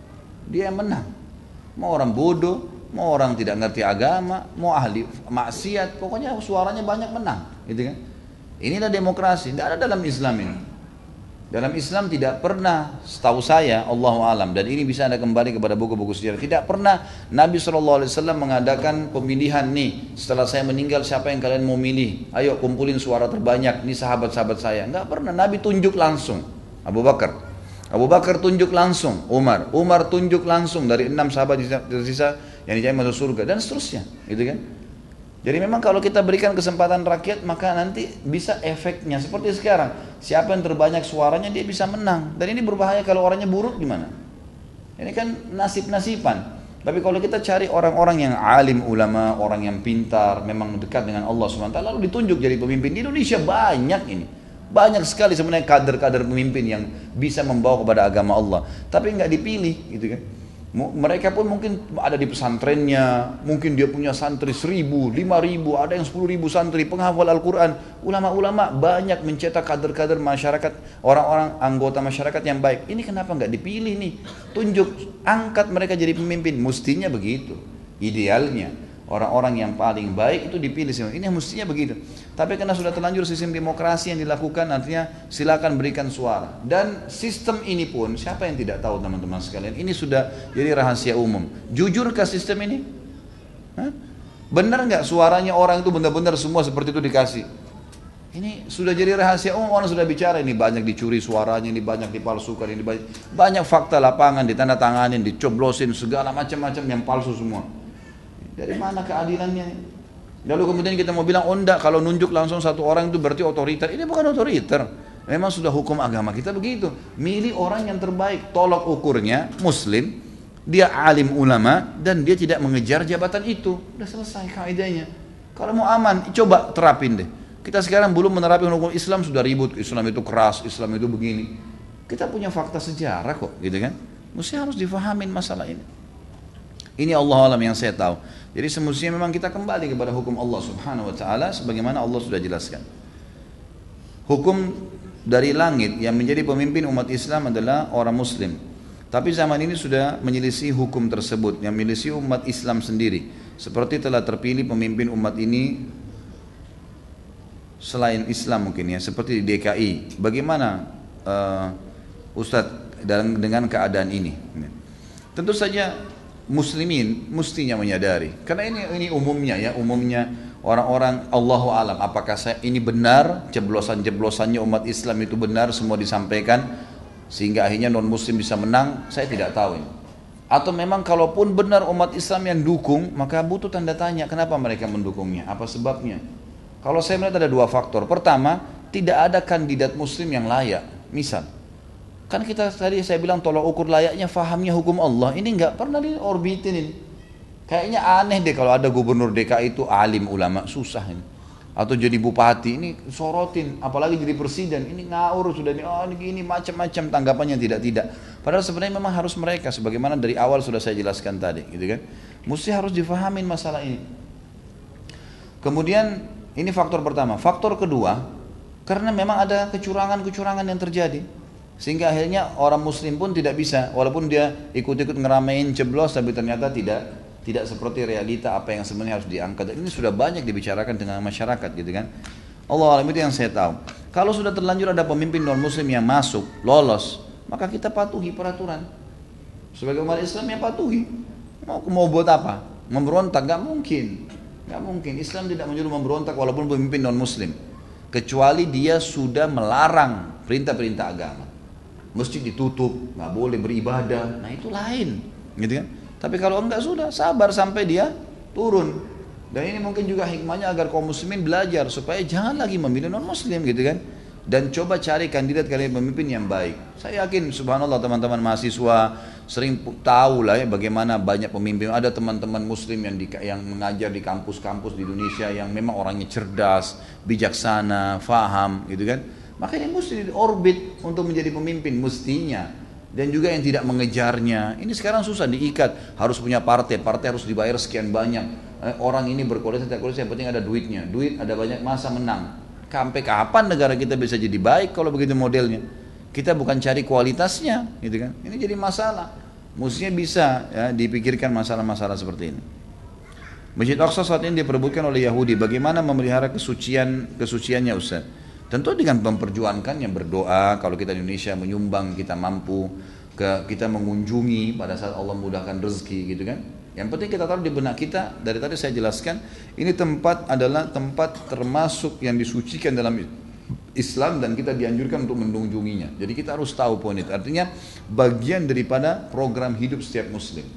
dia yang menang. Mau orang bodoh, mau orang tidak ngerti agama, mau ahli maksiat, pokoknya suaranya banyak menang, gitu kan? Inilah demokrasi. Tidak ada dalam Islam ini. Dalam Islam tidak pernah, setahu saya, Allahu alam, dan ini bisa anda kembali kepada buku-buku sejarah, tidak pernah Nabi shallallahu alaihi wasallam mengadakan pemilihan nih, setelah saya meninggal siapa yang kalian mau milih, ayo kumpulin suara terbanyak, ini sahabat-sahabat saya. Enggak pernah, Nabi tunjuk langsung Abu Bakar, Abu Bakar tunjuk langsung Umar, Umar tunjuk langsung dari enam sahabat tersisa yang dijamin masuk surga, dan seterusnya, gitu kan? Jadi memang kalau kita berikan kesempatan rakyat, maka nanti bisa efeknya seperti sekarang. Siapa yang terbanyak suaranya dia bisa menang. Dan ini berbahaya kalau orangnya buruk gimana? Ini kan nasib-nasiban. Tapi kalau kita cari orang-orang yang alim ulama, orang yang pintar, memang dekat dengan Allah subhanahu wa taala, lalu ditunjuk jadi pemimpin. Di Indonesia banyak ini. Banyak sekali sebenarnya kader-kader pemimpin yang bisa membawa kepada agama Allah. Tapi nggak dipilih gitu kan. Mereka pun mungkin ada di pesantrennya, mungkin dia punya santri seribu, lima ribu, ada yang sepuluh ribu santri, penghafal Al-Quran. Ulama-ulama banyak mencetak kader-kader masyarakat, orang-orang anggota masyarakat yang baik. Ini kenapa nggak dipilih nih? Tunjuk, angkat mereka jadi pemimpin. Mestinya begitu, idealnya. Orang-orang yang paling baik itu dipilih. Ini mestinya begitu. Tapi karena sudah terlanjur sistem demokrasi yang dilakukan, artinya silakan berikan suara. Dan sistem ini pun, siapa yang tidak tahu teman-teman sekalian, ini sudah jadi rahasia umum. Jujurkah sistem ini? Hah? Benar nggak suaranya orang itu benar-benar semua seperti itu dikasih? Ini sudah jadi rahasia umum, orang sudah bicara, ini banyak dicuri suaranya, ini banyak dipalsukan, ini banyak, banyak fakta lapangan, ditandatanganin, dicoblosin, segala macam-macam yang palsu semua. Dari mana keadilannya? Lalu kemudian kita mau bilang, oh enggak, kalau nunjuk langsung satu orang itu berarti otoriter. Ini bukan otoriter. Memang sudah hukum agama kita begitu. Milih orang yang terbaik. Tolok ukurnya, muslim, dia alim ulama, dan dia tidak mengejar jabatan itu. Udah selesai kaidahnya. Kalau mau aman, coba terapin deh. Kita sekarang belum menerapkan hukum Islam, sudah ribut. Islam itu keras, Islam itu begini. Kita punya fakta sejarah kok, gitu kan? Mesti harus difahamin masalah ini. Ini Allah alam yang saya tahu. Jadi semestinya memang kita kembali kepada hukum Allah subhanahu wa ta'ala sebagaimana Allah sudah jelaskan. Hukum dari langit yang menjadi pemimpin umat Islam adalah orang muslim. Tapi zaman ini sudah menyelisih hukum tersebut yang menyelisih umat Islam sendiri. Seperti telah terpilih pemimpin umat ini selain Islam mungkin ya, seperti di D K I. Bagaimana uh, Ustadz dalam dengan keadaan ini? Tentu saja muslimin mestinya menyadari, karena ini ini umumnya ya, umumnya orang-orang Allahu alam, apakah saya ini benar, jeblosan-jeblosannya umat Islam itu benar semua disampaikan sehingga akhirnya non muslim bisa menang, saya tidak tahu ini. Atau memang kalaupun benar umat Islam yang dukung, maka butuh tanda tanya kenapa mereka mendukungnya, apa sebabnya. Kalau saya melihat ada dua faktor. Pertama, tidak ada kandidat muslim yang layak. Misal, kan kita tadi saya bilang tolak ukur layaknya fahamnya hukum Allah, ini nggak pernah diorbitin ini. Kayaknya aneh deh kalau ada gubernur D K I itu alim ulama, susah ini. Atau jadi bupati, ini sorotin, apalagi jadi presiden, ini ngawur sudah nih, oh ini macam-macam tanggapannya tidak-tidak. Padahal sebenarnya memang harus mereka, sebagaimana dari awal sudah saya jelaskan tadi, gitu kan. Mesti harus difahamin masalah ini. Kemudian ini faktor pertama. Faktor kedua, karena memang ada kecurangan-kecurangan yang terjadi. Sehingga akhirnya orang muslim pun tidak bisa, walaupun dia ikut-ikut ngeramein jeblos, tapi ternyata tidak tidak seperti realita apa yang sebenarnya harus diangkat. Ini sudah banyak dibicarakan dengan masyarakat gitu kan. Allah alam, itu yang saya tahu. Kalau sudah terlanjur ada pemimpin non muslim yang masuk, lolos, maka kita patuhi peraturan. Sebagai umat Islam ya patuhi. Mau mau buat apa? Memberontak? Gak mungkin. Gak mungkin. Islam tidak menyuruh memberontak walaupun pemimpin non muslim, kecuali dia sudah melarang perintah-perintah agama. Masjid ditutup, nggak boleh beribadah, nah itu lain, gitu kan? Tapi kalau enggak sudah sabar sampai dia turun. Dan ini mungkin juga hikmahnya agar kaum muslimin belajar supaya jangan lagi memilih non muslim, gitu kan? Dan coba cari kandidat kandidat pemimpin yang baik. Saya yakin, subhanallah teman-teman mahasiswa, sering tahu lah ya bagaimana banyak pemimpin. Ada teman-teman muslim yang di, yang mengajar di kampus-kampus di Indonesia yang memang orangnya cerdas, bijaksana, faham gitu kan. Makanya mesti di orbit untuk menjadi pemimpin mestinya. Dan juga yang tidak mengejarnya. Ini sekarang susah diikat, harus punya partai, partai harus dibayar sekian banyak. Eh, orang ini berkualitas tidak kualitas, yang penting ada duitnya. Duit ada banyak masa menang. Sampai kapan negara kita bisa jadi baik kalau begitu modelnya? Kita bukan cari kualitasnya, gitu kan? Ini jadi masalah. Mestinya bisa ya, dipikirkan masalah-masalah seperti ini. Masjid Aqsa saat ini diperebutkan oleh Yahudi. Bagaimana memelihara kesucian kesuciannya, Ustaz? Tentu dengan memperjuangkan yang berdoa. Kalau kita di Indonesia menyumbang, kita mampu ke kita mengunjungi pada saat Allah mudahkan rezeki, gitu kan? Yang penting kita taruh di benak kita. Dari tadi saya jelaskan, ini tempat adalah tempat termasuk yang disucikan dalam Islam dan kita dianjurkan untuk mengunjunginya. Jadi kita harus tahu poin itu. Artinya bagian daripada program hidup setiap muslim.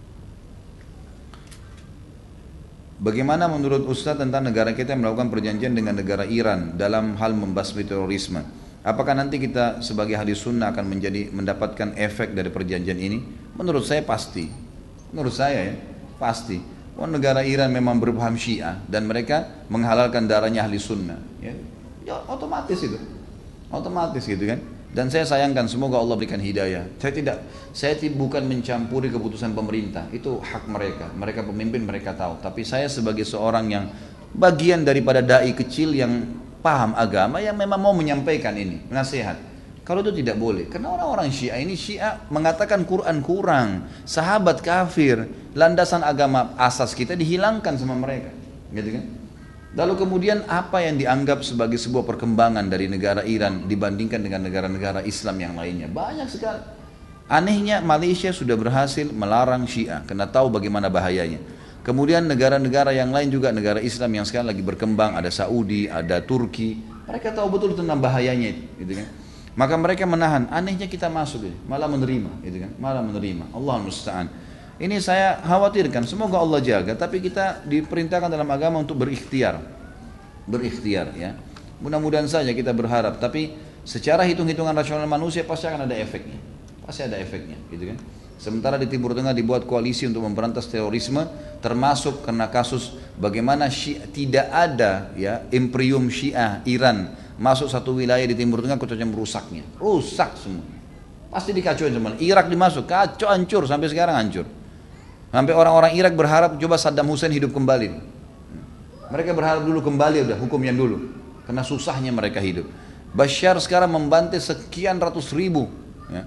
Bagaimana menurut Ustaz tentang negara kita yang melakukan perjanjian dengan negara Iran dalam hal membasmi terorisme? Apakah nanti kita sebagai ahli sunnah akan menjadi mendapatkan efek dari perjanjian ini? Menurut saya pasti. Menurut saya ya, pasti. Oh, negara Iran memang berpaham Syiah dan mereka menghalalkan darahnya ahli sunnah. Ya. Ya otomatis itu, otomatis gitu kan. Dan saya sayangkan, semoga Allah berikan hidayah. Saya tidak, saya bukan mencampuri keputusan pemerintah, itu hak mereka. Mereka pemimpin, mereka tahu. Tapi saya sebagai seorang yang bagian daripada dai kecil yang paham agama, yang memang mau menyampaikan ini, nasihat. Kalau itu tidak boleh, karena orang-orang Syiah ini Syiah mengatakan Quran kurang, sahabat kafir, landasan agama asas kita dihilangkan sama mereka, gitu kan? Lalu kemudian apa yang dianggap sebagai sebuah perkembangan dari negara Iran dibandingkan dengan negara-negara Islam yang lainnya? Banyak sekali. Anehnya Malaysia sudah berhasil melarang Syiah karena tahu bagaimana bahayanya. Kemudian negara-negara yang lain juga, negara Islam yang sekarang lagi berkembang, ada Saudi, ada Turki, mereka tahu betul tentang bahayanya itu, gitu kan? Maka mereka menahan. Anehnya kita masuk ini, malah menerima, gitu kan? Malah menerima. Allah musta'an. Ini saya khawatirkan, semoga Allah jaga, tapi kita diperintahkan dalam agama untuk berikhtiar. Berikhtiar ya. Mudah-mudahan saja kita berharap, tapi secara hitung-hitungan rasional manusia pasti akan ada efeknya. Pasti ada efeknya, gitu kan. Sementara di Timur Tengah dibuat koalisi untuk memberantas terorisme, termasuk karena kasus bagaimana Syiah, tidak ada ya imperium Syiah Iran masuk satu wilayah di Timur Tengah kecuali merusaknya. Rusak semua. Pasti dikacauin semua. Irak dimasuk, kacau, hancur, sampai sekarang hancur. Sampai orang-orang Irak berharap coba Saddam Hussein hidup kembali. Mereka berharap dulu kembali udah hukum yang dulu, karena susahnya mereka hidup. Bashar sekarang membantai sekian ratus ribu ya,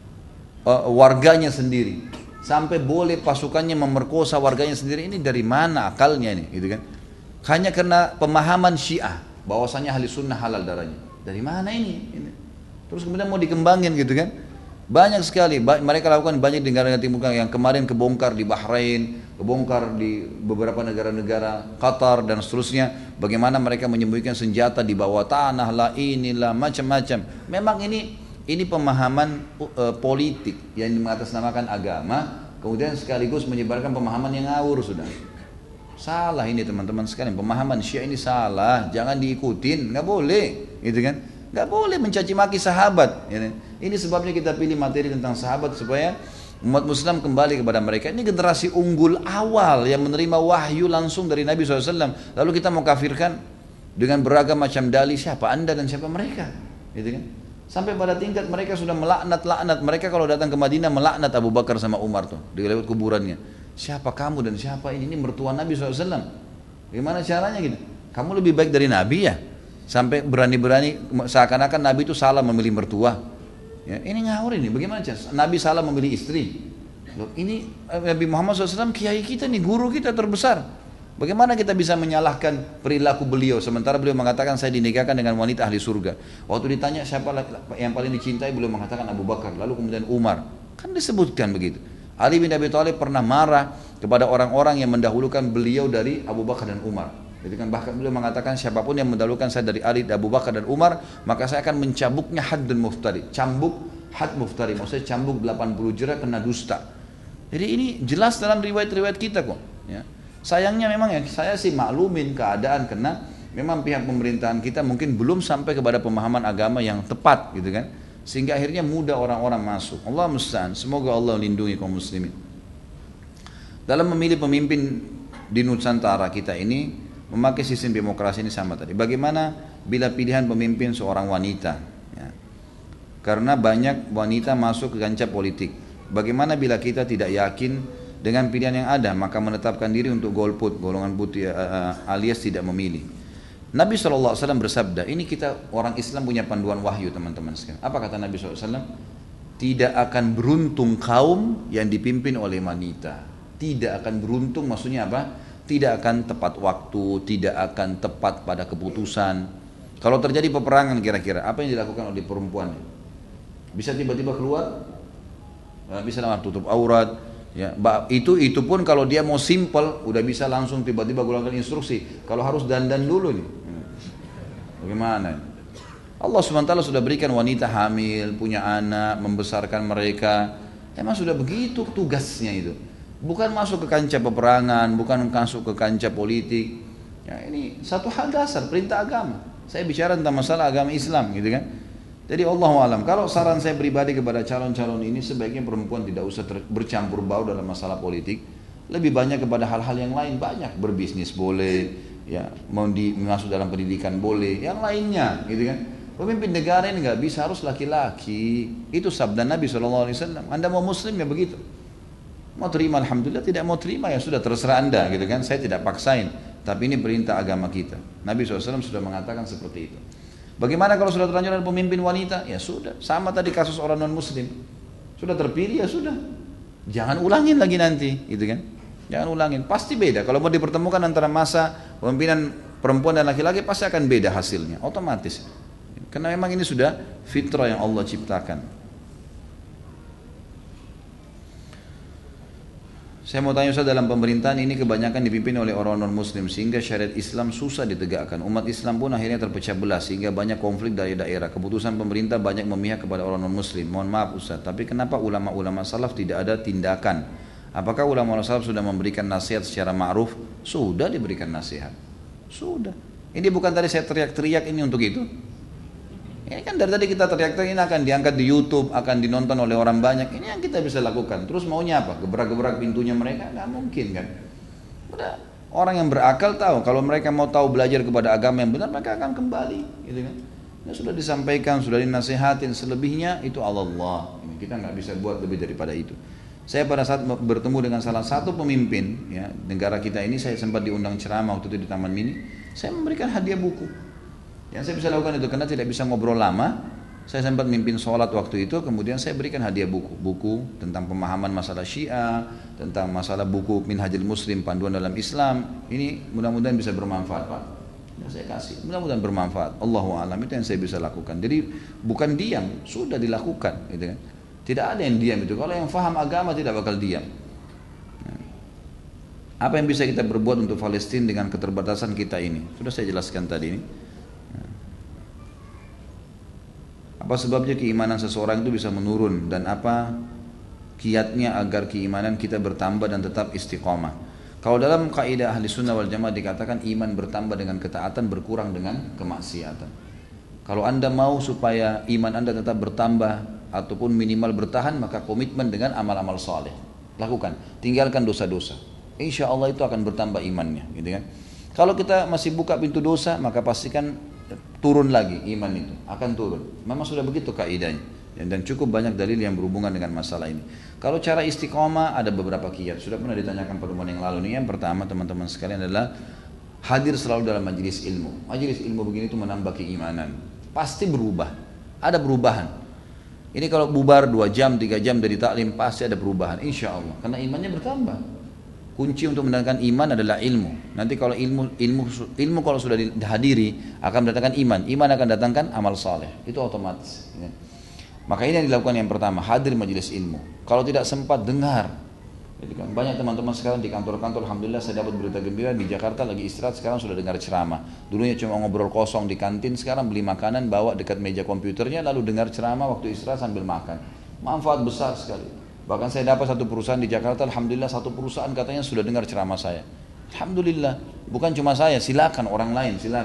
warganya sendiri, sampai boleh pasukannya memerkosa warganya sendiri. Ini dari mana akalnya ini, gitu kan? Hanya karena pemahaman Syiah bahwasanya ahli sunnah halal darahnya. Dari mana ini? ini? Terus kemudian mau dikembangin, gitu kan? Banyak sekali, mereka lakukan banyak di negara-negara Timur Tengah, yang kemarin kebongkar di Bahrain, kebongkar di beberapa negara-negara, Qatar dan seterusnya. Bagaimana mereka menyembunyikan senjata di bawah tanah lah, inilah macam-macam. Memang ini ini pemahaman uh, politik yang mengatasnamakan agama, kemudian sekaligus menyebarkan pemahaman yang ngawur sudah. Salah ini teman-teman sekalian, pemahaman Syiah ini salah, jangan diikutin, nggak boleh, gitu kan? Nggak boleh mencaci maki sahabat. Ini sebabnya kita pilih materi tentang sahabat supaya umat Muslim kembali kepada mereka. Ini generasi unggul awal yang menerima wahyu langsung dari Nabi shallallahu alaihi wasallam. Lalu kita mau kafirkan dengan beragam macam dalih, siapa anda dan siapa mereka, gitu kan? Sampai pada tingkat mereka sudah melaknat-laknat. Mereka kalau datang ke Madinah melaknat Abu Bakar sama Umar tuh di lewat kuburannya. Siapa kamu dan siapa ini? Ini mertua Nabi shallallahu alaihi wasallam. Gimana caranya gitu? Kamu lebih baik dari Nabi ya? Sampai berani-berani seakan-akan Nabi itu salah memilih mertua. Ya, ini ngawur ini. Bagaimana cara? Nabi salah memilih istri. Loh, ini Nabi Muhammad shallallahu alaihi wasallam kiai kita nih, guru kita terbesar. Bagaimana kita bisa menyalahkan perilaku beliau sementara beliau mengatakan saya dinikahkan dengan wanita ahli surga. Waktu ditanya siapa yang paling dicintai, beliau mengatakan Abu Bakar, lalu kemudian Umar. Kan disebutkan begitu. Ali bin Abi Thalib pernah marah kepada orang-orang yang mendahulukan beliau dari Abu Bakar dan Umar. Jadi kan bahkan beliau mengatakan siapapun yang mendahulukan saya dari Ali, Abu Bakar dan Umar, maka saya akan mencambuknya haddun muftari. Cambuk had muftari, maksudnya cambuk delapan puluh jera kena dusta. Jadi ini jelas dalam riwayat-riwayat kita kok. Ya. Sayangnya memang ya saya sih maklumin keadaan karena memang pihak pemerintahan kita mungkin belum sampai kepada pemahaman agama yang tepat, gitu kan. sehingga akhirnya mudah orang-orang masuk. Allah musta'an, semoga Allah lindungi kaum muslimin. Dalam memilih pemimpin di Nusantara kita ini memakai sistem demokrasi ini sama tadi. Bagaimana bila pilihan pemimpin seorang wanita? Ya. Karena banyak wanita masuk ke kancah politik. Bagaimana bila kita tidak yakin dengan pilihan yang ada, maka menetapkan diri untuk golput, golongan putih uh, alias tidak memilih. Nabi shallallahu alaihi wasallam bersabda, ini kita orang Islam punya panduan wahyu teman-teman sekalian. Apa kata Nabi shallallahu alaihi wasallam? Tidak akan beruntung kaum yang dipimpin oleh wanita. Tidak akan beruntung maksudnya apa? Tidak akan tepat waktu, tidak akan tepat pada keputusan. Kalau terjadi peperangan kira-kira, apa yang dilakukan oleh perempuan? Bisa tiba-tiba keluar, bisa langsung tutup aurat. Ya, itu itu pun kalau dia mau simple, udah bisa langsung tiba-tiba keluarkan instruksi. Kalau harus dandan dulu nih, bagaimana? Allah subhanahu wa taala sudah berikan wanita hamil, punya anak, membesarkan mereka. Emang sudah begitu tugasnya itu. Bukan masuk ke kancah peperangan, bukan masuk ke kancah politik. Ya, ini satu hal dasar perintah agama. Saya bicara tentang masalah agama Islam, gitu kan? Jadi Allahu alam. Kalau saran saya pribadi kepada calon-calon ini, sebaiknya perempuan tidak usah ter- bercampur baur dalam masalah politik. Lebih banyak kepada hal-hal yang lain. Banyak berbisnis boleh, ya, mau di, masuk dalam pendidikan boleh, yang lainnya, gitu kan? Pemimpin negara ini nggak bisa harus laki-laki. Itu sabda Nabi shallallahu alaihi wasallam. Anda mau Muslim ya begitu. Mau terima alhamdulillah, tidak mau terima ya sudah terserah anda, gitu kan. Saya tidak paksain, tapi ini perintah agama kita. Nabi shallallahu alaihi wasallam sudah mengatakan seperti itu. Bagaimana kalau sudah terlanjur ada pemimpin wanita? Ya sudah, sama tadi kasus orang non muslim. Sudah terpilih ya sudah. Jangan ulangin lagi nanti, gitu kan. Jangan ulangin, pasti beda. Kalau mau dipertemukan antara masa pemimpinan perempuan dan laki-laki pasti akan beda hasilnya, otomatis. Karena memang ini sudah fitrah yang Allah ciptakan. Saya mau tanya Ustaz, dalam pemerintahan ini kebanyakan dipimpin oleh orang non-muslim sehingga syariat Islam susah ditegakkan. Umat Islam pun akhirnya terpecah belah sehingga banyak konflik dari daerah. Keputusan pemerintah banyak memihak kepada orang non-muslim. Mohon maaf Ustaz, tapi kenapa ulama-ulama salaf tidak ada tindakan? Apakah ulama-ulama salaf sudah memberikan nasihat secara ma'ruf? Sudah diberikan nasihat. Sudah. Ini bukan tadi saya teriak-teriak ini untuk itu. Ini kan dari tadi kita teriak-teriak, ini akan diangkat di YouTube, akan dinonton oleh orang banyak. Ini yang kita bisa lakukan. Terus maunya apa? Gebrak-gebrak pintunya mereka? Nggak mungkin kan. Udah, orang yang berakal tahu kalau mereka mau tahu belajar kepada agama yang benar, mereka akan kembali, gitu kan. Ya, sudah disampaikan, sudah dinasihatin, selebihnya itu Allah. Ini kita nggak bisa buat lebih daripada itu. Saya pada saat bertemu dengan salah satu pemimpin ya, negara kita ini, saya sempat diundang ceramah waktu itu di Taman Mini. Saya memberikan hadiah buku. Yang saya bisa lakukan itu karena tidak bisa ngobrol lama. Saya sempat mimpin sholat waktu itu, kemudian saya berikan hadiah buku, buku tentang pemahaman masalah Syiah, tentang masalah buku Minhajul Muslim, panduan dalam Islam. Ini mudah-mudahan bisa bermanfaat, Pak. Ya, saya kasih, mudah-mudahan bermanfaat. Allahu a'lam, itu yang saya bisa lakukan. Jadi bukan diam, sudah dilakukan, gitu kan. Tidak ada yang diam itu. Kalau yang faham agama tidak bakal diam. Apa yang bisa kita berbuat untuk Palestina dengan keterbatasan kita ini? Sudah saya jelaskan tadi ini. Apa sebabnya keimanan seseorang itu bisa menurun dan apa kiatnya agar keimanan kita bertambah dan tetap istiqomah? Kalau dalam kaidah ahli sunnah wal jamaah dikatakan iman bertambah dengan ketaatan, berkurang dengan kemaksiatan. Kalau anda mau supaya iman anda tetap bertambah ataupun minimal bertahan, maka komitmen dengan amal-amal saleh. Lakukan, tinggalkan dosa-dosa. Insya Allah itu akan bertambah imannya, gitu kan? Kalau kita masih buka pintu dosa, maka pastikan turun lagi iman itu, akan turun. Memang sudah begitu kaidahnya. Dan cukup banyak dalil yang berhubungan dengan masalah ini. Kalau cara istiqomah ada beberapa kiat. Sudah pernah ditanyakan pertemuan yang lalu nih. Yang pertama teman-teman sekalian adalah hadir selalu dalam majelis ilmu. Majelis ilmu begini itu menambah keimanan. Pasti berubah. Ada perubahan. Ini kalau bubar dua jam, tiga jam dari taklim pasti ada perubahan. Insya Allah. Karena imannya bertambah. Kunci untuk mendatangkan iman adalah ilmu. Nanti kalau ilmu ilmu ilmu kalau sudah dihadiri akan mendatangkan iman. Iman akan datangkan amal saleh. Itu otomatis. Ya. Maka ini yang dilakukan yang pertama, hadir majelis ilmu. Kalau tidak sempat dengar. Jadi kan banyak teman-teman sekarang di kantor-kantor, alhamdulillah saya dapat berita gembira di Jakarta lagi istirahat, sekarang sudah dengar ceramah. Dulunya cuma ngobrol kosong di kantin, sekarang beli makanan bawa dekat meja komputernya lalu dengar ceramah waktu istirahat sambil makan. Manfaat besar sekali. Bahkan saya dapat satu perusahaan di Jakarta, alhamdulillah satu perusahaan katanya sudah dengar ceramah saya. Alhamdulillah, bukan cuma saya, silakan orang lain, silakan.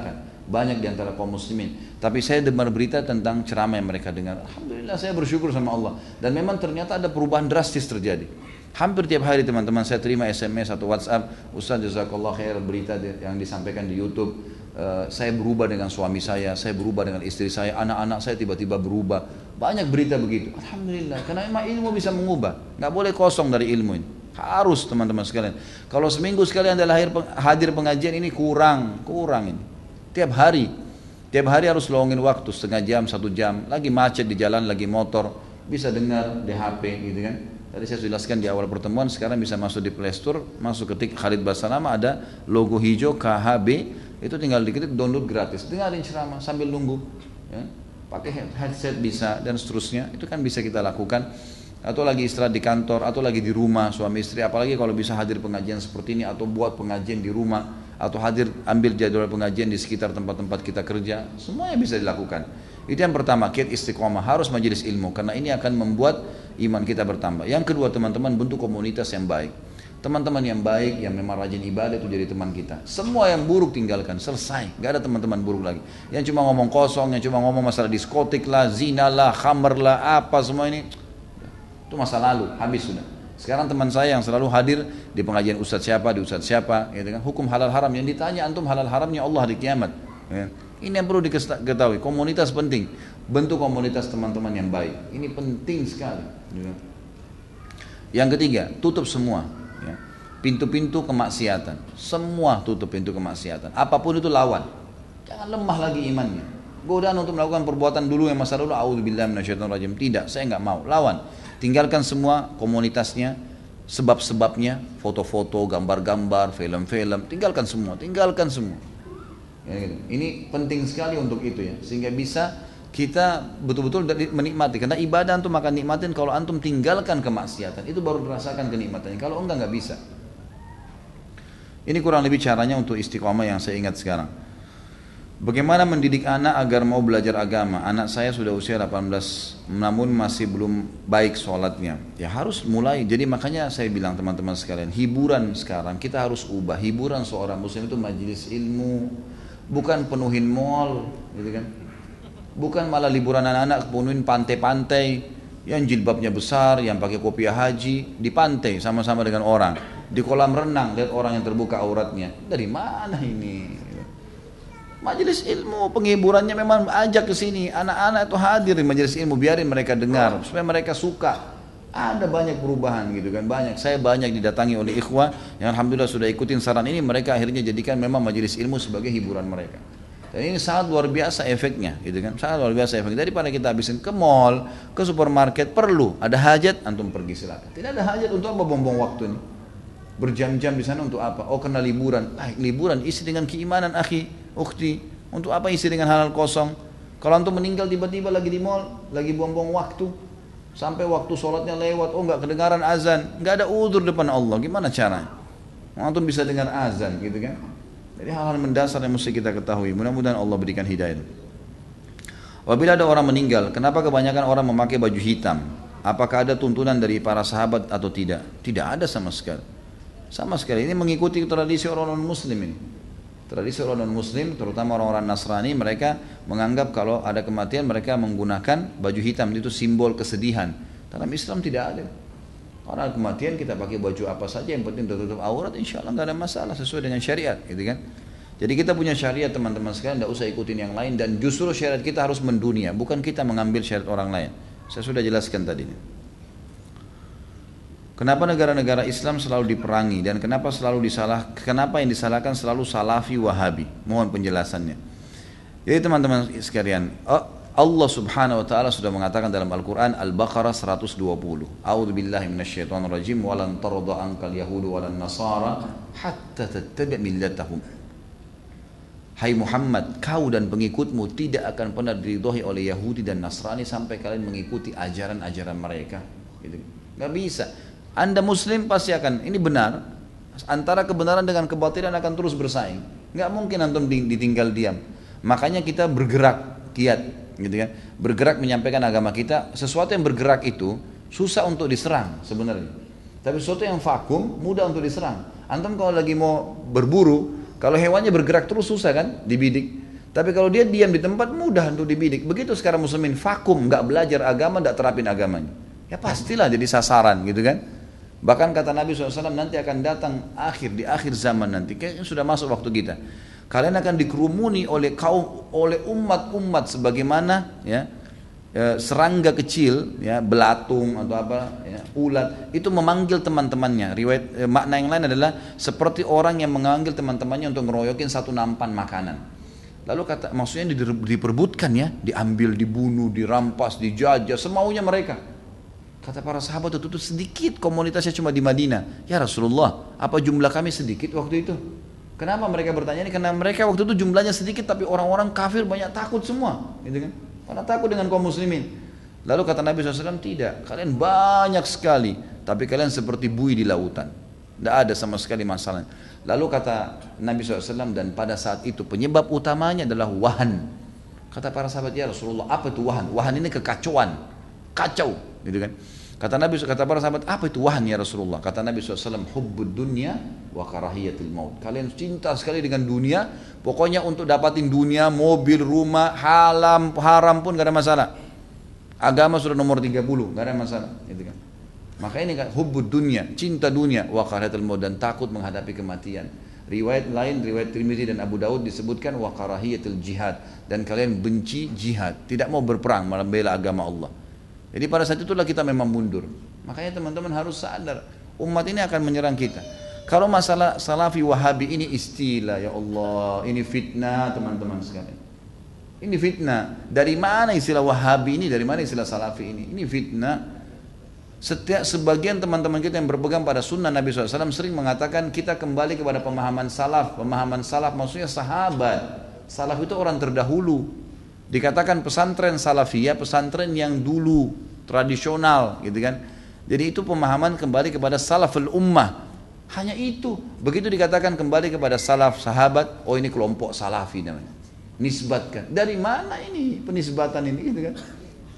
banyak di antara kaum muslimin. Tapi saya dengar berita tentang ceramah yang mereka dengar. Alhamdulillah saya bersyukur sama Allah. Dan memang ternyata ada perubahan drastis terjadi. Hampir tiap hari teman-teman saya terima S M S atau WhatsApp, Ustaz jazakallah khair berita yang disampaikan di YouTube. Uh, saya berubah dengan suami saya, saya berubah dengan istri saya, anak-anak saya tiba-tiba berubah. Banyak berita begitu. Alhamdulillah, karena memang ilmu bisa mengubah. Nggak boleh kosong dari ilmu ini. Harus teman-teman sekalian. Kalau seminggu sekali Anda lahir hadir pengajian ini kurang, kurang ini. Tiap hari, tiap hari harus luangin waktu setengah jam, satu jam. Lagi macet di jalan, lagi motor, bisa dengar di H P gitu kan. Tadi saya sudah jelaskan di awal pertemuan, sekarang bisa masuk di Play Store, masuk ketik Khalid Basalamah, ada logo hijau K H B, itu tinggal diketik download gratis, dengarin ceramah sambil nunggu, ya. Pakai headset bisa dan seterusnya, itu kan bisa kita lakukan. Atau lagi istirahat di kantor, atau lagi di rumah suami istri, apalagi kalau bisa hadir pengajian seperti ini, atau buat pengajian di rumah, atau hadir ambil jadwal pengajian di sekitar tempat-tempat kita kerja, semuanya bisa dilakukan. Itu yang pertama, kiat istiqomah, harus majelis ilmu, karena ini akan membuat iman kita bertambah. Yang kedua teman-teman, bentuk komunitas yang baik. Teman-teman yang baik, yang memang rajin ibadah itu jadi teman kita. Semua yang buruk tinggalkan, selesai. Gak ada teman-teman buruk lagi. Yang cuma ngomong kosong, yang cuma ngomong masalah diskotik lah, zina lah, khamar lah, apa semua ini, itu masa lalu, habis sudah. Sekarang teman saya yang selalu hadir di pengajian ustadz siapa, di ustadz siapa, gitu kan, hukum halal haram, yang ditanya antum halal haramnya Allah di kiamat. Ya. Ini yang perlu diketahui, komunitas penting. Bentuk komunitas teman-teman yang baik, ini penting sekali. Ya. Yang ketiga, tutup semua. Ya. Pintu-pintu kemaksiatan, semua tutup pintu kemaksiatan. Apapun itu lawan, jangan lemah lagi imannya. Godaan untuk melakukan perbuatan dulu yang masa lalu, a'udzubillahi minasyaitonirrajim. Tidak, saya enggak mau. Lawan. Tinggalkan semua komunitasnya, sebab-sebabnya, foto-foto, gambar-gambar, film-film, tinggalkan semua, tinggalkan semua. Ya, gitu. Ini penting sekali untuk itu ya, sehingga bisa kita betul-betul menikmati. Karena ibadah antum akan nikmatin kalau antum tinggalkan kemaksiatan, itu baru dirasakan kenikmatannya. Kalau enggak enggak bisa. Ini kurang lebih caranya untuk istiqomah yang saya ingat sekarang. Bagaimana mendidik anak agar mau belajar agama? Anak saya sudah usia delapan belas namun masih belum baik sholatnya. Ya harus mulai. Jadi makanya saya bilang teman-teman sekalian, hiburan sekarang kita harus ubah. Hiburan seorang muslim itu majelis ilmu, bukan penuhin mall, gitu kan? Bukan malah liburan anak-anak penuhin pantai-pantai yang jilbabnya besar, yang pakai kopiah haji di pantai sama-sama dengan orang. Di kolam renang lihat orang yang terbuka auratnya. Dari mana ini? Majelis ilmu, penghiburannya memang ajak ke sini, anak-anak itu hadir di majelis ilmu, biarin mereka dengar supaya mereka suka. Ada banyak perubahan gitu kan, banyak. Saya banyak didatangi oleh ikhwah yang alhamdulillah sudah ikutin saran ini, mereka akhirnya jadikan memang majelis ilmu sebagai hiburan mereka. Dan ini sangat luar biasa efeknya gitu kan, sangat luar biasa efeknya. Daripada kita habisin ke mall, ke supermarket, perlu ada hajat antum pergi silakan. Tidak ada hajat untuk apa buang-buang waktu ini. Berjam-jam di sana untuk apa? Oh karena liburan. Ah, liburan isi dengan keimanan akhi, ukhti. Untuk apa isi dengan halal kosong? Kalau antum meninggal tiba-tiba lagi di mall, lagi buang-buang waktu, sampai waktu sholatnya lewat, oh nggak kedengaran azan, nggak ada udzur depan Allah, gimana caranya? Antum bisa dengar azan, gitu kan? Jadi hal-hal mendasar yang mesti kita ketahui. Mudah-mudahan Allah berikan hidayah. Apabila ada orang meninggal, kenapa kebanyakan orang memakai baju hitam? Apakah ada tuntunan dari para sahabat atau tidak? Tidak ada sama sekali. Sama sekali, ini mengikuti tradisi orang non-muslim ini. Tradisi orang non-muslim, terutama orang-orang Nasrani, mereka menganggap kalau ada kematian mereka menggunakan baju hitam, itu simbol kesedihan. Dalam Islam tidak ada. Orang kematian kita pakai baju apa saja, yang penting tertutup aurat, insya Allah nggak ada masalah sesuai dengan syariat, gitu kan? Jadi kita punya syariat teman-teman sekalian, tidak usah ikutin yang lain, dan justru syariat kita harus mendunia, bukan kita mengambil syariat orang lain. Saya sudah jelaskan tadi. Kenapa negara-negara Islam selalu diperangi dan kenapa selalu disalah? Kenapa yang disalahkan selalu Salafi Wahabi? Mohon penjelasannya. Jadi teman-teman sekalian, Allah Subhanahu wa taala sudah mengatakan dalam Al-Qur'an Al-Baqarah seratus dua puluh. A'udzubillahi minasyaitonirrajim wa lan tarda ankal yahudu walan nasara hatta tattabi' millatahum. Hai Muhammad, kau dan pengikutmu tidak akan pernah diridhoi oleh Yahudi dan Nasrani sampai kalian mengikuti ajaran-ajaran mereka. Gitu. Gak bisa. Anda Muslim pasti akan, ini benar. Antara kebenaran dengan kebatilan akan terus bersaing. Gak mungkin antum ditinggal diam. Makanya kita bergerak, kiat, gitu kan? Bergerak menyampaikan agama kita. Sesuatu yang bergerak itu susah untuk diserang sebenarnya. Tapi sesuatu yang vakum mudah untuk diserang. Antum kalau lagi mau berburu, kalau hewannya bergerak terus susah kan dibidik. Tapi kalau dia diam di tempat, mudah untuk dibidik. Begitu sekarang muslimin vakum, nggak belajar agama, nggak terapin agamanya. Ya pastilah jadi sasaran gitu kan. Bahkan kata Nabi shallallahu alaihi wasallam, nanti akan datang akhir, di akhir zaman nanti, kayaknya sudah masuk waktu kita. Kalian akan dikerumuni oleh kaum, oleh umat-umat sebagaimana ya, serangga kecil, ya, belatung atau apa, ya, ulat itu memanggil teman-temannya. Riwayat eh, makna yang lain adalah seperti orang yang memanggil teman-temannya untuk ngeroyokin satu nampan makanan. Lalu kata, maksudnya diperbutkan ya, diambil, dibunuh, dirampas, dijajah, semaunya mereka. Kata para sahabat itu, itu sedikit komunitasnya cuma di Madinah. Ya Rasulullah, apa jumlah kami sedikit waktu itu? Kenapa mereka bertanya ini? Karena mereka waktu itu jumlahnya sedikit, tapi orang-orang kafir banyak takut semua, gitu kan? Karena takut dengan kaum muslimin. Lalu kata Nabi shallallahu alaihi wasallam, tidak, kalian banyak sekali, tapi kalian seperti buih di lautan. Tidak ada sama sekali masalah. Lalu kata Nabi shallallahu alaihi wasallam, dan pada saat itu penyebab utamanya adalah wahan. Kata para sahabat, ya Rasulullah, apa itu wahan? Wahan ini kekacauan, kacau, gitu kan? Kata Nabi, kata para sahabat, apa itu wahan ya Rasulullah? Kata Nabi shallallahu alaihi wasallam, hubbud dunya wa karahiyatil maut. Kalian cinta sekali dengan dunia, pokoknya untuk dapatin dunia, mobil, rumah, haram, haram pun gak ada masalah. Agama sudah nomor tiga puluh, gak ada masalah, gitu kan? Maka ini kan hubbud dunya, cinta dunia, wa karahiyatil maut, dan takut menghadapi kematian. Riwayat lain, riwayat Tirmizi dan Abu Daud disebutkan wa karahiyatil jihad, dan kalian benci jihad, tidak mau berperang membela agama Allah. Jadi pada saat itulah kita memang mundur. Makanya teman-teman harus sadar, umat ini akan menyerang kita. Kalau masalah salafi wahabi ini istilah, ya Allah, ini fitnah teman-teman sekalian. Ini fitnah. Dari mana istilah wahabi ini? Dari mana istilah salafi ini? Ini fitnah. Setiap sebagian teman-teman kita yang berpegang pada sunnah Nabi shallallahu alaihi wasallam sering mengatakan kita kembali kepada pemahaman salaf. Pemahaman salaf maksudnya sahabat. Salaf itu orang terdahulu. Dikatakan pesantren salafiyah, pesantren yang dulu tradisional, gitu kan. Jadi itu pemahaman kembali kepada salaful ummah. Hanya itu. Begitu dikatakan kembali kepada salaf sahabat, oh ini kelompok salafi namanya. Nisbatkan. Dari mana ini penisbatan ini, gitu kan?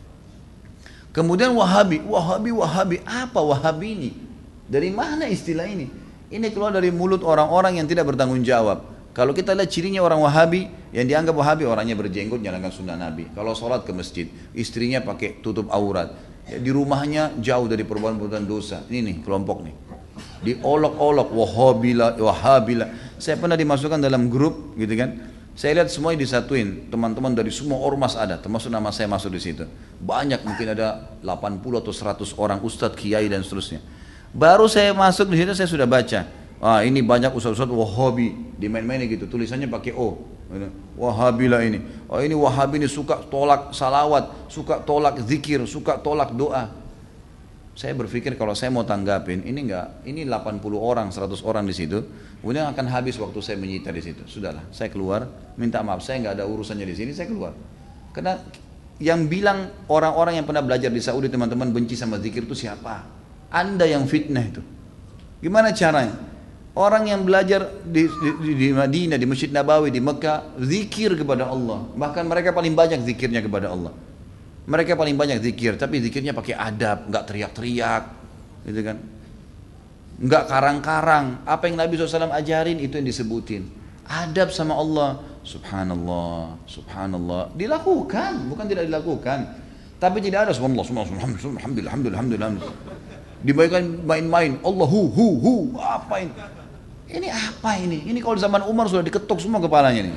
Kemudian wahabi, wahabi, wahabi. Apa wahabi ini? Dari mana istilah ini? Ini keluar dari mulut orang-orang yang tidak bertanggung jawab. Kalau kita lihat cirinya orang wahabi, yang dianggap wahabi orangnya berjenggot, jalankan sunnah Nabi. Kalau sholat ke masjid, istrinya pakai tutup aurat. Ya, di rumahnya jauh dari perbuatan-perbuatan dosa. Ini nih kelompok nih. Diolok-olok, wahabila, wahabila. Saya pernah dimasukkan dalam grup, gitu kan. Saya lihat semuanya disatuin. Teman-teman dari semua ormas ada, termasuk nama saya masuk di situ. Banyak, mungkin ada delapan puluh atau seratus orang ustadz, kiai dan seterusnya. Baru saya masuk di situ saya sudah baca. Ah, ini banyak ustaz-ustaz wahabi, dimain-mainin gitu, tulisannya pakai O, wahabi lah ini. Oh ini wahabi ini suka tolak salawat, suka tolak zikir, suka tolak doa. Saya berpikir kalau saya mau tanggapin, ini enggak, ini delapan puluh orang, seratus orang di situ, kemudian akan habis waktu saya menyita di situ. Sudahlah, saya keluar, minta maaf, saya enggak ada urusannya di sini, saya keluar. Karena yang bilang orang-orang yang pernah belajar di Saudi teman-teman benci sama zikir itu siapa? Anda yang fitnah itu. Gimana caranya? Orang yang belajar di, di, di Madinah, di Masjid Nabawi, di Mekah, zikir kepada Allah. Bahkan mereka paling banyak zikirnya kepada Allah. Mereka paling banyak zikir, tapi zikirnya pakai adab, nggak teriak-teriak, gitu kan? Nggak karang-karang. Apa yang Nabi shallallahu alaihi wasallam ajarin itu yang disebutin. Adab sama Allah, subhanallah, subhanallah. Dilakukan, bukan tidak dilakukan. Tapi tidak ada subhanallah, subhanallah, alhamdulillah, alhamdulillah, alhamdulillah. Dibayangkan main-main, Allahu, hu, hu, apa ini? Ini apa ini? Ini kalau zaman Umar sudah diketuk semua kepalanya nih.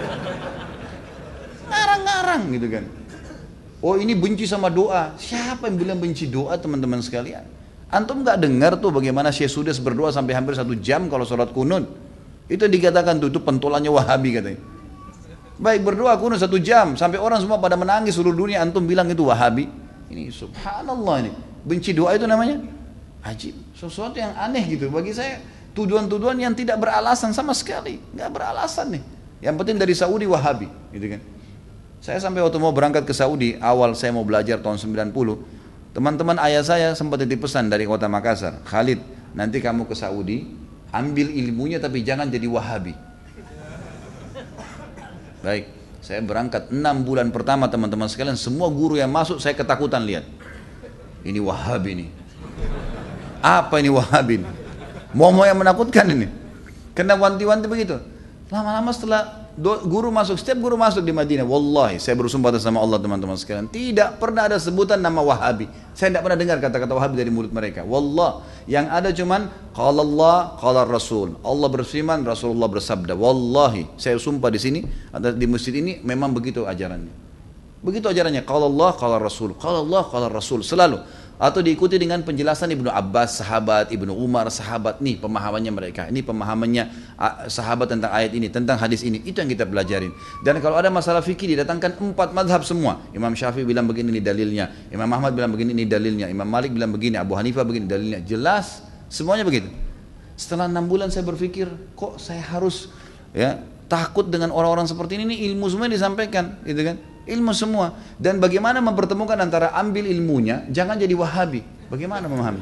Ngarang-ngarang gitu kan. Oh ini benci sama doa. Siapa yang bilang benci doa teman-teman sekalian? Antum nggak dengar tuh bagaimana Syekh Sudes berdoa sampai hampir satu jam kalau sholat kunut? Itu dikatakan tuh, itu pentolannya Wahabi katanya. Baik berdoa kunut satu jam sampai orang semua pada menangis seluruh dunia, antum bilang itu Wahabi? Ini subhanallah ini. Benci doa itu namanya ajib. Sesuatu yang aneh gitu bagi saya. Tuduhan-tuduhan yang tidak beralasan sama sekali, nggak beralasan nih. Yang penting dari Saudi Wahabi, gitu kan. Saya sampai waktu mau berangkat ke Saudi, awal saya mau belajar tahun sembilan puluh, teman-teman ayah saya sempat titip pesan dari kota Makassar, Khalid, nanti kamu ke Saudi, ambil ilmunya tapi jangan jadi Wahabi. Baik, saya berangkat enam bulan pertama teman-teman sekalian, semua guru yang masuk saya ketakutan lihat. Ini Wahabi nih. Apa ini Wahabi nih? Mau-mau yang menakutkan ini. Kena wanti-wanti begitu. Lama-lama setelah do, guru masuk, setiap guru masuk di Madinah, wallahi saya bersumpah atas nama Allah teman-teman sekalian, tidak pernah ada sebutan nama Wahabi. Saya tidak pernah dengar kata-kata Wahabi dari mulut mereka. Wallah, yang ada cuman qala Allah, qala Rasul. Allah berfirman, Rasulullah bersabda. Wallahi, saya sumpah di sini, di masjid ini memang begitu ajarannya. Begitu ajarannya, qala Allah, qala Rasul, qala Allah, qala Rasul, selalu. Atau diikuti dengan penjelasan Ibnu Abbas, sahabat, Ibnu Umar, sahabat. Nih pemahamannya mereka, ini pemahamannya sahabat tentang ayat ini, tentang hadis ini. Itu yang kita pelajarin. Dan kalau ada masalah fikih didatangkan empat madhab semua. Imam Syafi'i bilang begini, ini dalilnya. Imam Ahmad bilang begini, ini dalilnya. Imam Malik bilang begini, Abu Hanifah begini, dalilnya. Jelas, semuanya begitu. Setelah enam bulan saya berpikir, kok saya harus ya takut dengan orang-orang seperti ini? Ini ilmu semua disampaikan, gitu kan? Ilmu semua. Dan bagaimana mempertemukan antara ambil ilmunya, jangan jadi Wahabi. Bagaimana memahami?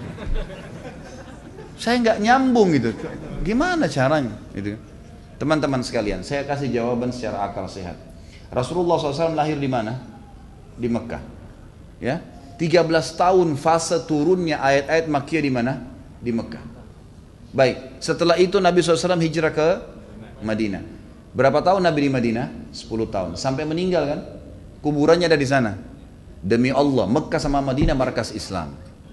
Saya nggak nyambung gitu. Gimana caranya? Gitu. Teman-teman sekalian, saya kasih jawaban secara akal sehat. Rasulullah shallallahu alaihi wasallam lahir di mana? Di Mekah. Ya, tiga belas tahun fase turunnya ayat-ayat Makkiyah di mana? Di Mekah. Baik. Setelah itu Nabi shallallahu alaihi wasallam hijrah ke Madinah. Berapa tahun Nabi di Madinah? sepuluh tahun. Sampai meninggal kan? Kuburannya ada di sana. Demi Allah, Mekah sama Madinah markas Islam.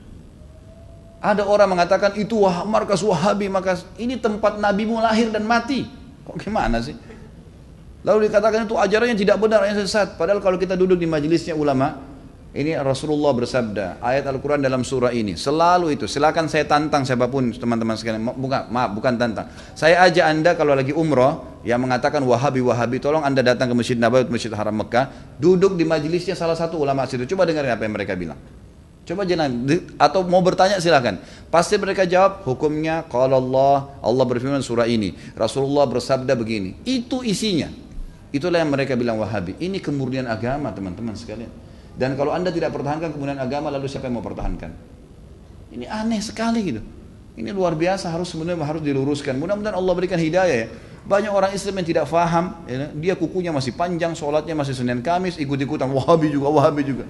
Ada orang mengatakan itu wah, markas Wahabi, markas ini tempat Nabimu lahir dan mati. Kok gimana sih? Lalu dikatakan itu ajarannya tidak benar, yang sesat. Padahal kalau kita duduk di majelisnya ulama, ini Rasulullah bersabda, ayat Al-Quran dalam surah ini, selalu itu. Silakan saya tantang siapapun teman-teman sekalian, bukan, maaf bukan tantang. Saya ajak anda kalau lagi umrah, yang mengatakan Wahabi-Wahabi, tolong anda datang ke Masjid Nabawi, Masjid Haram Mekah, duduk di majelisnya salah satu ulama situ, coba dengarin apa yang mereka bilang. Coba jangan, atau mau bertanya silakan. Pasti mereka jawab, hukumnya qala Allah, Allah berfirman surah ini, Rasulullah bersabda begini. Itu isinya. Itulah yang mereka bilang Wahabi. Ini kemurnian agama teman-teman sekalian. Dan kalau anda tidak pertahankan kemudian agama, lalu siapa yang mau pertahankan? Ini aneh sekali gitu. Ini luar biasa, harus sebenarnya harus diluruskan. Mudah-mudahan Allah berikan hidayah ya. Banyak orang Islam yang tidak faham, ya, dia kukunya masih panjang, sholatnya masih Senin Kamis, ikut-ikutan Wahabi juga, Wahabi juga.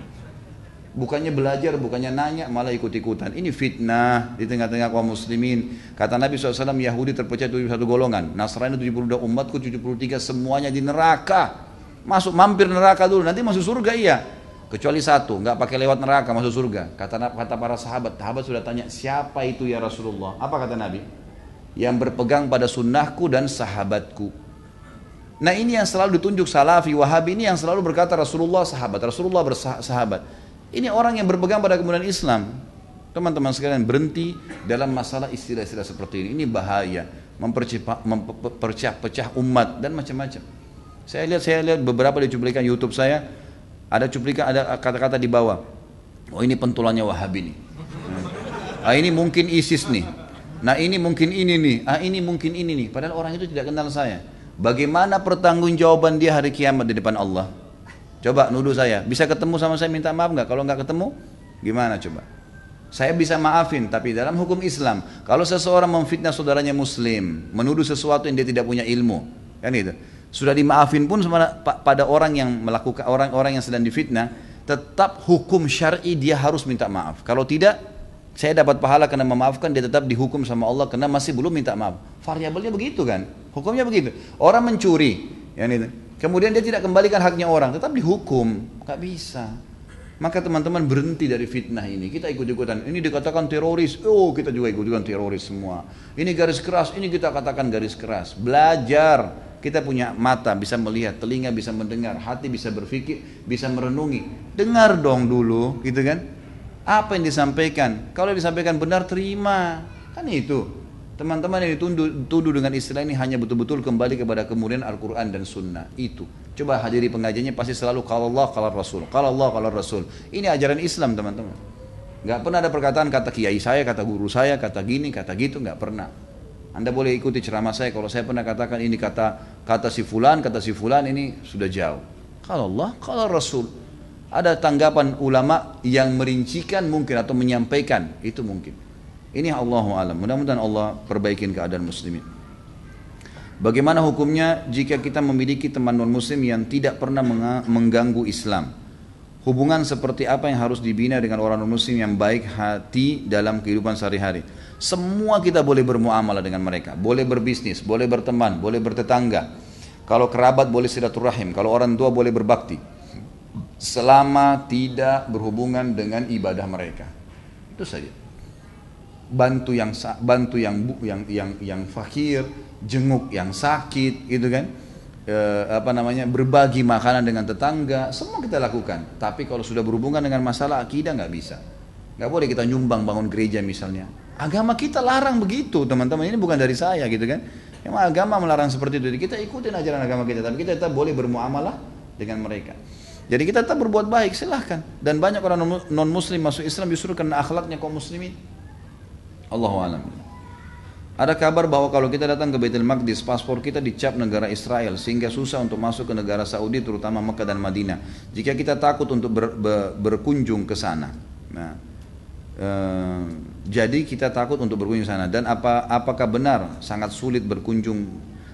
Bukannya belajar, bukannya nanya, malah ikut-ikutan. Ini fitnah di tengah-tengah kaum muslimin. Kata Nabi shallallahu alaihi wasallam, Yahudi terpecah tujuh puluh satu golongan, Nasrani tujuh puluh dua, umatku tujuh puluh tiga, semuanya di neraka. Masuk mampir neraka dulu, nanti masuk surga iya. Kecuali satu, nggak pakai lewat neraka masuk surga. Kata kata para sahabat, sahabat sudah tanya, siapa itu ya Rasulullah? Apa kata Nabi? Yang berpegang pada sunnahku dan sahabatku. Nah ini yang selalu ditunjuk Salafi, Wahabi, ini yang selalu berkata Rasulullah sahabat, Rasulullah bersahabat. Ini orang yang berpegang pada kemudian Islam. Teman-teman sekalian, berhenti dalam masalah istilah-istilah seperti ini. Ini bahaya, memperpecah pecah umat dan macam-macam. Saya lihat saya lihat beberapa di cuplikan YouTube saya, ada cuplikan, ada kata-kata di bawah. Oh ini pentulannya Wahabi nih. Ah ini mungkin ISIS nih. Nah ini mungkin ini nih. Ah ini mungkin ini nih. Padahal orang itu tidak kenal saya. Bagaimana pertanggungjawaban dia hari kiamat di depan Allah? Coba nuduh saya. Bisa ketemu sama saya minta maaf nggak? Kalau nggak ketemu, gimana coba? Saya bisa maafin, tapi dalam hukum Islam, kalau seseorang memfitnah saudaranya Muslim, menuduh sesuatu yang dia tidak punya ilmu, kan itu. Sudah dimaafin pun pada orang yang melakukan, orang-orang yang sedang difitnah, tetap hukum syar'i dia harus minta maaf. Kalau tidak, saya dapat pahala karena memaafkan, dia tetap dihukum sama Allah karena masih belum minta maaf. Variabelnya begitu kan, hukumnya begitu. Orang mencuri, ya itu. Kemudian dia tidak kembalikan haknya orang, tetap dihukum, nggak bisa. Maka teman-teman berhenti dari fitnah ini. Kita ikut-ikutan, ini dikatakan teroris, oh kita juga ikut-ikutan teroris semua. Ini garis keras, ini kita katakan garis keras. Belajar, kita punya mata bisa melihat, telinga bisa mendengar, hati bisa berpikir, bisa merenungi. Dengar dong dulu, gitu kan? Apa yang disampaikan? Kalau disampaikan benar, terima. Kan itu. Teman-teman yang dituduh dengan istilah ini hanya betul-betul kembali kepada kemudian Al-Quran dan Sunnah. Itu. Coba hadiri pengajiannya pasti selalu kalau Allah, kalau Rasul. Kalau Allah, kalau Rasul. Ini ajaran Islam teman-teman. Gak pernah ada perkataan kata kiai saya, kata guru saya, kata gini, kata gitu. Gak pernah. Anda boleh ikuti ceramah saya. Kalau saya pernah katakan ini kata kata si fulan, kata si fulan, ini sudah jauh. Kalau Allah, kalau Rasul. Ada tanggapan ulama yang merincikan mungkin atau menyampaikan. Itu mungkin. Ini Allahu alam. Mudah-mudahan Allah perbaikin keadaan muslimin. Bagaimana hukumnya jika kita memiliki teman non-muslim yang tidak pernah mengganggu Islam? Hubungan seperti apa yang harus dibina dengan orang non-muslim yang baik hati dalam kehidupan sehari-hari? Semua kita boleh bermuamalah dengan mereka, boleh berbisnis, boleh berteman, boleh bertetangga. Kalau kerabat boleh silaturahim, kalau orang tua boleh berbakti, selama tidak berhubungan dengan ibadah mereka. Itu saja. Bantu yang bantu yang yang yang yang fakir, jenguk yang sakit, gitu kan? E, apa namanya? Berbagi makanan dengan tetangga, semua kita lakukan. Tapi kalau sudah berhubungan dengan masalah akidah nggak bisa. Nggak boleh kita nyumbang bangun gereja misalnya. Agama kita larang begitu, teman-teman. Ini bukan dari saya, gitu kan? Memang agama melarang seperti itu. Jadi kita ikutin ajaran agama kita, tapi kita tetap boleh bermuamalah dengan mereka. Jadi kita tetap berbuat baik, silahkan. Dan banyak orang non muslim masuk Islam justru karena akhlaknya kaum muslimin. Allahu a'lam. Ada kabar bahwa kalau kita datang ke Baitul Maqdis, paspor kita dicap negara Israel sehingga susah untuk masuk ke negara Saudi, terutama Mekah dan Madinah. Jika kita takut untuk ber, ber, berkunjung ke sana. Nah, eh, jadi kita takut untuk berkunjung ke sana. Dan apa apakah benar sangat sulit berkunjung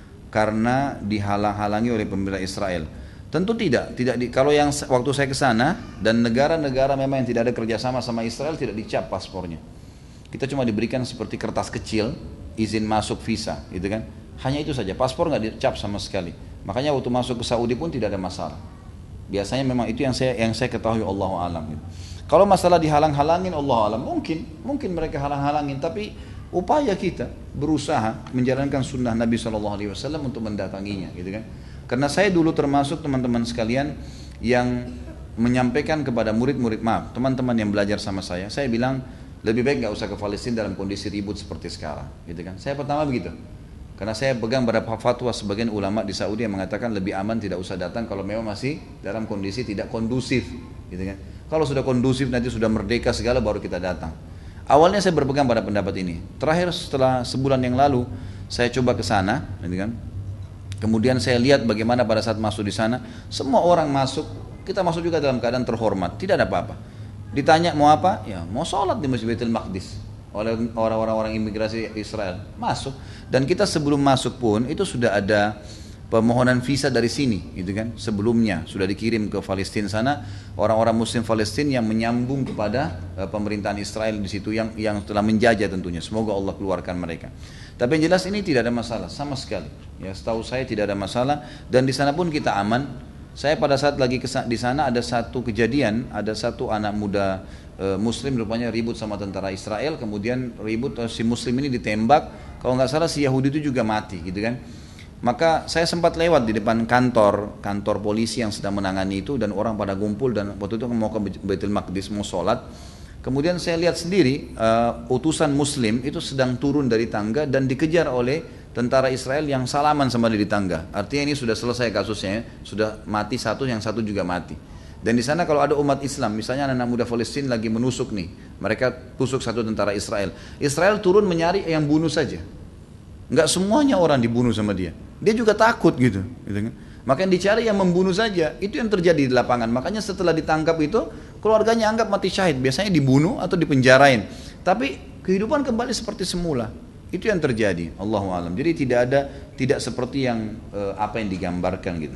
karena dihalang-halangi oleh pemerintah Israel? Tentu tidak. Tidak di, kalau yang waktu saya ke sana dan negara-negara memang yang tidak ada kerjasama sama Israel tidak dicap paspornya. Kita cuma diberikan seperti kertas kecil, izin masuk visa, gitu kan? Hanya itu saja. Paspor nggak dicap sama sekali. Makanya waktu masuk ke Saudi pun tidak ada masalah. Biasanya memang itu yang saya yang saya ketahui, Allahu a'lam. Gitu. Kalau masalah dihalang-halangin, Allahu a'lam, mungkin mungkin mereka halang-halangin, tapi upaya kita berusaha menjalankan sunnah Nabi shallallahu alaihi wasallam untuk mendatanginya, gitu kan? Karena saya dulu termasuk teman-teman sekalian yang menyampaikan kepada murid-murid, maaf, teman-teman yang belajar sama saya, saya bilang lebih baik nggak usah ke Palestina dalam kondisi ribut seperti sekarang, gitu kan? Saya pertama begitu, karena saya pegang beberapa fatwa sebagian ulama di Saudi yang mengatakan lebih aman tidak usah datang kalau memang masih dalam kondisi tidak kondusif, gitu kan? Kalau sudah kondusif nanti sudah merdeka segala baru kita datang. Awalnya saya berpegang pada pendapat ini. Terakhir setelah sebulan yang lalu saya coba ke sana, gitu kan? Kemudian saya lihat bagaimana pada saat masuk di sana, semua orang masuk, kita masuk juga dalam keadaan terhormat, tidak ada apa-apa. Ditanya mau apa? Ya mau sholat di Masjid Baitul Maqdis oleh orang-orang imigrasi Israel. Masuk. Dan kita sebelum masuk pun itu sudah ada permohonan visa dari sini, gitu kan? Sebelumnya sudah dikirim ke Palestina sana, orang-orang Muslim Palestina yang menyambung kepada uh, pemerintahan Israel di situ yang yang telah menjajah tentunya. Semoga Allah keluarkan mereka. Tapi yang jelas ini tidak ada masalah sama sekali. Ya, setahu saya tidak ada masalah dan di sana pun kita aman. Saya pada saat lagi di sana ada satu kejadian, ada satu anak muda e, Muslim rupanya ribut sama tentara Israel, kemudian ribut si Muslim ini ditembak, kalau nggak salah si Yahudi itu juga mati, gitu kan? Maka saya sempat lewat di depan kantor kantor polisi yang sedang menangani itu dan orang pada kumpul dan waktu itu mau ke Baitul Maqdis mau sholat. Kemudian saya lihat sendiri uh, utusan Muslim itu sedang turun dari tangga dan dikejar oleh tentara Israel yang salaman sama dia di tangga. Artinya ini sudah selesai kasusnya, sudah mati satu, yang satu juga mati. Dan di sana kalau ada umat Islam, misalnya anak-anak muda Palestina lagi menusuk nih, mereka tusuk satu tentara Israel. Israel turun menyari yang bunuh saja. Enggak semuanya orang dibunuh sama dia. Dia juga takut gitu, gitu kan? Maka yang dicari yang membunuh saja. Itu yang terjadi di lapangan. Makanya setelah ditangkap itu, keluarganya anggap mati syahid. Biasanya dibunuh atau dipenjarain. Tapi kehidupan kembali seperti semula. Itu yang terjadi, Allahu a'lam. Jadi tidak ada, tidak seperti yang eh, apa yang digambarkan gitu.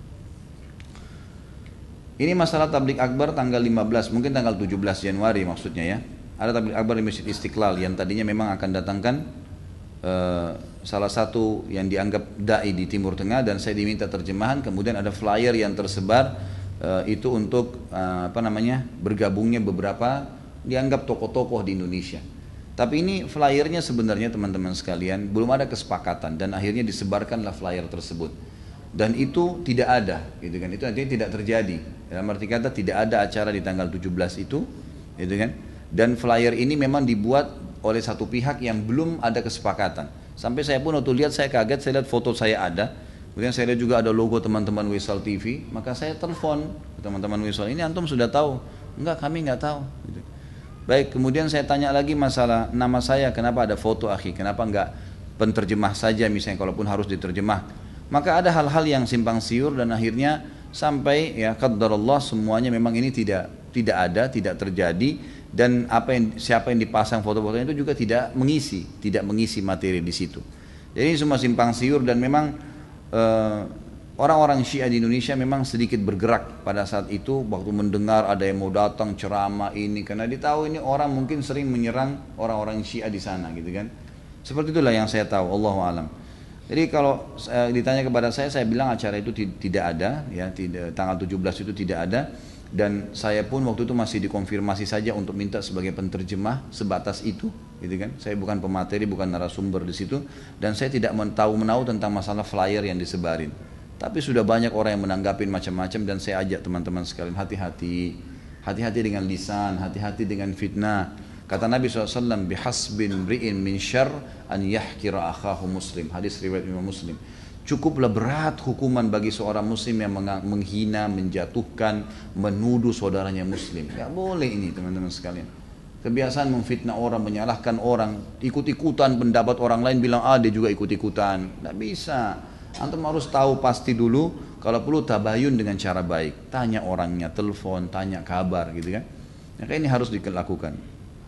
Ini masalah tabligh akbar tanggal lima belas, mungkin tanggal tujuh belas Januari maksudnya ya. Ada tabligh akbar di Masjid Istiqlal yang tadinya memang akan datangkan eh, salah satu yang dianggap dai di Timur Tengah dan saya diminta terjemahan. Kemudian ada flyer yang tersebar eh, itu untuk eh, apa namanya bergabungnya beberapa dianggap tokoh-tokoh di Indonesia. Tapi ini flyernya sebenarnya teman-teman sekalian belum ada kesepakatan dan akhirnya disebarkanlah flyer tersebut dan itu tidak ada, gitu kan? Itu artinya tidak terjadi. Dalam arti kata tidak ada acara di tanggal tujuh belas itu, gitu kan? Dan flyer ini memang dibuat oleh satu pihak yang belum ada kesepakatan. Sampai saya pun waktu lihat saya kaget, saya lihat foto saya ada, kemudian saya lihat juga ada logo teman-teman Wisal T V, maka saya telepon teman-teman Wisal, ini antum sudah tahu? Enggak, kami enggak tahu. Gitu. Baik, kemudian saya tanya lagi masalah nama saya, kenapa ada foto akhi, kenapa enggak penterjemah saja misalnya kalaupun harus diterjemah. Maka ada hal-hal yang simpang siur dan akhirnya sampai ya qadarullah semuanya memang ini tidak tidak ada, tidak terjadi dan apa yang siapa yang dipasang foto-fotonya itu juga tidak mengisi, tidak mengisi materi di situ. Jadi ini semua simpang siur dan memang eh, orang-orang Syiah di Indonesia memang sedikit bergerak pada saat itu waktu mendengar ada yang mau datang ceramah ini karena ditahu ini orang mungkin sering menyerang orang-orang Syiah di sana gitu kan. Seperti itulah yang saya tahu, Allahu a'lam. Jadi kalau uh, ditanya kepada saya, saya bilang acara itu tidak ada, ya, tidak, tanggal tujuh belas itu tidak ada. Dan saya pun waktu itu masih dikonfirmasi saja untuk minta sebagai penterjemah sebatas itu, gitu kan. Saya bukan pemateri, bukan narasumber di situ, dan saya tidak tahu menahu tentang masalah flyer yang disebarin. Tapi sudah banyak orang yang menanggapin macam-macam, dan saya ajak teman-teman sekalian hati-hati, hati-hati dengan lisan, hati-hati dengan fitnah. Kata Nabi shallallahu alaihi wasallam, bihasbin mri'in min syarr an yahkira akhahu muslim. Hadis riwayat Imam Muslim. Cukuplah berat hukuman bagi seorang muslim yang menghina, menjatuhkan, menuduh saudaranya muslim. Gak boleh ini teman-teman sekalian. Kebiasaan memfitnah orang, menyalahkan orang, ikut-ikutan pendapat orang lain, bilang ah dia juga ikut-ikutan. Gak bisa. Antum harus tahu pasti dulu, kalau perlu tabayun dengan cara baik. Tanya orangnya, telepon, tanya kabar gitu kan. Maka ini harus dilakukan.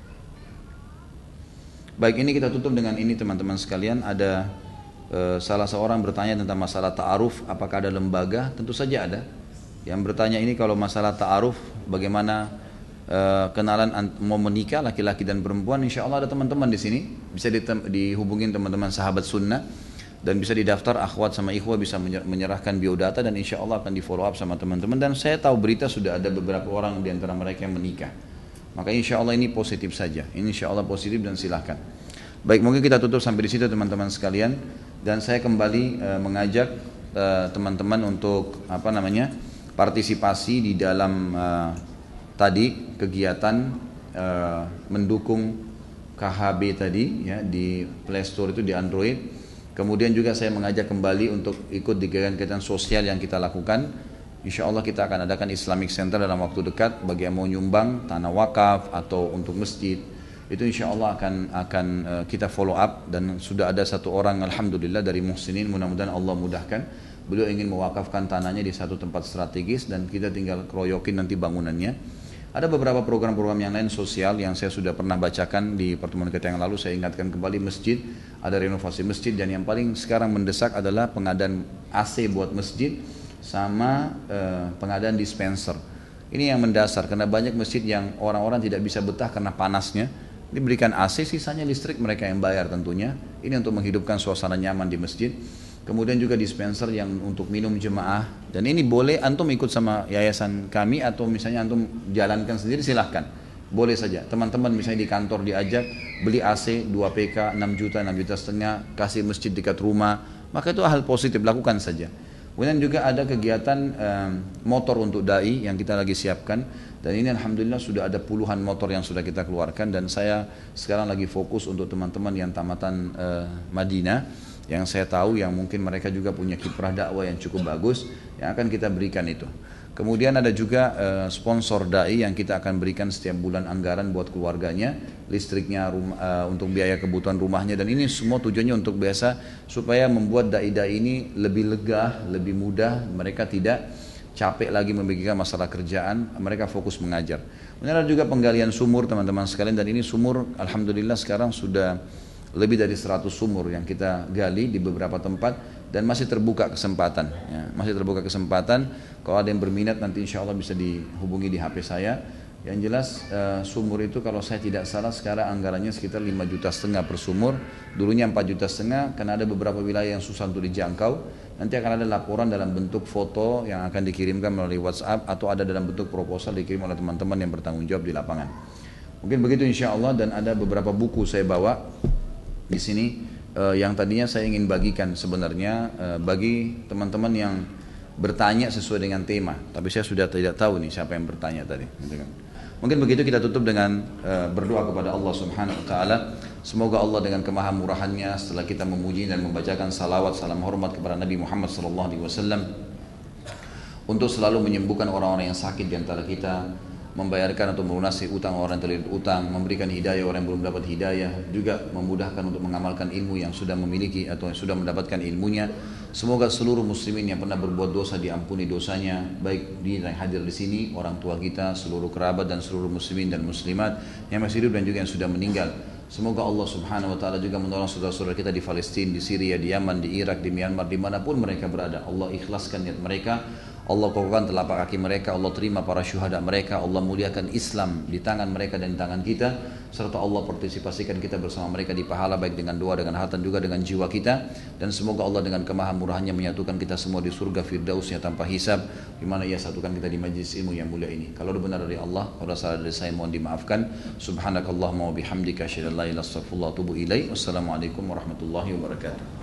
Baik, ini kita tutup dengan ini teman-teman sekalian. Ada Uh, salah seorang bertanya tentang masalah ta'aruf, apakah ada lembaga? Tentu saja ada. Yang bertanya ini kalau masalah ta'aruf, bagaimana uh, kenalan mau menikah laki-laki dan perempuan, insya Allah ada teman-teman di sini, bisa dihubungin teman-teman sahabat sunnah, dan bisa didaftar akhwat sama ikhwah, bisa menyerahkan biodata, dan insya Allah akan di follow up sama teman-teman. Dan saya tahu berita sudah ada beberapa orang di antara mereka yang menikah. Maka insya Allah ini positif saja, ini insya Allah positif dan silahkan. Baik, mungkin kita tutup sampai di situ teman-teman sekalian. Dan saya kembali uh, mengajak teman-teman uh, untuk apa namanya partisipasi di dalam uh, tadi kegiatan uh, mendukung K H B tadi, ya, di Play Store itu, di Android. Kemudian juga saya mengajak kembali untuk ikut di kegiatan sosial yang kita lakukan. Insya Allah kita akan adakan Islamic Center dalam waktu dekat bagi yang mau nyumbang tanah wakaf atau untuk masjid. Itu insya Allah akan akan uh, kita follow up, dan sudah ada satu orang alhamdulillah dari muhsinin, mudah-mudahan Allah mudahkan. Beliau ingin mewakafkan tanahnya di satu tempat strategis, dan kita tinggal keroyokin nanti bangunannya. Ada beberapa program-program yang lain sosial yang saya sudah pernah bacakan di pertemuan kita yang lalu. Saya ingatkan kembali, masjid, ada renovasi masjid, dan yang paling sekarang mendesak adalah pengadaan A C buat masjid sama uh, pengadaan dispenser. Ini yang mendasar, karena banyak masjid yang orang-orang tidak bisa betah karena panasnya. Diberikan A C, sisanya listrik mereka yang bayar tentunya. Ini untuk menghidupkan suasana nyaman di masjid. Kemudian juga dispenser yang untuk minum jemaah. Dan ini boleh antum ikut sama yayasan kami, atau misalnya antum jalankan sendiri, silahkan. Boleh saja. Teman-teman misalnya di kantor diajak beli A C dua P K enam juta, enam juta setengah, kasih masjid dekat rumah. Maka itu hal positif, lakukan saja. Kemudian juga ada kegiatan um, motor untuk dai yang kita lagi siapkan. Dan ini alhamdulillah sudah ada puluhan motor yang sudah kita keluarkan, dan saya sekarang lagi fokus untuk teman-teman yang tamatan uh, Madinah, yang saya tahu yang mungkin mereka juga punya kiprah dakwah yang cukup bagus, yang akan kita berikan itu. Kemudian ada juga uh, sponsor dai yang kita akan berikan setiap bulan anggaran buat keluarganya, listriknya, rumah, uh, untuk biaya kebutuhan rumahnya, dan ini semua tujuannya untuk biasa supaya membuat dai-dai ini lebih lega, lebih mudah, mereka tidak capek lagi memikirkan masalah kerjaan, mereka fokus mengajar. Kemudian ada juga penggalian sumur teman-teman sekalian, dan ini sumur alhamdulillah sekarang sudah lebih dari seratus sumur yang kita gali di beberapa tempat, dan masih terbuka kesempatan, ya, masih terbuka kesempatan. Kalau ada yang berminat nanti insya Allah bisa dihubungi di H P saya. Yang jelas uh, sumur itu kalau saya tidak salah sekarang anggarannya sekitar lima juta setengah per sumur. Dulunya empat juta setengah, karena ada beberapa wilayah yang susah untuk dijangkau. Nanti akan ada laporan dalam bentuk foto yang akan dikirimkan melalui WhatsApp, atau ada dalam bentuk proposal dikirim oleh teman-teman yang bertanggung jawab di lapangan. Mungkin begitu insya Allah. Dan ada beberapa buku saya bawa di sini uh, yang tadinya saya ingin bagikan sebenarnya uh, bagi teman-teman yang bertanya sesuai dengan tema. Tapi saya sudah tidak tahu nih siapa yang bertanya tadi. Gitu kan. Mungkin begitu, kita tutup dengan uh, berdoa kepada Allah Subhanahu Wa Taala. Semoga Allah dengan kemahamurahannya, setelah kita memuji dan membacakan salawat salam hormat kepada Nabi Muhammad Sallallahu Alaihi Wasallam, untuk selalu menyembuhkan orang-orang yang sakit di antara kita, membayarkan atau melunasi utang orang yang terlilit utang, memberikan hidayah orang yang belum dapat hidayah, juga memudahkan untuk mengamalkan ilmu yang sudah memiliki atau yang sudah mendapatkan ilmunya. Semoga seluruh muslimin yang pernah berbuat dosa diampuni dosanya, baik di yang hadir di sini, orang tua kita, seluruh kerabat dan seluruh muslimin dan muslimat yang masih hidup dan juga yang sudah meninggal. Semoga Allah Subhanahu Wa Taala juga menolong saudara-saudara kita di Palestina, di Syria, di Yaman, di Irak, di Myanmar, dimanapun mereka berada. Allah ikhlaskan niat mereka. Allah kokohkan telapak kaki mereka, Allah terima para syuhada mereka, Allah muliakan Islam di tangan mereka dan di tangan kita, serta Allah partisipasikan kita bersama mereka di pahala baik dengan doa, dengan harta, juga dengan jiwa kita. Dan semoga Allah dengan kemahamurahannya menyatukan kita semua di surga firdausnya tanpa hisab, di mana Ia satukan kita di majlis ilmu yang mulia ini. Kalau ada benar dari Allah, kalau salah dari saya mohon dimaafkan. Subhanakallahumma wa bihamdika asyhadu an la ilaha illa anta astaghfiruka wa atubu ilaik. Wassalamualaikum warahmatullahi wabarakatuh.